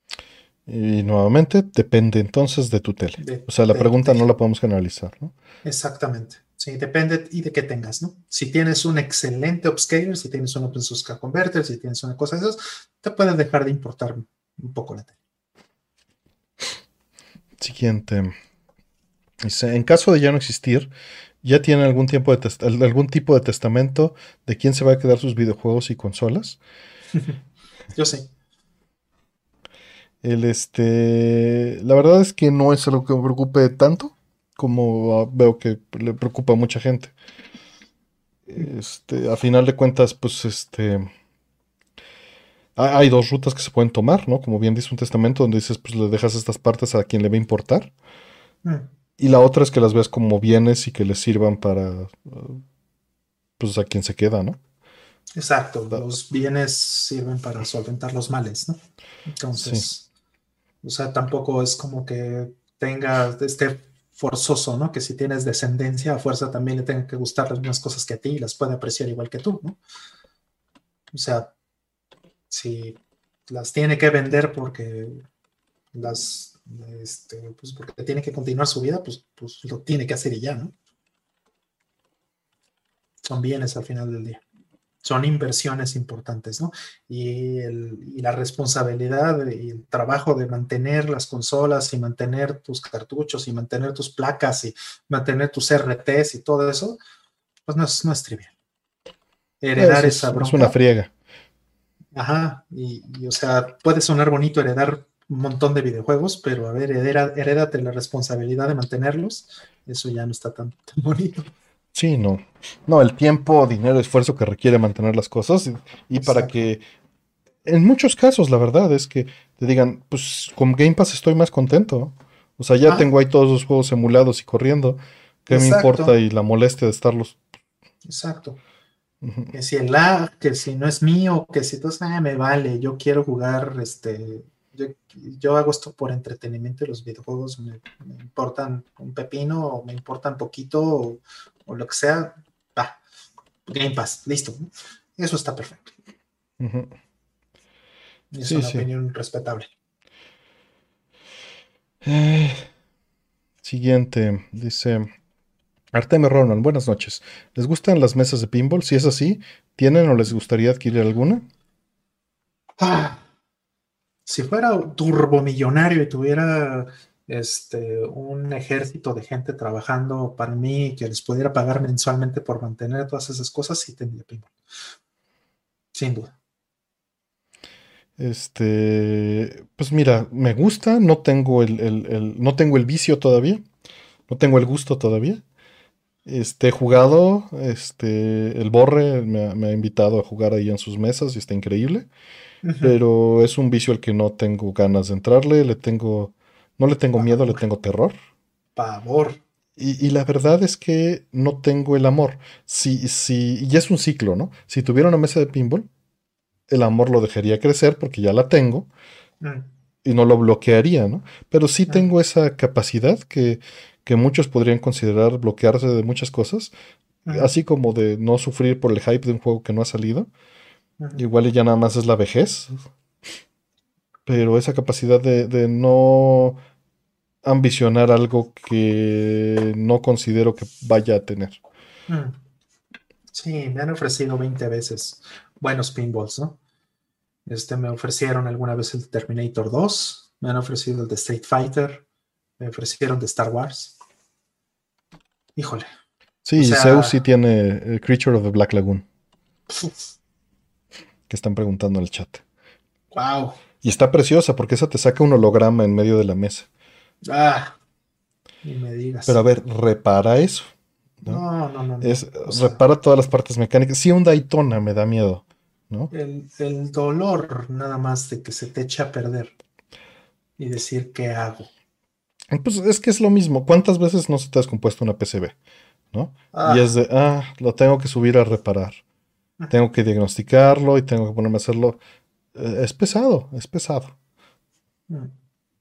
Y nuevamente, depende entonces de tu tele. O sea, la de tu pregunta no tele. la podemos generalizar, ¿no? Exactamente. Sí, depende y de qué tengas, ¿no? Si tienes un excelente upscaler, si tienes un Open Source Converter, si tienes una cosa de esas, te puede dejar de importar un poco la tele. Siguiente. Dice, en caso de ya no existir, ¿ya tiene algún tipo de testamento de quién se va a quedar sus videojuegos y consolas? Yo sé. La verdad es que no es algo que me preocupe tanto como veo que le preocupa a mucha gente. A final de cuentas, pues hay dos rutas que se pueden tomar, ¿no? Como bien dice un testamento, donde dices, pues le dejas estas partes a quien le va a importar. Mm, Y la otra es que las veas como bienes y que les sirvan para, pues, a quien se queda, ¿no? exacto. Da- Los bienes sirven para solventar los males, ¿no? Sí, Entonces, o sea, tampoco es como que tenga este forzoso, ¿no? Que si tienes descendencia, a fuerza también le tengan que gustar las mismas cosas que a ti y las puede apreciar igual que tú, ¿no? O sea, si las tiene que vender porque las, pues porque tiene que continuar su vida, pues lo tiene que hacer y ya, ¿no? Son bienes al final del día. Son inversiones importantes, ¿no? Y la responsabilidad y el trabajo de mantener las consolas y mantener tus cartuchos y mantener tus placas y mantener tus RTs y todo eso, pues no es trivial. Heredar esa es una bronca, friega. ajá, o sea, puede sonar bonito heredar un montón de videojuegos, pero a ver, herédate la responsabilidad de mantenerlos, eso ya no está tan bonito. Sí, no. No, el tiempo, dinero, esfuerzo que requiere mantener las cosas y para Exacto. que, en muchos casos, la verdad es que te digan, pues con Game Pass estoy más contento. O sea, ya Ah, tengo ahí todos los juegos emulados y corriendo. ¿Qué me importa? exacto, Y la molestia de estarlos. exacto. Ujú. Que si el lag, que si no es mío, que si todo, me vale, yo quiero jugar, yo hago esto por entretenimiento y los videojuegos me importan un pepino o me importan poquito o lo que sea, va, Game Pass, listo. Eso está perfecto. Ujú. Y es Sí, una sí. opinión respetable. Eh, Siguiente, dice Artemio Ronald, buenas noches. ¿Les gustan las mesas de pinball? Si es así, ¿tienen o les gustaría adquirir alguna? Ah, si fuera turbomillonario y tuviera un ejército de gente trabajando para mí que les pudiera pagar mensualmente por mantener todas esas cosas, sí tendría pinball, sin duda. Pues mira, me gusta, no tengo no tengo el vicio todavía, no tengo el gusto todavía. He jugado, el Borre me ha invitado a jugar ahí en sus mesas y está increíble, Ujú. pero es un vicio al que no tengo ganas de entrarle, no le tengo miedo, le Pavor, tengo terror. pavor. Y la verdad es que no tengo el amor. Y es un ciclo, ¿no? Si tuviera una mesa de pinball, el amor lo dejaría crecer porque ya la tengo Mm, y no lo bloquearía, ¿no? Pero sí mm, tengo esa capacidad que muchos podrían considerar bloquearse de muchas cosas, mm, así como de no sufrir por el hype de un juego que no ha salido. mm, Igual y ya nada más es la vejez, pero esa capacidad de no ambicionar algo que no considero que vaya a tener. mm. Sí, me han ofrecido 20 veces buenos pinballs, ¿no? Me ofrecieron alguna vez el Terminator 2, me han ofrecido el de Street Fighter, me ofrecieron de Star Wars. Híjole, o Sí, Zeus sí sea, tiene Creature of the Black Lagoon, que están preguntando en el chat. wow. Y está preciosa porque esa te saca un holograma en medio de la mesa. Ah, ni me Pero a digas. ver, repara eso, ¿no? No, no, no, no. O sea, Repara todas las partes mecánicas. Sí, un Daytona me da miedo, ¿no? el dolor nada más de que se te eche a perder y decir qué hago. Pues es que es lo mismo. ¿Cuántas veces no se te ha descompuesto una PCB, ¿no? Y es Ah, de, lo tengo que subir a reparar. Tengo que diagnosticarlo y tengo que ponerme a hacerlo. Es pesado, es pesado. mm,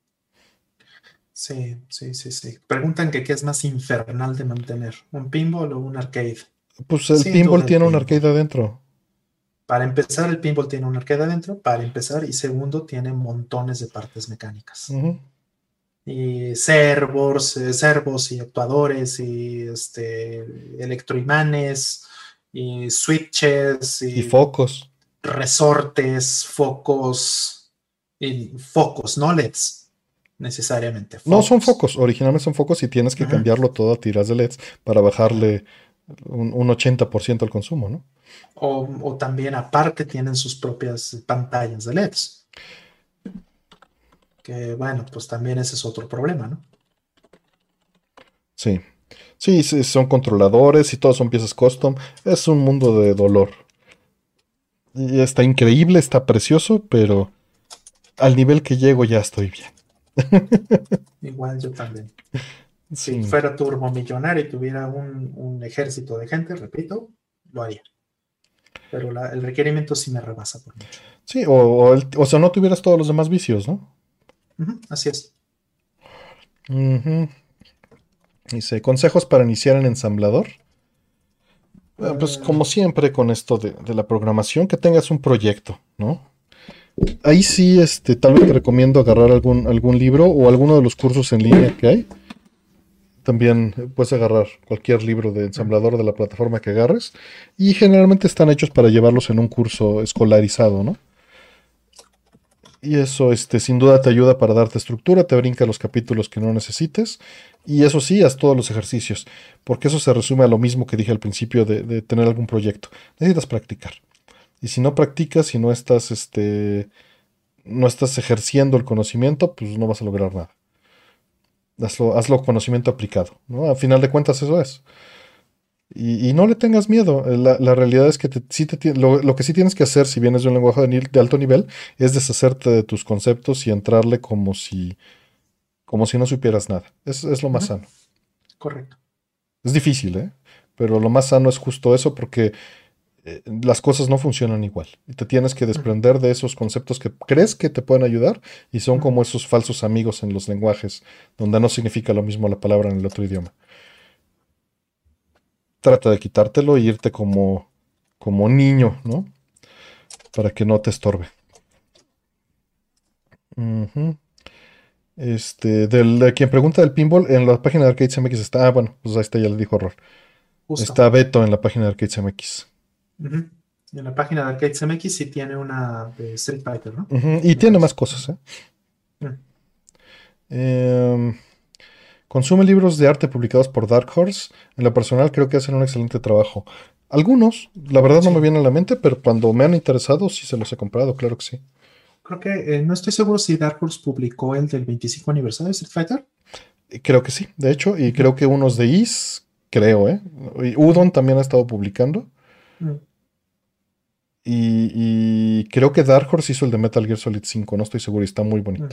sí, sí, sí, sí. Preguntan que qué es más infernal de mantener, un pinball o un arcade. Pues el Sin pinball duda el tiene un pinball. arcade adentro. Para empezar, el pinball tiene un arcade adentro, para empezar, y segundo, tiene montones de partes mecánicas. Ujú. Y servos y actuadores y electroimanes y switches Y y focos. resortes, focos y focos, no LEDs necesariamente, No son focos. focos, originalmente son focos y tienes que Ajá, cambiarlo todo a tiras de LEDs para ajá. bajarle un 80% al consumo, ¿no? O también aparte tienen sus propias pantallas de LEDs, que bueno, pues también ese es otro problema, ¿no? Sí. Sí, sí, son controladores y todos son piezas custom. Es un mundo de dolor. Y está increíble, está precioso, pero al nivel que llego ya estoy bien. Igual yo también. Si Sí. fuera turbomillonario y tuviera un ejército de gente, repito, lo haría. Pero el requerimiento sí me rebasa por mucho. Sí, o sea, no tuvieras todos los demás vicios, ¿no? Ujú, así es. Ujú. Dice, consejos para iniciar en ensamblador. Pues como Eh, siempre con esto de la programación, que tengas un proyecto, ¿no? Ahí sí, tal vez te recomiendo agarrar algún libro o alguno de los cursos en línea que hay. También puedes agarrar cualquier libro de mm, ensamblador de la plataforma que agarres. Y generalmente están hechos para llevarlos en un curso escolarizado, ¿no? Y eso, sin duda te ayuda para darte estructura, te brinca los capítulos que no necesites. Y eso sí, haz todos los ejercicios. Porque eso se resume a lo mismo que dije al principio de tener algún proyecto. Necesitas practicar. Y si no practicas, si no estás ejerciendo el conocimiento, pues no vas a lograr nada. Hazlo conocimiento aplicado, ¿no? A final de cuentas eso es. Y no le tengas miedo. La realidad es que lo que sí tienes que hacer, si vienes de un lenguaje de alto nivel, es deshacerte de tus conceptos y entrarle como si no supieras nada. Es lo más Ujú, sano. correcto. Es difícil, ¿eh? Pero lo más sano es justo eso porque las cosas no funcionan igual. Y te tienes que Ujú, desprender de esos conceptos que crees que te pueden ayudar y son ujú, como esos falsos amigos en los lenguajes, donde no significa lo mismo la palabra en el otro idioma. Trata de quitártelo e irte como niño, ¿no? Para que no te estorbe. Ujú. De quien pregunta del pinball, en la página de Arcade CMX está. Ah, bueno, pues ahí está, ya le dijo horror. justo. Está Beto en la página de Arcade CMX. Ujú. En la página de Arcade MX sí tiene una de Street Fighter, ¿no? Ujú, y Me tiene más parece. cosas, ¿eh? Ujú. Em, Consume libros de arte publicados por Dark Horse. En lo personal creo que hacen un excelente trabajo. Algunos, la verdad no me Sí. vienen a la mente, pero cuando me han interesado sí se los he comprado, claro que sí. Creo que no estoy seguro si Dark Horse publicó el del 25 aniversario de Street Fighter. Y creo que sí, de hecho, y Ujú, creo que unos de Is, creo, ¿eh? Y ujú, Udon también ha estado publicando. ujú, Y creo que Dark Horse hizo el de Metal Gear Solid 5, no estoy seguro, y está muy bonito. ujú,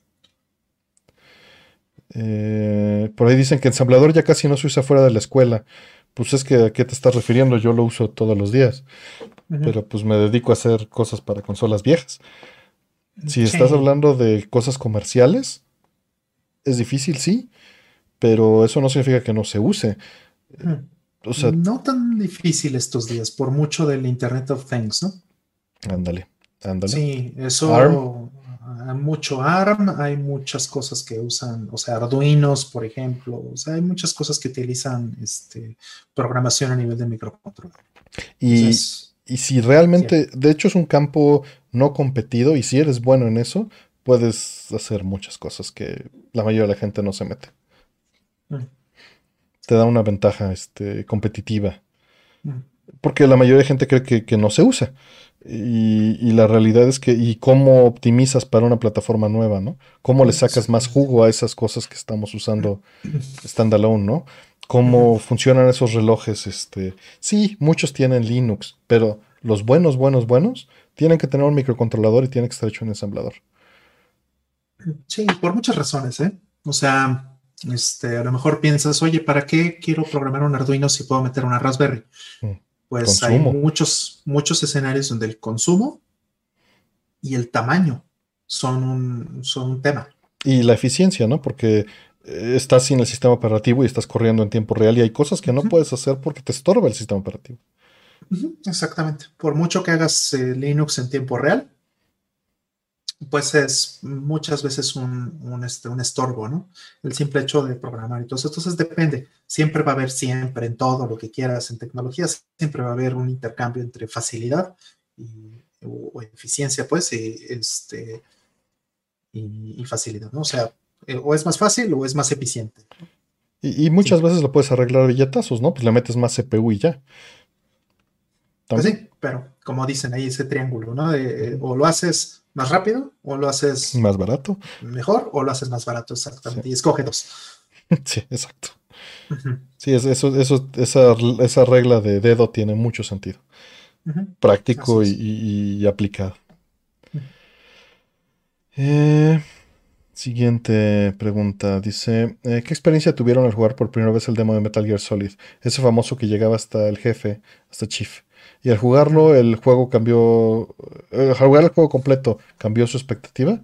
Por ahí dicen que ensamblador ya casi no se usa fuera de la escuela. Pues es que a qué te estás refiriendo, yo lo uso todos los días, ujú. pero pues me dedico a hacer cosas para consolas viejas. Si estás Sí. hablando de cosas comerciales, es difícil, sí, pero eso no significa que no se use. Ujú. O sea, No tan difícil estos días, por mucho del Internet of Things, ¿no? ándale, ándale. Sí, ARM, eso, mucho ARM, hay muchas cosas que usan, o sea, Arduinos, por ejemplo, o sea, hay muchas cosas que utilizan programación a nivel de microcontrolador. y, Entonces, y si sí. realmente, de hecho es un campo no competido, y si eres bueno en eso, puedes hacer muchas cosas que la mayoría de la gente no se mete. Mm, Te da una ventaja, competitiva. mm, Porque la mayoría de gente cree que no se usa. Y la realidad es que, ¿y cómo optimizas para una plataforma nueva, ¿no? ¿Cómo le sacas más exactamente. jugo a esas cosas que estamos usando Ujú, standalone, ¿no? ¿Cómo funcionan esos relojes? Sí, muchos tienen Linux, pero los buenos, buenos, buenos, tienen que tener un microcontrolador y tienen que estar hecho un ensamblador. sí, por muchas razones, ¿eh? O sea, a lo mejor piensas, oye, ¿para qué quiero programar un Arduino si puedo meter una Raspberry? Mm, Pues hay Consumo. muchos escenarios donde el consumo y el tamaño son un tema. Y la eficiencia, ¿no? Porque estás sin el sistema operativo y estás corriendo en tiempo real y hay cosas que no Ujú, puedes hacer porque te estorba el sistema operativo. ujú, exactamente. Por mucho que hagas Linux en tiempo real, pues es muchas veces un estorbo, ¿no? El simple hecho de programar. Entonces depende. Siempre va a haber, siempre en todo lo que quieras en tecnologías, siempre va a haber un intercambio entre facilidad o eficiencia, pues, y facilidad, ¿no? O sea, o es más fácil o es más eficiente. Y muchas Simple. veces lo puedes arreglar a billetazos, ¿no? Pues le metes más CPU y ya, Pues también. sí, pero como dicen ahí, ese triángulo, ¿no? Ujú. O lo haces más rápido, o lo haces Más barato. mejor, o lo haces más barato, Sí, exactamente. Y escoge dos. sí, exacto. Ujú, Sí, esa regla de dedo tiene mucho sentido. ujú. Así Práctico y, es. y aplicado. Eh, Siguiente pregunta. Dice, ¿qué experiencia tuvieron al jugar por primera vez el demo de Metal Gear Solid? Ese famoso que llegaba hasta el jefe, hasta Chief. Y al jugarlo, el juego cambió. Al jugar el juego completo, ¿cambió su expectativa?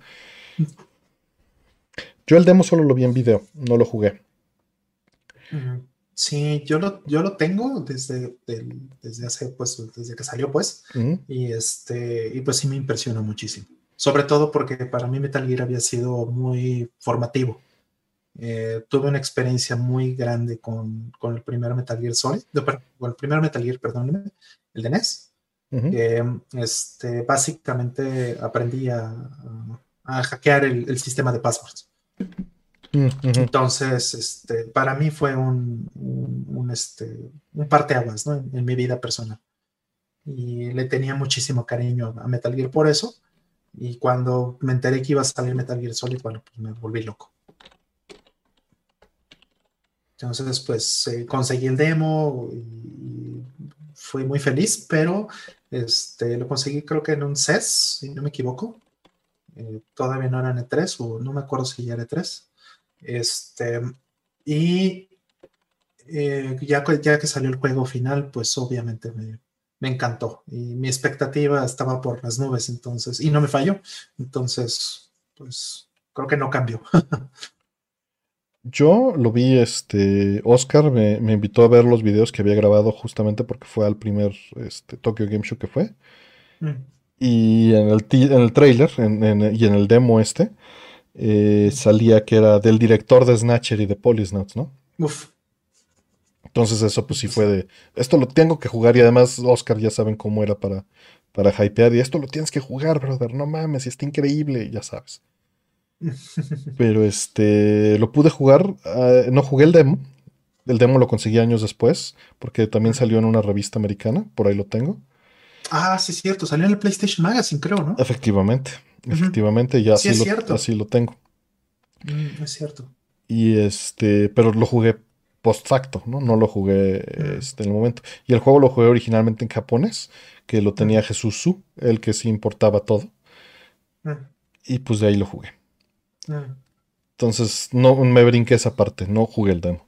Yo el demo solo lo vi en video, no lo jugué. Ujú. Sí, yo lo tengo desde hace, pues, desde que salió, pues, Ujú, y pues sí me impresionó muchísimo. Sobre todo porque para mí Metal Gear había sido muy formativo. Tuve una experiencia muy grande con el primer Metal Gear Solid, no, perdón, con el primer Metal Gear, perdóneme, el de NES, ujú, que básicamente aprendí a hackear el sistema de passwords. ujú. Entonces, para mí fue un parteaguas, ¿no? En mi vida personal. Y le tenía muchísimo cariño a Metal Gear por eso. Y cuando me enteré que iba a salir Metal Gear Solid, bueno, pues me volví loco. Entonces, pues conseguí el demo y fui muy feliz, pero lo conseguí creo que en un CES, si no me equivoco. Todavía no era en E3 o no me acuerdo si ya era E3. Este, y ya que salió el juego final, pues obviamente me encantó y mi expectativa estaba por las nubes, entonces, y no me falló. Entonces, pues creo que no cambió. Yo lo vi, Oscar me invitó a ver los videos que había grabado justamente porque fue al primer Tokyo Game Show que fue. Mm, Y en el trailer y en el demo mm. salía que era del director de Snatcher y de Policenauts, ¿no? Uf, Entonces eso pues sí fue entonces, de, esto lo tengo que jugar y además Oscar ya saben cómo era para hypear y esto lo tienes que jugar, brother, no mames, y está increíble, ya sabes. Pero lo pude jugar, no jugué el demo lo conseguí años después, porque también salió en una revista americana, por ahí lo tengo. ah, sí, es cierto, salió en el PlayStation Magazine, creo, ¿no? Efectivamente, Ujú. efectivamente, ya Sí, es cierto. así lo tengo. Es cierto. Y pero lo jugué post facto, ¿no? No lo jugué Mm, en el momento. Y el juego lo jugué originalmente en japonés, que lo tenía mm, Jesús Su, el que sí importaba todo. mm, Y pues de ahí lo jugué. mm. Entonces no me brinqué esa parte, no jugué el demo.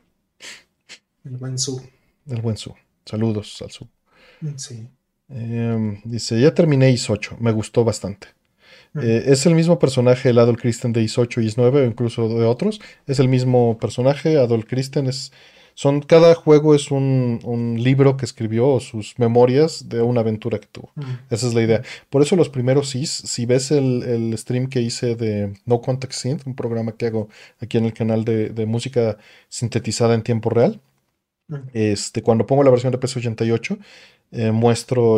El buen Su. El buen Su. Saludos al Su. Sí. Dice, ya terminé Is 8, me gustó bastante. Mm, Es el mismo personaje, el Adol Christen de Is 8 y Is 9, o incluso de otros. Es el mismo personaje, Adol Christen cada juego es un libro que escribió o sus memorias de una aventura que tuvo. mm, Esa es la idea. mm, Por eso los primeros Is, si ves el stream que hice de No Context Synth, un programa que hago aquí en el canal de música sintetizada en tiempo real, mm, cuando pongo la versión de PS88, muestro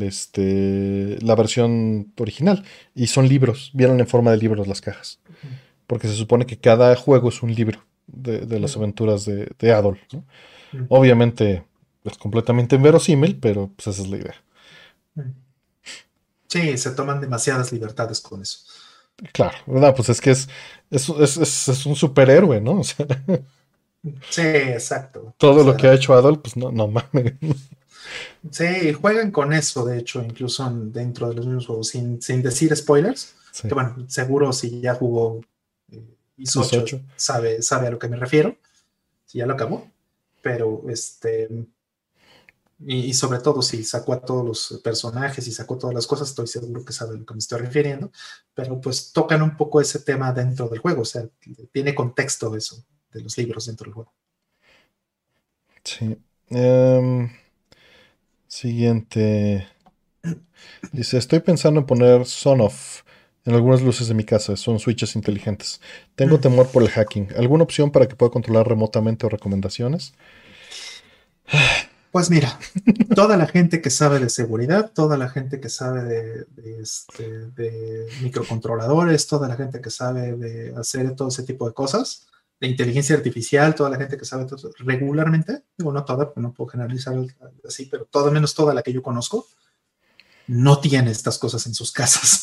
la versión original. Y son libros, vienen en forma de libros las cajas. mm, Porque se supone que cada juego es un libro de las mm, aventuras de Adol, ¿no? mm, Obviamente es completamente inverosímil, pero pues esa es la idea. mm. Sí, se toman demasiadas libertades con eso. Claro, ¿verdad? Pues es que es un superhéroe, ¿no? O sea, Sí, exacto. O todo lo que ha sea, hecho Adol, pues no, no mames. sí, juegan con eso, de hecho, incluso dentro de los mismos juegos, sin decir spoilers, Sí, que bueno, seguro si ya jugó IS es 8 8. sabe a lo que me refiero, si ya lo acabó, pero y sobre todo si sacó a todos los personajes y sacó todas las cosas, estoy seguro que sabe a lo que me estoy refiriendo, pero pues tocan un poco ese tema dentro del juego, o sea, tiene contexto eso, de los libros dentro del juego. Sí. Siguiente. Dice, estoy pensando en poner Son of en algunas luces de mi casa. Son switches inteligentes. Tengo Mm. temor por el hacking. ¿Alguna opción para que pueda controlar remotamente o recomendaciones? Pues mira, toda la gente que sabe de seguridad, toda la gente que sabe de microcontroladores, toda la gente que sabe de hacer todo ese tipo de cosas, de inteligencia artificial, toda la gente que sabe todo eso, regularmente, digo no toda, porque no puedo generalizar así, pero todo menos toda la que yo conozco, no tiene estas cosas en sus casas.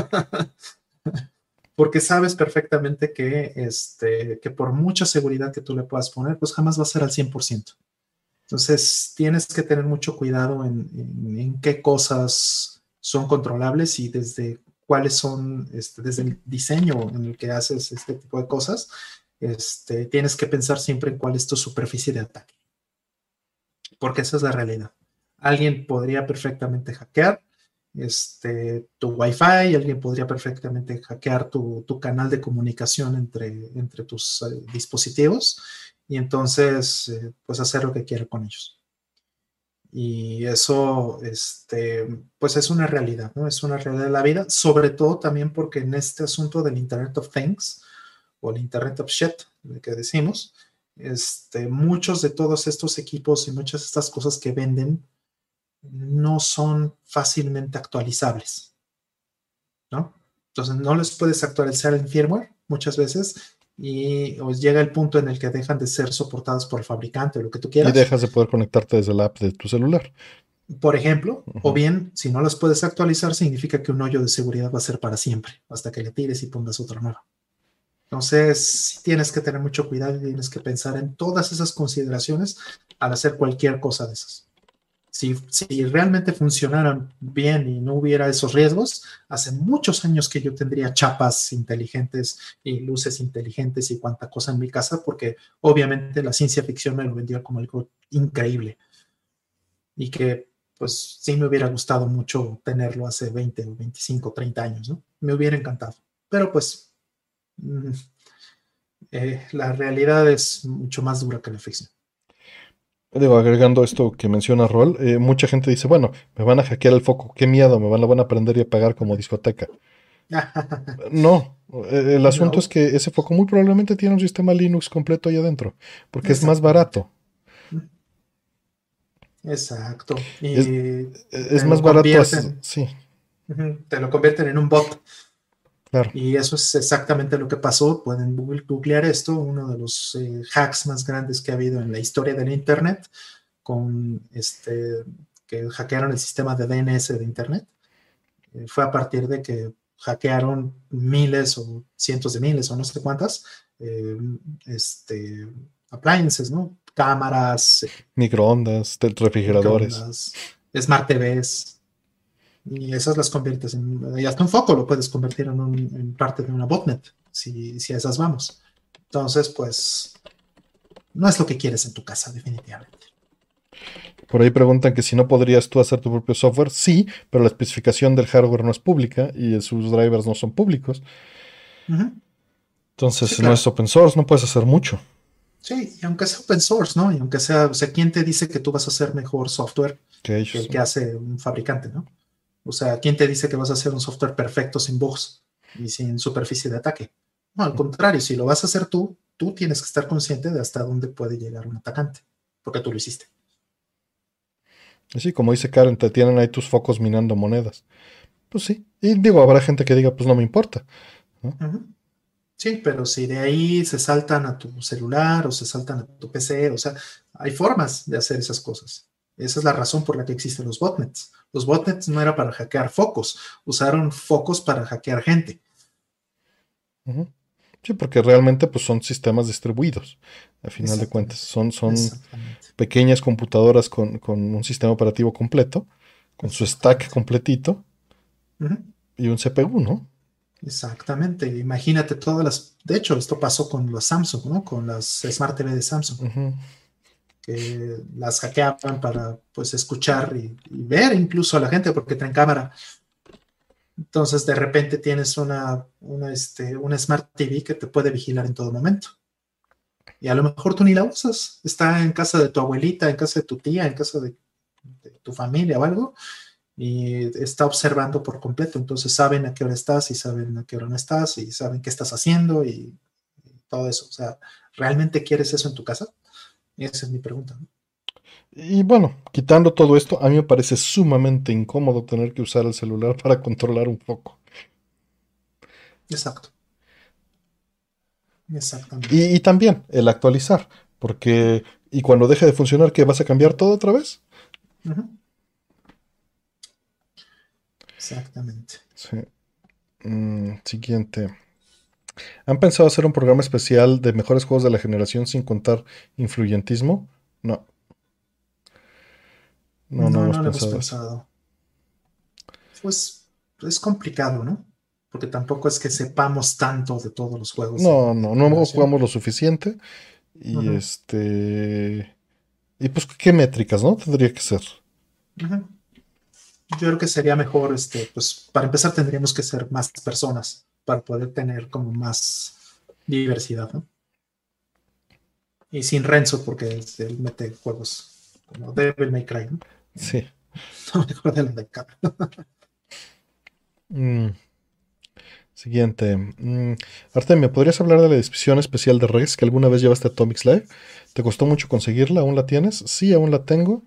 Porque sabes perfectamente que por mucha seguridad que tú le puedas poner, pues jamás va a ser al 100%. Entonces, tienes que tener mucho cuidado en qué cosas son controlables y desde cuáles son, desde el diseño en el que haces este tipo de cosas, tienes que pensar siempre en cuál es tu superficie de ataque, porque esa es la realidad. Alguien podría perfectamente hackear tu Wi-Fi, alguien podría perfectamente hackear tu canal de comunicación entre tus dispositivos y entonces pues hacer lo que quiera con ellos. Y eso, pues es una realidad, ¿no? Es una realidad de la vida, sobre todo también porque en este asunto del Internet of Things o el Internet of Shit, que decimos, muchos de todos estos equipos y muchas de estas cosas que venden no son fácilmente actualizables, ¿no? Entonces no les puedes actualizar el firmware muchas veces y os llega el punto en el que dejan de ser soportados por el fabricante o lo que tú Y quieras, dejas de poder conectarte desde la app de tu celular. por ejemplo, o Ujú. bien si no las puedes actualizar significa que un hoyo de seguridad va a ser para siempre, hasta que le tires y pongas otra nueva. Entonces, sí tienes que tener mucho cuidado y tienes que pensar en todas esas consideraciones al hacer cualquier cosa de esas. Si realmente funcionaran bien y no hubiera esos riesgos, hace muchos años que yo tendría chapas inteligentes y luces inteligentes y cuanta cosa en mi casa, porque obviamente la ciencia ficción me lo vendió como algo increíble y que pues sí me hubiera gustado mucho tenerlo hace 20 o 25, 30 años, ¿no? Me hubiera encantado. Pero pues la realidad es mucho más dura que la ficción. Digo, agregando esto que menciona Rol, mucha gente dice, bueno, me van a hackear el foco, qué miedo, lo van a prender y apagar como discoteca. No, el asunto es No, que ese foco muy probablemente tiene un sistema Linux completo ahí adentro, porque es más exactamente. barato. Exacto. Es, Y es más barato, sí, te lo convierten en un bot. claro. Y eso es exactamente lo que pasó. Pueden googlear esto, uno de los hacks más grandes que ha habido en la historia del Internet, con que hackearon el sistema de DNS de Internet. Fue a partir de que hackearon miles o cientos de miles o no sé cuántas eh, este, appliances, ¿no? Cámaras, Microondas, refrigeradores. microondas, smart TVs, y esas las conviertes y hasta un foco lo puedes convertir en parte de una botnet, si a esas vamos. Entonces, pues, no es lo que quieres en tu casa, definitivamente. Por ahí preguntan que si no podrías tú hacer tu propio software. Sí, pero la especificación del hardware no es pública y sus drivers no son públicos. Uh -huh. Sí, Entonces no es claro. open source, no puedes hacer mucho. Sí, y aunque sea open source, ¿no? Y aunque sea, o sea, ¿quién te dice que tú vas a hacer mejor software Que que ellos, el que hace un fabricante, ¿no? O sea, ¿quién te dice que vas a hacer un software perfecto sin bugs y sin superficie de ataque? No, al contrario, si lo vas a hacer tú tienes que estar consciente de hasta dónde puede llegar un atacante, porque tú lo hiciste. sí, como dice Karen, te tienen ahí tus focos minando monedas. Pues sí. Y digo, habrá gente que diga, pues no me importa, ¿no? Uh -huh. Sí, pero si de ahí se saltan a tu celular o se saltan a tu PC, o sea, hay formas de hacer esas cosas. Esa es la razón por la que existen los botnets. Los botnets no era para hackear focos, usaron focos para hackear gente. Ujú. Sí, porque realmente pues son sistemas distribuidos, a final de cuentas. Exactamente, Son exactamente, pequeñas computadoras con un sistema operativo completo, con su stack exactamente. completito Uh -huh. y un CPU, ¿no? Exactamente. Imagínate todas las. De hecho, esto pasó con los Samsung, ¿no? Con las Smart TV de Samsung, Ujú. que las hackeaban para, pues, escuchar y ver incluso a la gente porque traen cámara. Entonces, de repente tienes una Smart TV que te puede vigilar en todo momento. Y a lo mejor tú ni la usas. Está en casa de tu abuelita, en casa de tu tía, en casa de tu familia o algo, y está observando por completo. Entonces saben a qué hora estás y saben a qué hora no estás y saben qué estás haciendo y todo eso. O sea, ¿realmente quieres eso en tu casa? Esa es mi pregunta, ¿no? Y bueno, quitando todo esto, a mí me parece sumamente incómodo tener que usar el celular para controlar un foco. Exacto, exactamente. Y también el actualizar, porque y cuando deje de funcionar, ¿qué vas a cambiar todo otra vez? Uh -huh. Exactamente. Sí. Siguiente. ¿Han pensado hacer un programa especial de mejores juegos de la generación sin contar influyentismo? No, no No, hemos no lo hemos pensado eso. pensado. Pues es complicado, ¿no? Porque tampoco es que sepamos tanto de todos los juegos de la No generación. jugamos lo suficiente. Uh Y -huh. y pues, ¿qué métricas, no? Tendría que ser. Uh -huh. Yo creo que sería mejor, pues para empezar tendríamos que ser más personas para poder tener como más diversidad, ¿no? Y sin Renzo, porque él mete juegos como Devil May Cry, ¿no? Sí. No me acuerdo de la de Cap. Mm, Siguiente. Artemio, ¿podrías hablar de la edición especial de Res que alguna vez llevaste a Atomics Live? ¿Te costó mucho conseguirla? ¿Aún la tienes? Sí, aún la tengo.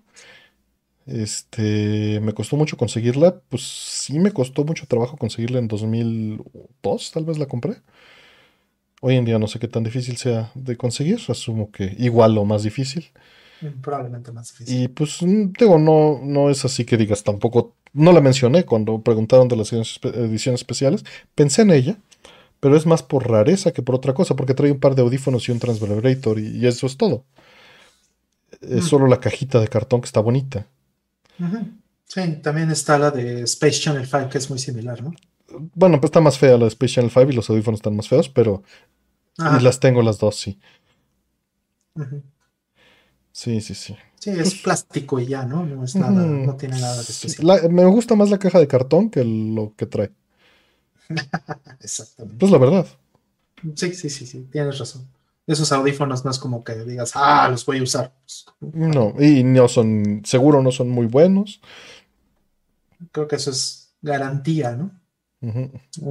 Me costó mucho conseguirla. Pues sí, me costó mucho trabajo conseguirla en 2002, tal vez la compré. Hoy en día no sé qué tan difícil sea de conseguir. Asumo que igual o más difícil. Probablemente más difícil. Y pues digo, no es así que digas tampoco. No la mencioné cuando preguntaron de las ediciones especiales. Pensé en ella, pero es más por rareza que por otra cosa, porque trae un par de audífonos y un transvibrator y eso es todo. Es Mm, solo la cajita de cartón que está bonita. ujú. Sí, también está la de Space Channel 5, que es muy similar, ¿no? Bueno, pues está más fea la de Space Channel 5 y los audífonos están más feos, pero... Y Ajá. las tengo las dos, sí. Ujú. Sí, sí, sí. Sí, es Pues, plástico y ya, ¿no? No es nada, ujú, no tiene nada de sí, especial. me gusta más la caja de cartón que lo que trae. Exactamente. Pues la verdad. Sí, sí, sí, sí, tienes razón. Esos audífonos no es como que digas, ah, los voy a usar. Pues, para No, nada. y no son, seguro no son muy buenos. Creo que eso es garantía, ¿no? Ujú.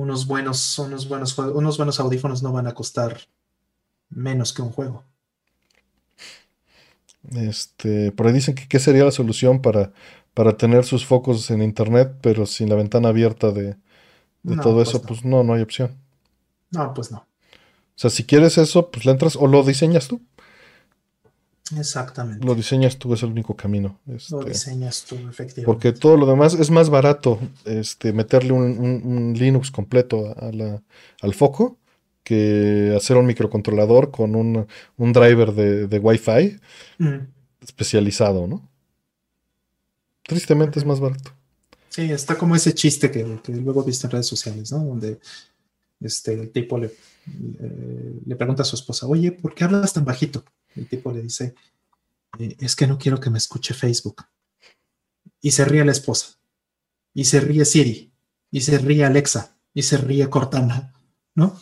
Unos buenos audífonos no van a costar menos que un juego. Por ahí dicen que qué sería la solución para tener sus focos en internet, pero sin la ventana abierta de todo No, eso, pues no. pues no, no hay opción. No, pues no. O sea, si quieres eso, pues le entras o lo diseñas tú. Lo Exactamente. diseñas tú, es el único camino. Lo diseñas tú, Porque efectivamente. todo lo demás es más barato, meterle un Linux completo al foco que hacer un microcontrolador con un driver de Wi-Fi Mm, especializado, ¿no? Tristemente es ujú. más barato. Sí, está como ese chiste que luego he visto en redes sociales, ¿no? Donde el tipo le pregunta a su esposa, oye, ¿por qué hablas tan bajito? El tipo le dice, es que no quiero que me escuche Facebook. Y se ríe la esposa, y se ríe Siri, y se ríe Alexa, y se ríe Cortana, ¿no?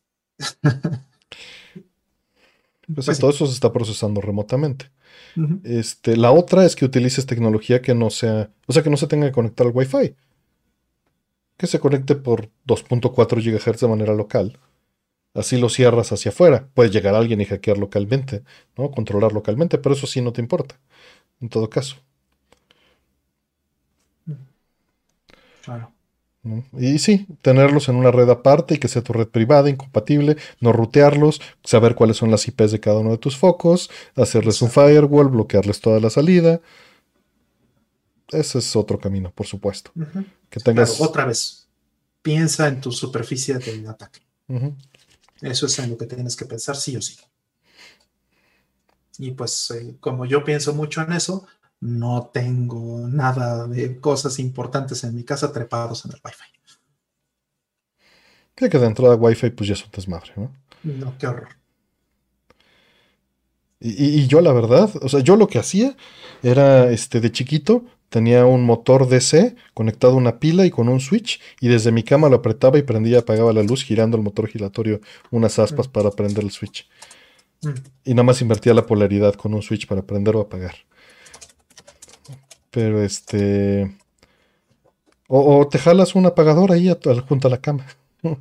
Pues sí, Pues todo sí. eso se está procesando remotamente. Ujú. La otra es que utilices tecnología que no sea, o sea, que no se tenga que conectar al Wi-Fi, que se conecte por 2.4 GHz de manera local. Así lo cierras hacia afuera. Puede llegar alguien y hackear localmente, ¿no? Controlar localmente, pero eso sí no te importa, en todo caso. Claro. ¿No? Y sí, tenerlos en una red aparte y que sea tu red privada, incompatible, no rutearlos, saber cuáles son las IPs de cada uno de tus focos, hacerles un Exacto. firewall, bloquearles toda la salida. Ese es otro camino, por supuesto. Ujú. Que Claro, tengas... otra vez, piensa en tu superficie de ataque. Ujú. Eso es en lo que tienes que pensar sí o sí. Y pues como yo pienso mucho en eso, no tengo nada de cosas importantes en mi casa trepados en el Wi-Fi. Ya que de entrada Wi-Fi pues ya es un desmadre, ¿no? No, qué horror. Y yo la verdad, o sea, yo lo que hacía era, de chiquito, tenía un motor DC conectado a una pila y con un switch, y desde mi cama lo apretaba y prendía y apagaba la luz girando el motor giratorio unas aspas Mm, para prender el switch. mm. Y nada más invertía la polaridad con un switch para prender o apagar. Pero o te jalas un apagador ahí junto a la cama.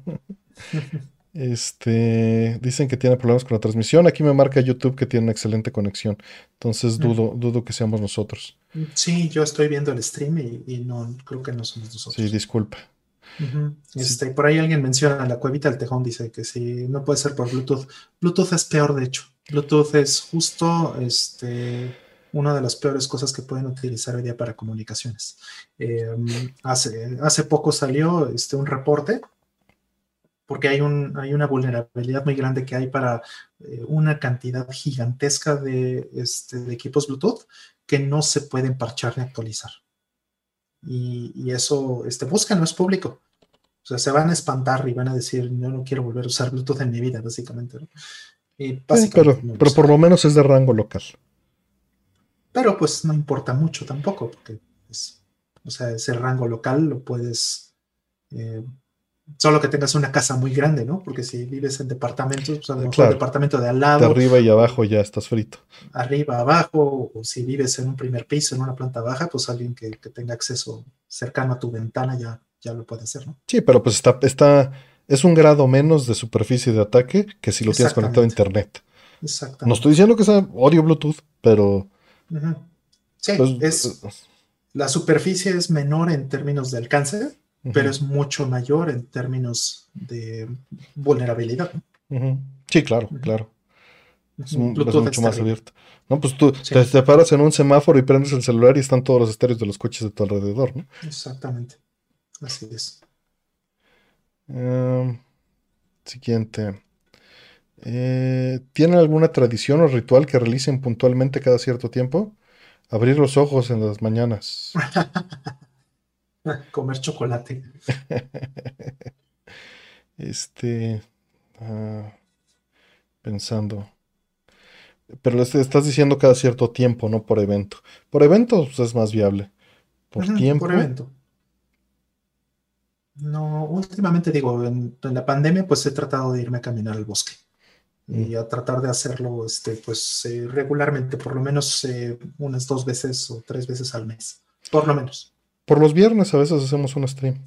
Dicen que tiene problemas con la transmisión. Aquí me marca YouTube que tiene una excelente conexión. Entonces Mm. dudo que seamos nosotros. Sí, yo estoy viendo el stream y no, creo que no somos Sí, nosotros. disculpa. Ujú. Sí, Por ahí alguien menciona la cuevita del tejón, dice que si no puede ser por Bluetooth. Bluetooth es peor, de hecho. Bluetooth es justo una de las peores cosas que pueden utilizar hoy día para comunicaciones. Hace poco salió un reporte porque hay una vulnerabilidad muy grande que hay para una cantidad gigantesca de equipos Bluetooth que no se pueden parchar ni actualizar. Y eso, búsquenlo, es público. O sea, se van a espantar y van a decir, yo no quiero volver a usar Bluetooth en mi vida, básicamente, ¿no? Y sí, básicamente no lo pero usan. por lo menos es de rango local. Pero pues no importa mucho tampoco, porque o sea, ese rango local lo puedes, eh, solo que tengas una casa muy grande, ¿no? Porque si vives en departamentos, pues a lo mejor el Claro, departamento de al de lado, arriba y o abajo ya estás frito. arriba, abajo, o si vives en un primer piso, en una planta baja, pues alguien que tenga acceso cercano a tu ventana ya lo puede hacer, ¿no? Sí, pero pues es un grado menos de superficie de ataque que si lo tienes conectado a Exactamente, internet. No estoy exactamente. diciendo que sea odio Bluetooth, pero Ujú. Sí, pues, la superficie es menor en términos de alcance, pero ujú, es mucho mayor en términos de vulnerabilidad, ¿no? ujú. Sí, claro, Ujú, claro. ujú. Es Bluetooth mucho es más terrible. abierto. No, pues tú Sí, te paras en un semáforo y prendes el celular y están todos los estéreos de los coches de tu alrededor, ¿no? exactamente. Así es. Em, Siguiente. ¿Tienen alguna tradición o ritual que realicen puntualmente cada cierto tiempo? Abrir los ojos en las mañanas. Comer chocolate. Este, ah, pensando. Pero estás diciendo cada cierto tiempo, no por evento. Por evento, pues, es más viable. Por Ujú, por tiempo, evento. No, últimamente digo, en la pandemia pues he tratado de irme a caminar al bosque mm, y a tratar de hacerlo pues regularmente, por lo menos unas 2 veces o 3 veces al mes, por lo menos. por los viernes a veces hacemos un stream.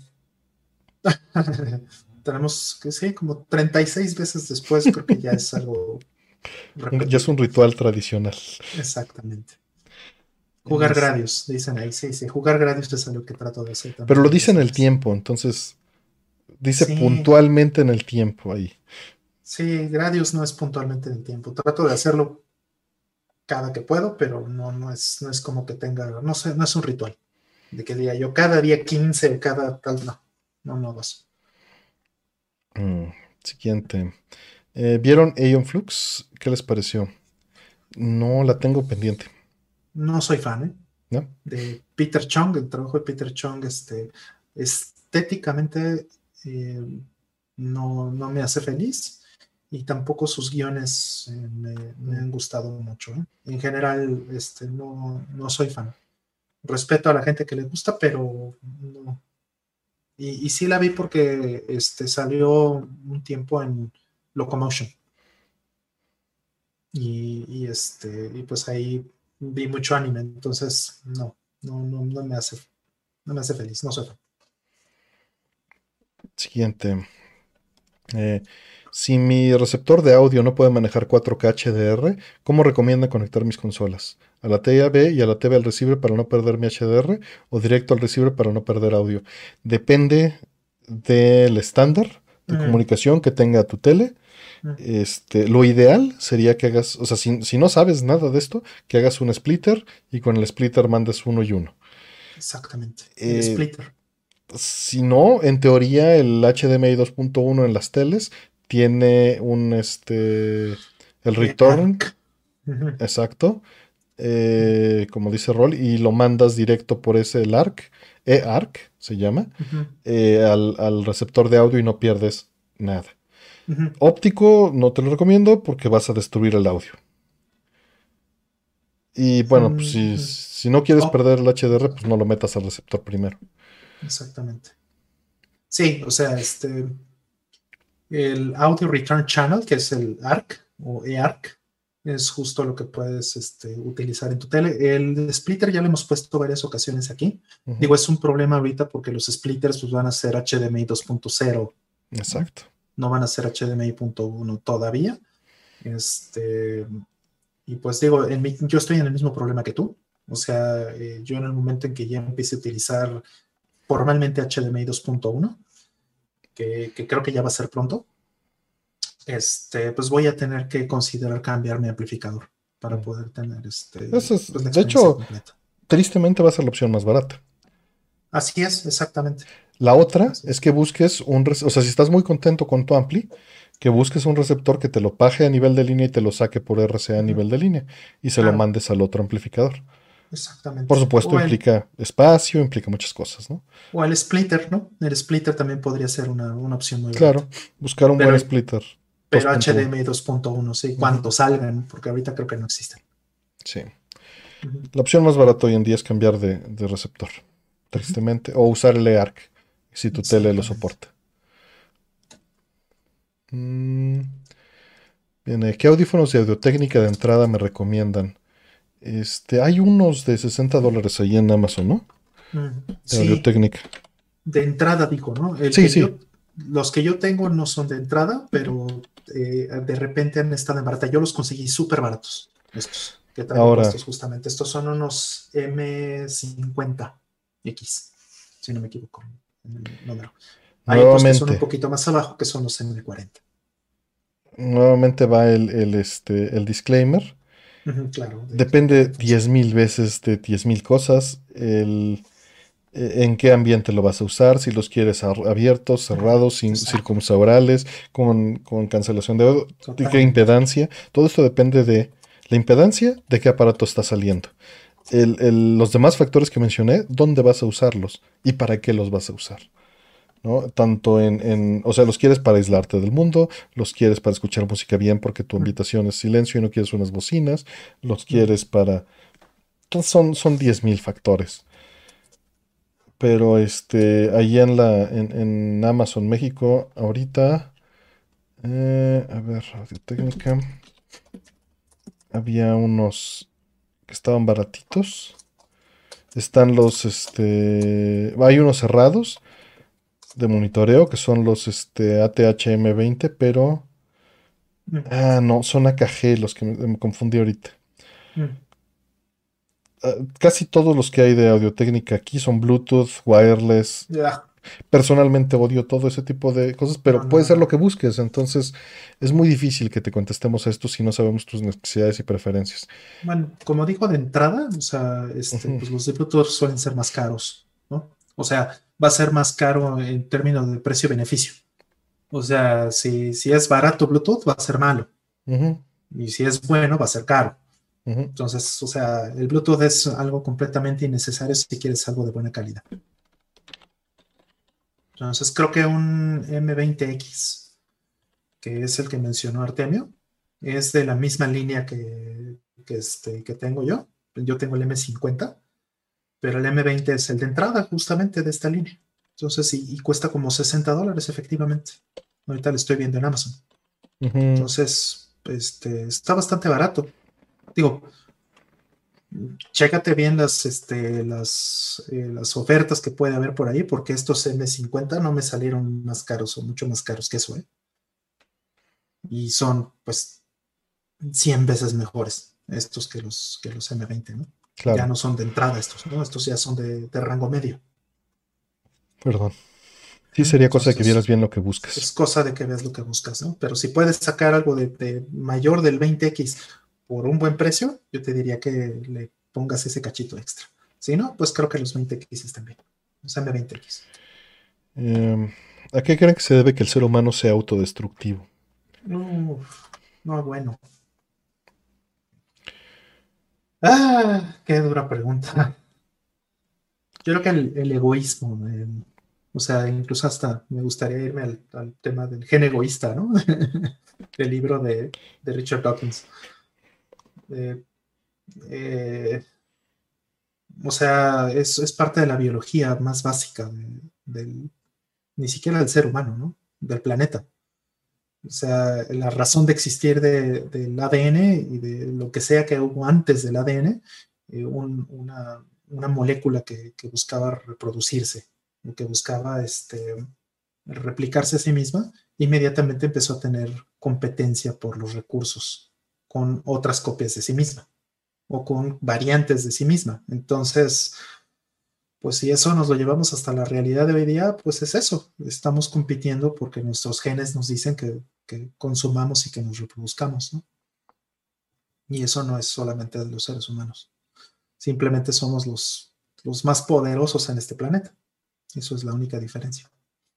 Tenemos que sí, como 36 veces después, creo que ya es algo Ya es un repetido. ritual tradicional. Exactamente. Jugar Es- Gradius, dicen ahí, sí, sí, jugar Gradius es algo que trato de hacer pero también lo en dice las en el noches. tiempo, entonces dice Sí, puntualmente en el tiempo ahí. sí, Gradius no es puntualmente en el tiempo. Trato de hacerlo cada que puedo, pero no es como que tenga, no sé, no es un ritual de que diga yo cada día 15 o cada tal, no, no lo hago. Mm, Siguiente. ¿Vieron Aeon Flux? ¿Qué les pareció? No la tengo pendiente, No soy fan, ¿eh? ¿no? De Peter Chung, el trabajo de Peter Chung, estéticamente eh, no me hace feliz y tampoco sus guiones me Mm, han gustado mucho, ¿eh? En general, no soy fan. Respeto a la gente que le gusta, pero no. Y sí la vi porque salió un tiempo en Locomotion y pues ahí vi mucho anime, entonces no me hace feliz, no soy fan. Siguiente. Eh, si mi receptor de audio no puede manejar 4K HDR, ¿cómo recomienda conectar mis consolas? ¿A la TV y a la TV al receiver para no perder mi HDR o directo al receiver para no perder audio? Depende del estándar de Mm, comunicación que tenga tu tele. mm, Lo ideal sería que hagas, o sea, si no sabes nada de esto, que hagas un splitter y con el splitter mandes uno y uno. exactamente, el Eh, splitter. si no, en teoría el HDMI 2.1 en las teles tiene el return Arc. Ujú, exacto, como dice Roll, y lo mandas directo por ese el ARC, eARC se llama, ujú, al receptor de audio y no pierdes nada. ujú. Óptico no te lo recomiendo porque vas a destruir el audio. Y bueno, pues Ujú. si no quieres Oh, perder el HDR, pues no lo metas al receptor primero. exactamente. Sí, o sea, el Audio Return Channel, que es el ARC o eARC, es justo lo que puedes utilizar en tu tele. El splitter ya lo hemos puesto varias ocasiones aquí. Ujú, Digo, es un problema ahorita porque los splitters pues, van a ser HDMI 2.0, ¿no? exacto. No van a ser HDMI 1.1 todavía. Este, y pues digo, yo estoy en el mismo problema que tú. O sea, yo en el momento en que ya empiece a utilizar formalmente HDMI 2.1, que creo que ya va a ser pronto, pues voy a tener que considerar cambiar mi amplificador para Mm. poder tener pues la De experiencia hecho, completa. tristemente va a ser la opción más barata. Así es, exactamente. La otra Así es es. que busques o sea, si estás muy contento con tu ampli, que busques un receptor que te lo paje a nivel de línea y te lo saque por RCA a Ujú, nivel de línea y se lo claro, mandes al otro amplificador. exactamente. Por supuesto, implica espacio, implica muchas cosas, ¿no? O el splitter, ¿no? El splitter también podría ser una opción muy barata. Claro, buscar un buen Pero, splitter pero 2.1. HDMI 2.1, sí, Ujú, cuántos salgan, porque ahorita creo que no existen. sí. Ujú, La opción más barata hoy en día es cambiar de receptor, ujú, tristemente, o usar el eARC, si tu tele lo exactamente. soporta. Mm, Bien, ¿qué audífonos de Audio-Técnica de entrada me recomiendan? Hay unos de $60 ahí en Amazon, ¿no? De Sí, Audio-Técnica. de entrada dijo, ¿no? Sí, sí. Los que yo tengo no son de entrada, pero de repente han estado en barata. Yo los conseguí súper baratos, estos que traigo Ahora, puestos justamente. Estos son unos M50X, si no me equivoco en el número. Hay otros que son un nuevamente, poquito más abajo, que son los M40. nuevamente va el disclaimer. Ujú, claro, de por Depende qué diez funciona. mil veces de 10.000 cosas. en qué ambiente lo vas a usar, si los quieres abiertos, cerrados, sin Exacto, circunsaurales, con cancelación de audio, de qué totalmente. impedancia. Todo esto depende de la impedancia, de qué aparato está saliendo. Los demás factores que mencioné, ¿dónde vas a usarlos y para qué los vas a usar? ¿No? Tanto o sea, los quieres para aislarte del mundo, los quieres para escuchar música bien porque tu Mm, habitación es silencio y no quieres unas bocinas, los mm, quieres para... Entonces son 10.000 factores. Pero ahí en Amazon México, ahorita, a ver, Audio Técnica, había unos que estaban baratitos. Están hay unos cerrados de monitoreo que son los ATH-M20, pero, mm, no, son AKG los que me confundí ahorita. mm. Casi todos los que hay de Audio Técnica aquí son Bluetooth, wireless. Ya, Personalmente odio todo ese tipo de cosas, no, pero no, puede no, ser lo no. que busques. Entonces, es muy difícil que te contestemos esto si no sabemos tus necesidades y preferencias. Bueno, como digo de entrada, o sea, Ujú, pues los de Bluetooth suelen ser más caros, ¿no? O sea, va a ser más caro en términos de precio-beneficio. O sea, si es barato Bluetooth, va a ser malo. ujú, Y si es bueno, va a ser caro. ujú. Entonces, o sea, el Bluetooth es algo completamente innecesario si quieres algo de buena calidad. Entonces, creo que un M20X, que es el que mencionó Artemio, es de la misma línea que tengo yo. Yo tengo el M50, pero el M20 es el de entrada justamente de esta línea. Entonces, y cuesta como $60 efectivamente. Ahorita lo estoy viendo en Amazon. Ujú. Entonces, está bastante barato. Digo, chécate bien las ofertas que puede haber por ahí, porque estos M50 no me salieron más caros o mucho más caros que eso, ¿eh? Y son, pues, 100 veces mejores estos que los M20, ¿no? Ya Claro, no son de entrada estos, ¿no? Estos ya son de rango medio. perdón. Sí, ¿Mm? sería cosa de que vieras Entonces, bien lo que buscas. es cosa de que veas lo que buscas, ¿no? Pero si puedes sacar algo de mayor del 20X por un buen precio, yo te diría que le pongas ese cachito extra. Si no, pues creo que los 20X están bien. Los M20X. Em, ¿A qué creen que se debe que el ser humano sea autodestructivo? Uf, no, bueno. Ah, qué dura pregunta. Yo creo que el egoísmo, o sea, incluso hasta me gustaría irme al tema del gen egoísta, ¿no? Del libro de Richard Dawkins. Eh, eh, o sea, es parte de la biología más básica ni siquiera del ser humano, ¿no? Del planeta. O sea, la razón de existir del ADN y de lo que sea que hubo antes del ADN, una molécula que buscaba reproducirse, que buscaba replicarse a sí misma, inmediatamente empezó a tener competencia por los recursos con otras copias de sí misma o con variantes de sí misma. Entonces, pues si eso nos lo llevamos hasta la realidad de hoy día, pues es eso. Estamos compitiendo porque nuestros genes nos dicen que consumamos y que nos reproduzcamos, ¿no? Y eso no es solamente de los seres humanos. Simplemente somos los más poderosos en este planeta. Eso es la única diferencia.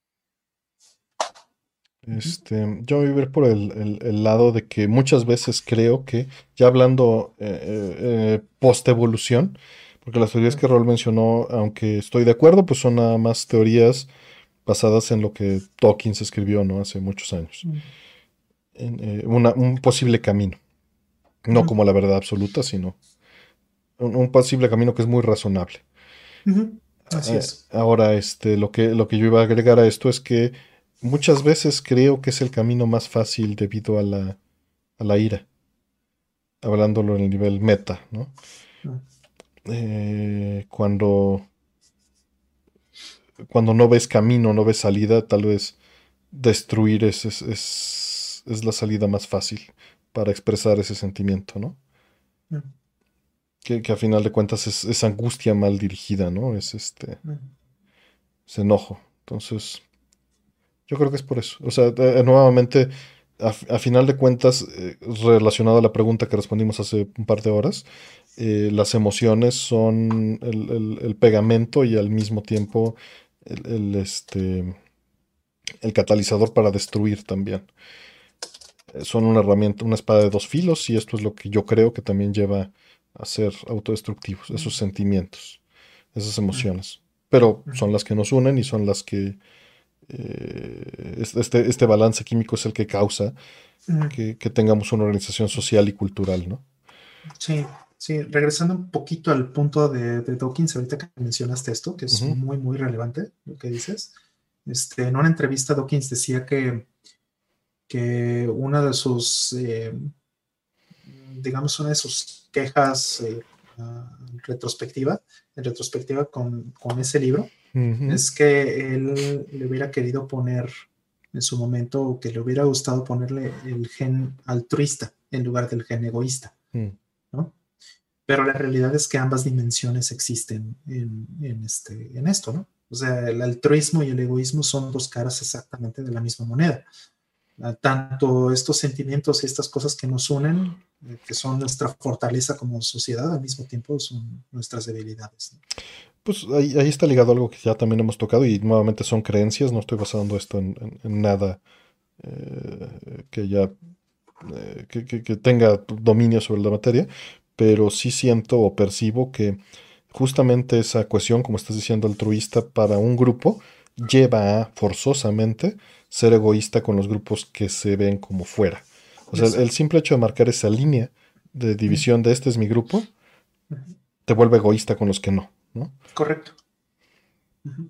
Ujú. Yo voy a ver por el lado de que muchas veces creo que, ya hablando post-evolución, porque las teorías que Roll mencionó, aunque estoy de acuerdo, pues son nada más teorías basadas en lo que Dawkins escribió, ¿no? Hace muchos años. Un posible camino, no Ujú. como la verdad absoluta, sino un posible camino que es muy razonable. Ujú. Así es. Ahora, lo que yo iba a agregar a esto es que muchas veces creo que es el camino más fácil debido a la ira, hablándolo en el nivel meta, ¿no? Ujú. Cuando no ves camino, no ves salida, tal vez destruir es la salida más fácil para expresar ese sentimiento, ¿no? Que a final de cuentas es angustia mal dirigida, ¿no? Ujú. Es enojo. Entonces, yo creo que es por eso. O sea, nuevamente, a final de cuentas, relacionado a la pregunta que respondimos hace un par de horas, las emociones son el pegamento y al mismo tiempo el, el, este, el catalizador para destruir también. Son una herramienta, una espada de dos filos y esto es lo que yo creo que también lleva a ser autodestructivos, esos sentimientos, esas emociones. Pero son las que nos unen y son las que este balance químico es el que causa que tengamos una organización social y cultural, ¿no? Sí, sí, regresando un poquito al punto de Dawkins, ahorita que mencionaste esto, que es Ujú, muy, muy relevante lo que dices. En una entrevista Dawkins decía que una de sus, digamos, una de sus quejas retrospectiva, en retrospectiva con ese libro, ujú, es que él le hubiera querido poner en su momento, o que le hubiera gustado ponerle el gen altruista en lugar del gen egoísta, mm. ¿no? Pero la realidad es que ambas dimensiones existen en esto, ¿no? O sea, el altruismo y el egoísmo son dos caras exactamente de la misma moneda. Tanto estos sentimientos y estas cosas que nos unen, que son nuestra fortaleza como sociedad, al mismo tiempo son nuestras debilidades, ¿no? Pues ahí está ligado algo que ya también hemos tocado y nuevamente son creencias, no estoy basando esto en nada que ya que tenga dominio sobre la materia, pero sí siento o percibo que justamente esa cohesión, como estás diciendo, altruista para un grupo, lleva a forzosamente ser egoísta con los grupos que se ven como fuera. O sea, el Exacto. simple hecho de marcar esa línea de Mm, división de este es mi grupo, mm, te vuelve egoísta con los que no, ¿no? correcto. Ujú,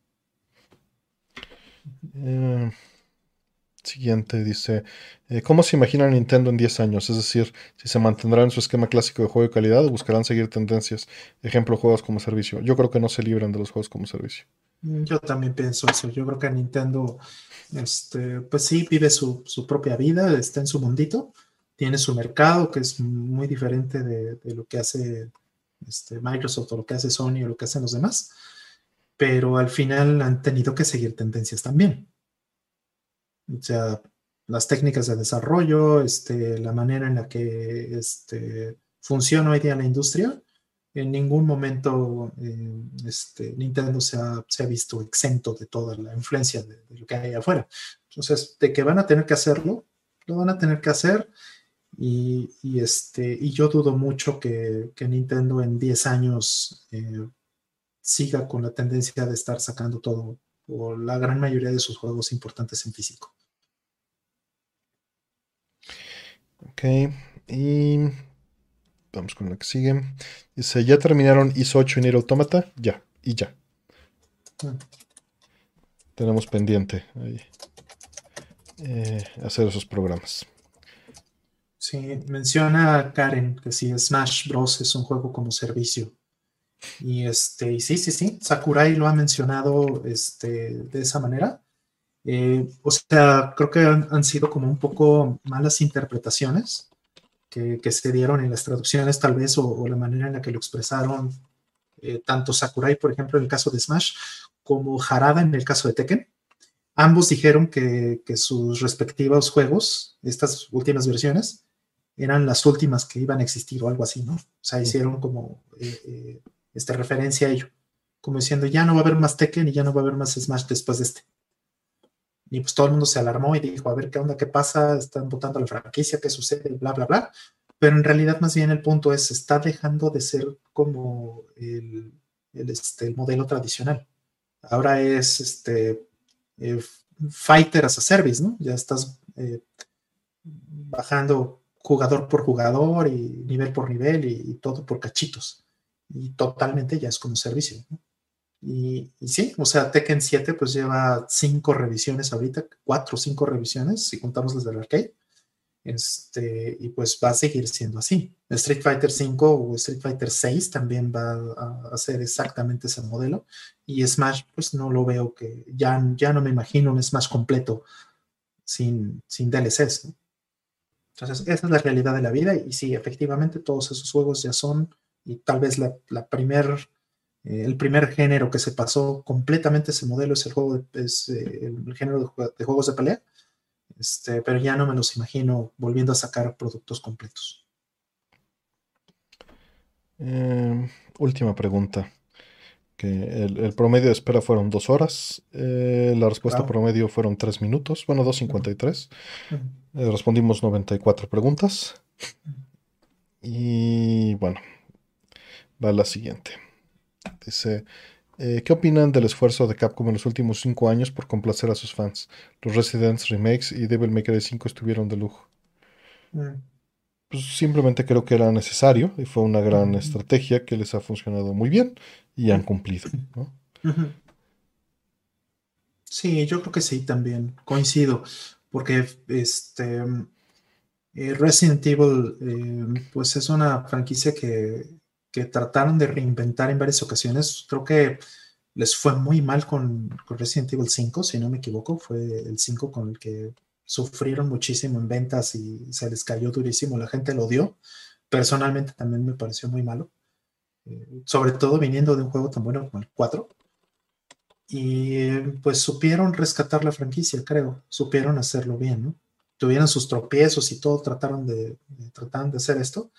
ujú. Eh, Siguiente dice, ¿cómo se imagina Nintendo en 10 años? Es decir, si se mantendrá en su esquema clásico de juego de calidad o buscarán seguir tendencias. Ejemplo, juegos como servicio. Yo creo que no se libran de los juegos como servicio. Yo también pienso eso. Yo creo que Nintendo, pues sí, vive su propia vida, está en su mundito, tiene su mercado, que es muy diferente de lo que hace Microsoft o lo que hace Sony o lo que hacen los demás, pero al final han tenido que seguir tendencias también. O sea, las técnicas de desarrollo, la manera en la que funciona hoy día la industria, en ningún momento Nintendo se ha visto exento de toda la influencia de lo que hay afuera. Entonces, de que van a tener que hacerlo, lo van a tener que hacer y yo dudo mucho que Nintendo en 10 años siga con la tendencia de estar sacando todo o la gran mayoría de sus juegos importantes en físico. Ok, y vamos con la que sigue. Dice, ¿ya terminaron ISO 8 y Nier Automata? Ya, y ya. Tenemos pendiente ahí, hacer esos programas. Sí, menciona Karen que si Smash Bros. Es un juego como servicio. Y sí, sí, sí, Sakurai lo ha mencionado de esa manera. O sea, creo que han sido como un poco malas interpretaciones que se dieron en las traducciones tal vez o la manera en la que lo expresaron tanto Sakurai, por ejemplo, en el caso de Smash, como Harada en el caso de Tekken. Ambos dijeron que sus respectivos juegos, estas últimas versiones, eran las últimas que iban a existir o algo así, ¿no? O sea, Mm. hicieron como esta referencia a ello, como diciendo, ya no va a haber más Tekken y ya no va a haber más Smash después de este. Y pues todo el mundo se alarmó y dijo, a ver qué onda, qué pasa, están votando la franquicia, qué sucede, bla, bla, bla. Pero en realidad más bien el punto es, está dejando de ser como el modelo tradicional. Ahora es eh, Fighter as a Service, ¿no? Ya estás bajando jugador por jugador y nivel por nivel y todo por cachitos. Y totalmente ya es como servicio, ¿no? Y sí, o sea, Tekken 7 pues lleva 5 revisiones ahorita, 4 o 5 revisiones, si contamos las del arcade. Y pues va a seguir siendo así. Street Fighter 5 o Street Fighter 6 también va a hacer exactamente ese modelo. Y Smash, pues no lo veo ya no me imagino un Smash completo sin DLCs, ¿no? Entonces, esa es la realidad de la vida. Y sí, efectivamente, todos esos juegos ya son, y tal vez el primer género que se pasó completamente ese modelo es el género de juegos de pelea, pero ya no me los imagino volviendo a sacar productos completos. Última pregunta. Que el promedio de espera fueron 2 horas. La respuesta Wow. promedio fueron 3 minutos. Bueno, 2:53. Ujú. Respondimos 94 preguntas. Y bueno, va la siguiente. Dice, ¿qué opinan del esfuerzo de Capcom en los últimos 5 años por complacer a sus fans? Los Resident Remakes y Devil May Cry 5 estuvieron de lujo. Mm, Pues simplemente creo que era necesario y fue una gran ujú, estrategia que les ha funcionado muy bien y han cumplido, ¿no? ujú. Sí, yo creo que sí, también coincido, porque Resident Evil, pues es una franquicia que trataron de reinventar en varias ocasiones. Creo que les fue muy mal con Resident Evil 5, si no me equivoco. Fue el 5 con el que sufrieron muchísimo en ventas y se les cayó durísimo. La gente lo odió. Personalmente también me pareció muy malo. Sobre todo viniendo de un juego tan bueno como el 4. Y pues supieron rescatar la franquicia, creo. Supieron hacerlo bien, ¿no? Tuvieron sus tropiezos y todo, trataron de hacer esto,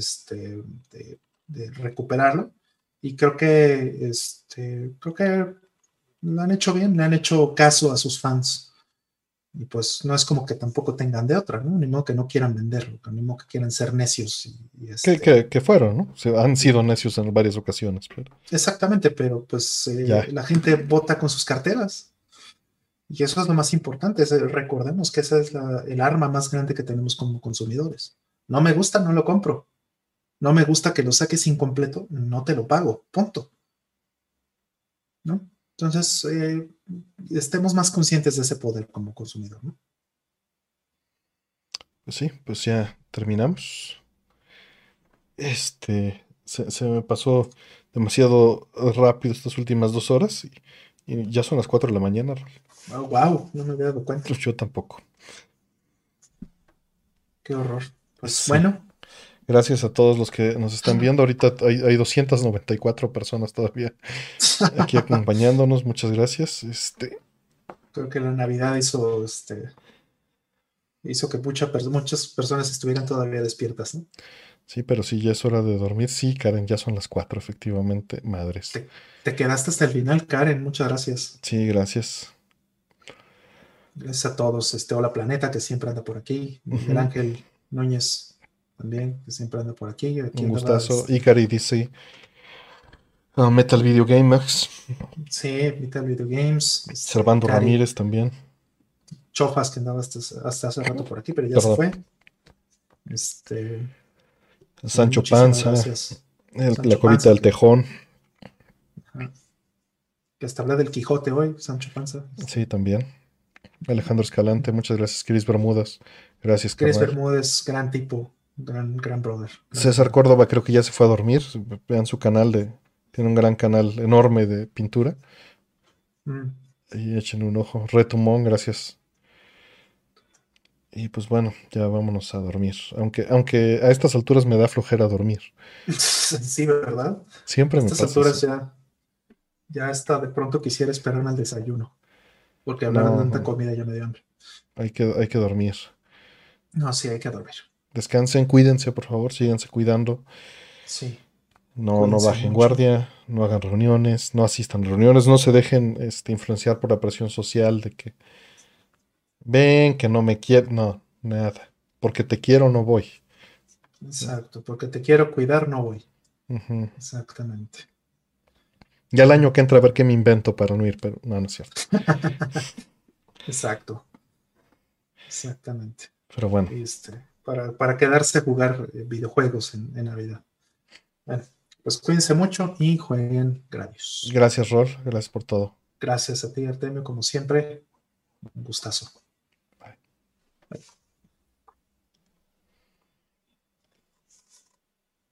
de recuperarlo. Y creo que lo han hecho bien, le han hecho caso a sus fans. Y pues no es como que tampoco tengan de otra, ¿no? Ni modo que no quieran venderlo, ni modo que quieran ser necios Que fueron, ¿no? Han sido necios en varias ocasiones, pero exactamente, pero pues ya. la gente vota con sus carteras. Y eso es lo más importante. Recordemos que esa es el arma más grande que tenemos como consumidores. No me gusta, no lo compro. No me gusta que lo saques incompleto, no te lo pago. Punto. ¿No? Entonces, estemos más conscientes de ese poder como consumidor, ¿no? Pues sí, pues ya terminamos. Se me pasó demasiado rápido estas últimas 2 horas y ya son las 4 de la mañana, Rol. Oh, wow, no me había dado cuenta. Pues yo tampoco. Qué horror. Pues Sí. bueno, Gracias a todos los que nos están viendo. Ahorita hay 294 personas todavía aquí acompañándonos. Muchas gracias. creo que la Navidad hizo que muchas personas estuvieran todavía despiertas, ¿no? Sí, pero sí, ya es hora de dormir. Sí, Karen, ya son las 4, efectivamente. Madres. Te quedaste hasta el final, Karen. Muchas gracias. Sí, gracias. Gracias a todos. Hola Planeta, que siempre anda por aquí. Miguel Ujú. Ángel Núñez, también, que siempre anda por aquí. Aquí Un andaba, gustazo. Ikari dice Metal Video Game Max. sí, Vital Video Games, Servando Cari Ramírez también. Chofas, que andaba hasta hace rato por aquí, pero ya se Perdón. fue. Este, también Sancho muchísimas Panza. gracias. La Sancho colita Panza, del tejón. ajá, que hasta hablé del Quijote hoy, Sancho Panza. Sí, también. Alejandro Escalante. Muchas gracias. Cris Bermudas. Gracias, Chris carnal. Bermúdez, gran tipo, gran brother, gran César amigo. Córdoba creo que ya se fue a dormir. Vean su canal de... Tiene un gran canal enorme de pintura. Mm. Y echen un ojo. Retumón, gracias. Y pues bueno, ya vámonos a dormir. Aunque a estas alturas me da flojera dormir. Sí, ¿verdad? A Siempre me estas pasa así. alturas ya hasta de pronto quisiera esperarme al desayuno, porque hablar de No, tanta no, comida ya me dio hambre. hay que dormir. No, sí, hay que dormir. Descansen, cuídense, por favor, síganse cuidando. Sí, No, no cuídense bajen mucho. guardia, no hagan reuniones, no asistan a reuniones, no se dejen influenciar por la presión social de que ven, que no me quieren, no, nada. Porque te quiero, no voy. Exacto, porque te quiero cuidar, no voy. Ujú. Exactamente. Ya el año que entra a ver qué me invento para no ir, pero no, no es cierto. Exacto, exactamente. Pero bueno, Para quedarse a jugar videojuegos en Navidad. Bueno, pues cuídense mucho y jueguen Gradius. gracias, Ror, gracias por todo. Gracias a ti, Artemio, como siempre. Un gustazo.